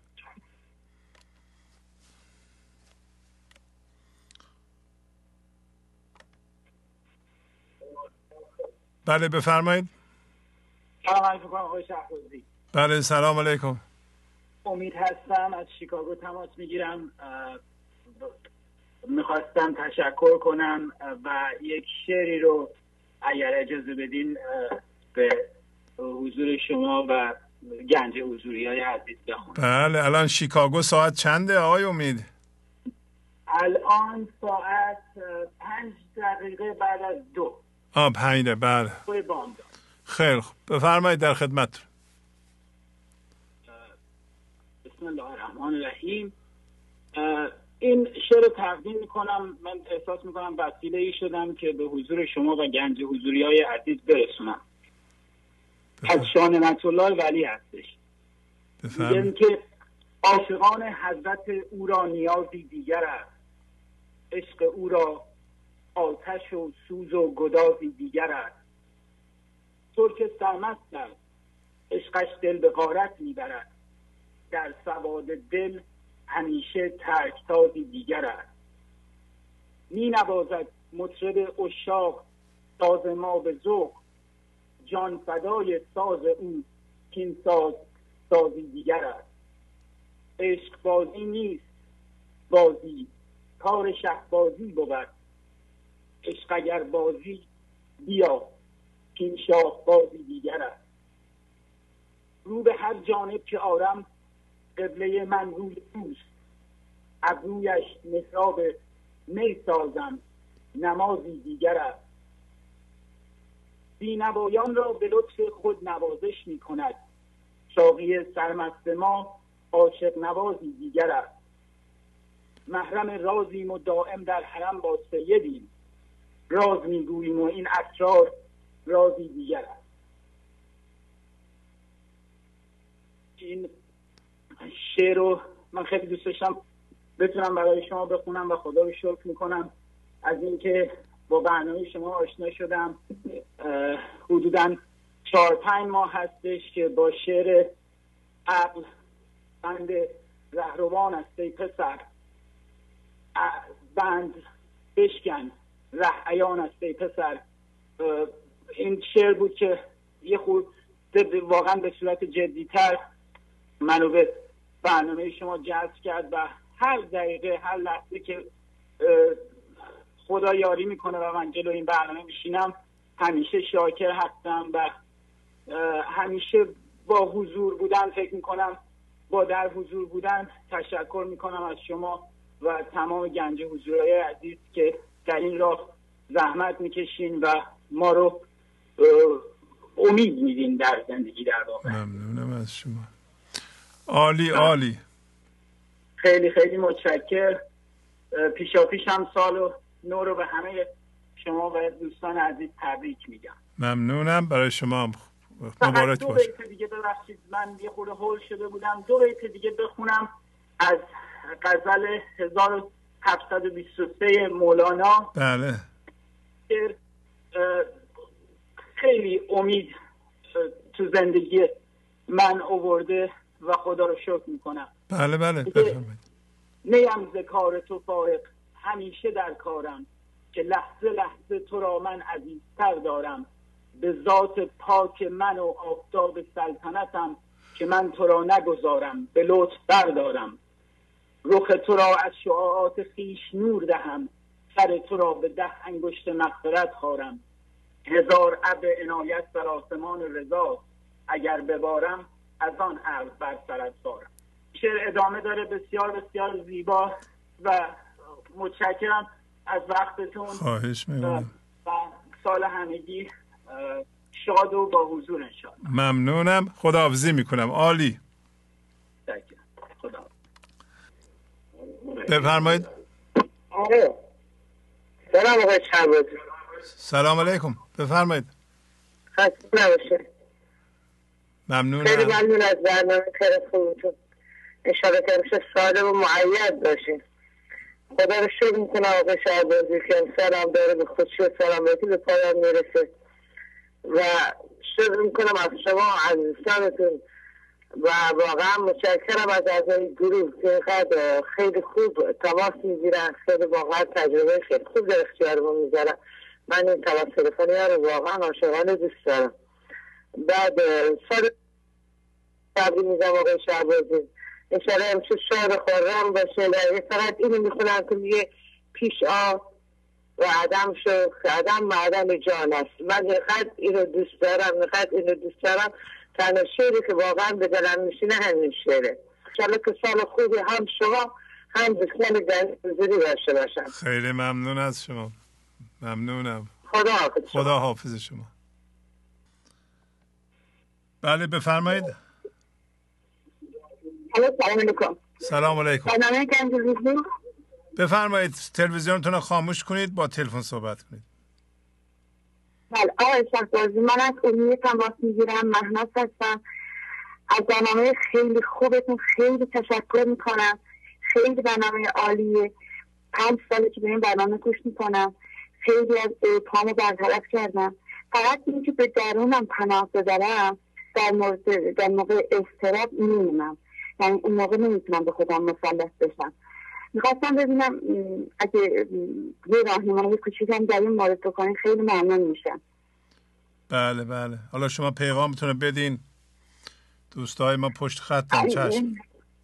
بله بفرمایید. سلام علیکم آقای شهبازی. بله سلام علیکم. امید هستم، از شیکاگو تماس میگیرم. میخواستم تشکر کنم و یک شعری رو اگر اجازه بدین به حضور شما و گنج حضوریای عزیز بخونم. بله. الان شیکاگو ساعت چنده آقای امید؟ الان ساعت 5 دقیقه بعد از 2. 5 دقیقه. بله. خیلی خوب بفرمایید در خدمت. بسم الله الرحمن الرحیم. این شعر تقدیم میکنم. من احساس میکنم وسیله ای شدم که به حضور شما و گنج حضوریای عزیز برسونم. از شاه نعمت الله ولی هستش. میگم که عاشقان حضرت او را نیازی دیگر است، عشق او را آتش و سوز و گدازی دیگر است. ترک سرمست است، عشقش دل به غارت میبرد، در سواد دل همیشه ترکتازی دیگر است. می نوازد مطرب عشاق ساز ما به ذوق، جان فدای ساز او کین ساز سازی دیگر است. عشق بازی نیست بازی، کار شهبازی بود. عشق اگر بازی بیا کین شاه بازی دیگر است. رو به هر جانب که آرم قبله من روی اوست، ابرویش محراب می سازم نمازی دیگر است. بینوایان را به لطف خود نوازش می کند، شاقی سرمست ما عاشق نوازی دیگر است. محرم رازیم و دائم در حرم با سیدیم، راز می گوییم و این اسرار رازی دیگر است. این شعر رو من خیلی دوست داشتم بتونم برای شما بخونم و خدا رو شکر میکنم از اینکه با برنامه شما آشنا شدم. حدوداً 4-5 ماه هستش که با شعر عقل بند رهروان است ای پسر، بند بشکن ره عیان است ای پسر. این شعر بود که یه خود واقعا به صورت جدیتر منو به برنامه شما جذب کرد و هر دقیقه هر لحظه که خدا یاری میکنه و من جلو این برنامه میشینم همیشه شاکر هستم و همیشه با حضور بودن فکر میکنم، با در حضور بودن تشکر میکنم از شما و تمام گنج حضورهای عزیز که در این راه زحمت میکشین و ما رو امید میدین در زندگی. در واقع ممنونم از شما. عالی عالی. خیلی خیلی متشکر. پیشاپیش هم سال نو رو به همه شما و دوستان عزیز تبریک میگم. ممنونم. برای شما هم مبارک باشه. دو بیت دیگه ببخشید، من یه خورده هول شده بودم. دو بیت دیگه بخونم از غزل 1723 مولانا. بله. خیلی امید تو زندگی من آورده و خدا رو شکر میکنم. بله بله بفرمایید. نیم ز کار تو فارغ همیشه در کارم، که لحظه لحظه تو را من عزیزتر دارم. به ذات پاک من و آفتاب سلطنتم، که من تو را نگذارم به لطف بردارم. رخ تو را از شعاعات خویش نور دهم، سر تو را به 10 انگشت مغفرت خارم. 1000 ابر عنایت بر آسمان رضا، اگر ببارم از آن ابر بر سرت بارم. شعر ادامه داره، بسیار بسیار زیبا و متشکرم از وقتتون. خواهش می‌کنم. و سال همگی شاد و با حضور انشاءالله. ممنونم. خداحافظی میکنم. عالی. خدا. بفرمایید. آره. سلام آقای شهبازی. سلام علیکم. بفرمایید. خسته نباشه. ممنونم. خیلی ممنون از برنامه خیلی خوبتون. انشاءالله که همیشه سالم و معید باشین. خدا رو شکر میکنم آقای شهبازی که امسال هم داره به خودشی و سلامتی به پایان میرسه و شکر میکنم از شما عزیزانتون و واقعا متشکرم از اعضای گروه که اینقدر خیلی خوب تماس میگیرن. خیلی واقعا تجربه خیلی خوب در اختیار ما میذارن. من این تماس تلفنی ها رو واقعا عاشقانه دوست دارم. بعد سال تبریک میگم آقای شهبازی. انشاءالله همیشه شاد خورم باشه. فقط اینو میخونم که میگه پیش آ و عدم شو که عدم معدن جان است. من اینقدر اینو دوست دارم تنها شعری که واقعا به دلم میشینه همین شعره. انشاءالله که سال خوبی هم شما هم دوستان گنجوزوری داشته باشم. خیلی ممنون از شما. ممنونم. خدا حافظ شما. بله بفرمایید. سلام علیکم. سلام علیکم. برنامه گنجوزوری. بفرمایید تلویزیونتون رو خاموش کنید، با تلفن صحبت کنید. بله آقای شهبازی، من از امیه تماس میگیرم. مهناز هستم. از برنامه خیلی خوبتون خیلی تشکر میکنم. خیلی برنامه عالیه. 5 ساله که به این برنامه گوش میکنم. خیلی از پامو برطرف کردم. فقط این که به درونم پناه ببرم در موقع اضطراب میمونم. یعنی اون موقع نمیتونم به خودم مسلط بشم. میخواستم ببینم اگه یه راهنمایی کوچیکم در این مورد بکنین خیلی ممنون میشم. بله بله. حالا شما پیغامتون بدین. دوستای ما پشت خطن. چشم.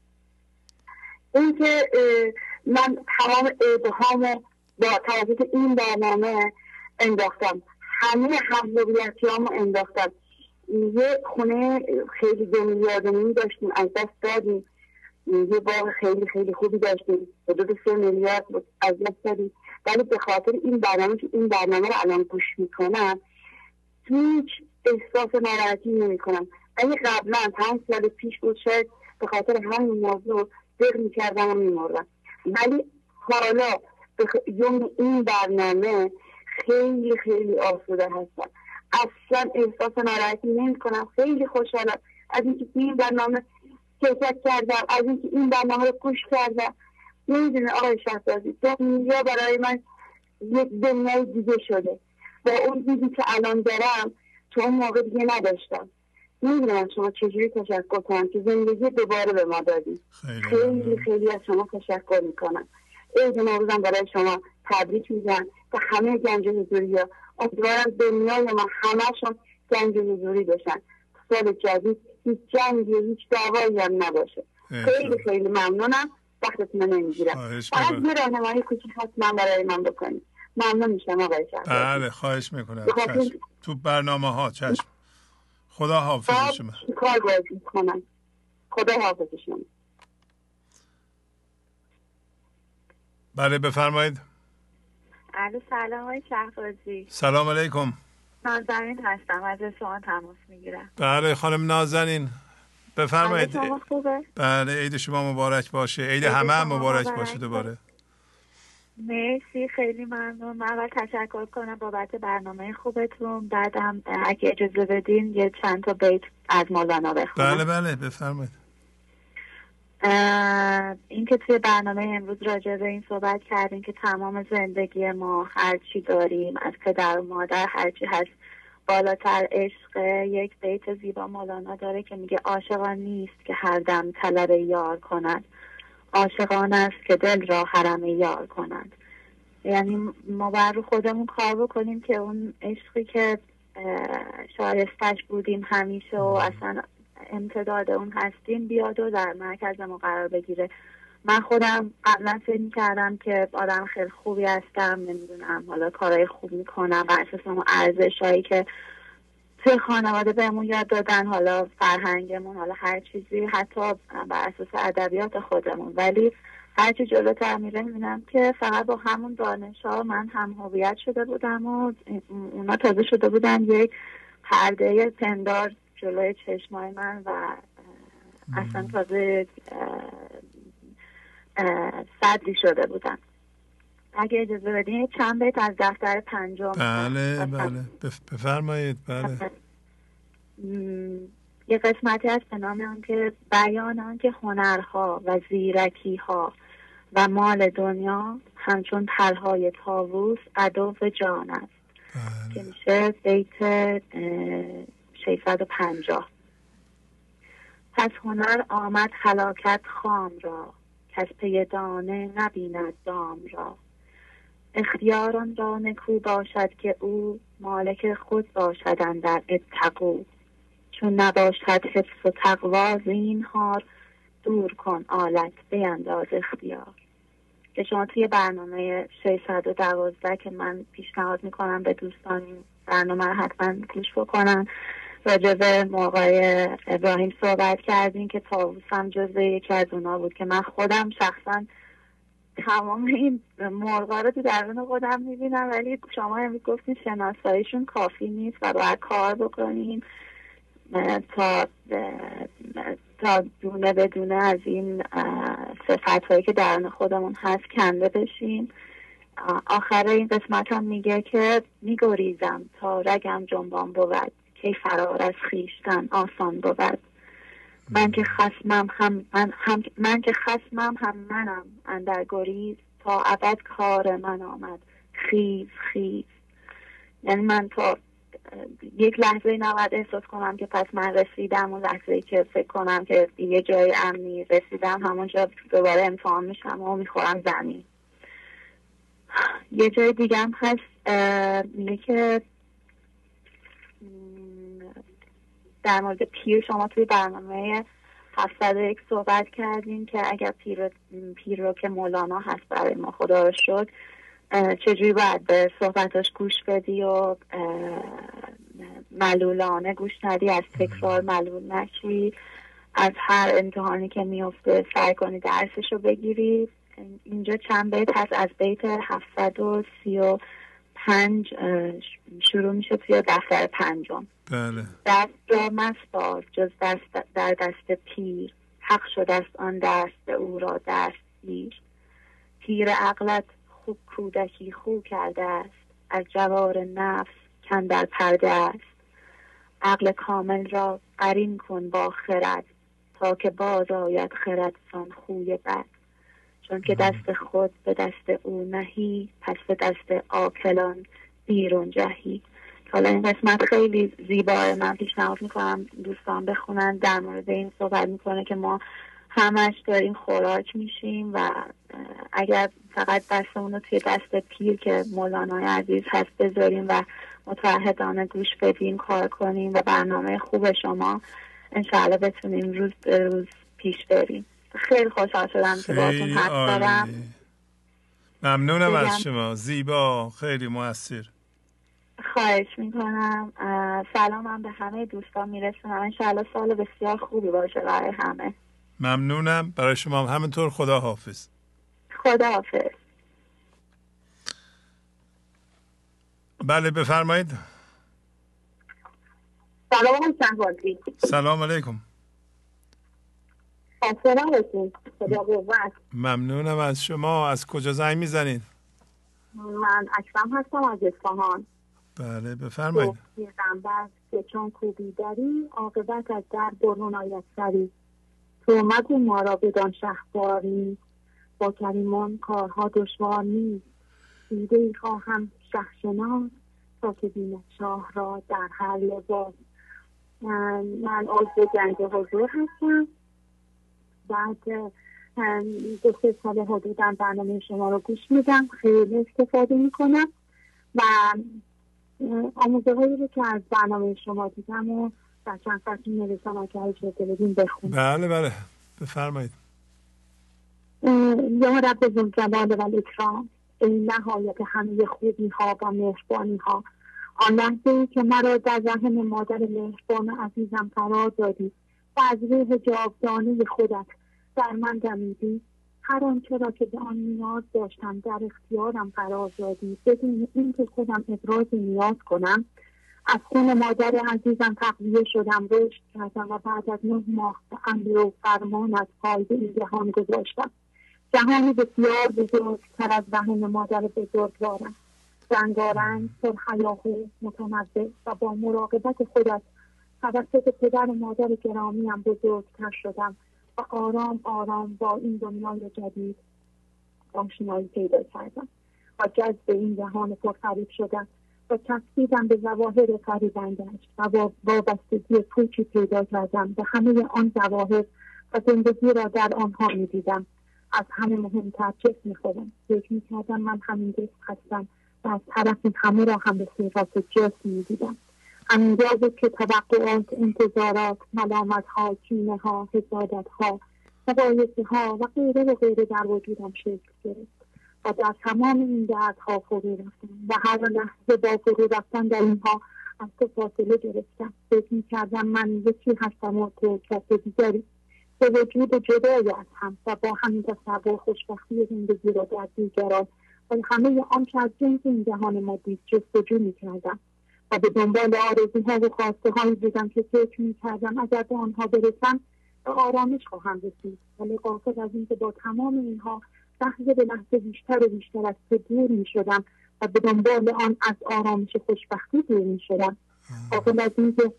این که من تمام ایدهامو با توسط این برنامه انداختم. همه محبوبیتیامو انداختم. یه خونه خیلی 2 میلیارد داشتیم، از دست دادیم. یه باغ خیلی خیلی خوبی داشتیم، حدود 3 میلیارد از دست دادیم. ولی به خاطر این برنامه که این برنامه رو الان گوش میکنم هیچ احساس ناراحتی نمیکنم. اگه قبلا 5 سال پیش بود شاید به خاطر همین موضوع دق میکردم و میمردم. ولی حالا یوم این برنامه خیلی خیلی آسوده هستم. اصلا احساس ناراحتی نمیکنم. خیلی خوشحالم از اینکه این برنامه شرکت کردم، از اینکه این برنامه رو گوش کردم. نمیدونه آقای شهبازی، دنیا برای من یک دنیای دیگه شده. با اون دیدی که الان دارم تو اون موقع دیگه نداشتم. نمیدونم شما چجوری تشکر کنم که زندگی دوباره به ما دادی. خیلی خیلی از شما تشکر میکنم. عید نوروزم برای شما تبریک میگم که همه گنج حضوری ها امیدوارم دنیای ما همه‌شون گنج حضوری بشن. سال جدید هیچ جنگی هیچ دعوایی هم نباشه. خیلی خیلی ممنونم. وقتتون رو نمیگیرم. فقط یه راهنمایی کوچیک حتما برای من بکنید. ممنون میشم آقای شهبازی. بله خواهش میکنم. تو برنامه ها. چشم. خدا حافظ شما. کار باید کنم. خدا حافظ شما. بله بفرمایید. الو سلام های شهبازی. سلام علیکم. نازنین هستم، از اصفهان تماس میگیرم. بله خانم نازنین بفرمایید. شما خوبه؟ بله عید شما مبارک باشه. عید همه مبارک باشه دوباره. مرسی خیلی ممنون. من اول تشکر کنم بابت برنامه خوبتون. بعدم اگه اجازه بدین یه چند تا بیت از مولانا بخونم. بله بفرمایید. این که توی برنامه امروز راجع به این صحبت کردیم که تمام زندگی ما هر چی داریم از پدر و مادر هر چی هست بالاتر عشق. یک بیت زیبا مولانا داره که میگه عاشقان نیست که هر دم طلب یار کند، عاشقان است که دل را حرم یار کنند. یعنی ما بر رو خودمون کار بکنیم که اون عشقی که شایستش بودیم همیشه و اصلا امتداد اون هستیم بیاد و در مرکز ما قرار بگیره. من خودم قبلا فکر می‌کردم که آدم خیلی خوبی هستم، نمیدونم حالا کارهای خوب میکنم بر اساس اون ارزشایی که توی خانواده بهمون یاد دادن، حالا فرهنگمون، حالا هر چیزی، حتی بر اساس ادبیات خودمون. ولی هرچی جلوتر میره میبینم که فقط با همون دانش‌ها من هم هویت شده بودم و اونا تازه شده بودن یک پرده پندار جلوی چشمای من و اصلا تازه صدری شده بودن. اگه اجازه بدین چند بیت از دفتر پنجم. بله بفرمایید. بله یه قسمتی هست به نام آن که بیان آن که هنرها و زیرکی‌ها و مال دنیا همچون پرهای طاووس عدو جان است. که میشه بیت 650. پس هنر آمد هلاکت خام را، کس پی دانه نبیند دام را. اختیاران را نکو باشد که او مالک خود باشد اندر اتقوا. چون نباشد حفظ و تقوا زینهار، دور کن آلت بینداز اختیار. که شما توی برنامه 612 که من پیشنهاد میکنم به دوستان برنامه رو حتما گوش بکنن، راجع به موقع ابراهیم صحبت کردیم که طاووس هم جزو یکی از اونا بود که من خودم شخصا تمام این مرغا رو تو درون خودم میبینم، ولی شما هم گفتین شناساییشون کافی نیست و باید کار بکنیم تا دونه به دونه از این صفت‌هایی که درون خودمون هست کنده بشیم. آخر این قسمت هم میگه که میگریزم تا رگم جنبان بود، که فرار از خیشتن آسان بود. من که خصمم هم منم اندر گریز، تا ابد کار من آمد خیز خیز. یعنی من تا یک لحظه نباید احساس کنم که پس من رسیدم، اون لحظه‌ای که فکر کنم که یه جای امنی رسیدم همونجا دوباره امتحان میشم و میخورم زمین. یه جای دیگه هم هست میگه که در مورد پیر شما توی برنامه 701 صحبت کردیم که اگر پیر رو که مولانا هست برای ما خدا رو شکر، چجوری باید به صحبتاش گوش بدی و ملولانه گوش ندی، از تکرار ملول نشی، از هر امتحانی که میفته سعی کنی درسش رو بگیری. اینجا چند بیت هست از بیت 735 شروع میشه توی دفتر پنجم. بله. دست را مسپار جز در دست پیر، حق شده است آن دست او را دست گیر. پیر عقلت خوب کودکی خو کرده است، از جوار نفس کندر پرده است. عقل کامل را قرین کن با خرد، تا که باز آید خرد سان خوی بد. چون که دست خود به دست او نهی، پس به دست عاقلان بیرون جهی. حالا این قسمت خیلی زیباه، من پیشنهاد میکنم دوستان بخونن. در مورد این صحبت میکنه که ما همش داریم خوراک میشیم و اگر فقط دستمون رو توی دست پیر که مولانای عزیز هست بذاریم و متعهدانه گوش بدیم، کار کنیم و برنامه خوب شما انشاءالله بتونیم روز به روز پیش بریم. خیلی خوشحال شدم که باهاتون حرف زدم. ممنونم از شما، زیبا، خیلی مؤثر. خواهش میکنم. سلامم به همه دوستان میرسونم. انشاءالله سال بسیار خوبی باشه برای همه. ممنونم، برای شما همینطور. خدا حافظ. خدا حافظ. بله بفرمایید. سلام شهبازی. سلام علیکم. سلام علیکم. خدا قوت. ممنونم از شما. از کجا زنگ میزنید؟ من اکرم هستم از اصفهان. بله بفرمایید. پیغمبر که چون کوبی داری عاقبت از در برون آید سری، تو مگو ما را بدان شهوار نیست، با کریمان کارها دشوار نیست، دیده ای خواهم شهشناس تا که بیند شاه را در هر لباس. من عضو گنج حضور هستم. بعد 2-3 سال حدوداً برنامه شما رو گوش میدم، خیلی استفاده میکنم و آموزه هایی رو که از برنامه شما دیدم و در چند فصل نویسم اگه اجازه بدین بخونم. بله بله بفرمایید. یا رب ذوالجلال و الاکرام، ای نهایت همه خوبی ها و مهربانی ها، آن لحظه ای که مرا در رحم مادر مهربان عزیزم قرار دادی و از روح جاودانه خودت در من دمیدی، هر آنچه را که به آن نیاز داشتم در اختیارم قرار دادی، بدون اینکه خودم ابراز نیاز کنم. از خون مادر عزیزم تقویه شدم، رشد کردم و بعد از 9 ماه به امر و فرمانت پای این جهان گذاشتم. جهانی بسیار بزرگتر از رحم مادر بزرگوارم، رنگارنگ، پرهیاهو، متنوع و با مراقبت خودت توسط پدر و مادر گرامیم بزرگتر شدم و آرام آرام با این دنیای جدید آشنایی پیدا کردم و جذب این جهان پرفریب شدم و چسبیدم به ظواهر فریبنده‌اش و وابستگی پوچی پیدا کردم به همه آن ظواهر و زندگی را در آنها می‌دیدم. از همه مهمتر چیز می‌خورم، فکر می‌کردم من همین جسم هستم و از طرفی همه را هم به صورت جسم می‌دیدم. همینجا بود که توقعات، انتظارات، ملامت‌ها، کینه‌ها، حسادت‌ها، مقایسه‌ها و غیره و غیره در وجودم شکل گرفت و در تمام این دردها فرو رفتم و هر لحظه با فرو رفتن در اینها از تو فاصله گرفتم. فکر می‌کردم من یکی هستم و تو کس دیگری، به وجود جدای از هم و با همین تصور خوشبختی زندگی را در دیگران و همه آنچه از جنس این جهان مادی جستجو می‌کردم و به دنبال آرزوها و خواسته هایی بودم که فکر می‌کردم اگر به آنها برسم به آرامش خواهم رسید، ولی غافل از اینکه با تمام اینها لحظه به لحظه بیشتر و بیشتر از تو دور می‌شدم و به دنبال آن از آرامش خوشبختی دور می‌شدم. غافل از اینکه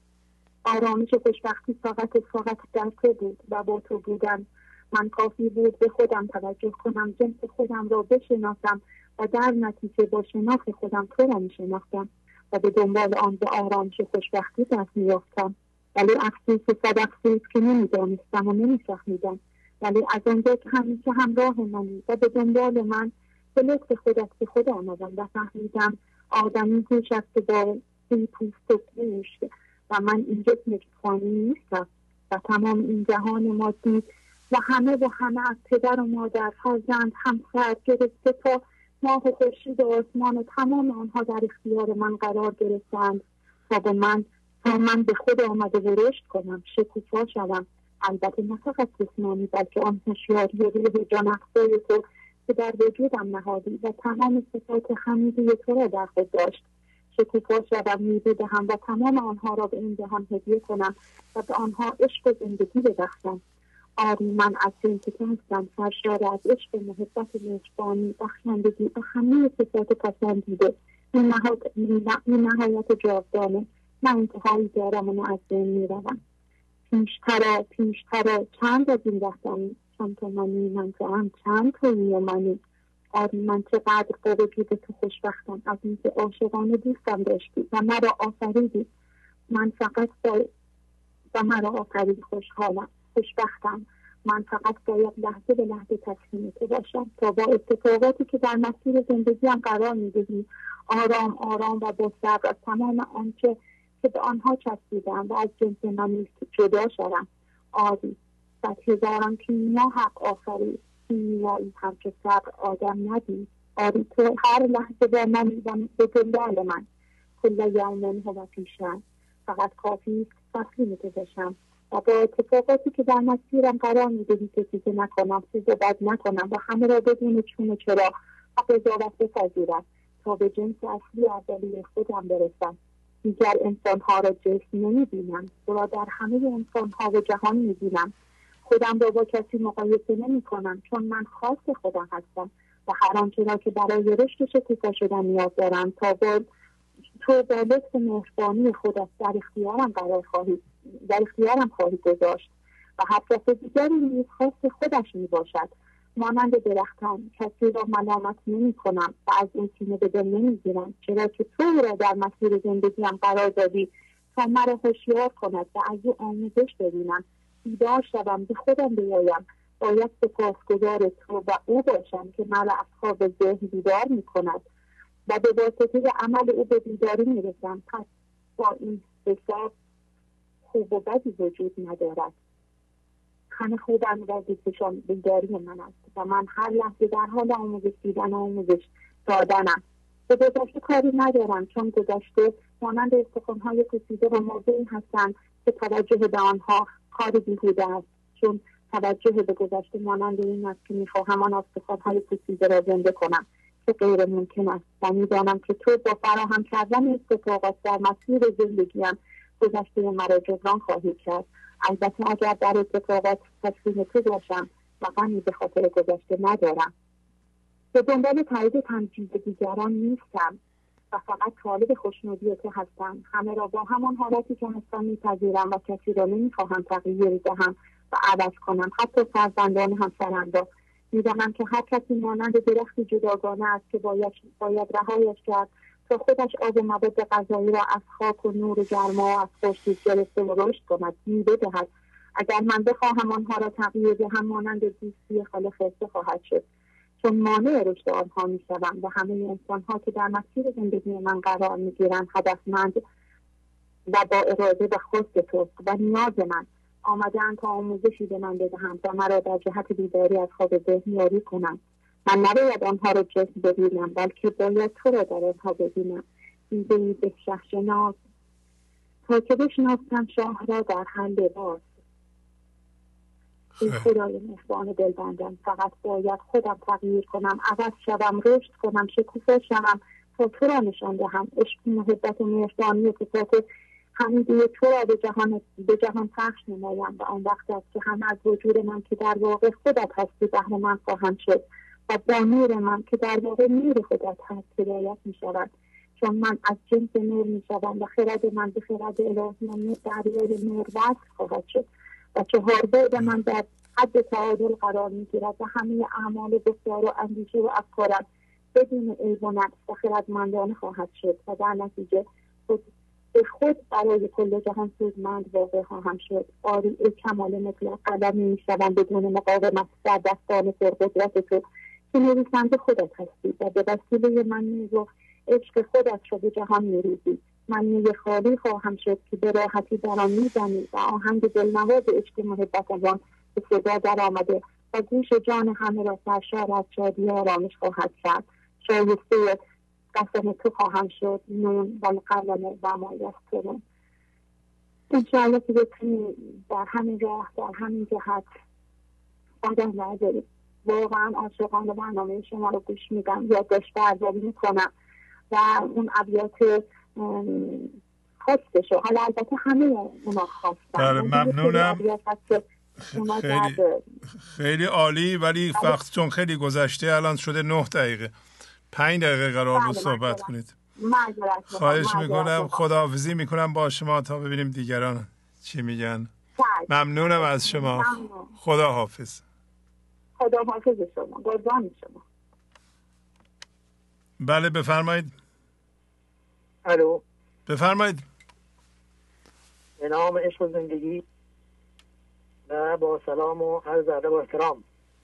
آرامش خوشبختی فقط در تو بود و با تو بودم من کافی بود به خودم توجه کنم، جنس خودم را بشناسم و در نتیجه با شناخت خودم تو را می‌شناختم و به دنبال آن به آرامش خوشبختی دست می‌یافتم. ولی افسوس و صد افسوس که نمی‌دانستم و نمی‌فهمیدم، ولی از آنجا که همیشه همراه منی و به دنبال من به لطف خودت به خود آمدم و فهمیدم آدمی گوش است که با پوست و گوشت و من این جسم فانی نیستم و تمام این جهان مادی و همه از پدر و مادر، فرزند، همسر گرفته تا ماه و خورشید و آسمان و تمام آنها در اختیار من قرار گرفتند تا من به خود آمده و رشد کنم، شکوفا شوم. البته نه فقط جسمانی بلکه آن هوشیاری و روح جان‌افزای تو که در وجودم نهادی و تمام صفات حمیده تو را در خود داشت شکوفا شوم، میوه دهم و تمام آنها را به این جهان هدیه کنم و به آنها عشق و زندگی ببخشم. آری من از جنس تو هستم، سرشار از عشق، محبت، مهربانی، بخشندگی و همه صفات پسندیده. این نهایت جاودانه، من انتهایی دارم و از بین میروم. پیشتر چند از این رفتنی، چند تا منی، من تو هم چند تویی و منی. آری من چقدر با وجود تو خوشبختم از اینکه عاشقانه دوستم داشتی و مرا آفریدی. من فقط و مرا آفریدی خوشبختم. من فقط باید لحظه به لحظه تسلیم تو باشم تا با اتفاقاتی که در مسیر زندگیم قرار میدهی آرام آرام و با صبر از تمام آنچه که به آنها چسبیدم و از جنس من نیست جدا شدم. آری 100,000 کیمیا حق آفرید، کیمیایی هم که صبر آدم ندید. آری تو هر لحظه با من به دنبال من، کل یومن هو پیشن، فقط کافی تسلیم تو باشم و با اتفاقاتی که در مسیرم قرار میدهی که چیزی نکنم، چیزی بد نکنم و همه را بدون چون و چرا و قضاوت بپذیرم تا به جنس اصلی اولیه خودم برسم. دیگر انسانها را جنس نمیبینم، را در همه انسانها و جهان میبینم. خودم را با کسی مقایسه نمی کنم، چون من خاص خودم هستم و هر آنچه را که برای رشد شکوفا شدن نیاز دارم تو با لطف مهربانی خودت در اختیارم خواهی گذاشت و هر کس دیگری نیز خاص خودش می باشد. مانند درختان کسی را ملامت نمی کنم و از این کینه به دل نمی گیرم، چرا که تو را در مسیر زندگیم قرار دادی تا مرا هوشیار کند و از او آموزش ببینم، بیدار شوم، به خودم بیایم. باید سپاسگزار تو و او باشم که مرا از خواب ذهن بیدار می کند و به واسطه عمل او به بیداری می رسم. پس با این حساب خوب و بدی وجود ندارد. همه خوبم و دیدشان بیداری من است و من هر لحظه در حال آموزش دیدن و آموزش دادنم. به گذشته کاری ندارم، چون گذشته مانند استخوان‌های پوسیده و موضوعی هستند که توجه به آنها کاری بیهوده است، چون توجه به گذشته مانند این است که می‌خواهم آن استخوان‌های پوسیده را زنده کنم که غیر ممکن است و می‌دانم که تو با فراهم کردن اتفاقات در مسیر زندگیم گذشته مرا جبران خواهی کرد. البته اگر در اتفاقات تسلیم تو باشم و غمی به خاطر گذشته ندارم. به دنبال تایید تمجید دیگران نیستم و فقط طالب خوشنودی تو هستم. همه را با همان حالتی که هستم میپذیرم و کسی را نمیخواهم تغییر دهم و عوض کنم، حتی فرزندان همسرم را. میدانم که هر کسی مانند درختی جداگانه است که باید رهایش کرد تا خودش آب و مواد غذایی را از خاک و نور و گرما و از خورشید گرفته و رشد کند، میوه دهد. اگر من بخواهم آنها را تغییر دهم مانند دوستی خاله خسته خواهد شد، چون مانع رشد آنها میشوم و همه انسانها که در مسیر زندگی من قرار میگیرند هدفمند و با اراده و خواست توست و نیاز من آمده‌اند تا آموزشی به من بدهند و مرا در جهت بیداری از خواب ذهن یاری کنند. من نباید آنها را جسم ببینم، بلکه باید تو را در آنها ببینم. دیده‌ای به شهرشناس تا که بشناختم شاه را در هر لباس. ای خدای مهربان دلبندم، فقط باید خودم تغییر کنم، عوض شوم، رشد کنم، شکوفا شوم تا تو را نشان دهم. عشق، محبت و مهربانی و صفات حمیده تو را به جهان پخش نمایم و آن وقت است که هم از وجود من که در واقع خودت هستی بهره مند خواهم شد و با نور من که در واقع نور خودت هست هدایت می شود، چون من از جنس نور می شوم و خرد من به خرد الهی دریای نور وصل خواهد شد و چهاربعد من در حد تعادل قرار می گیرد و همه اعمال گفتار و اندیشه و افکارم بدون عیب و نقص و خردمندانه خواهد شد و در نتیجه به خود برای کل جهان سودمند واقع خواهم شد. آری ای کمال مطلق، قدمی می شوم بدون مقاومت در دستان پرقدرت تو که نویسنده خودت هستی و به وسیله من نیز و عشق خودت را به جهان می‌ریزی. من نیز خالی خواهم شد که به راحتی در آن می‌زنی و آهنگ دلنواز عشق محبتمان به صدا در آمده و گوش جان همه را سرشار از شادی و آرامش خواهد کرد. شایسته قسم تو خواهم شد، نون و قلم و مایسترون. انشاءالله که بتونی در همین راه، در همین جهت قدم برداری. واقعا عاشقانه برنامه شما رو گوش میدم، یادداشت برداری میکنم و اون ابیات خواستشو، حالا البته همه اونا خواستن. ممنونم. خیلی عالی، ولی وقت چون خیلی گذشته الان شده 9 دقیقه، 5 دقیقه قرار بود صحبت کنید. خواهش میکنم، خداحافظی میکنم با شما تا ببینیم دیگران چی میگن. ممنونم از شما. خدا حافظ. خدا حافظ شما. قربان شما. بله بفرمایید. الو بفرمایید. به نام عشق و زندگی و با سلام و عرض ادب و احترام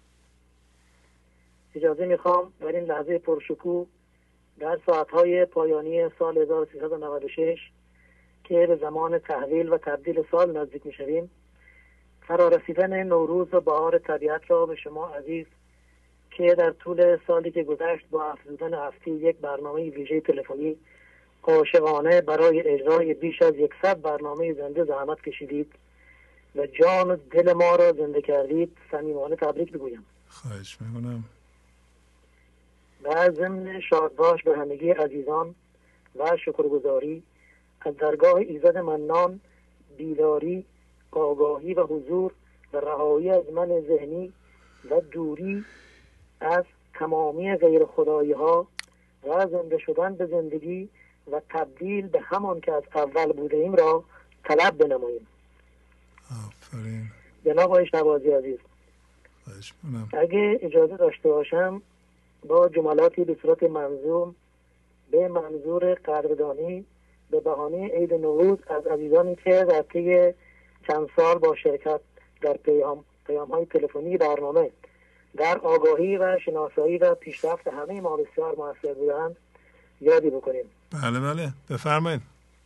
اجازه میخوام در این لحظه پرشکوه در ساعتهای پایانی سال 1396 که به زمان تحویل و تبدیل سال نزدیک میشویم، فرارسیدن نوروز و بهار طبیعت را به شما عزیز که در طول سالی که گذشت با افزودن هفته یک برنامه ویژه تلفنی عاشقانه برای اجرای بیش از 100 برنامه زنده زحمت کشیدید و جان و دل ما را زنده کردید، صمیمانه تبریک بگویم. خواهش میکنم. و ضمن شادباش به همگی عزیزان و شکرگزاری از درگاه ایزد منان بیداری، آگاهی و حضور و رهایی از من ذهنی و دوری از تمامی غیر خدایی ها و زنده شدن به زندگی و تبدیل به همان که از اول بوده ایم را طلب بنماییم. آفرین. جناب آقای شهبازی عزیز، اگه اجازه داشته باشم با جملاتی به صورت منظوم به منظور قدردانی به بهانه عید نوروز از عزیزانی که در طی چند سال با شرکت در پیام‌های تلفنی برنامه در آگاهی و شناسایی و پیشرفت همه ما بسیار موثر بودند یادی بکنیم. بله بله بفرمایید.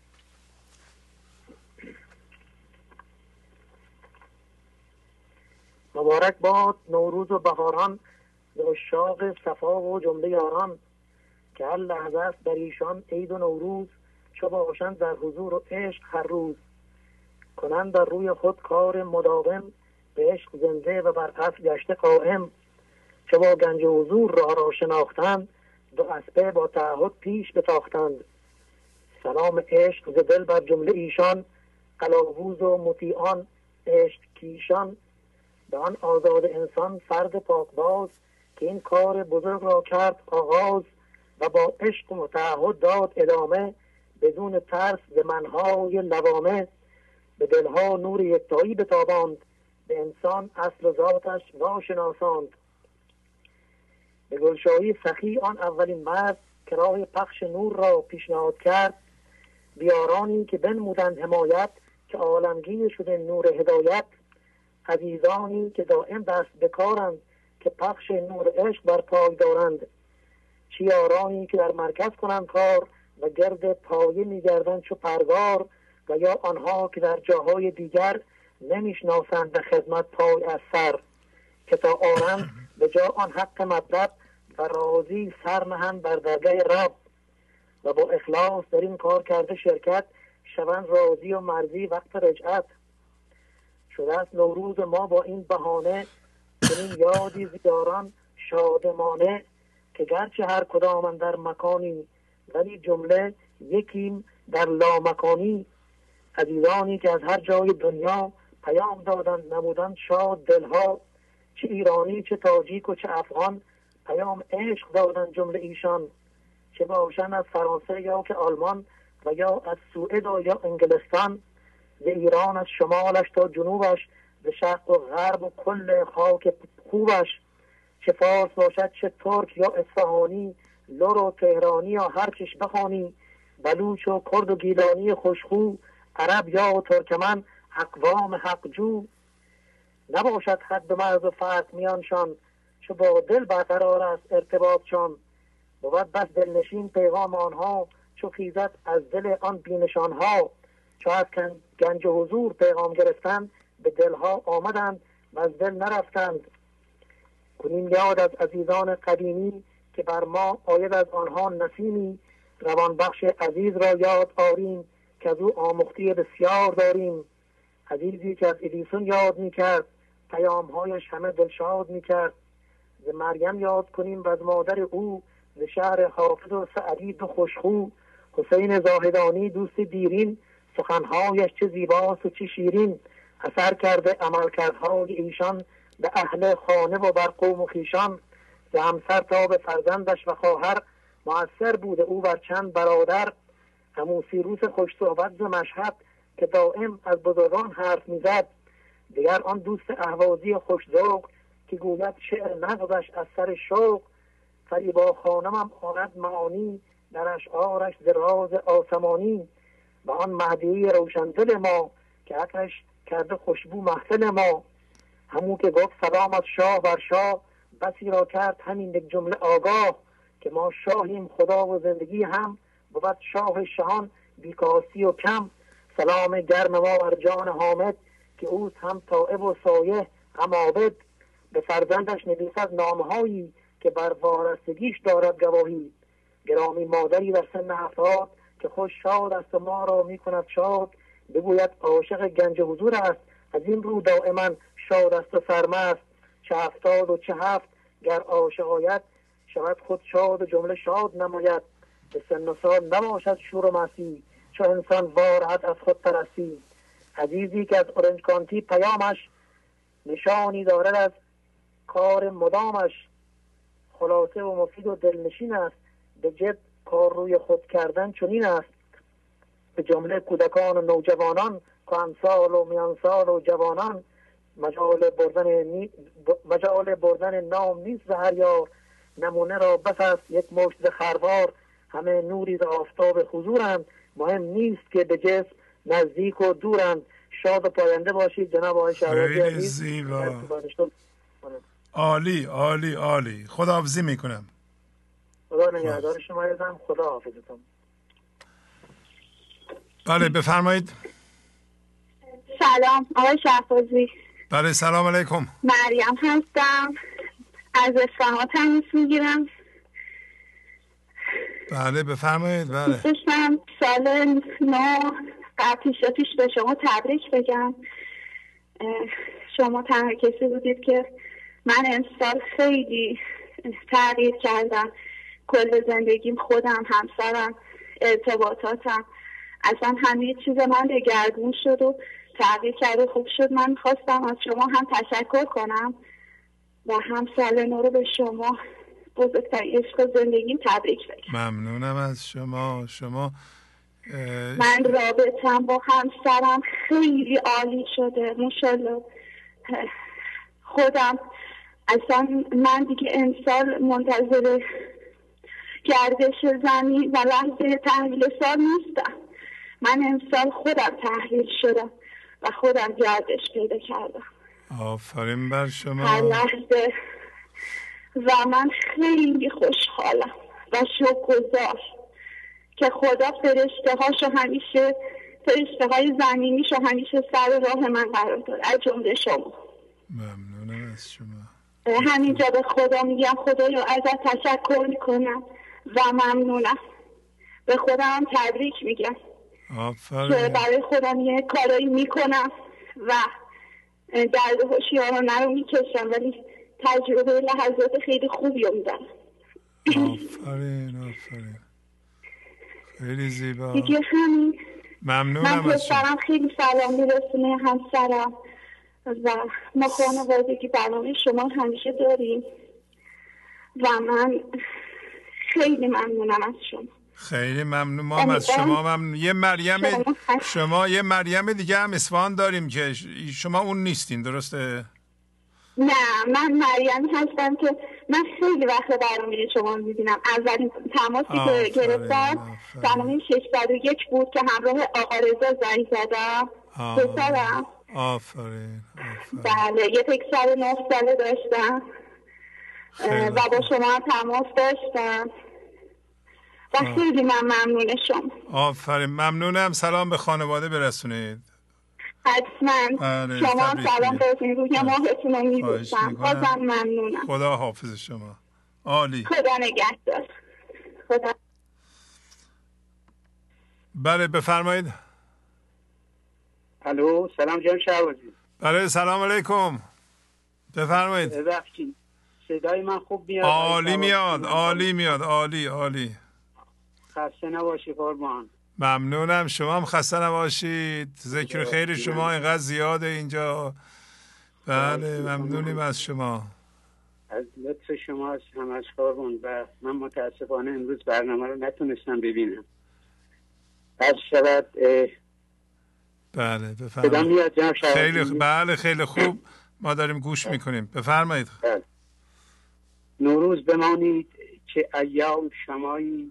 مبارک باد نوروز و بهاران به عشاق صفا و جمله یاران که هر لحظه است بر ایشان عید و نوروز چو باشند در حضور و عشق هر روز کنند در روی خود کار مداوم به عشق زنده و بر اصل گشته قائم چو با گنج حضور را شناختند دو اسبه با تعهد پیش بتاختند سلام عشق ز دل بر جمله ایشان قلاووز و مطیعان عشق کیشان به آن آزاد انسان فرد پاکباز که این کار بزرگ را کرد آغاز و با عشق و تعهد داد ادامه بدون ترس به منهای لوامه به دلها نور یکتایی بتاباند به انسان اصل و ذاتش واشناساند به گلشاهی سخی آن اولین مرد که راه پخش نور را پیشنهاد کرد بیارانی که بنمودند حمایت که عالمگیر شده نور هدایت عزیزانی که دائم دست بکارند که پخش نور عشق بر پای دارند چیارانی که در مرکز کنند کار و گرد پایه میگردند چو پرگار و یا آنها که در جاهای دیگر نمیشناسند به خدمت پای از سر که تا آرند به جا آن حق مطلب و راضی سر نهند بر درگاه رب و با اخلاص در این کار کرده شرکت شوند راضی و مرضی وقت رجعت شده است نوروز ما با این بهانه چنین یادی زیاران شادمانه که گرچه هر کدام در مکانی ولی جمله یکیم در لامکانی عزیزانی که از هر جای دنیا پیام دادند نمودند شاد دلها چه ایرانی چه تاجیک و چه افغان پیام عشق دادند جمله ایشان چه باشند از فرانسه یا که آلمان و یا از سوئد و یا انگلستان ز ایران از شمالش تا جنوبش ز شرق و غرب و کل خاک خوبش چه فارس باشد چه ترک یا اصفهانی لور و تهرانی یا هر چش بخوانی بلوچ و کرد و گیلانی خوشخو عرب یا ترکمن اقوام حقجو نباشد حد و مرز و فرق میانشان چو با دل برقرار است ارتباطشان بود بس دلنشین پیغام آنها چو خیزد از دل آن بینشانها چو از گنج حضور پیغام گرفتند به دلها آمدند و از دل نرفتند کنیم یاد از عزیزان قدیمی که بر ما آید از آنها نسیمی روان بخش عزیز را یاد آریم که از او آموختی بسیار داریم عزیزی که از ادیسون یاد میکرد پیامهایش همه دلشاد میکرد ز مریم یاد کنیم و از مادر او ز شهر حافظ و سعدی دو خوشخو حسین زاهدانی دوست دیرین سخنهایش چه زیباست و چه شیرین اثر کرده عملکردهای ایشان به اهل خانه و بر قوم و خویشان ز همسر تا به فرزندش و خواهر مؤثر بوده او بر چند برادر عموسی روز خوش صحبت ز مشهد که دائم از بزرگان حرف میزد دیگر آن دوست اهوازی خوش ذوق که گوید شعر نغزش از سر شوق فریبا خانمم آرد معانی در اشعارش ز راز آسمانی و آن مهدی روشندل ما که عطرش کرده خوشبو محفل ما همون که گفت سلام از شاه بر شاه بسی را کرد همین یک جمله آگاه که ما شاهیم خدا و زندگی هم بود شاه شاهان بیکاسی و کم سلام گرم ما بر جان حامد که اوست هم طائب و سایه هم عابد به فرزندش نویسد نامهایی که بر وارستگیش دارد گواهی گرامی مادری در سن 70 که خوش شاد است و ما را می کند شاد بگوید عاشق گنج حضور است از این رو دائما شاد است و سرمست چه 70 و چه 7 گر عاشق آید شود خود شاد و جمله شاد نماید، به سن و سال نباشد شور و مسی، چو انسان وارد از خود پرستی. عزیزی که از اورنج کانتی پیامش، نشانی دارد از کار مدامش. خلاصه و مفید و دلنشین است، به جد کار روی خود کردن چنین است. به جمله کودکان و نوجوانان، کهنسال و میانسال و جوانان، مجال بردن نام نیست ز هر یار. نمونه را بس است یک مشت ز خروار، همه نوری ز آفتاب حضورند، مهم نیست که به جسم نزدیک و دورند. شاد و پاینده باشید جناب آقای شهبازی خیلی عزیز. زیبا. عالی عالی عالی. خداحافظی میکنم. خدا نگهدار شما عزیزم. خدا حافظتون. بله بفرمایید. سلام آقای شهبازی. بله سلام علیکم. مریم هستم، از اصفهان تماس میگیرم. بله بفرمایید. بله دوستم سال نو پیش به شما تبریک بگم. شما تنها کسی بودید که من امسال خیلی تغییر کردم. کل زندگیم، خودم، همسرم، ارتباطاتم، اصلا همه چیز من دگرگون شد و تغییر کرد و خوب شد. من خواستم از شما هم تشکر کنم و هم سال نو رو به شما بزرگترین عشق زندگیم تبریک بگم. ممنونم از شما. من رابطم با همسرم خیلی عالی شده ماشاءالله. خودم اصلا من دیگه امسال منتظر گردش زمین و لحظه تحویل سال نیستم. من امسال خودم تحویل شدم و خودم گردش پیدا کردم. آفرین بر شما. هر لحظه. و من خیلی خوشحالم و شکرگزار که خدا فرشته های زمینیشو همیشه سر راه من قرار داد، از جمله شما. ممنونم از شما. همینجا به خدا میگم خدایا ازت تشکر میکنم و ممنونم. به خودم تبریک میگم. آفرین. که برای خودم یه کارایی میکنم و درد و هوشیارانه رو میکشم، ولی تجربه لحظات خیلی خوبی رو میدم. آفرین. خیلی زیبا. دیگه همین. ممنونم من از شما. پسرم خیلی سلام میرسونه، همسرم، و ما خانوادگی برنامه شما همیشه داریم و من خیلی ممنونم از شما. خیلی ممنون. ما هم از شما ممنون. یه مریم دیگه هم اصفهان داریم که شما اون نیستین، درسته؟ نه، من مریم هستم که من خیلی وقت برنامه شما میبینم. اولین تماسی که گرفتم برنامه 601 بود که همراه آقا رضا زنگ زدم. پسرم. آفرین. بله، یه پسر 9 ساله داشتم و با شما هم تماس داشتم و خیلی من ممنون شما. آفرین. ممنونم. سلام به خانواده برسونید. حتما. شما هم سلام برسونید. روی ماهتون رو میبوسم. بازم ممنونم. خدا حافظ شما. عالی. خدا نگهدار. خدا. بله بفرمایید. الو سلام جان شهبازی. بله سلام علیکم. بفرمایید. ببخشید صدای من خوب میاد؟ عالی میاد. عالی. خسته نباشی قربان. ممنونم. شما هم خسته نباشید. ذکر خیر شما اینقدر زیاده اینجا. بله ممنونیم از شما. از لطف شما از همش قربان. و من متاسفانه امروز برنامه رو نتونستم ببینم. هر شبت بله بفرمایید. خیلی خوب ما داریم گوش میکنیم. بفرمایید. نوروز بمانید که ایام شمایی،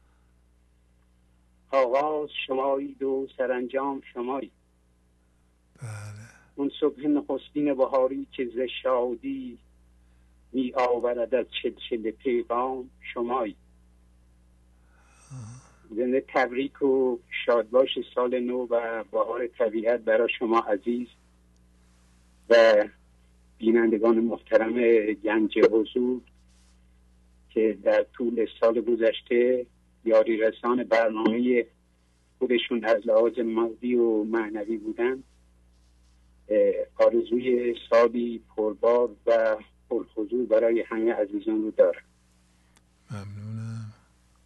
آغاز شمایید و سرانجام شمایید. بله. اون صبح نخستین بهاری که ز شادی می آورد از چلچل پیغام شمایید. زنده تبریک و شادباش سال نو و بهار طبیعت برای شما عزیز و بینندگان محترم گنج حضور که در طول سال گذشته یاری رسان برنامه خودشون از لحاظ مادی و معنوی بودن. آرزوی سالی پربار و پرحضور برای همه عزیزان رو دارم. ممنونم.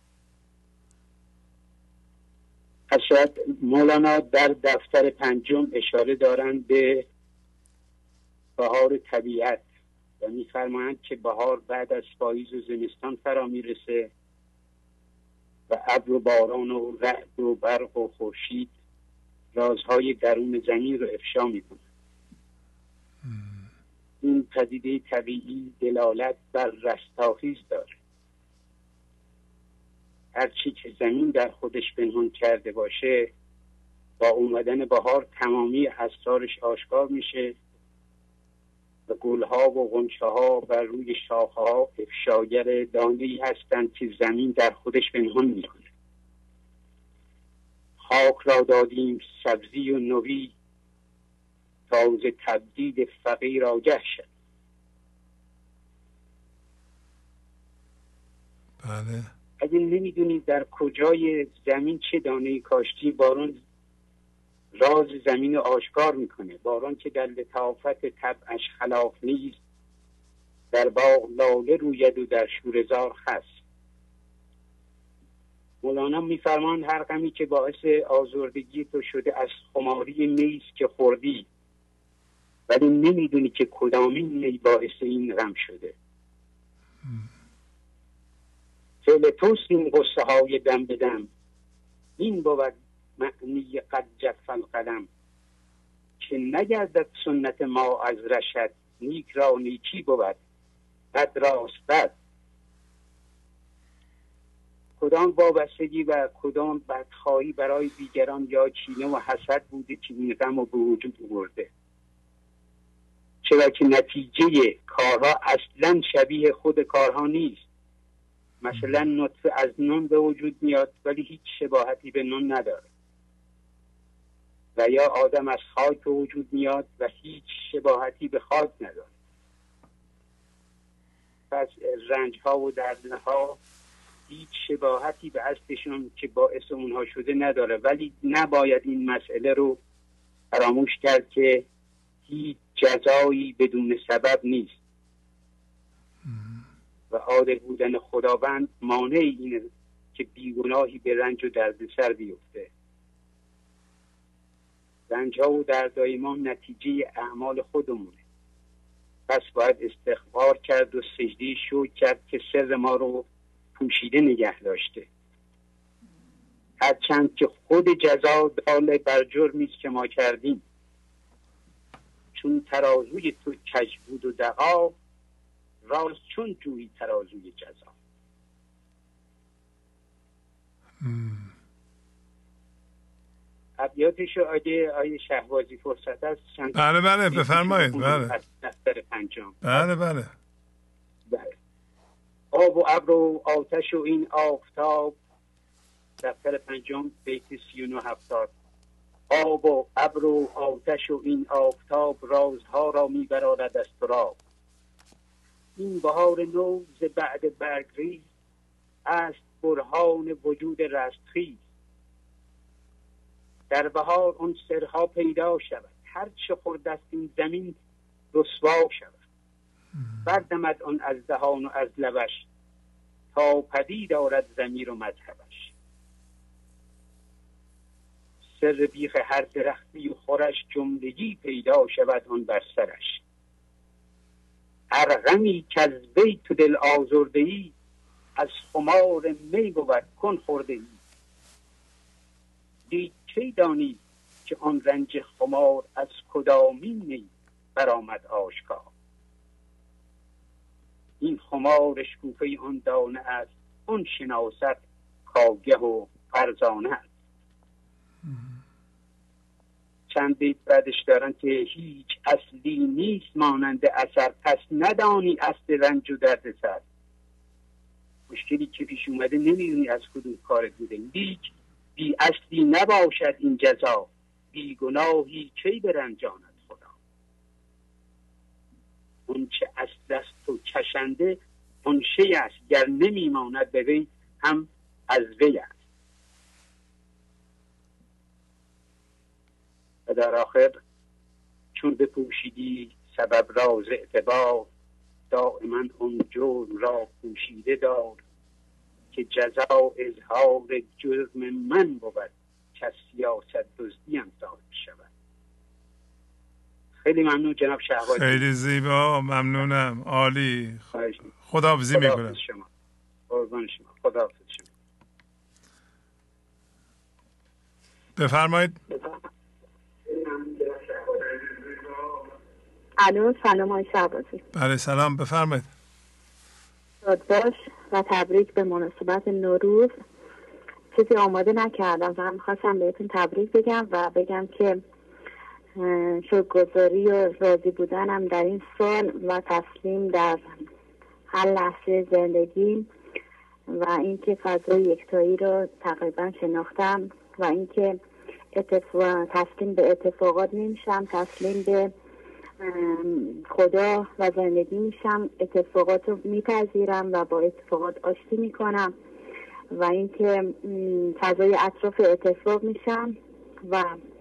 حضرت مولانا در دفتر 5 اشاره دارند به بهار طبیعت و می‌فرمایند که بهار بعد از پاییز و زمستان فرا میرسه و ابر و باران و رعد و برق و خورشید رازهای درون زمین رو افشا میکنه. این پدیده طبیعی دلالت بر رستاخیز داره. هرچی که زمین در خودش پنهان کرده باشه با اومدن بهار تمامی اسرارش آشکار میشه و گلها و غنچه ها بر روی شاخه ها افشاگر دانه‌ای هستند که زمین در خودش پنهان میکنه. خاک را دادیم سبزی و نوی تازه تبدیل فقیر آگه شد. بله. اگه نمیدونید در کجای زمین چه دانه‌ای کاشتی، باران راز زمین رو آشکار میکنه. باران که در لطافت طبعش خلاف نیست، در باغ لاله روید و در شوره‌زار خس. مولانا میفرمان هر غمی که باعث آزردگی تو شده از خماری میست که خوردی، ولی نمیدونی که کدامین می باعث این غم شده. فعل توست این غصه های دم بدم، این بود معنی قد جف القلم. که نگردد سنت ما از رشد، نیک را نیکی بود بد راست بد. کدام وابستگی و کدام بدخواهی برای دیگران یا کینه و حسد بوده که این غم رو به وجود آورده؟ چرا که نتیجه کارها اصلا شبیه خود کارها نیست. مثلا نطفه از نون به وجود میاد ولی هیچ شباهتی به نون نداره، و یا آدم از خاک به وجود میاد و هیچ شباهتی به خاک نداره. پس رنج ها و دردها هیچ شباهتی به اصلشون که باعث اونها شده نداره، ولی نباید این مسئله رو فراموش کرد که هیچ جزایی بدون سبب نیست و عادل بودن خداوند مانع اینه که بیگناهی به رنج و دردسر بیفته. رنج ها و دردهای ما نتیجه اعمال خودمونه. پس باید استغفار کرد و سجده شکر کرد که سر ما رو پوشیده نگه داشته، هرچند که خود جزا دال بر جرمی که ما کردیم. چون ترازوی تو کج بود و دغا، راز چون جویی ترازوی جزا. ابیاتش آیه شهبازی فرصت است؟ بله بفرمایید. بله دفتر 5. بله. آب و ابر و آتش و این آفتاب، دفتر 5 بیت 39-70. آب و ابر و آتش و این آفتاب، رازها را میبرارد از تراب. این بهار نو ز بعد برگریز، است برهان وجود رستخیز. در بهار اون سرها پیدا شود، هر چه خورد است این زمین رسوا شود. بردمد آن از دهان و از لبش، تا پدید آرد ضمیر و مذهبش. سر بیخ هر درختی و خورش، جملگی پیدا شود آن بر سرش. هر غمی که از وی تو دل آزرده ای، از خمار می بود کن خورده ای. دید چه دانی که آن رنج خمار، از کدامین می برآمد آشکار. این خمار اشکوفه آن دانه است، اون شناست کاگه و فرزانه است. چند بیت بعدش دارن که هیچ اصلی نیست مانند اثر، پس ندانی اصل رنج و درد سر. مشکلی که پیش اومده نمیدونی از کدوم کارت بوده. لیک بی اصلی نباشد این جزا، بی گناهی کی برنجاند خدا. اون چه اصل است و کشنده اون شی است، گر نمیماند به وی هم از وی است. و در آخر چون بپوشیدی سبب راز اعتبار، دائما اون جرم را پوشیده دار. که جزا اظهار جرم من بود که از سیاست دزدی امضا شود. خیلی ممنون جناب شهبازی. خیلی زیبا، ممنونم، عالی. خداحافظی میکنم. قربان شما. خداحافظ شما. بفرمایید. الو، سلام آقای شهبازی. بله سلام، بفرمایید. داداش و تبریک به مناسبت نوروز. چیزی آماده نکردم، فقط میخواستم بهتون تبریک بگم و بگم که شکرگزاری و راضی بودنم در این سال و تسلیم در هر لحظه زندگی و اینکه فضای یکتایی رو تقریبا شناختم و اینکه تسلیم به اتفاقات نمیشم، تسلیم به خدا و زندگی میشم، اتفاقات رو میپذیرم و با اتفاقات آشتی میکنم و اینکه فضای اطراف اتفاق میشم و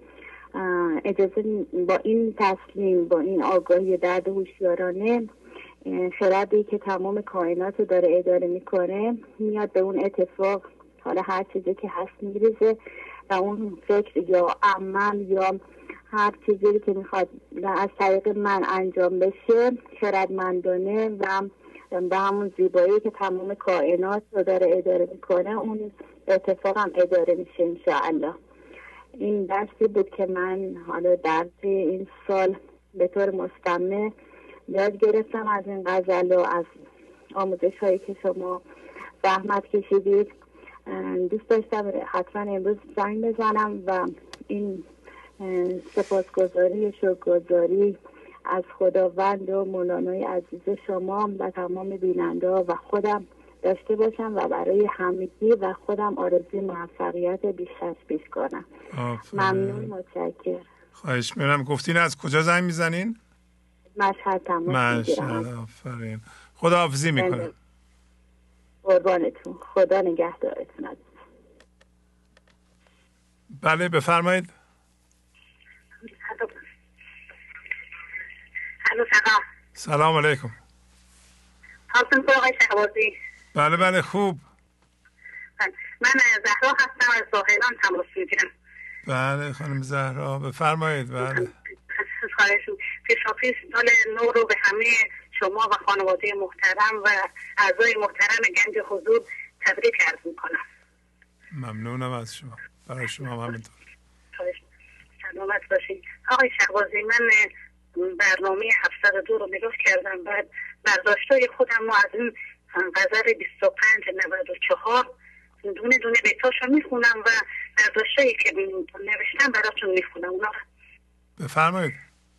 اجازه با این تسلیم، با این آگاهی درد هوشیارانه، خردی که تمام کائنات رو داره اداره میکنه میاد به اون اتفاق، حالا هر چیزی که هست میریزه و اون فکر یا عمل یا هر چیزی که میخواد از طریق من انجام بشه خردمندانه و به همون زیبایی که تمام کائنات رو داره اداره میکنه اون اتفاق هم اداره میشه انشاءالله. این درسی بود که من حالا در این سال به طور مستمر یاد گرفتم از این غزل و از آموزش هایی که شما زحمت کشیدید. دوست داشتم حتما امروز زنگ بزنم و این سپاسگزاری، شکرگزاری از خداوند و مولانای عزیز شما و تمام بیننده و خودم داشته باشم و برای همگی و خودم آرزوی موفقیت بیش از پیش کنم. ممنون، متشکرم. خواهش می‌کنم. گفتین از کجا زنگ میزنین؟ مشهد تماس میگیرم. آفرین. خداحافظی میکنم. قربانتون، خدا نگهدارتون. بله بفرمایید. سلام علیکم. حالتون خوبه آقای شهبازی؟ بله بله خوب. من زهرا هستم، از زاهدان تماس میگیرم. بله خانم زهرا بفرمایید. بله پیشاپیش سال نو رو به همه شما و خانواده محترم و اعضای محترم گنج حضور تبریک عرض میکنم. ممنونم از شما. برای شما هم همینطور. سلامت باشید. آقای شهبازی، من برنامه 702 رو نگاه کردم، بعد برداشتای خودم رو از این غزل 2594 دونه دونه بیتاشو میخونم و برداشتایی که نوشتم براتون میخونم. اونا بفرمایید.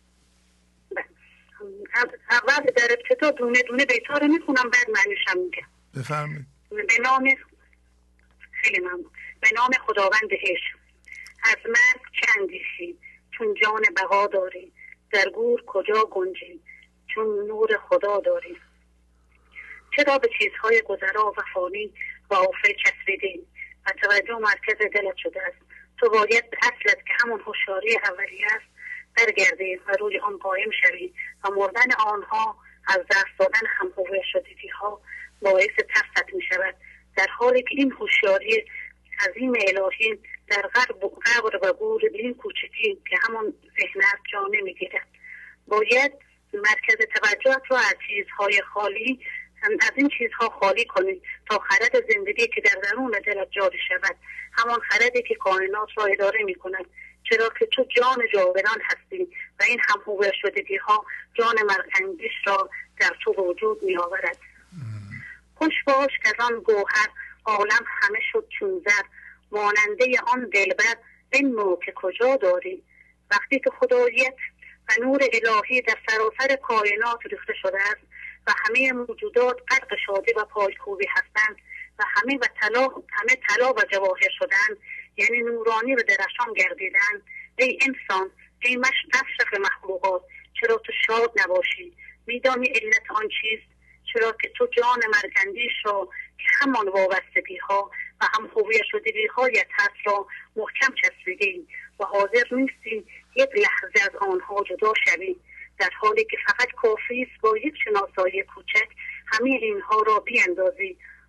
اول در ابتدا دونه دونه بیتا رو میخونم، بعد معنیشم میگم. بفرمایید. به نام، خیلی ممنون، به نام خداوند عشق. از مرگ چه اندیشی چون جان بقا داری، در گور کجا گنجی چون نور خدا داری. چرا به چیزهای گذرا و فانی و آفه چسبیدی و توجه مرکز دلت شده است؟ تو باید به اصلت که همون هوشیاری اولیه است برگردی و روی آن قائم شوی و مردن آنها از دست دادن هم‌هویت شدگی ها باعث ترست می شود، در حالی که این هوشیاری عظیم الهی در قبر و گور به این کوچکی که همون ذهن است جا نمی‌گیرد. باید مرکز توجهت رو از چیزهای خالی، از این چیزها خالی کنی تا خرد زندگی که در درون دلت جاری شود، همان خردی که کائنات را اداره می کند. چرا که تو جان جاودان هستی و این هم‌هویت شدگی ها جان مرگ‌اندیش را در تو وجود می آورد. خوش باش که از آن گوهر عالم همه شد چون زر، ماننده آن دلبر بنمو که کجا داری. وقتی که خداییت و نور الهی در سراسر کائنات ریخته شده است و همه موجودات غرق شادی و پایکوبی هستند و همه طلا و جواهر شدند، یعنی نورانی و درخشان گردیدند، ای انسان، ای مشرف مخلوقات، چرا تو شاد نباشی؟ میدانی علت آن چیست؟ چرا که تو جان مرگندیش را که همان وابستگی ها و هم هویت شدگی هایت هست را محکم چسبیدی و حاضر نیستی یک لحظه از آنها جدا شوی، در حالی که فقط کافی است با یک شناسایی کوچک همه اینها را بیاندازی.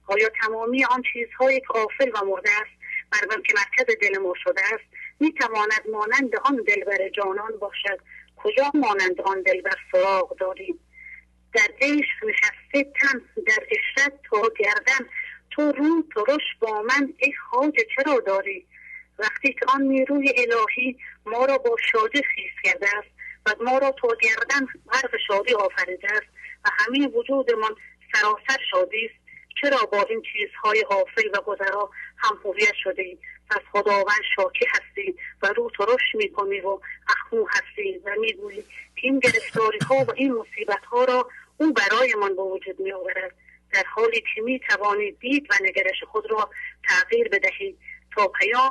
آیا تمامی آن چیزهایی که غافل و مرده است که مرکز دل ما شده است میتواند مانند آن دلبر جانان باشد؟ کجا مانند آن دلبر سراغ داریم؟ در عشق نشسته تن در عشرت تا گردن، تو رو ترش با من ای خواجه چرا داری؟ وقتی که آن نیروی الهی ما را با شادی خیز کرده است و ما را تا گردن غرق شادی آفریده است و همه وجودمان سراسر شادی است، چرا با این چیزهای غافل و گذرا هم هویت شده ایم؟ پس خداوند شاکی هستی و رو ترش میکنی و اخمو هستی و میگویی که این گرفتاری ها و این مصیبت ها را او برای من به وجود می آورد، در حالی که می توانید دید و نگرش خود را تغییر بدهید تا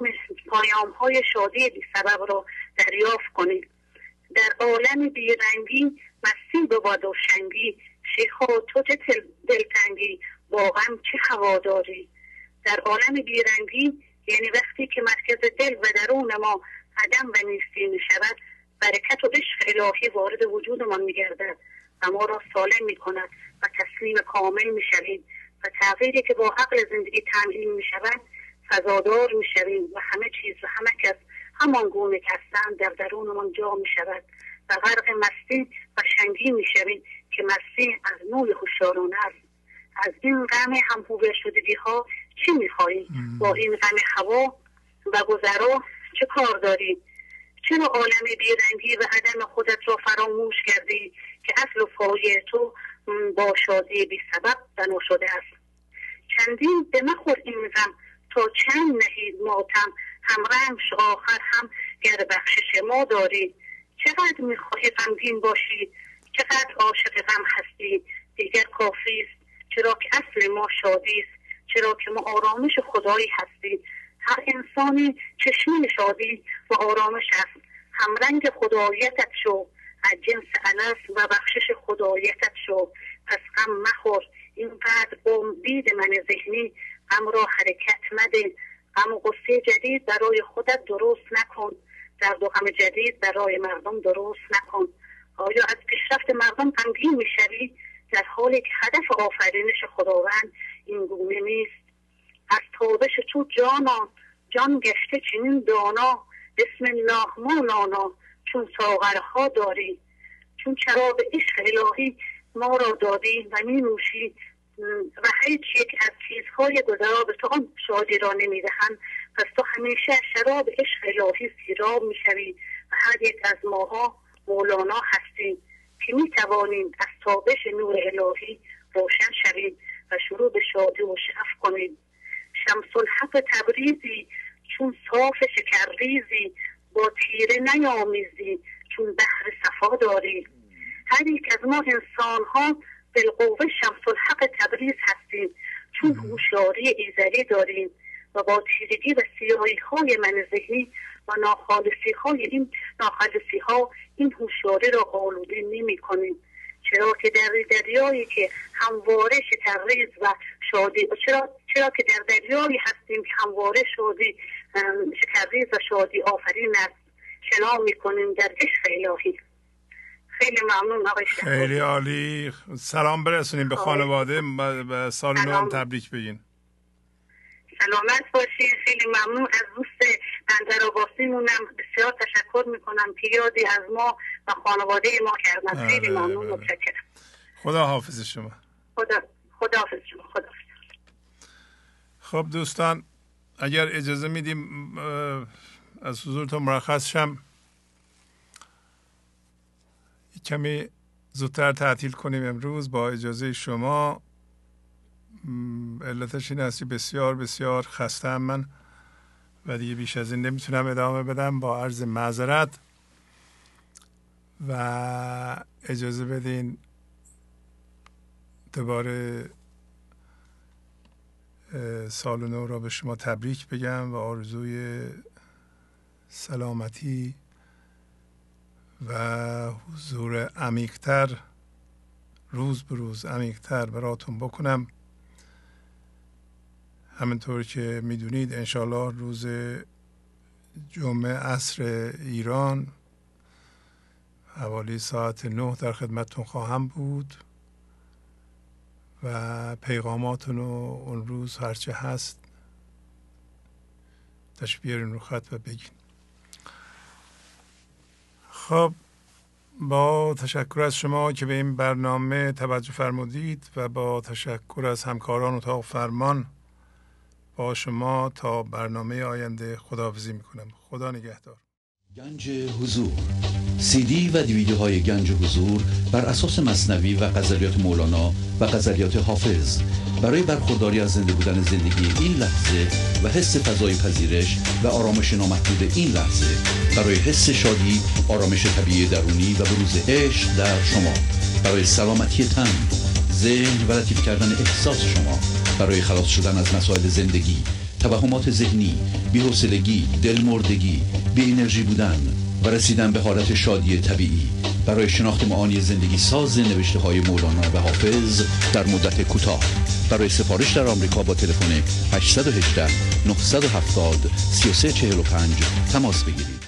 پیام های شادی بی سبب را دریافت کنید. در عالم بیرنگی مستی بود و شنگی، شیخا تو چه دلتنگی با غم چه هوا داری؟ در عالم بیرنگی یعنی وقتی که مرکز دل و درون ما عدم و نیستی می شود، برکت و عشق الهی وارد وجودمان می گردد و ما را سالم می کند و تسلیم کامل می شویم و تغییری که با عقل زندگی تمرین می شود فضادار می شویم و همه چیز و همه کس همان گونه که هستند در درونمان جا می شود و غرق مستی و شنگی می شویم که مستی از نوع هوشیارانه است. از این غم هم هویت شدگی ها چی می خواهیم؟ با این غم هوا و گذرا چه کار داریم؟ چرا عالم بیرنگی و عدم خودت را فراموش کردی که اصل و پایه تو با شادی بی سبب بنا شده است؟ چندین به مخور این غم تا چند نهید ماتم، هم رنگش آخر هم گر بخشش ما داری. چقدر میخواهی غمگین باشی، چقدر عاشق غم هستی، دیگر کافی است، چرا که اصل ما شادی است، چرا که ما آرامش خدایی هستی. هر انسانی چشمه شادی و آرامش است، هم رنگ خداییتت شو، از جنس انس و بخشش خداییتت شو. پس غم مخور، اینقدر امید من ذهنی غم را حرکت مده. غم و غصه جدید برای خودت درست نکن، درد و غم جدید برای مردم درست نکن. آیا از پیشرفت مردم غمگین میشوی در حالی که هدف آفرینش خداوند این گونه نیست؟ از تابش تو جانا جان گشته چنین دانا، بسم الله مولانا چون ساغرها داری. چون شراب عشق الهی ما را دادی و می نوشی و هیچ یک از چیزهای گذرا به تو آن شادی را نمی دهند، پس تو همیشه شراب عشق الهی سیراب می شوی و هر یک از ماها مولانا هستیم که می توانیم از تابش نور الهی روشن شویم و شروع به شادی و شعف کنیم. شمس الحق تبریزی چون صاف شکرریزی، با تیره نیامیزی چون بحر صفا داری. هر یک از ما انسان ها بالقوه شمس الحق تبریز هستیم چون هوشیاری ایزدی داریم و با تیرگی و سیاهی های من ذهنی و ناخالصی ها این هوشیاری را آلوده نمی کنیم. چرا که در دریایی که همواره شکرریز و شادی چرا که در دریایی هستیم که همواره شکرریز و شادی آفرین است شنا می کنیم در عشق الهی. خیلی ممنون آقای شهبازی. خیلی عالی. سلام برسونیم به خانواده و سال نو هم تبریک بگین. سلامت باشین. خیلی ممنون. از دوست بندرآباسیمونم بسیار تشکر میکنم که یادی از ما و خانواده ما کردن. خیلی ممنون. متشکرم. خدا حافظ شما. خدا حافظ شما. خدا. خب دوستان اگر اجازه میدیم از حضورتون مرخص شم، کمی زودتر تعطیل کنیم امروز با اجازه شما. علتش این است که بسیار بسیار خسته‌ام من و دیگه بیش از این نمیتونم ادامه بدم، با عرض معذرت. و اجازه بدین دوباره سال نو را به شما تبریک بگم و آرزوی سلامتی و حضور عمیق‌تر، روز به روز عمیق‌تر براتون بکنم. همینطور که میدونید انشالله روز جمعه عصر ایران حوالی ساعت 9 در خدمتتون خواهم بود و پیغاماتون رو اون روز هرچه هست تشریف بیارین رو خط و بگین. خب با تشکر از شما که به این برنامه توجه فرمودید و با تشکر از همکاران اتاق فرمان با شما تا برنامه آینده خداحافظی میکنم. خدا نگهدار. گنج حضور، سی دی و دیویدیوهای گنج حضور بر اساس مثنوی و غزلیات مولانا و غزلیات حافظ برای برخورداری از زنده بودن زندگی این لحظه و حس فضای پذیرش و آرامش نامحدود این لحظه، برای حس شادی، آرامش طبیعی درونی و بروز عشق در شما، برای سلامتی تن، ذهن و لطیف کردن احساس شما، برای خلاص شدن از مسائل زندگی، توهمات ذهنی، بی‌حوصلگی، دلمردگی، بی انرژی بودن و رسیدن به حالت شادی طبیعی، برای شناخت معانی زندگی ساز نوشته های مولانا و حافظ در مدت کوتاه. برای سفارش در آمریکا با تلفن 818 970 3345 تماس بگیرید.